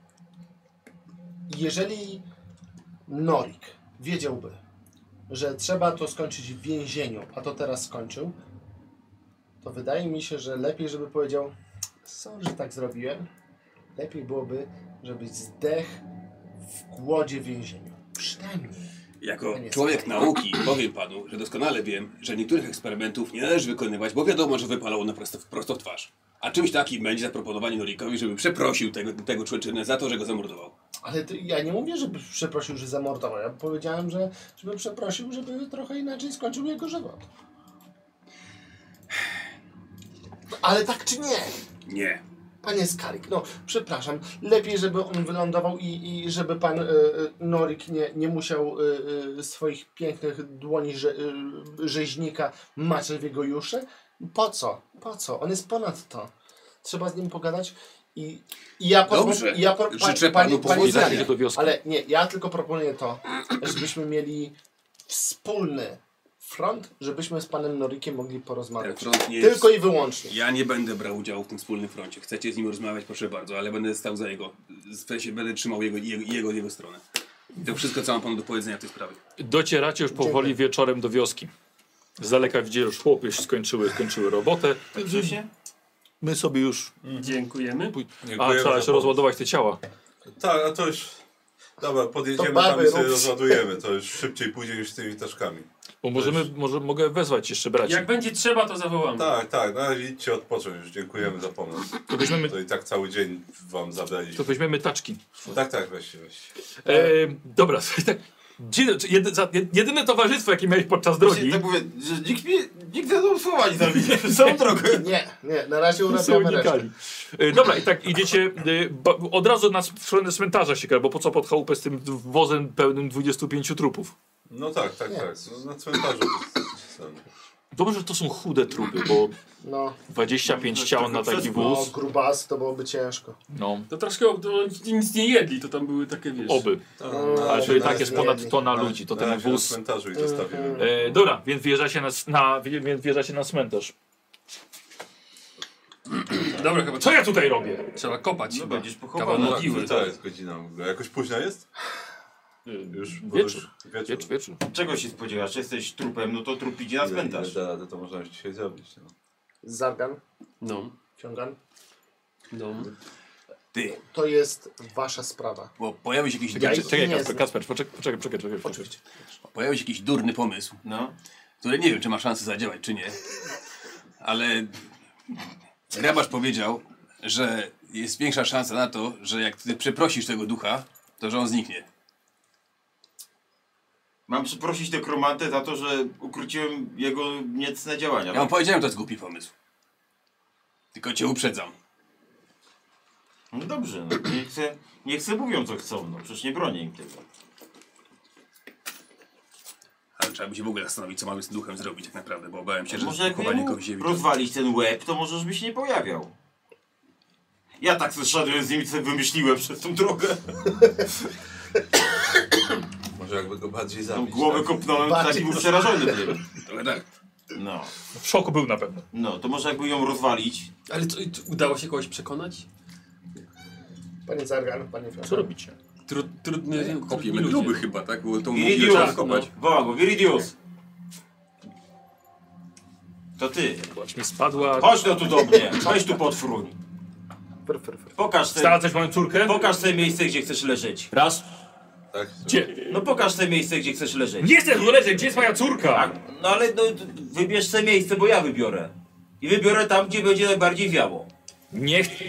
Jeżeli Norik wiedziałby, że trzeba to skończyć w więzieniu, a to teraz skończył, to wydaje mi się, że lepiej, żeby powiedział sorry, że tak zrobiłem. Lepiej byłoby, żebyś zdechł w głodzie w więzieniu. Przynajmniej. Jako Panie człowiek Skarik. nauki powiem panu, że doskonale wiem, że niektórych eksperymentów nie należy wykonywać, bo wiadomo, że wypalało na prosto, prosto w twarz. A czymś takim będzie zaproponowanie Norikowi, żeby przeprosił tego, tego człowieka za to, że go zamordował. Ale to, ja nie mówię, żeby przeprosił, że zamordował. Ja powiedziałem, że żeby przeprosił, żeby trochę inaczej skończył jego żywot. Ale tak czy nie? Nie. Panie Skarik, no przepraszam, lepiej, żeby on wylądował i, i żeby pan y, y, Norik nie, nie musiał y, y, swoich pięknych dłoni rze, y, rzeźnika maczać w jego jusze. Po co? Po co? On jest ponad to. Trzeba z nim pogadać i, i ja... pro- Dobrze. i ja pro, Życzę panu powodzenia. Skarik, Idzie do wioski. ale nie, ja tylko proponuję to, żebyśmy mieli wspólny front, żebyśmy z panem Norikiem mogli Ten porozmawiać. front nie jest... Tylko i wyłącznie. Ja nie będę brał udziału w tym wspólnym froncie. Chcecie z nim rozmawiać, proszę bardzo, ale będę stał za jego. W sensie będę trzymał jego, jego, jego, jego stronę. I to wszystko, co mam panu do powiedzenia w tej sprawie. Docieracie już powoli Dziękuję. wieczorem do wioski. Z daleka widzicie, już chłopy już skończyły, skończyły robotę. Wcześniej? My sobie już... Dziękujemy. A, Dziękujemy trzeba za jeszcze pomoc. rozładować te ciała. Tak, a to już... Dobra, podjedziemy To tam baby i sobie rób- rozładujemy. To już szybciej pójdzie niż z tymi taszkami. Bo możemy, może mogę wezwać jeszcze braci. Jak będzie trzeba, to zawołamy. Tak, tak, na razie idźcie odpocząć już. Dziękujemy za pomoc. To weźmiemy, To i tak cały dzień wam to zabraliśmy. weźmiemy taczki. Tak, tak, weźcie, weźcie. E, dobra, słuchaj, tak. Dziwne, czy jedy, za, jedyne towarzystwo, jakie miałeś podczas drogi, Tak mówię, że nikt mi, nikt ze mną słowa nie zamieni przez całą drogę. Nie, nie, na razie są urabiamy resztę. unikali. E, dobra, i tak idziecie e, ba, od razu na stronę cmentarza się, bo po co pod chałupę z tym wozem pełnym dwudziestu pięciu trupów? No tak, tak, Nie. tak. No, na cmentarzu. są. Dobrze, że to są chude trupy, bo No, dwadzieścia pięć No, ciał trochę na taki przez- no wóz. grubas to byłoby ciężko. No, To troszkę, to nic nie jedli, to tam były takie, wiesz... oby. Tak, No, Ale to i tak na- jest na- ponad tona na- ludzi, to na ten razie na wóz. cmentarzu i zostawimy. E, dobra, więc wjeżdżacie na, na, więc wjeżdżacie na cmentarz. Dobra, chyba Co ja tutaj robię? trzeba kopać No chyba. będziesz Kawał pochowany. mogiły. To jest godzina. w ogóle. Jakoś późno jest? Już? bo Wieczór. już Wieczór. Wieczór, wieczór. Czego się spodziewasz? Jesteś trupem, no to trup idzie na Ile- ile cmentarz. da radę, to można już dzisiaj zrobić. No. Zargan, No, ciągan. no. Ty, To jest wasza sprawa. bo pojawił się jakiś, Ja Czekaj, ich durny, nie czekaj Kasper, znam. Kasper, poczekaj, poczekaj, poczekaj, poczekaj. Oczywiście. pojawił się jakiś durny pomysł, No. który nie wiem, czy ma szansę zadziałać, czy nie. Ale grabarz powiedział, że jest większa szansa na to, że jak ty przeprosisz tego ducha, to że on zniknie. Mam przeprosić nekromantę za to, że ukróciłem jego niecne działania. Ja mu powiedziałem, to jest głupi pomysł. Tylko cię uprzedzam. No dobrze, no. Niech se, niech se mówią co chcą, no. Przecież nie bronię im tego. Ale trzeba by się w ogóle zastanowić, co mamy z duchem zrobić tak naprawdę, bo obawiam się, że Może jakby chowanie mu Koziewicza... rozwalić ten łeb, to możesz by się nie pojawiał. Ja tak sobie szedłem z nim, co wymyśliłem przez tą drogę. Może jakby go bardziej Tą zabić. głowę tak? kopnąłem, Bardziej taki był przerażony tym. Ale tak. No. W szoku był na pewno. No, to może jakby ją rozwalić. Ale to, to udało się kogoś przekonać? Panie Zargan, panie Fiona. Co robicie? Tru, trudny, trudni Kopiemy ludzie. gruby chyba, tak? Bo tą Viridius, mogilę trzeba kopać. woła go, Viridius. To ty. Zobacz, mi spadła... Chodź no tu do mnie, weź tu potwór. Fr, fr, fr. Pokaż te, Stała coś moją córkę? pokaż te miejsce, gdzie chcesz leżeć. Raz. Tak? Gdzie? No pokaż te miejsce, gdzie chcesz leżeć. Nie chcę tu leżeć, gdzie jest moja córka? Tak, no ale no, wybierz te miejsce, bo ja wybiorę. I wybiorę tam, gdzie będzie najbardziej wiało. Nie chcę.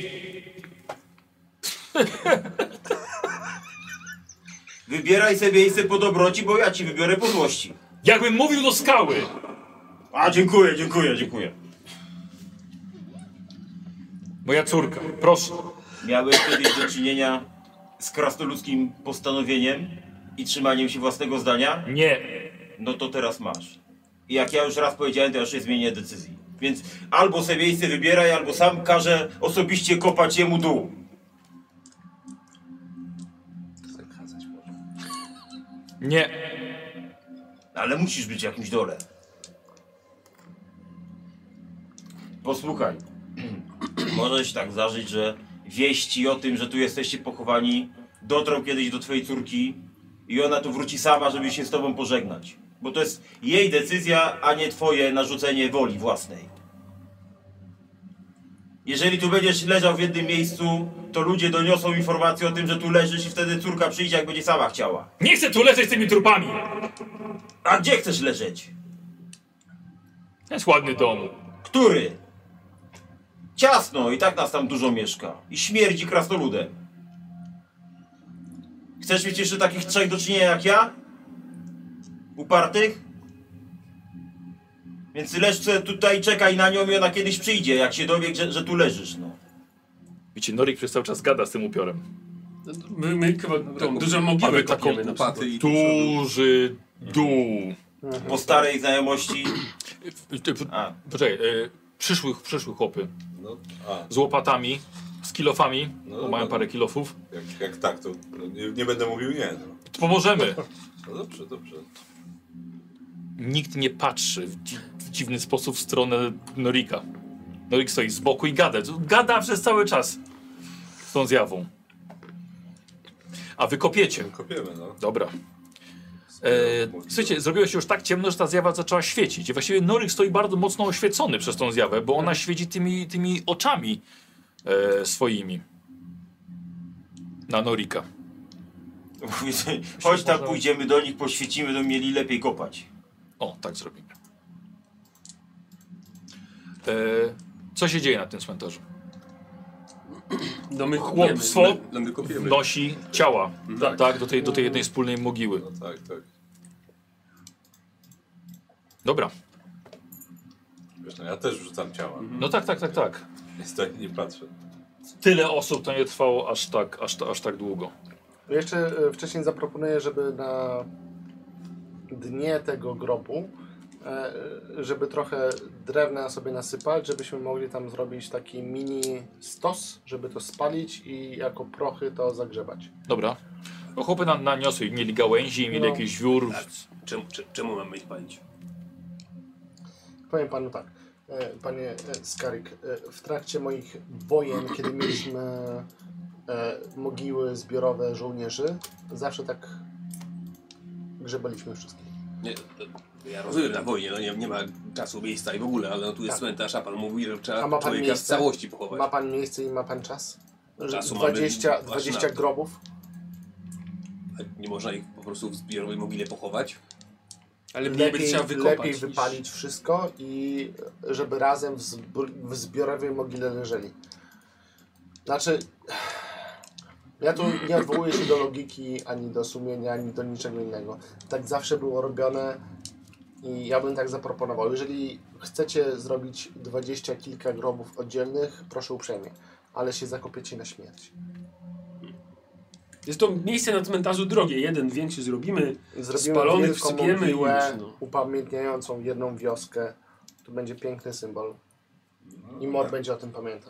Wybieraj sobie miejsce po dobroci, bo ja ci wybiorę po złości. Jakbym mówił do skały. A, dziękuję, dziękuję, dziękuję. Moja córka, proszę. Miałeś kiedyś do czynienia z krasnoludzkim postanowieniem i trzymaniem się własnego zdania? Nie. No to teraz masz. I jak ja już raz powiedziałem, to ja już nie zmienię decyzji. Więc albo sobie miejsce wybieraj, albo sam każę osobiście kopać jemu dół. Nie. Ale musisz być w jakimś dole. Posłuchaj. Może się tak zdarzyć, że wieści o tym, że tu jesteście pochowani, dotrą kiedyś do twojej córki i ona tu wróci sama, żeby się z tobą pożegnać. Bo to jest jej decyzja, a nie twoje narzucenie woli własnej. Jeżeli tu będziesz leżał w jednym miejscu, to ludzie doniosą informację o tym, że tu leżysz i wtedy córka przyjdzie, jak będzie sama chciała. Nie chcę tu leżeć z tymi trupami. A gdzie chcesz leżeć? Jest ładny dom. Który? Ciasno, i tak nas tam dużo mieszka. I śmierdzi krasnoludem. Chcesz mieć jeszcze takich trzech do czynienia jak ja? Upartych? Więc leż sobie tutaj, czekaj na nią i ona kiedyś przyjdzie, jak się dowie, że, że tu leżysz, no. Wiecie, Norik przez cały czas gada z tym upiorem. My, my chyba tą dużą mogilę Mamy taką kopiemy na przykład. Paty i Duży dół. Po starej znajomości... A. Poczekaj, y, przyszłych, przyszłych chłopy. No, a, Z łopatami, z kilofami, No, bo mają no. parę kilofów. jak, jak tak, to no, nie, nie będę mówił nie. No. Pomożemy. no dobrze, dobrze. Nikt nie patrzy w, dzi w dziwny sposób w stronę Norika. Norik stoi z boku i gada. Gada przez cały czas z tą zjawą. A wy kopiecie. Kopiemy, no. Dobra. E, słuchajcie, zrobiło się już tak ciemno, że ta zjawa zaczęła świecić. I właściwie Norik stoi bardzo mocno oświecony przez tą zjawę, bo ona świeci tymi, tymi oczami e, swoimi. Na Norika. Chodź tam, pójdziemy do nich, poświecimy, to mieli lepiej kopać. O, tak zrobimy. E, co się dzieje na tym cmentarzu? No my kopiemy. Chłopstwo No my kopiemy. wnosi ciała, Tak. tak, do tej, do tej jednej wspólnej mogiły. No tak, tak. Dobra. Wiesz, no ja też wrzucam ciała. No tak, tak, tak, tak. Niestety nie patrzę. Tyle osób to nie trwało aż tak, aż, aż tak długo. Jeszcze e, wcześniej zaproponuję, żeby na dnie tego grobu, e, żeby trochę drewna sobie nasypać, żebyśmy mogli tam zrobić taki mini stos, żeby to spalić i jako prochy to zagrzebać. Dobra. No chłopy na, naniosły, mieli gałęzi, mieli No. jakiś wiór. Tak. Czemu, cze- czemu mamy ich palić? Powiem panu tak, e, panie e, Skarik, e, w trakcie moich wojen, kiedy mieliśmy e, mogiły zbiorowe żołnierzy, zawsze tak grzebaliśmy wszystkich. Nie, to, ja rozumiem na wojnie, no nie, nie ma czasu, miejsca i w ogóle, ale no tu jest Tak. cmentarz, a pan mówi, że A trzeba ma pan człowieka w miejsce? całości pochować. Ma pan miejsce i ma pan czas? Że Czasu mamy dwadzieścia, właśnie dwadzieścia na to. grobów? A nie można ich po prostu w zbiorowej mogile pochować? Ale mniej by trzeba wykopać. lepiej niż- wypalić wszystko i żeby razem w, zb- w zbiorowej mogile leżeli. Znaczy, ja tu nie odwołuję się do logiki, ani do sumienia, ani do niczego innego. Tak zawsze było robione i ja bym tak zaproponował. Jeżeli chcecie zrobić dwadzieścia kilka grobów oddzielnych, proszę uprzejmie, ale się zakopiecie na śmierć. Jest to miejsce na cmentarzu drogie. Jeden większy zrobimy, Zrobimy spalonych wielką wsypiemy i już. mogiłę No. upamiętniającą jedną wioskę. To będzie piękny symbol. I mod będzie o tym pamiętał.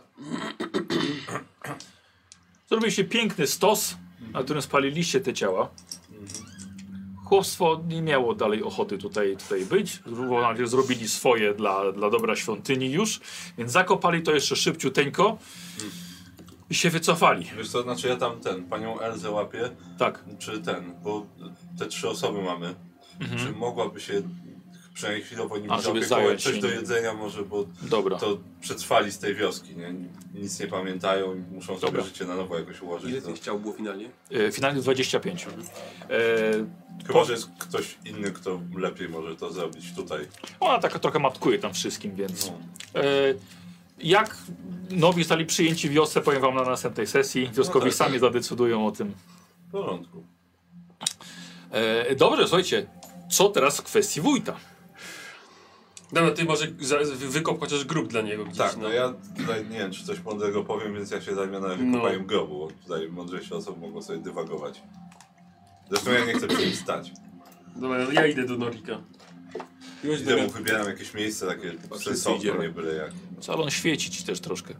Zrobiliście piękny stos, na którym spaliliście te ciała. Chłopstwo nie miało dalej ochoty tutaj, tutaj być. Najpierw zrobili swoje dla, dla dobra świątyni już, więc zakopali to jeszcze szybciuteńko i się wycofali. Wiesz co, znaczy ja tam ten, panią Elzę łapię, Tak. czy ten, bo te trzy osoby mamy, Mhm. czy mogłaby się przynajmniej chwilowo nim A, żeby zaopiekować, zająć coś się do nim. jedzenia może, bo Dobra. to przetrwali z tej wioski, nie? Nic nie pamiętają i muszą sobie Dobra. życie na nowo jakoś ułożyć. Ile To... tych ciał było finalnie? E, finalnie dwadzieścia pięć. E, Chyba, po- że jest ktoś inny, kto lepiej może to zrobić tutaj. Ona tak trochę matkuje tam wszystkim, więc... No. E, jak nowi zostali przyjęci w wiosce, powiem wam na następnej sesji. Wioskowi No tak, sami tak. zadecydują o tym. W porządku. E, dobrze, słuchajcie, co teraz w kwestii wójta? Dobra, ty może za, wykop chociaż grób dla niego gdzieś. Tak, no ja tutaj nie wiem, czy coś mądrego powiem, więc ja się zajmę na wykopaniem No. grobu, bo tutaj mądrzejsze osoby mogą sobie dywagować. Zresztą ja nie chcę przy nim stać. Dobra, no ja idę do Norika. Już Idę do... mu wybieram jakieś miejsce takie wszyscy sensowne, idziemy. nie byle jak. Salon świeci ci też troszkę.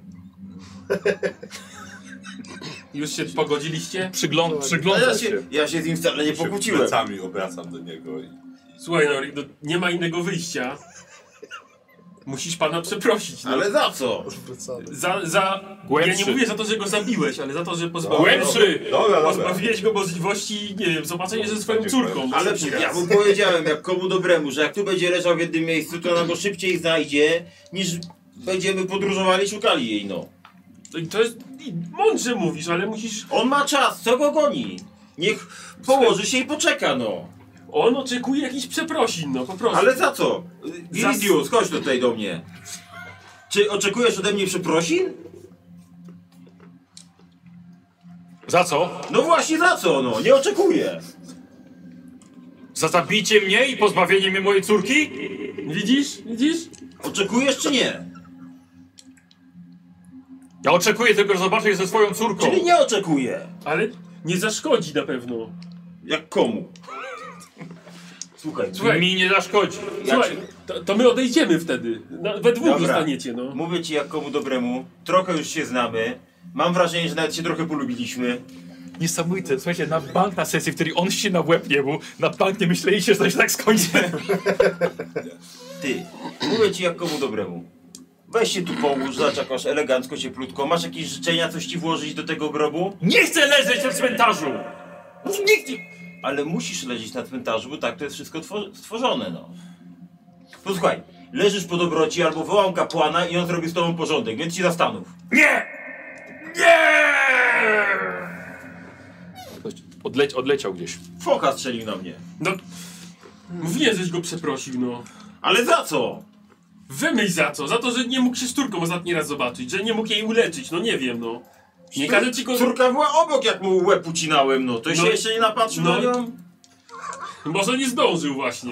Już się pogodziliście? Przygląd, No ja przyglądasz się, się. ja się z nim wcale nie Się pokłóciłem. plecami obracam do niego i... Słuchaj Norik, no, nie ma innego wyjścia. Musisz pana przeprosić. No. Ale za co? Zwrócony. Za, za... Głębszy. Ja nie mówię za to, że go zabiłeś, ale za to, że pozbawiłeś, Głębszy! Dobra, dobra. pozbawiłeś go możliwości, nie wiem, zobaczenia ze swoją Dziękuję. córką. Ale ostatni ja raz. mu powiedziałem, jak komu dobremu, że jak tu będzie leżał w jednym miejscu, to ona go szybciej znajdzie, niż będziemy podróżowali, szukali jej, no. To- To jest... Mądrze mówisz, ale musisz... On ma czas, co go goni? Niech położy się i poczeka, no. On oczekuje jakichś przeprosin, no po prostu. Ale za co? Za- Viridius, chodź tutaj do mnie. Czy oczekujesz ode mnie przeprosin? Za co? No właśnie za co, no? Nie oczekuję. Za zabicie mnie i pozbawienie mnie mojej córki? Widzisz? Widzisz? Oczekujesz czy nie? Ja oczekuję tylko, że zobaczę się ze swoją córką. Czyli nie oczekuję. Ale nie zaszkodzi na pewno. Jak komu? Słuchaj, Słuchaj, Mi nie zaszkodzi. Słuchaj, to, to my odejdziemy wtedy. Na, we dwóch Dobra. zostaniecie, no. mówię ci jak komu dobremu, trochę już się znamy. Mam wrażenie, że nawet się trochę polubiliśmy. Niesamowite. Słuchajcie, na bank na sesji, w której on się na łeb nie był, na bank nie myśleliście, że to się tak skończy. Ty, mówię ci jak komu dobremu. Weź się tu połóż, zobacz jak masz elegancko, cieplutko. Masz jakieś życzenia, coś ci włożyć do tego grobu? Nie chcę leżeć na cmentarzu! Nikt nie... Ale musisz leżeć na cmentarzu, bo tak to jest wszystko two- stworzone, no. Posłuchaj, leżysz po dobroci albo wołam kapłana i on zrobi z tobą porządek, więc ci zastanów. Nie! Nie! Odle odleciał gdzieś. Foka strzelił na mnie. No, mówiłem, żeś go przeprosił, no. Ale za co? Wymyśl za co? Za to, że nie mógł się z córką ostatni raz zobaczyć, że nie mógł jej uleczyć, no nie wiem, no. Nie każę ci go... Córka była obok, jak mu łeb ucinałem, no. To No, się jeszcze nie napatrzył no. na nią? Może nie zdążył właśnie.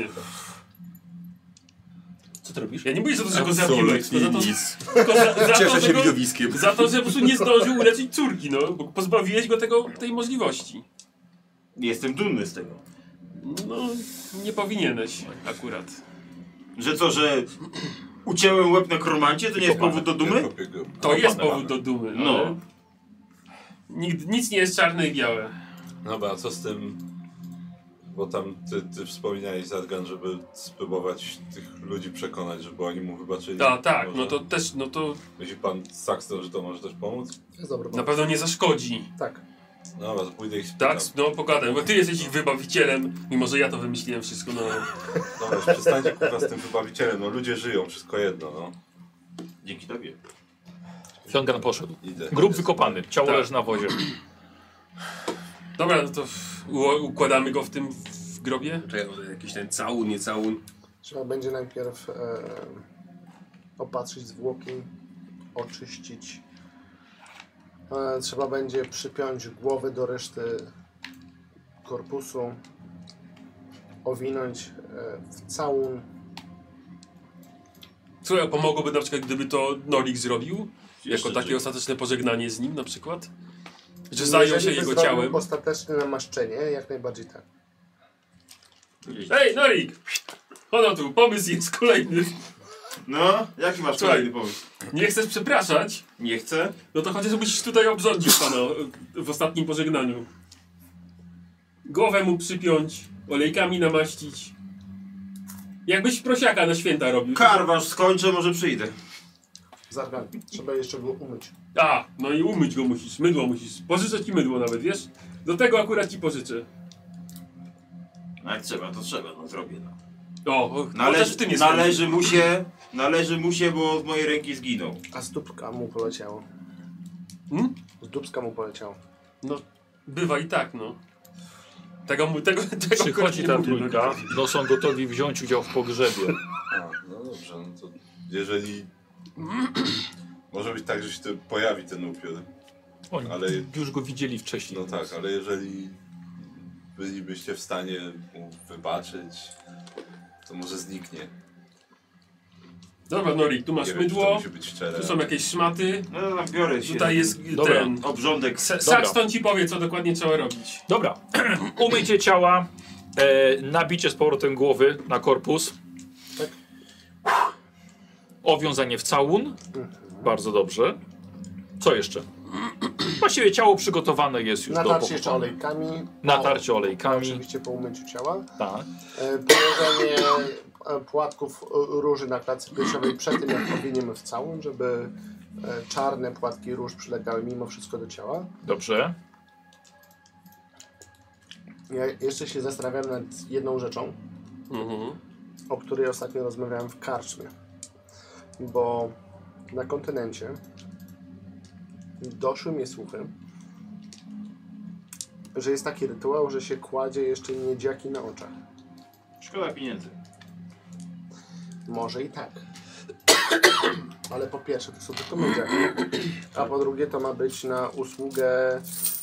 Co ty robisz? Ja nie mówię za to, że go zabiłeś, tylko za to, nic. tylko za, za, to, Cieszę że się go, widowiskiem. za to, że po prostu nie zdążył uleczyć córki, no. Bo pozbawiłeś go tego, tej możliwości. Jestem dumny z tego. No, nie powinieneś akurat. Że co, że ucięłem łeb na kromancie, to nie jest powód do dumy? Kopię go. To jest pane, powód do dumy, No. ale Nikt, nic nie jest czarne i białe. Dobra, a co z tym... Bo tam ty, ty wspominałeś, Zadgan, żeby spróbować tych ludzi przekonać, żeby oni mu wybaczyli. Tak, tak, Może? no to też, no to Myśli pan Saxton, że to może też pomóc? To jest dobry na pomysł. pewno nie zaszkodzi. Tak. Dobra, to pójdę ich spytam. Tak? No pogadaj, bo ty jesteś ich wybawicielem, mimo że ja to wymyśliłem wszystko, no. Dobra, już przestańcie kurwa z tym wybawicielem, no ludzie żyją, wszystko jedno, no. Dzięki tobie. Fiongan poszedł. Idę. Grób wykopany, ciało Tak. leży na wozie. Dobra, no to u- układamy go w tym w grobie? Czekaj, no, jakiś ten całun, nie całun. Trzeba będzie najpierw e, opatrzyć zwłoki, oczyścić. E, trzeba będzie przypiąć głowy do reszty korpusu, owinąć e, w całun. Słuchaj, a pomogłoby na przykład, gdyby to Norik zrobił? Jako Jeszcze takie żyje. ostateczne pożegnanie z nim na przykład? Że zajął się Jeżeli by jego zrobił ciałem. ostateczne namaszczenie, jak najbardziej tak. Ej, Norik! Ono tu, pomysł jest kolejny. No, jaki masz Słuchaj. kolejny pomysł? Nie chcesz przepraszać? Nie chcę. No to chociaż musisz tutaj obrządzić pana w ostatnim pożegnaniu. Głowę mu przypiąć, olejkami namaścić. Jakbyś prosiaka na święta robił. Karwasz skończę, może przyjdę. Zargan. Trzeba jeszcze go umyć. A, no i umyć go musisz, mydło musisz. Pożyczę ci mydło nawet, wiesz? Do tego akurat ci pożyczę. No jak trzeba, to trzeba, no zrobię. No. O, o chociaż Należy, w tym jest należy mu się, należy mu się, bo z mojej ręki zginął. A z dupka mu poleciało. Hmm? Z dupska mu poleciało. No, bywa i tak, no. Tego, mu- tego, tego akurat Przychodzi nie ta mówię, trójka, no są gotowi wziąć udział w pogrzebie. A, no dobrze, no to jeżeli... Może być tak, że się to pojawi ten upiór. Oni Ale- już go widzieli wcześniej. No tak, ale jeżeli bylibyście w stanie mu wybaczyć, to może zniknie. Dobra, Norik, tu masz Nie wiem, czy to mydło, musi być szczere. tu są jakieś szmaty, No to tam biorę się. tutaj jest Dobra. ten... Obrządek. Sa- Dobra. Saxton ci powie, co dokładnie trzeba robić. Dobra, umycie ciała, e, nabicie z powrotem głowy na korpus. Tak. Owiązanie w całun. Bardzo dobrze. Co jeszcze? Właściwie ciało przygotowane jest już do Natarcie jeszcze pochowania. olejkami. Natarcie olejkami. Oczywiście po umyciu ciała. Tak. E, Położenie e, płatków e, róży na klatce piersiowej przed tym, jak owiniemy w całun, żeby e, czarne płatki róż przylegały mimo wszystko do ciała. Dobrze. Ja jeszcze się zastanawiam nad jedną rzeczą, Mhm. o której ostatnio rozmawiałem w karczmie. Bo na kontynencie doszły mnie słuchy, że jest taki rytuał, że się kładzie jeszcze miedziaki na oczach. Szkoda pieniędzy. Może i tak. Ale po pierwsze to są tylko miedziaki, a po drugie to ma być na usługę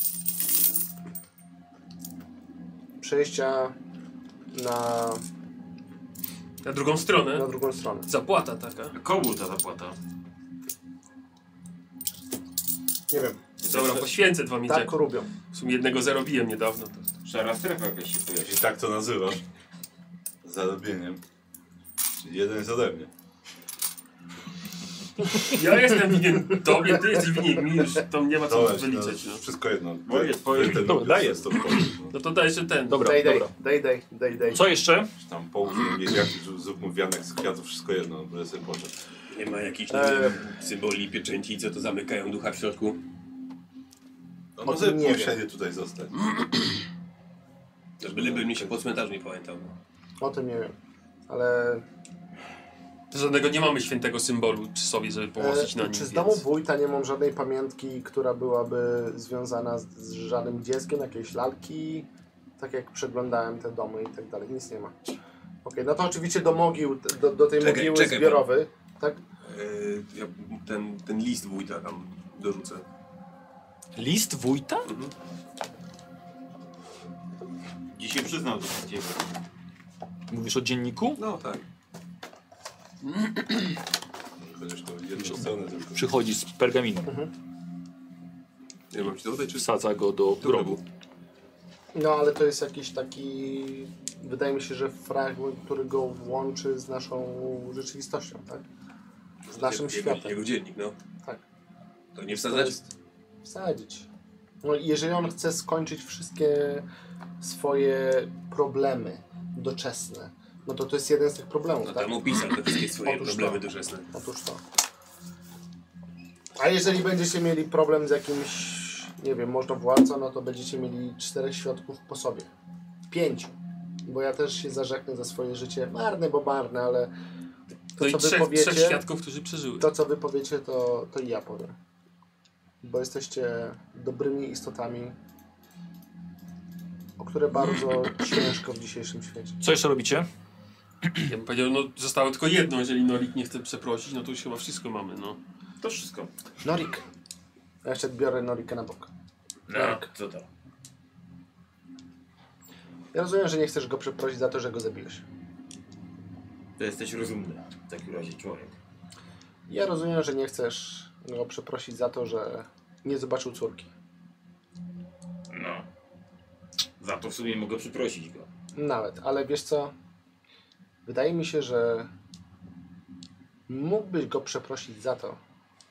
przejścia na, Na drugą stronę. na drugą stronę. Zapłata taka. Komu ta zapłata? Nie wiem, Dobra, poświęcę dwa miedziaki. tak robią. W sumie jednego zarobiłem niedawno. To... Szara strefa jakaś się pojawi. I tak to nazywasz. Zarobieniem. Czyli jeden jest ode mnie. Ja jestem winien tobie, ty jesteś winien mi, już tam nie ma co Dobra, wyliczać. no, No. wszystko jedno. Moje, twoje. Ten Dobra, daję. jest to w porządku. no to daj jeszcze ten. Dobra, Daj, daj, dobra. daj, daj, daj, daj. Co jeszcze? Tam połóż miedziaki, zrób mu wianek z kwiatów, wszystko jedno, będę sobie poczekł. Nie ma jakichś nie Eee. wiem, symboli, pieczęci, co to zamykają ducha w środku? No O może tym nie musieli tutaj zostać. Też byleby mnie się po cmentarzu nie pamiętał. O tym nie wiem, ale Żadnego nie mamy świętego symbolu przy sobie, żeby położyć na e, nim. czy z więc... domu wójta nie mam żadnej pamiątki, która byłaby związana z, z żadnym dzieckiem, jakiejś lalki, tak jak przeglądałem te domy i tak dalej, nic nie ma. Okej, no to oczywiście do mogił, do, do tej Czekaj, mogiły czekaj, zbiorowej, tak? Eee, ja ten, ten list wójta tam dorzucę. List wójta? Dzisiaj przyznał do ciebie. Mówisz o dzienniku? No tak. Chociaż to jedną stronę tylko. Przychodzi z pergaminem. Nie mam ci to oddać, czy... Wsadza go do grobu. No ale to jest jakiś taki, wydaje mi się, że fragment, który go łączy z naszą rzeczywistością, tak? Z naszym jego, światem. Jego dziennik, no. Tak. To nie To wsadzać? jest wsadzić. No i jeżeli on chce skończyć wszystkie swoje problemy doczesne, no to to jest jeden z tych problemów, No tak? tam opisał te wszystkie swoje Otóż problemy to. doczesne. Otóż to. A jeżeli będziecie mieli problem z jakimś, nie wiem, można władcą, no to będziecie mieli czterech świadków po sobie. Pięciu. Bo ja też się zarzeknę za swoje życie. Marne, bo marne, ale To i to, co wy trzech, trzech powiecie, świadków, którzy przeżyły. to, co wy powiecie, to, to i ja powiem. Bo jesteście dobrymi istotami, o które bardzo ciężko w dzisiejszym świecie. Co jeszcze robicie? Ja bym powiedział, no zostało tylko jedno, jeżeli Norik nie chce przeprosić, no to już chyba wszystko mamy, no. To wszystko. Norik. Ja jeszcze biorę Norika na bok. No, co to? Ja rozumiem, że nie chcesz go przeprosić za to, że go zabiłeś. To jesteś rozumny. W takim razie człowiek. Ja rozumiem, że nie chcesz go przeprosić za to, że nie zobaczył córki. Za to w sumie mogę przeprosić go. Nawet, ale wiesz co? Wydaje mi się, że mógłbyś go przeprosić za to,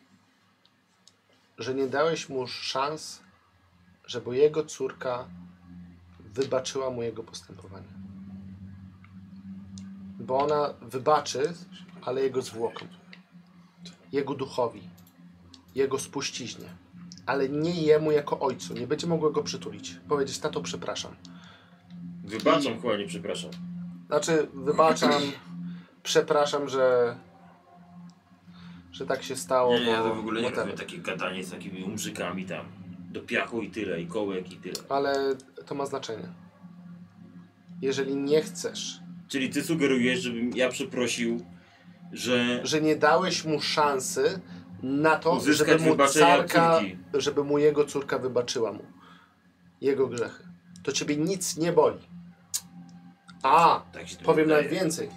że nie dałeś mu szans, żeby jego córka wybaczyła mu jego postępowanie. Bo ona wybaczy, ale jego zwłokom, jego duchowi, jego spuściźnie, ale nie jemu jako ojcu. Nie będzie mogła go przytulić. Powiedzieć, tato, przepraszam. Wybaczam, chyba nie przepraszam. Znaczy, wybaczam, przepraszam, że że tak się stało. Nie, nie, ja bo- to w ogóle nie bo ten- rozumiem takie gadanie z takimi umrzykami tam. Do piachu i tyle, i kołek i tyle. Ale to ma znaczenie. Jeżeli nie chcesz, Czyli ty sugerujesz, żebym ja przeprosił, że... że nie dałeś mu szansy na to, Uzyskać żeby mu wybaczenie od córka, córki. żeby mu jego córka wybaczyła mu jego grzechy. To ciebie nic nie boli. A, Tak się to powiem wydaje. nawet więcej.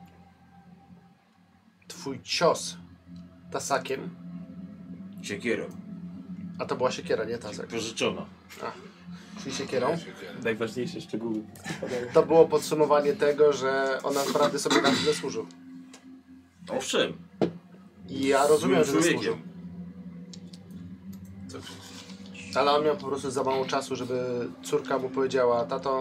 Twój cios tasakiem, Siekierą. a to była siekiera, nie tasak, Pożyczona. czyli siekierą, Najważniejsze szczegóły. to było podsumowanie tego, że on naprawdę sobie na to zasłużył. Owszem. I ja rozumiem, że Złym zasłużył. człowiekiem. Ale on miał po prostu za mało czasu, żeby córka mu powiedziała, tato,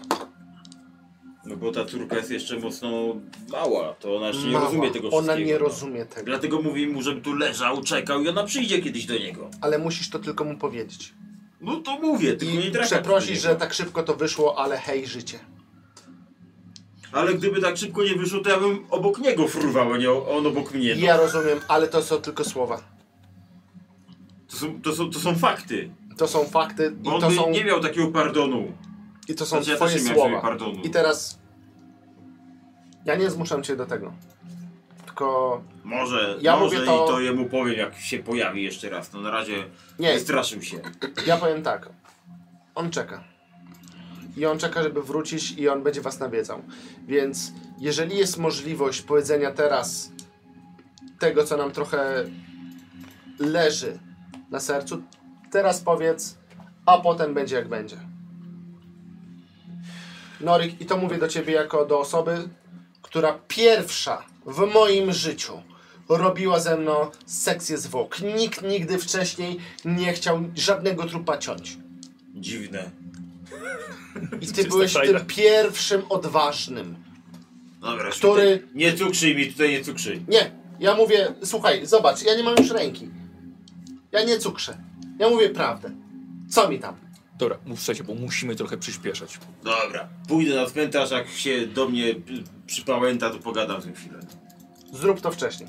No bo ta córka jest jeszcze mocno mała, to ona jeszcze nie mała, rozumie tego ona wszystkiego. nie no. rozumie tego. Dlatego mówię mu, żeby tu leżał, czekał i ona przyjdzie kiedyś do niego. Ale musisz to tylko mu powiedzieć. No to mówię, tylko nie I trafiam do przeprosić, niego. że tak szybko to wyszło, ale hej, życie. Ale gdyby tak szybko nie wyszło, to ja bym obok niego fruwał, a nie on obok mnie. No. Ja rozumiem, ale to są tylko słowa. To, są, to, są, to są fakty. To są fakty Bo i on to by są, nie miał takiego pardonu. i to są Znaczy, ja twoje też nie miałem sobie słowa. pardonu. I teraz ja nie zmuszam cię do tego. Tylko Może, Ja może mówię to- i to jemu powiem, jak się pojawi jeszcze raz. No na razie Nie. nie straszył się. ja powiem tak. On czeka. I on czeka, żeby wrócić i on będzie was nawiedzał. Więc jeżeli jest możliwość powiedzenia teraz tego, co nam trochę leży na sercu, teraz powiedz, a potem będzie jak będzie. Norik, i to mówię do ciebie jako do osoby, która pierwsza w moim życiu robiła ze mną sekcję zwłok. Nikt nigdy wcześniej nie chciał żadnego trupa ciąć. Dziwne. I ty byłeś tym pierwszym odważnym. Dobra, Który- Który... Nie cukrzyj mi tutaj, nie cukrzyj. Nie, ja mówię, słuchaj, zobacz, ja nie mam już ręki. Ja nie cukrzę. Ja mówię prawdę. Co mi tam? Dobra, słuchajcie, bo musimy trochę przyspieszać. Dobra, pójdę na cmentarz, jak się do mnie y, przypałęta, to pogadam z nim chwilę. Zrób to wcześniej.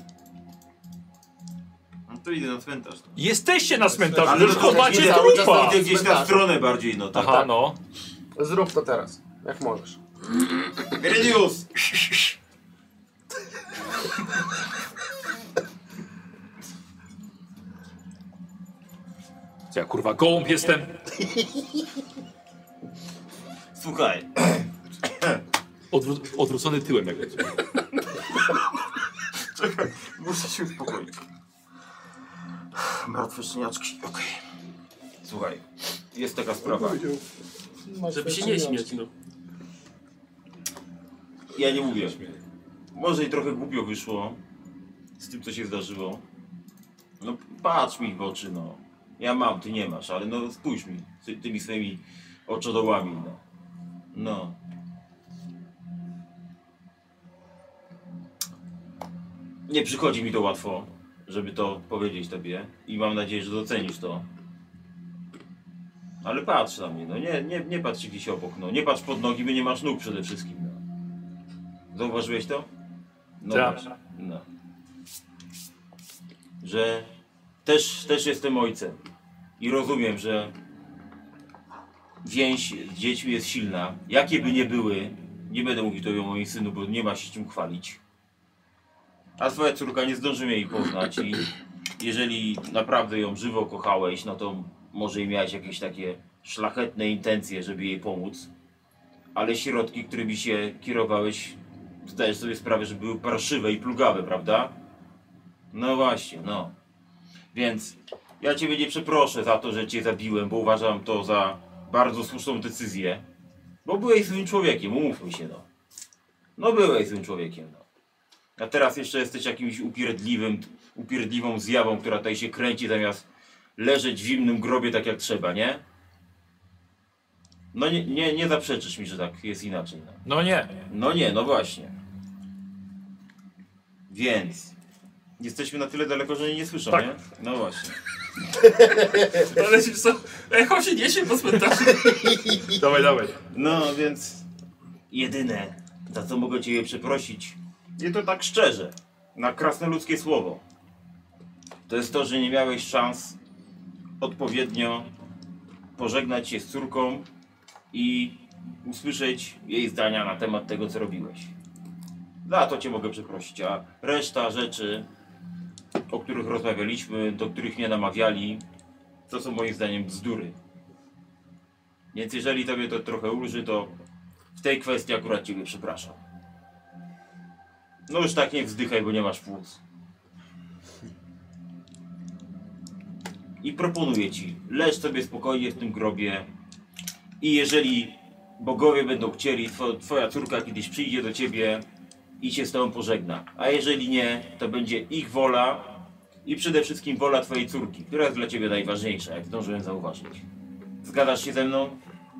No to idę na cmentarz. No. Jesteście na cmentarzu, Ale już no, chowacie idę, cały czas trupa! idę gdzieś na Cmentarzu. stronę bardziej, no tak. Aha, no. Zrób to teraz, jak możesz. Gredius! Co ja kurwa gołąb jestem? Słuchaj, Odwró odwrócony tyłem jakby. muszę się uspokoić. Martwe szczeniaczki, okej. Słuchaj, jest taka sprawa. Żeby się nie śmiać, no. Ja nie mówię. Może i trochę głupio wyszło z tym, co się zdarzyło. No patrz mi w oczy, no. Ja mam, ty nie masz, ale no spójrz mi ty, tymi swoimi oczodołami, no. No. Nie przychodzi mi to łatwo, żeby to powiedzieć tobie i mam nadzieję, że docenisz to. Ale patrz na mnie, no nie, nie, nie patrz gdzieś obok, no. Nie patrz pod nogi, bo nie masz nóg przede wszystkim, no. Zauważyłeś to? No Tak. właśnie, no. Że też, też jestem ojcem i rozumiem, że więź z dziećmi jest silna. Jakie by nie były, nie będę mówił tobie o moim synu, bo nie ma się czym chwalić. A twoja córka nie zdąży jej poznać i jeżeli naprawdę ją żywo kochałeś, no to może i miałeś jakieś takie szlachetne intencje, żeby jej pomóc. Ale środki, którymi się kierowałeś, zdajesz sobie sprawę, że były parszywe i plugawe, prawda? No właśnie, no. Więc ja ciebie nie przeproszę za to, że cię zabiłem, bo uważam to za bardzo słuszną decyzję. Bo byłeś złym człowiekiem, umówmy się no. No byłeś złym człowiekiem no. A teraz jeszcze jesteś jakimś upierdliwym, upierdliwą zjawą, która tutaj się kręci zamiast leżeć w zimnym grobie tak jak trzeba, nie? No nie, nie, nie zaprzeczysz mi, że tak jest inaczej. No, No nie. no nie, no właśnie. Więc jesteśmy na tyle daleko, że oni nie słyszą, Tak. nie? No właśnie. Ale wiesz co, echo się niesie po cmentarzu. Dawaj, dawaj. No więc jedyne, za co mogę Cię przeprosić, i to tak szczerze, na krasnoludzkie słowo, to jest to, że nie miałeś szans odpowiednio pożegnać się z córką i usłyszeć jej zdania na temat tego, co robiłeś. Za to Cię mogę przeprosić, a reszta rzeczy, o których rozmawialiśmy, do których mnie namawiali, to są moim zdaniem bzdury. Więc jeżeli Tobie to trochę ulży, to w tej kwestii akurat Ciebie przepraszam. No już tak nie wzdychaj, bo nie masz płuc. I proponuję Ci, leż sobie spokojnie w tym grobie i jeżeli bogowie będą chcieli, two, Twoja córka kiedyś przyjdzie do Ciebie i się z Tobą pożegna. A jeżeli nie, to będzie ich wola i przede wszystkim wola Twojej córki, która jest dla Ciebie najważniejsza, jak zdążyłem zauważyć. Zgadzasz się ze mną?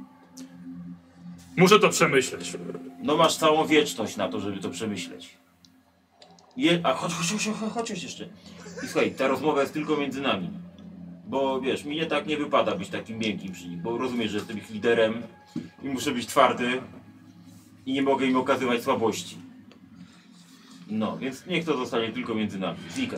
Muszę to przemyśleć. No masz całą wieczność na to, żeby to przemyśleć. Je, a chodź, chodź, chodź, chodź, chodź jeszcze. I słuchaj, ta rozmowa jest tylko między nami. Bo wiesz, mi nie tak nie wypada być takim miękkim przy nich, bo rozumiesz, że jestem ich liderem i muszę być twardy i nie mogę im okazywać słabości. No, więc niech to zostanie tylko między nami. Znikaj.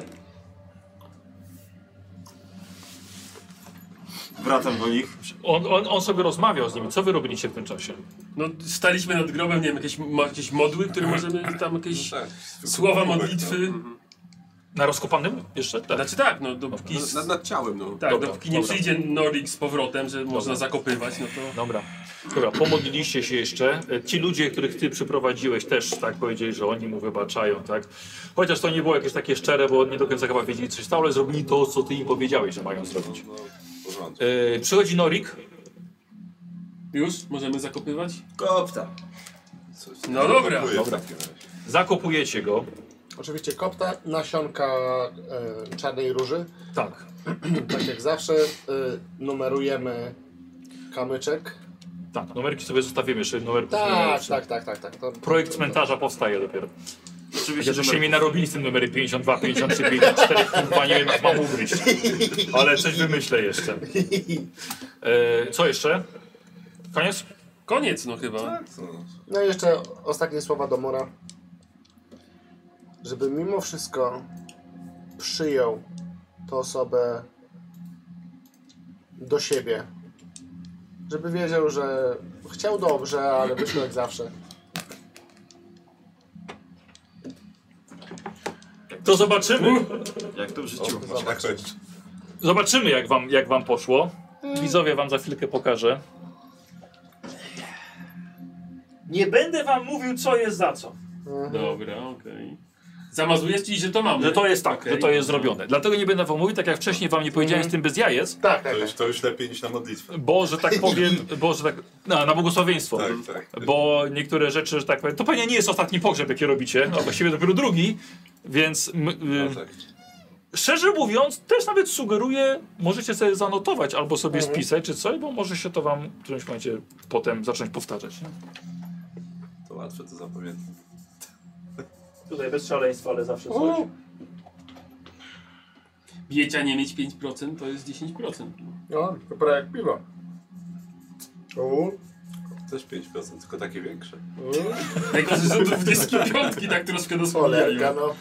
Wracam do nich. On, on, on sobie rozmawiał z nimi. Co wy robiliście w tym czasie? No staliśmy nad grobem, nie wiem, jakieś, ma jakieś modły, które możemy tam jakieś Tak. słowa modlitwy. Na rozkopanym jeszcze? Tak. Znaczy tak, no dopóki, Nad, nad, nad ciałem, no. tak, Dobra, dopóki nie dobra. przyjdzie Norik z powrotem, że można Dobra. zakopywać, no to... Dobra. Dobra, pomodliliście się jeszcze. E, Ci ludzie, których ty przyprowadziłeś, też tak powiedzieli, że oni mu wybaczają, tak? Chociaż to nie było jakieś takie szczere, bo nie do końca chyba wiedzieli, co się stało, ale zrobili to, co ty im powiedziałeś, że mają zrobić. No, w porządku. E, przychodzi Norik. Już? Możemy zakopywać? Kopta. Coś No tam dobra. brakuje w Dobra. takim razie. Zakopujecie go. Oczywiście kopta, nasionka e, czarnej róży. Tak. Tak jak zawsze e, numerujemy kamyczek. Tak, numerki sobie zostawimy jeszcze. Numerków nie Tak, ma. tak, tak, tak, tak. To, Projekt cmentarza powstaje dopiero. Oczywiście, Chociaż że się mi narobili z tym numery pięćdziesiąt dwa, pięćdziesiąt trzy, pięćdziesiąt cztery, kurwa, nie wiem jak mam ugryźć. Ale coś wymyślę jeszcze. E, co jeszcze? Koniec? Koniec, no chyba. Tak, co? No i jeszcze ostatnie słowa do Mora. Żeby mimo wszystko przyjął tę osobę do siebie. Żeby wiedział, że chciał dobrze, ale wyszło jak zawsze. To zobaczymy. jak to w życiu. Tak, chodź. Zobaczymy jak wam, jak wam poszło. Widzowie wam za chwilkę pokażę. Nie będę wam mówił co jest za co. Dobra, okej. Zamazujesz, czyli że to mamy. Że to jest tak, Okej. że to jest zrobione. Dlatego nie będę wam mówił, tak jak wcześniej wam nie powiedziałem z tym bez jajec, Tak, tak, To już, tak. to już lepiej niż na modlitwę. bo że tak powiem, bo że tak, no, na błogosławieństwo. Tak, tak. Bo niektóre rzeczy, że tak powiem, to pewnie nie jest ostatni pogrzeb, jaki robicie, no właściwie dopiero drugi, więc m, y, No tak. szczerze mówiąc, też nawet sugeruję, możecie sobie zanotować albo sobie Mhm. spisać czy coś, bo może się to wam w którymś momencie potem zacząć powtarzać. Nie? To łatwe to zapamiętać. Tutaj bez szaleństwa, ale zawsze O, Biecia nie mieć pięć procent to jest dziesięć procent. no, to prawie jak piwo. O, Też pięć procent, tylko takie większe. o, Najgorzej są to dwudziestki piątki, tak troszkę Cholerka, dosłownie. no.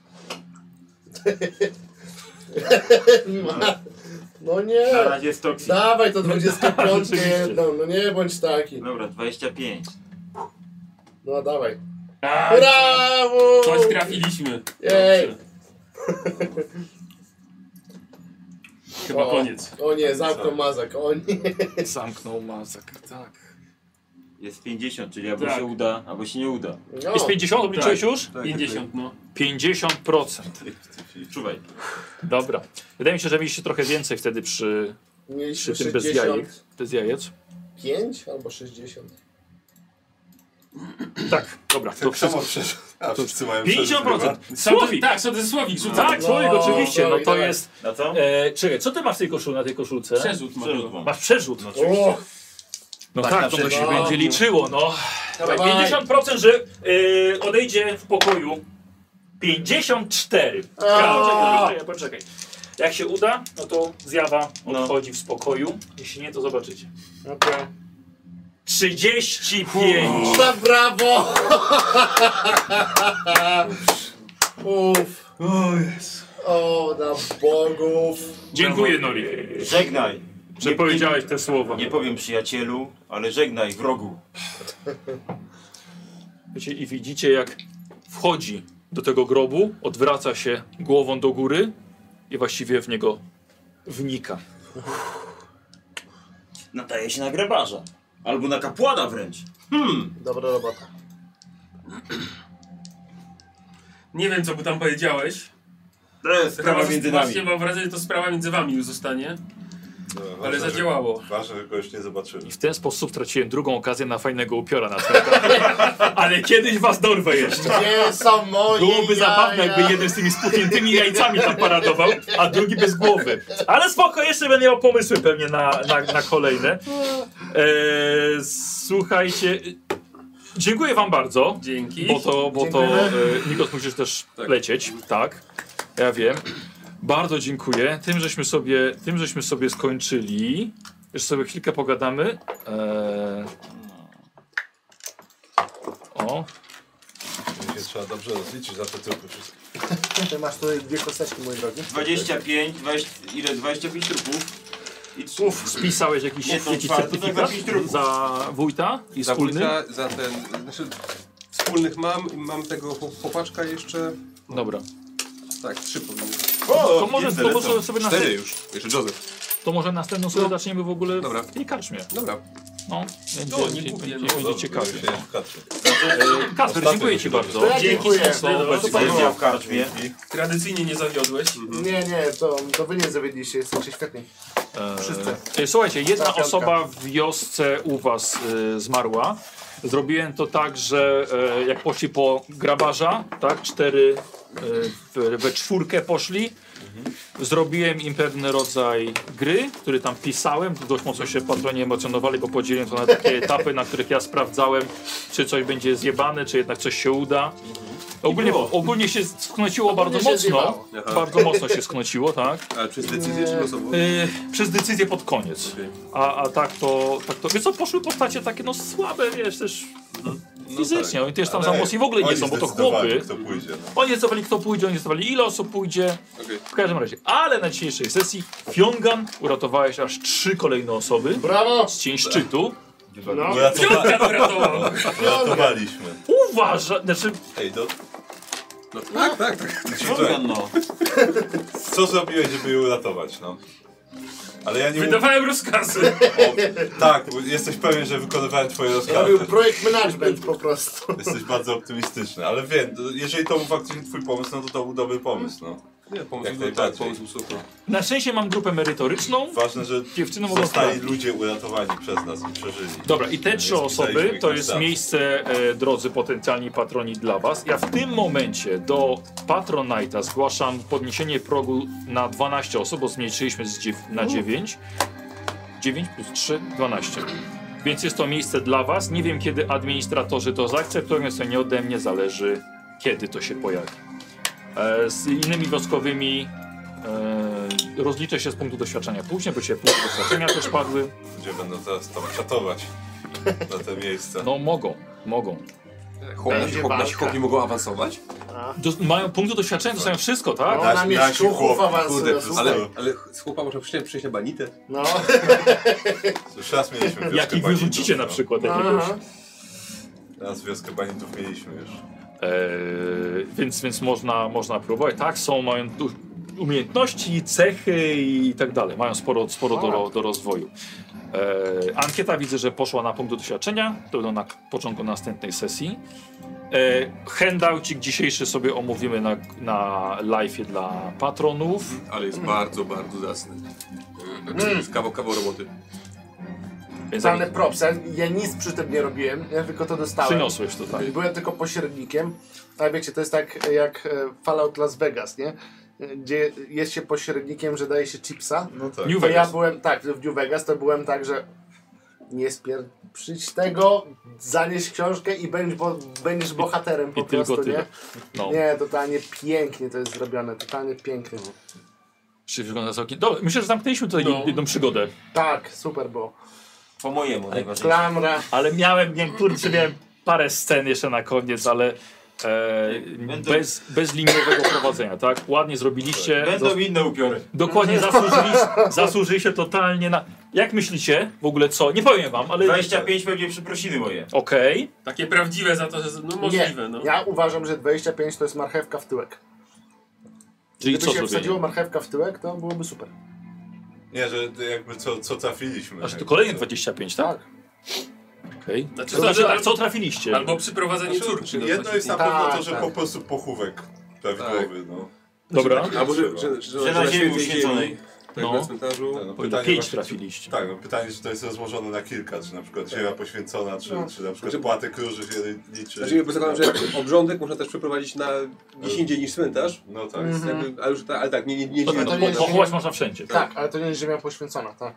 Ma- No nie. Na razie jest toksik. Dawaj to dwudziestkę piątkę Rzeczywiście. jedną, no nie bądź taki. Dobra, dwadzieścia pięć. No dawaj. A, Brawo! coś trafiliśmy. Jej. Dobrze. Chyba O. koniec. O nie, zamknął mazak, o nie. Zamknął mazak, tak. Jest pięćdziesiąt, czyli albo Tak. się uda, albo się nie uda. No. Jest pięćdziesiąt, obliczyłeś Tak. już? pięćdziesiąt, no. pięćdziesiąt procent. Czuwaj. Dobra. Wydaje mi się, że mieliście trochę więcej wtedy przy, Mieliśmy przy tym bez jajek. sześćdziesiąt Bez jajec. pięć albo sześćdziesiąt. Tak, dobra, to Tak samo wszystko. przeżył. A wszyscy mają pięćdziesiąt procent. przeżyć Słowik! Tak, sobie Słowik rzuca. Tak, Słowik No, oczywiście, no no i to dawaj. jest... Na co? E, czekaj, co ty masz w tej koszul, na tej koszulce? Przerzut ma. Przerzut mam. Masz przerzut. No, O, No Tak, tak, na to, to się przykład. będzie liczyło, no. Dawaj, Dawaj. pięćdziesiąt procent, że y, odejdzie w pokoju. pięćdziesiąt cztery. Poczekaj, poczekaj, poczekaj. Jak się uda, no to zjawa No. odchodzi w spokoju. Jeśli nie, to zobaczycie. okej. trzydzieści pięć. Na brawo! Uff. O jest. O, na bogów. Dziękuję, Nori, Żegnaj. że Nie- powiedziałeś te słowa. Nie powiem przyjacielu, ale żegnaj wrogu. Wiecie, i widzicie, jak wchodzi do tego grobu, odwraca się głową do góry i właściwie w niego wnika. Nadaje się na grabarza. Albo na kapłana wręcz. Hmm. Dobra robota. Nie wiem, co by tam powiedziałeś. To jest sprawa Teraz między nami. Właśnie mam wrażenie, że to sprawa między wami już zostanie. No, Ale ważne, zadziałało. Że, ważne, że kogoś nie zobaczymy. I w ten sposób straciłem drugą okazję na fajnego upiora na cmentarzu. Ale kiedyś was dorwę jeszcze. Gdzie są moje Byłoby jaja? zabawne, jakby jeden z tymi spuchniętymi jajcami tam paradował, a drugi bez głowy. Ale spoko, jeszcze będę miał pomysły pewnie na, na, na kolejne. Eee, słuchajcie, dziękuję wam bardzo. Dzięki. Bo to, bo to e, Nikos, musisz też Tak. lecieć, tak, ja wiem. Bardzo dziękuję. Tym żeśmy sobie, tym żeśmy sobie skończyli. Jeszcze sobie chwilkę pogadamy. Eee... O, Się trzeba dobrze rozliczyć za te trupy wszystkie. Ty masz tutaj dwie kosteczki, mój drogi. dwadzieścia pięć, dwadzieścia, ile? dwadzieścia pięć trupów. I trzy. Uf, spisałeś jakiś, Nie, to jakiś czwarty, certyfikat to jakiś trupów. za wójta i Za wspólny? wójta, za ten, znaczy wspólnych mam i mam tego chłop- chłopaczka jeszcze, Dobra. tak, trzy powinny. To może, jest to może lecą. sobie Cztery następną, już, jeszcze Józef. to może następną sobie zaczniemy w ogóle Dobra. w tej karczmie. Dobra. No, będzie, No, nie będzie, głupie, będzie, no. będzie Dobrze, ciekawie. się w kadrze. E, Kasper, dziękuję ci bardzo. To ja dziękuję. Bardzo Super Sesja było. w karczmie. Tradycyjnie nie zawiodłeś. Nie, nie, to, to wy nie zawiedliście, jesteście świetni. Wszyscy. E, Słuchajcie, jedna Ta piątka. osoba w wiosce u was e, zmarła. Zrobiłem to tak, że e, jak poszli po grabarza, tak, cztery e, w, we czwórkę poszli. Zrobiłem im pewien rodzaj gry, który tam pisałem. Dość mocno się patroni emocjonowali, bo podzieliłem to na takie etapy, na których ja sprawdzałem, czy coś będzie zjebane, czy jednak coś się uda. Ogólnie, ogólnie się sknociło bardzo się mocno. zjebało. Aha. Bardzo mocno się sknociło, tak. Ale przez decyzję czy losowo? Yy, przez decyzję pod koniec. Okej. A, a tak to, tak to, wiesz co, poszły postacie takie no słabe, wiesz, też fizycznie, oni też tam za Ale mocni w ogóle nie oni są, bo to zdecydowali, chłopy. kto pójdzie. No. Oni zdecydowali kto pójdzie, oni zdecydowali ile osób pójdzie, Okej. w każdym razie. Ale na dzisiejszej sesji Fiongan uratowałeś aż trzy kolejne osoby Brawo! z cień szczytu. No. Uratowa- Uratowaliśmy. Uważa, znaczy Ej, do... No tak, tak, tak. Florian, no. co zrobiłeś, żeby je uratować, no? Ale ja nie mówię... Wydawałem rozkazy. Tak, bo jesteś pewien, że wykonywałem twoje rozkazy. Robił projekt management po prostu. Jesteś bardzo optymistyczny, ale wiem, to jeżeli to był faktycznie twój pomysł, no to to był dobry pomysł, no. Nie, pomysł Jak był tak, najbardziej. pomysł był super. na szczęście mam grupę merytoryczną. Ważne, że Dziewczyny mogą zostali sprawdzić. ludzie uratowani przez nas i przeżyli. Dobra, i te trzy Nie osoby spisaliśmy to ich jest na miejsce, e, drodzy potencjalni patroni, dla was. Ja w tym momencie do Patronite'a zgłaszam podniesienie progu na dwanaście osób, bo zmniejszyliśmy z dziew- na dziewięć. dziewięć plus trzy, dwanaście. Więc jest to miejsce dla was. Nie wiem, kiedy administratorzy to zaakceptują, więc to nie ode mnie zależy, kiedy to się pojawi. E, z innymi wioskowymi e, rozliczę się z punktu doświadczenia później, bo się punkty doświadczenia też padły. Ludzie będą teraz tam czatować na te miejsca. No mogą, mogą. Chłop, nasi, Będzie chłop, nasi walka. chłopi mogą awansować? Do, mają punkty doświadczenia, dostają wszystko, tak? No, Nasi- na mnie nasi szczuchów chłopi, awansuje, kurde, super. Ale, ale z chłopa można przyjść, przyjść na banitę? No. Już raz mieliśmy wioskę Jak ich banitów, wyrzucicie na no. przykład jakiegoś. Aha. Raz wioskę banitów mieliśmy już. Eee, więc więc można, można próbować. Tak, są, mają du- umiejętności, cechy i tak dalej. Mają sporo, sporo do, do rozwoju. Eee, ankieta widzę, że poszła na punkt doświadczenia. To będą na początku następnej sesji. Eee, handoucik dzisiejszy sobie omówimy na, na live'ie dla patronów. Ale jest bardzo, bardzo zacny. Jest kawał, kawał roboty. totalny propsem. Ja nic przy tym nie robiłem, ja tylko to dostałem. Przyniosłeś to, tak. Byłem tylko pośrednikiem. A wiecie, to jest tak jak e, Fallout Las Vegas, nie? Gdzie jest się pośrednikiem, że daje się chipsa. No tak. New To Vegas. ja byłem, tak, w New Vegas to byłem tak, że nie spieprzyć tego, zanieś książkę i będziesz, bo, będziesz bohaterem po I tylko prostu, tyle. nie? No. Nie, totalnie pięknie to jest zrobione, totalnie pięknie. Czy wygląda całkiem... Dobra, myślę, że zamknęliśmy tutaj No. jedną przygodę. Tak, super było. Po mojemu najważniejsze. Klamra. Ale miałem, nie, kurczę, miałem parę scen jeszcze na koniec, ale e, Będą- bez, bez liniowego prowadzenia, tak? Ładnie zrobiliście. Będą inne upiory. Dokładnie zasłużyliście, zasłużyliście totalnie na... Jak myślicie w ogóle co? Nie powiem wam, ale... dwadzieścia pięć pewnie przeprosiny moje. Okej. Takie prawdziwe za to, że no możliwe, Nie, no. ja uważam, że dwadzieścia pięć to jest marchewka w tyłek. Czyli Gdyby co się zrobili? wsadziło marchewka w tyłek, to byłoby super. Nie, że jakby co, co trafiliśmy. Aż to kolejne dwadzieścia pięć, tak? Tak. Okej. Znaczy, To znaczy, to- ale co trafiliście? Albo przyprowadzenie Znaczy, córki. no jedno właśnie. jest na Tak, pewno to, że tak. po prostu pochówek prawidłowy, no. Dobra. Albo że, że, że, Że na ziemi świętej uświęconej. tak No. na cmentarzu. Tak, no Powinno pytanie pięć właśnie, trafiliście. Tak, no pytanie, czy to jest rozłożone na kilka, czy na przykład ziemia poświęcona, czy, No. czy na przykład Znaczy- płatek róży się liczy. Znaczy, ja zakładam, że obrządek można też przeprowadzić na gdzieś indziej niż cmentarz. No tak. Mhm. Jakby, ale, już, ta- ale tak, nie, nie, nie, To, nie, to no, nie po, jest- pochować można wszędzie. Tak, ale to nie jest ziemia poświęcona, tak.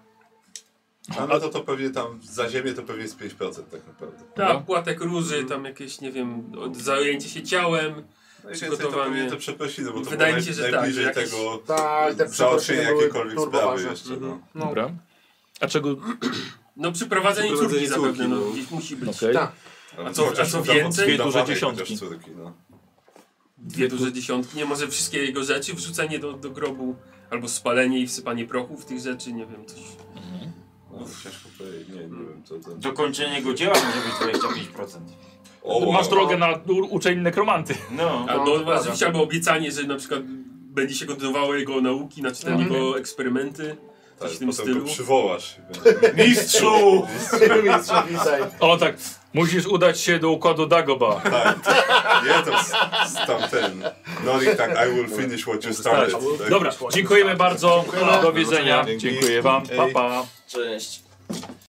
A no to to pewnie tam za ziemię to pewnie jest pięć procent tak naprawdę. Tak, płatek róży, tam jakieś, nie wiem, od- zajęcie się ciałem. Najwięcej to Przygotowanie. pewnie te przeprosiny, bo to Wydaje było mi się, że naj, tak, najbliżej że jakieś- tego Tak, te załatwienia przeprosiny były jakiejkolwiek turbo sprawy ważne. jeszcze. No. No. Dobra. A czego... No przyprowadzenie Przyprowadzenie córki zapewne, córki, no, no. gdzieś musi być. Okej. Tak. Ale A co- chociaż a co udawa- więcej? Dwie duże udawanej dziesiątki. chociaż córki, no. Dwie duże dziesiątki, nie może wszystkie jego rzeczy, wrzucenie do, do grobu, albo spalenie i wsypanie prochu w tych rzeczy, nie wiem, coś. No, ciężko powiedzieć, nie, nie wiem co to... Dokończenie jego dzieła może być dwadzieścia pięć procent. O, Masz drogę na u- uczelnię nekromanty. No. Albo to prawda. oczywiście, albo obiecanie, że na przykład będzie się kontynuowało jego nauki, znaczy te Mhm. jego eksperymenty, tak, coś w tym potem stylu. go przywołasz. Mistrzu! Mistrzu, witaj. O tak, musisz udać się do układu Dagoba. Tak. Nie, to z, z tamten. Norik tak, I will finish what you started. Tak? Dobra, dziękujemy bardzo. Dziękujemy. Do widzenia. Dzięki. Dziękuję wam. Pa, pa. Cześć.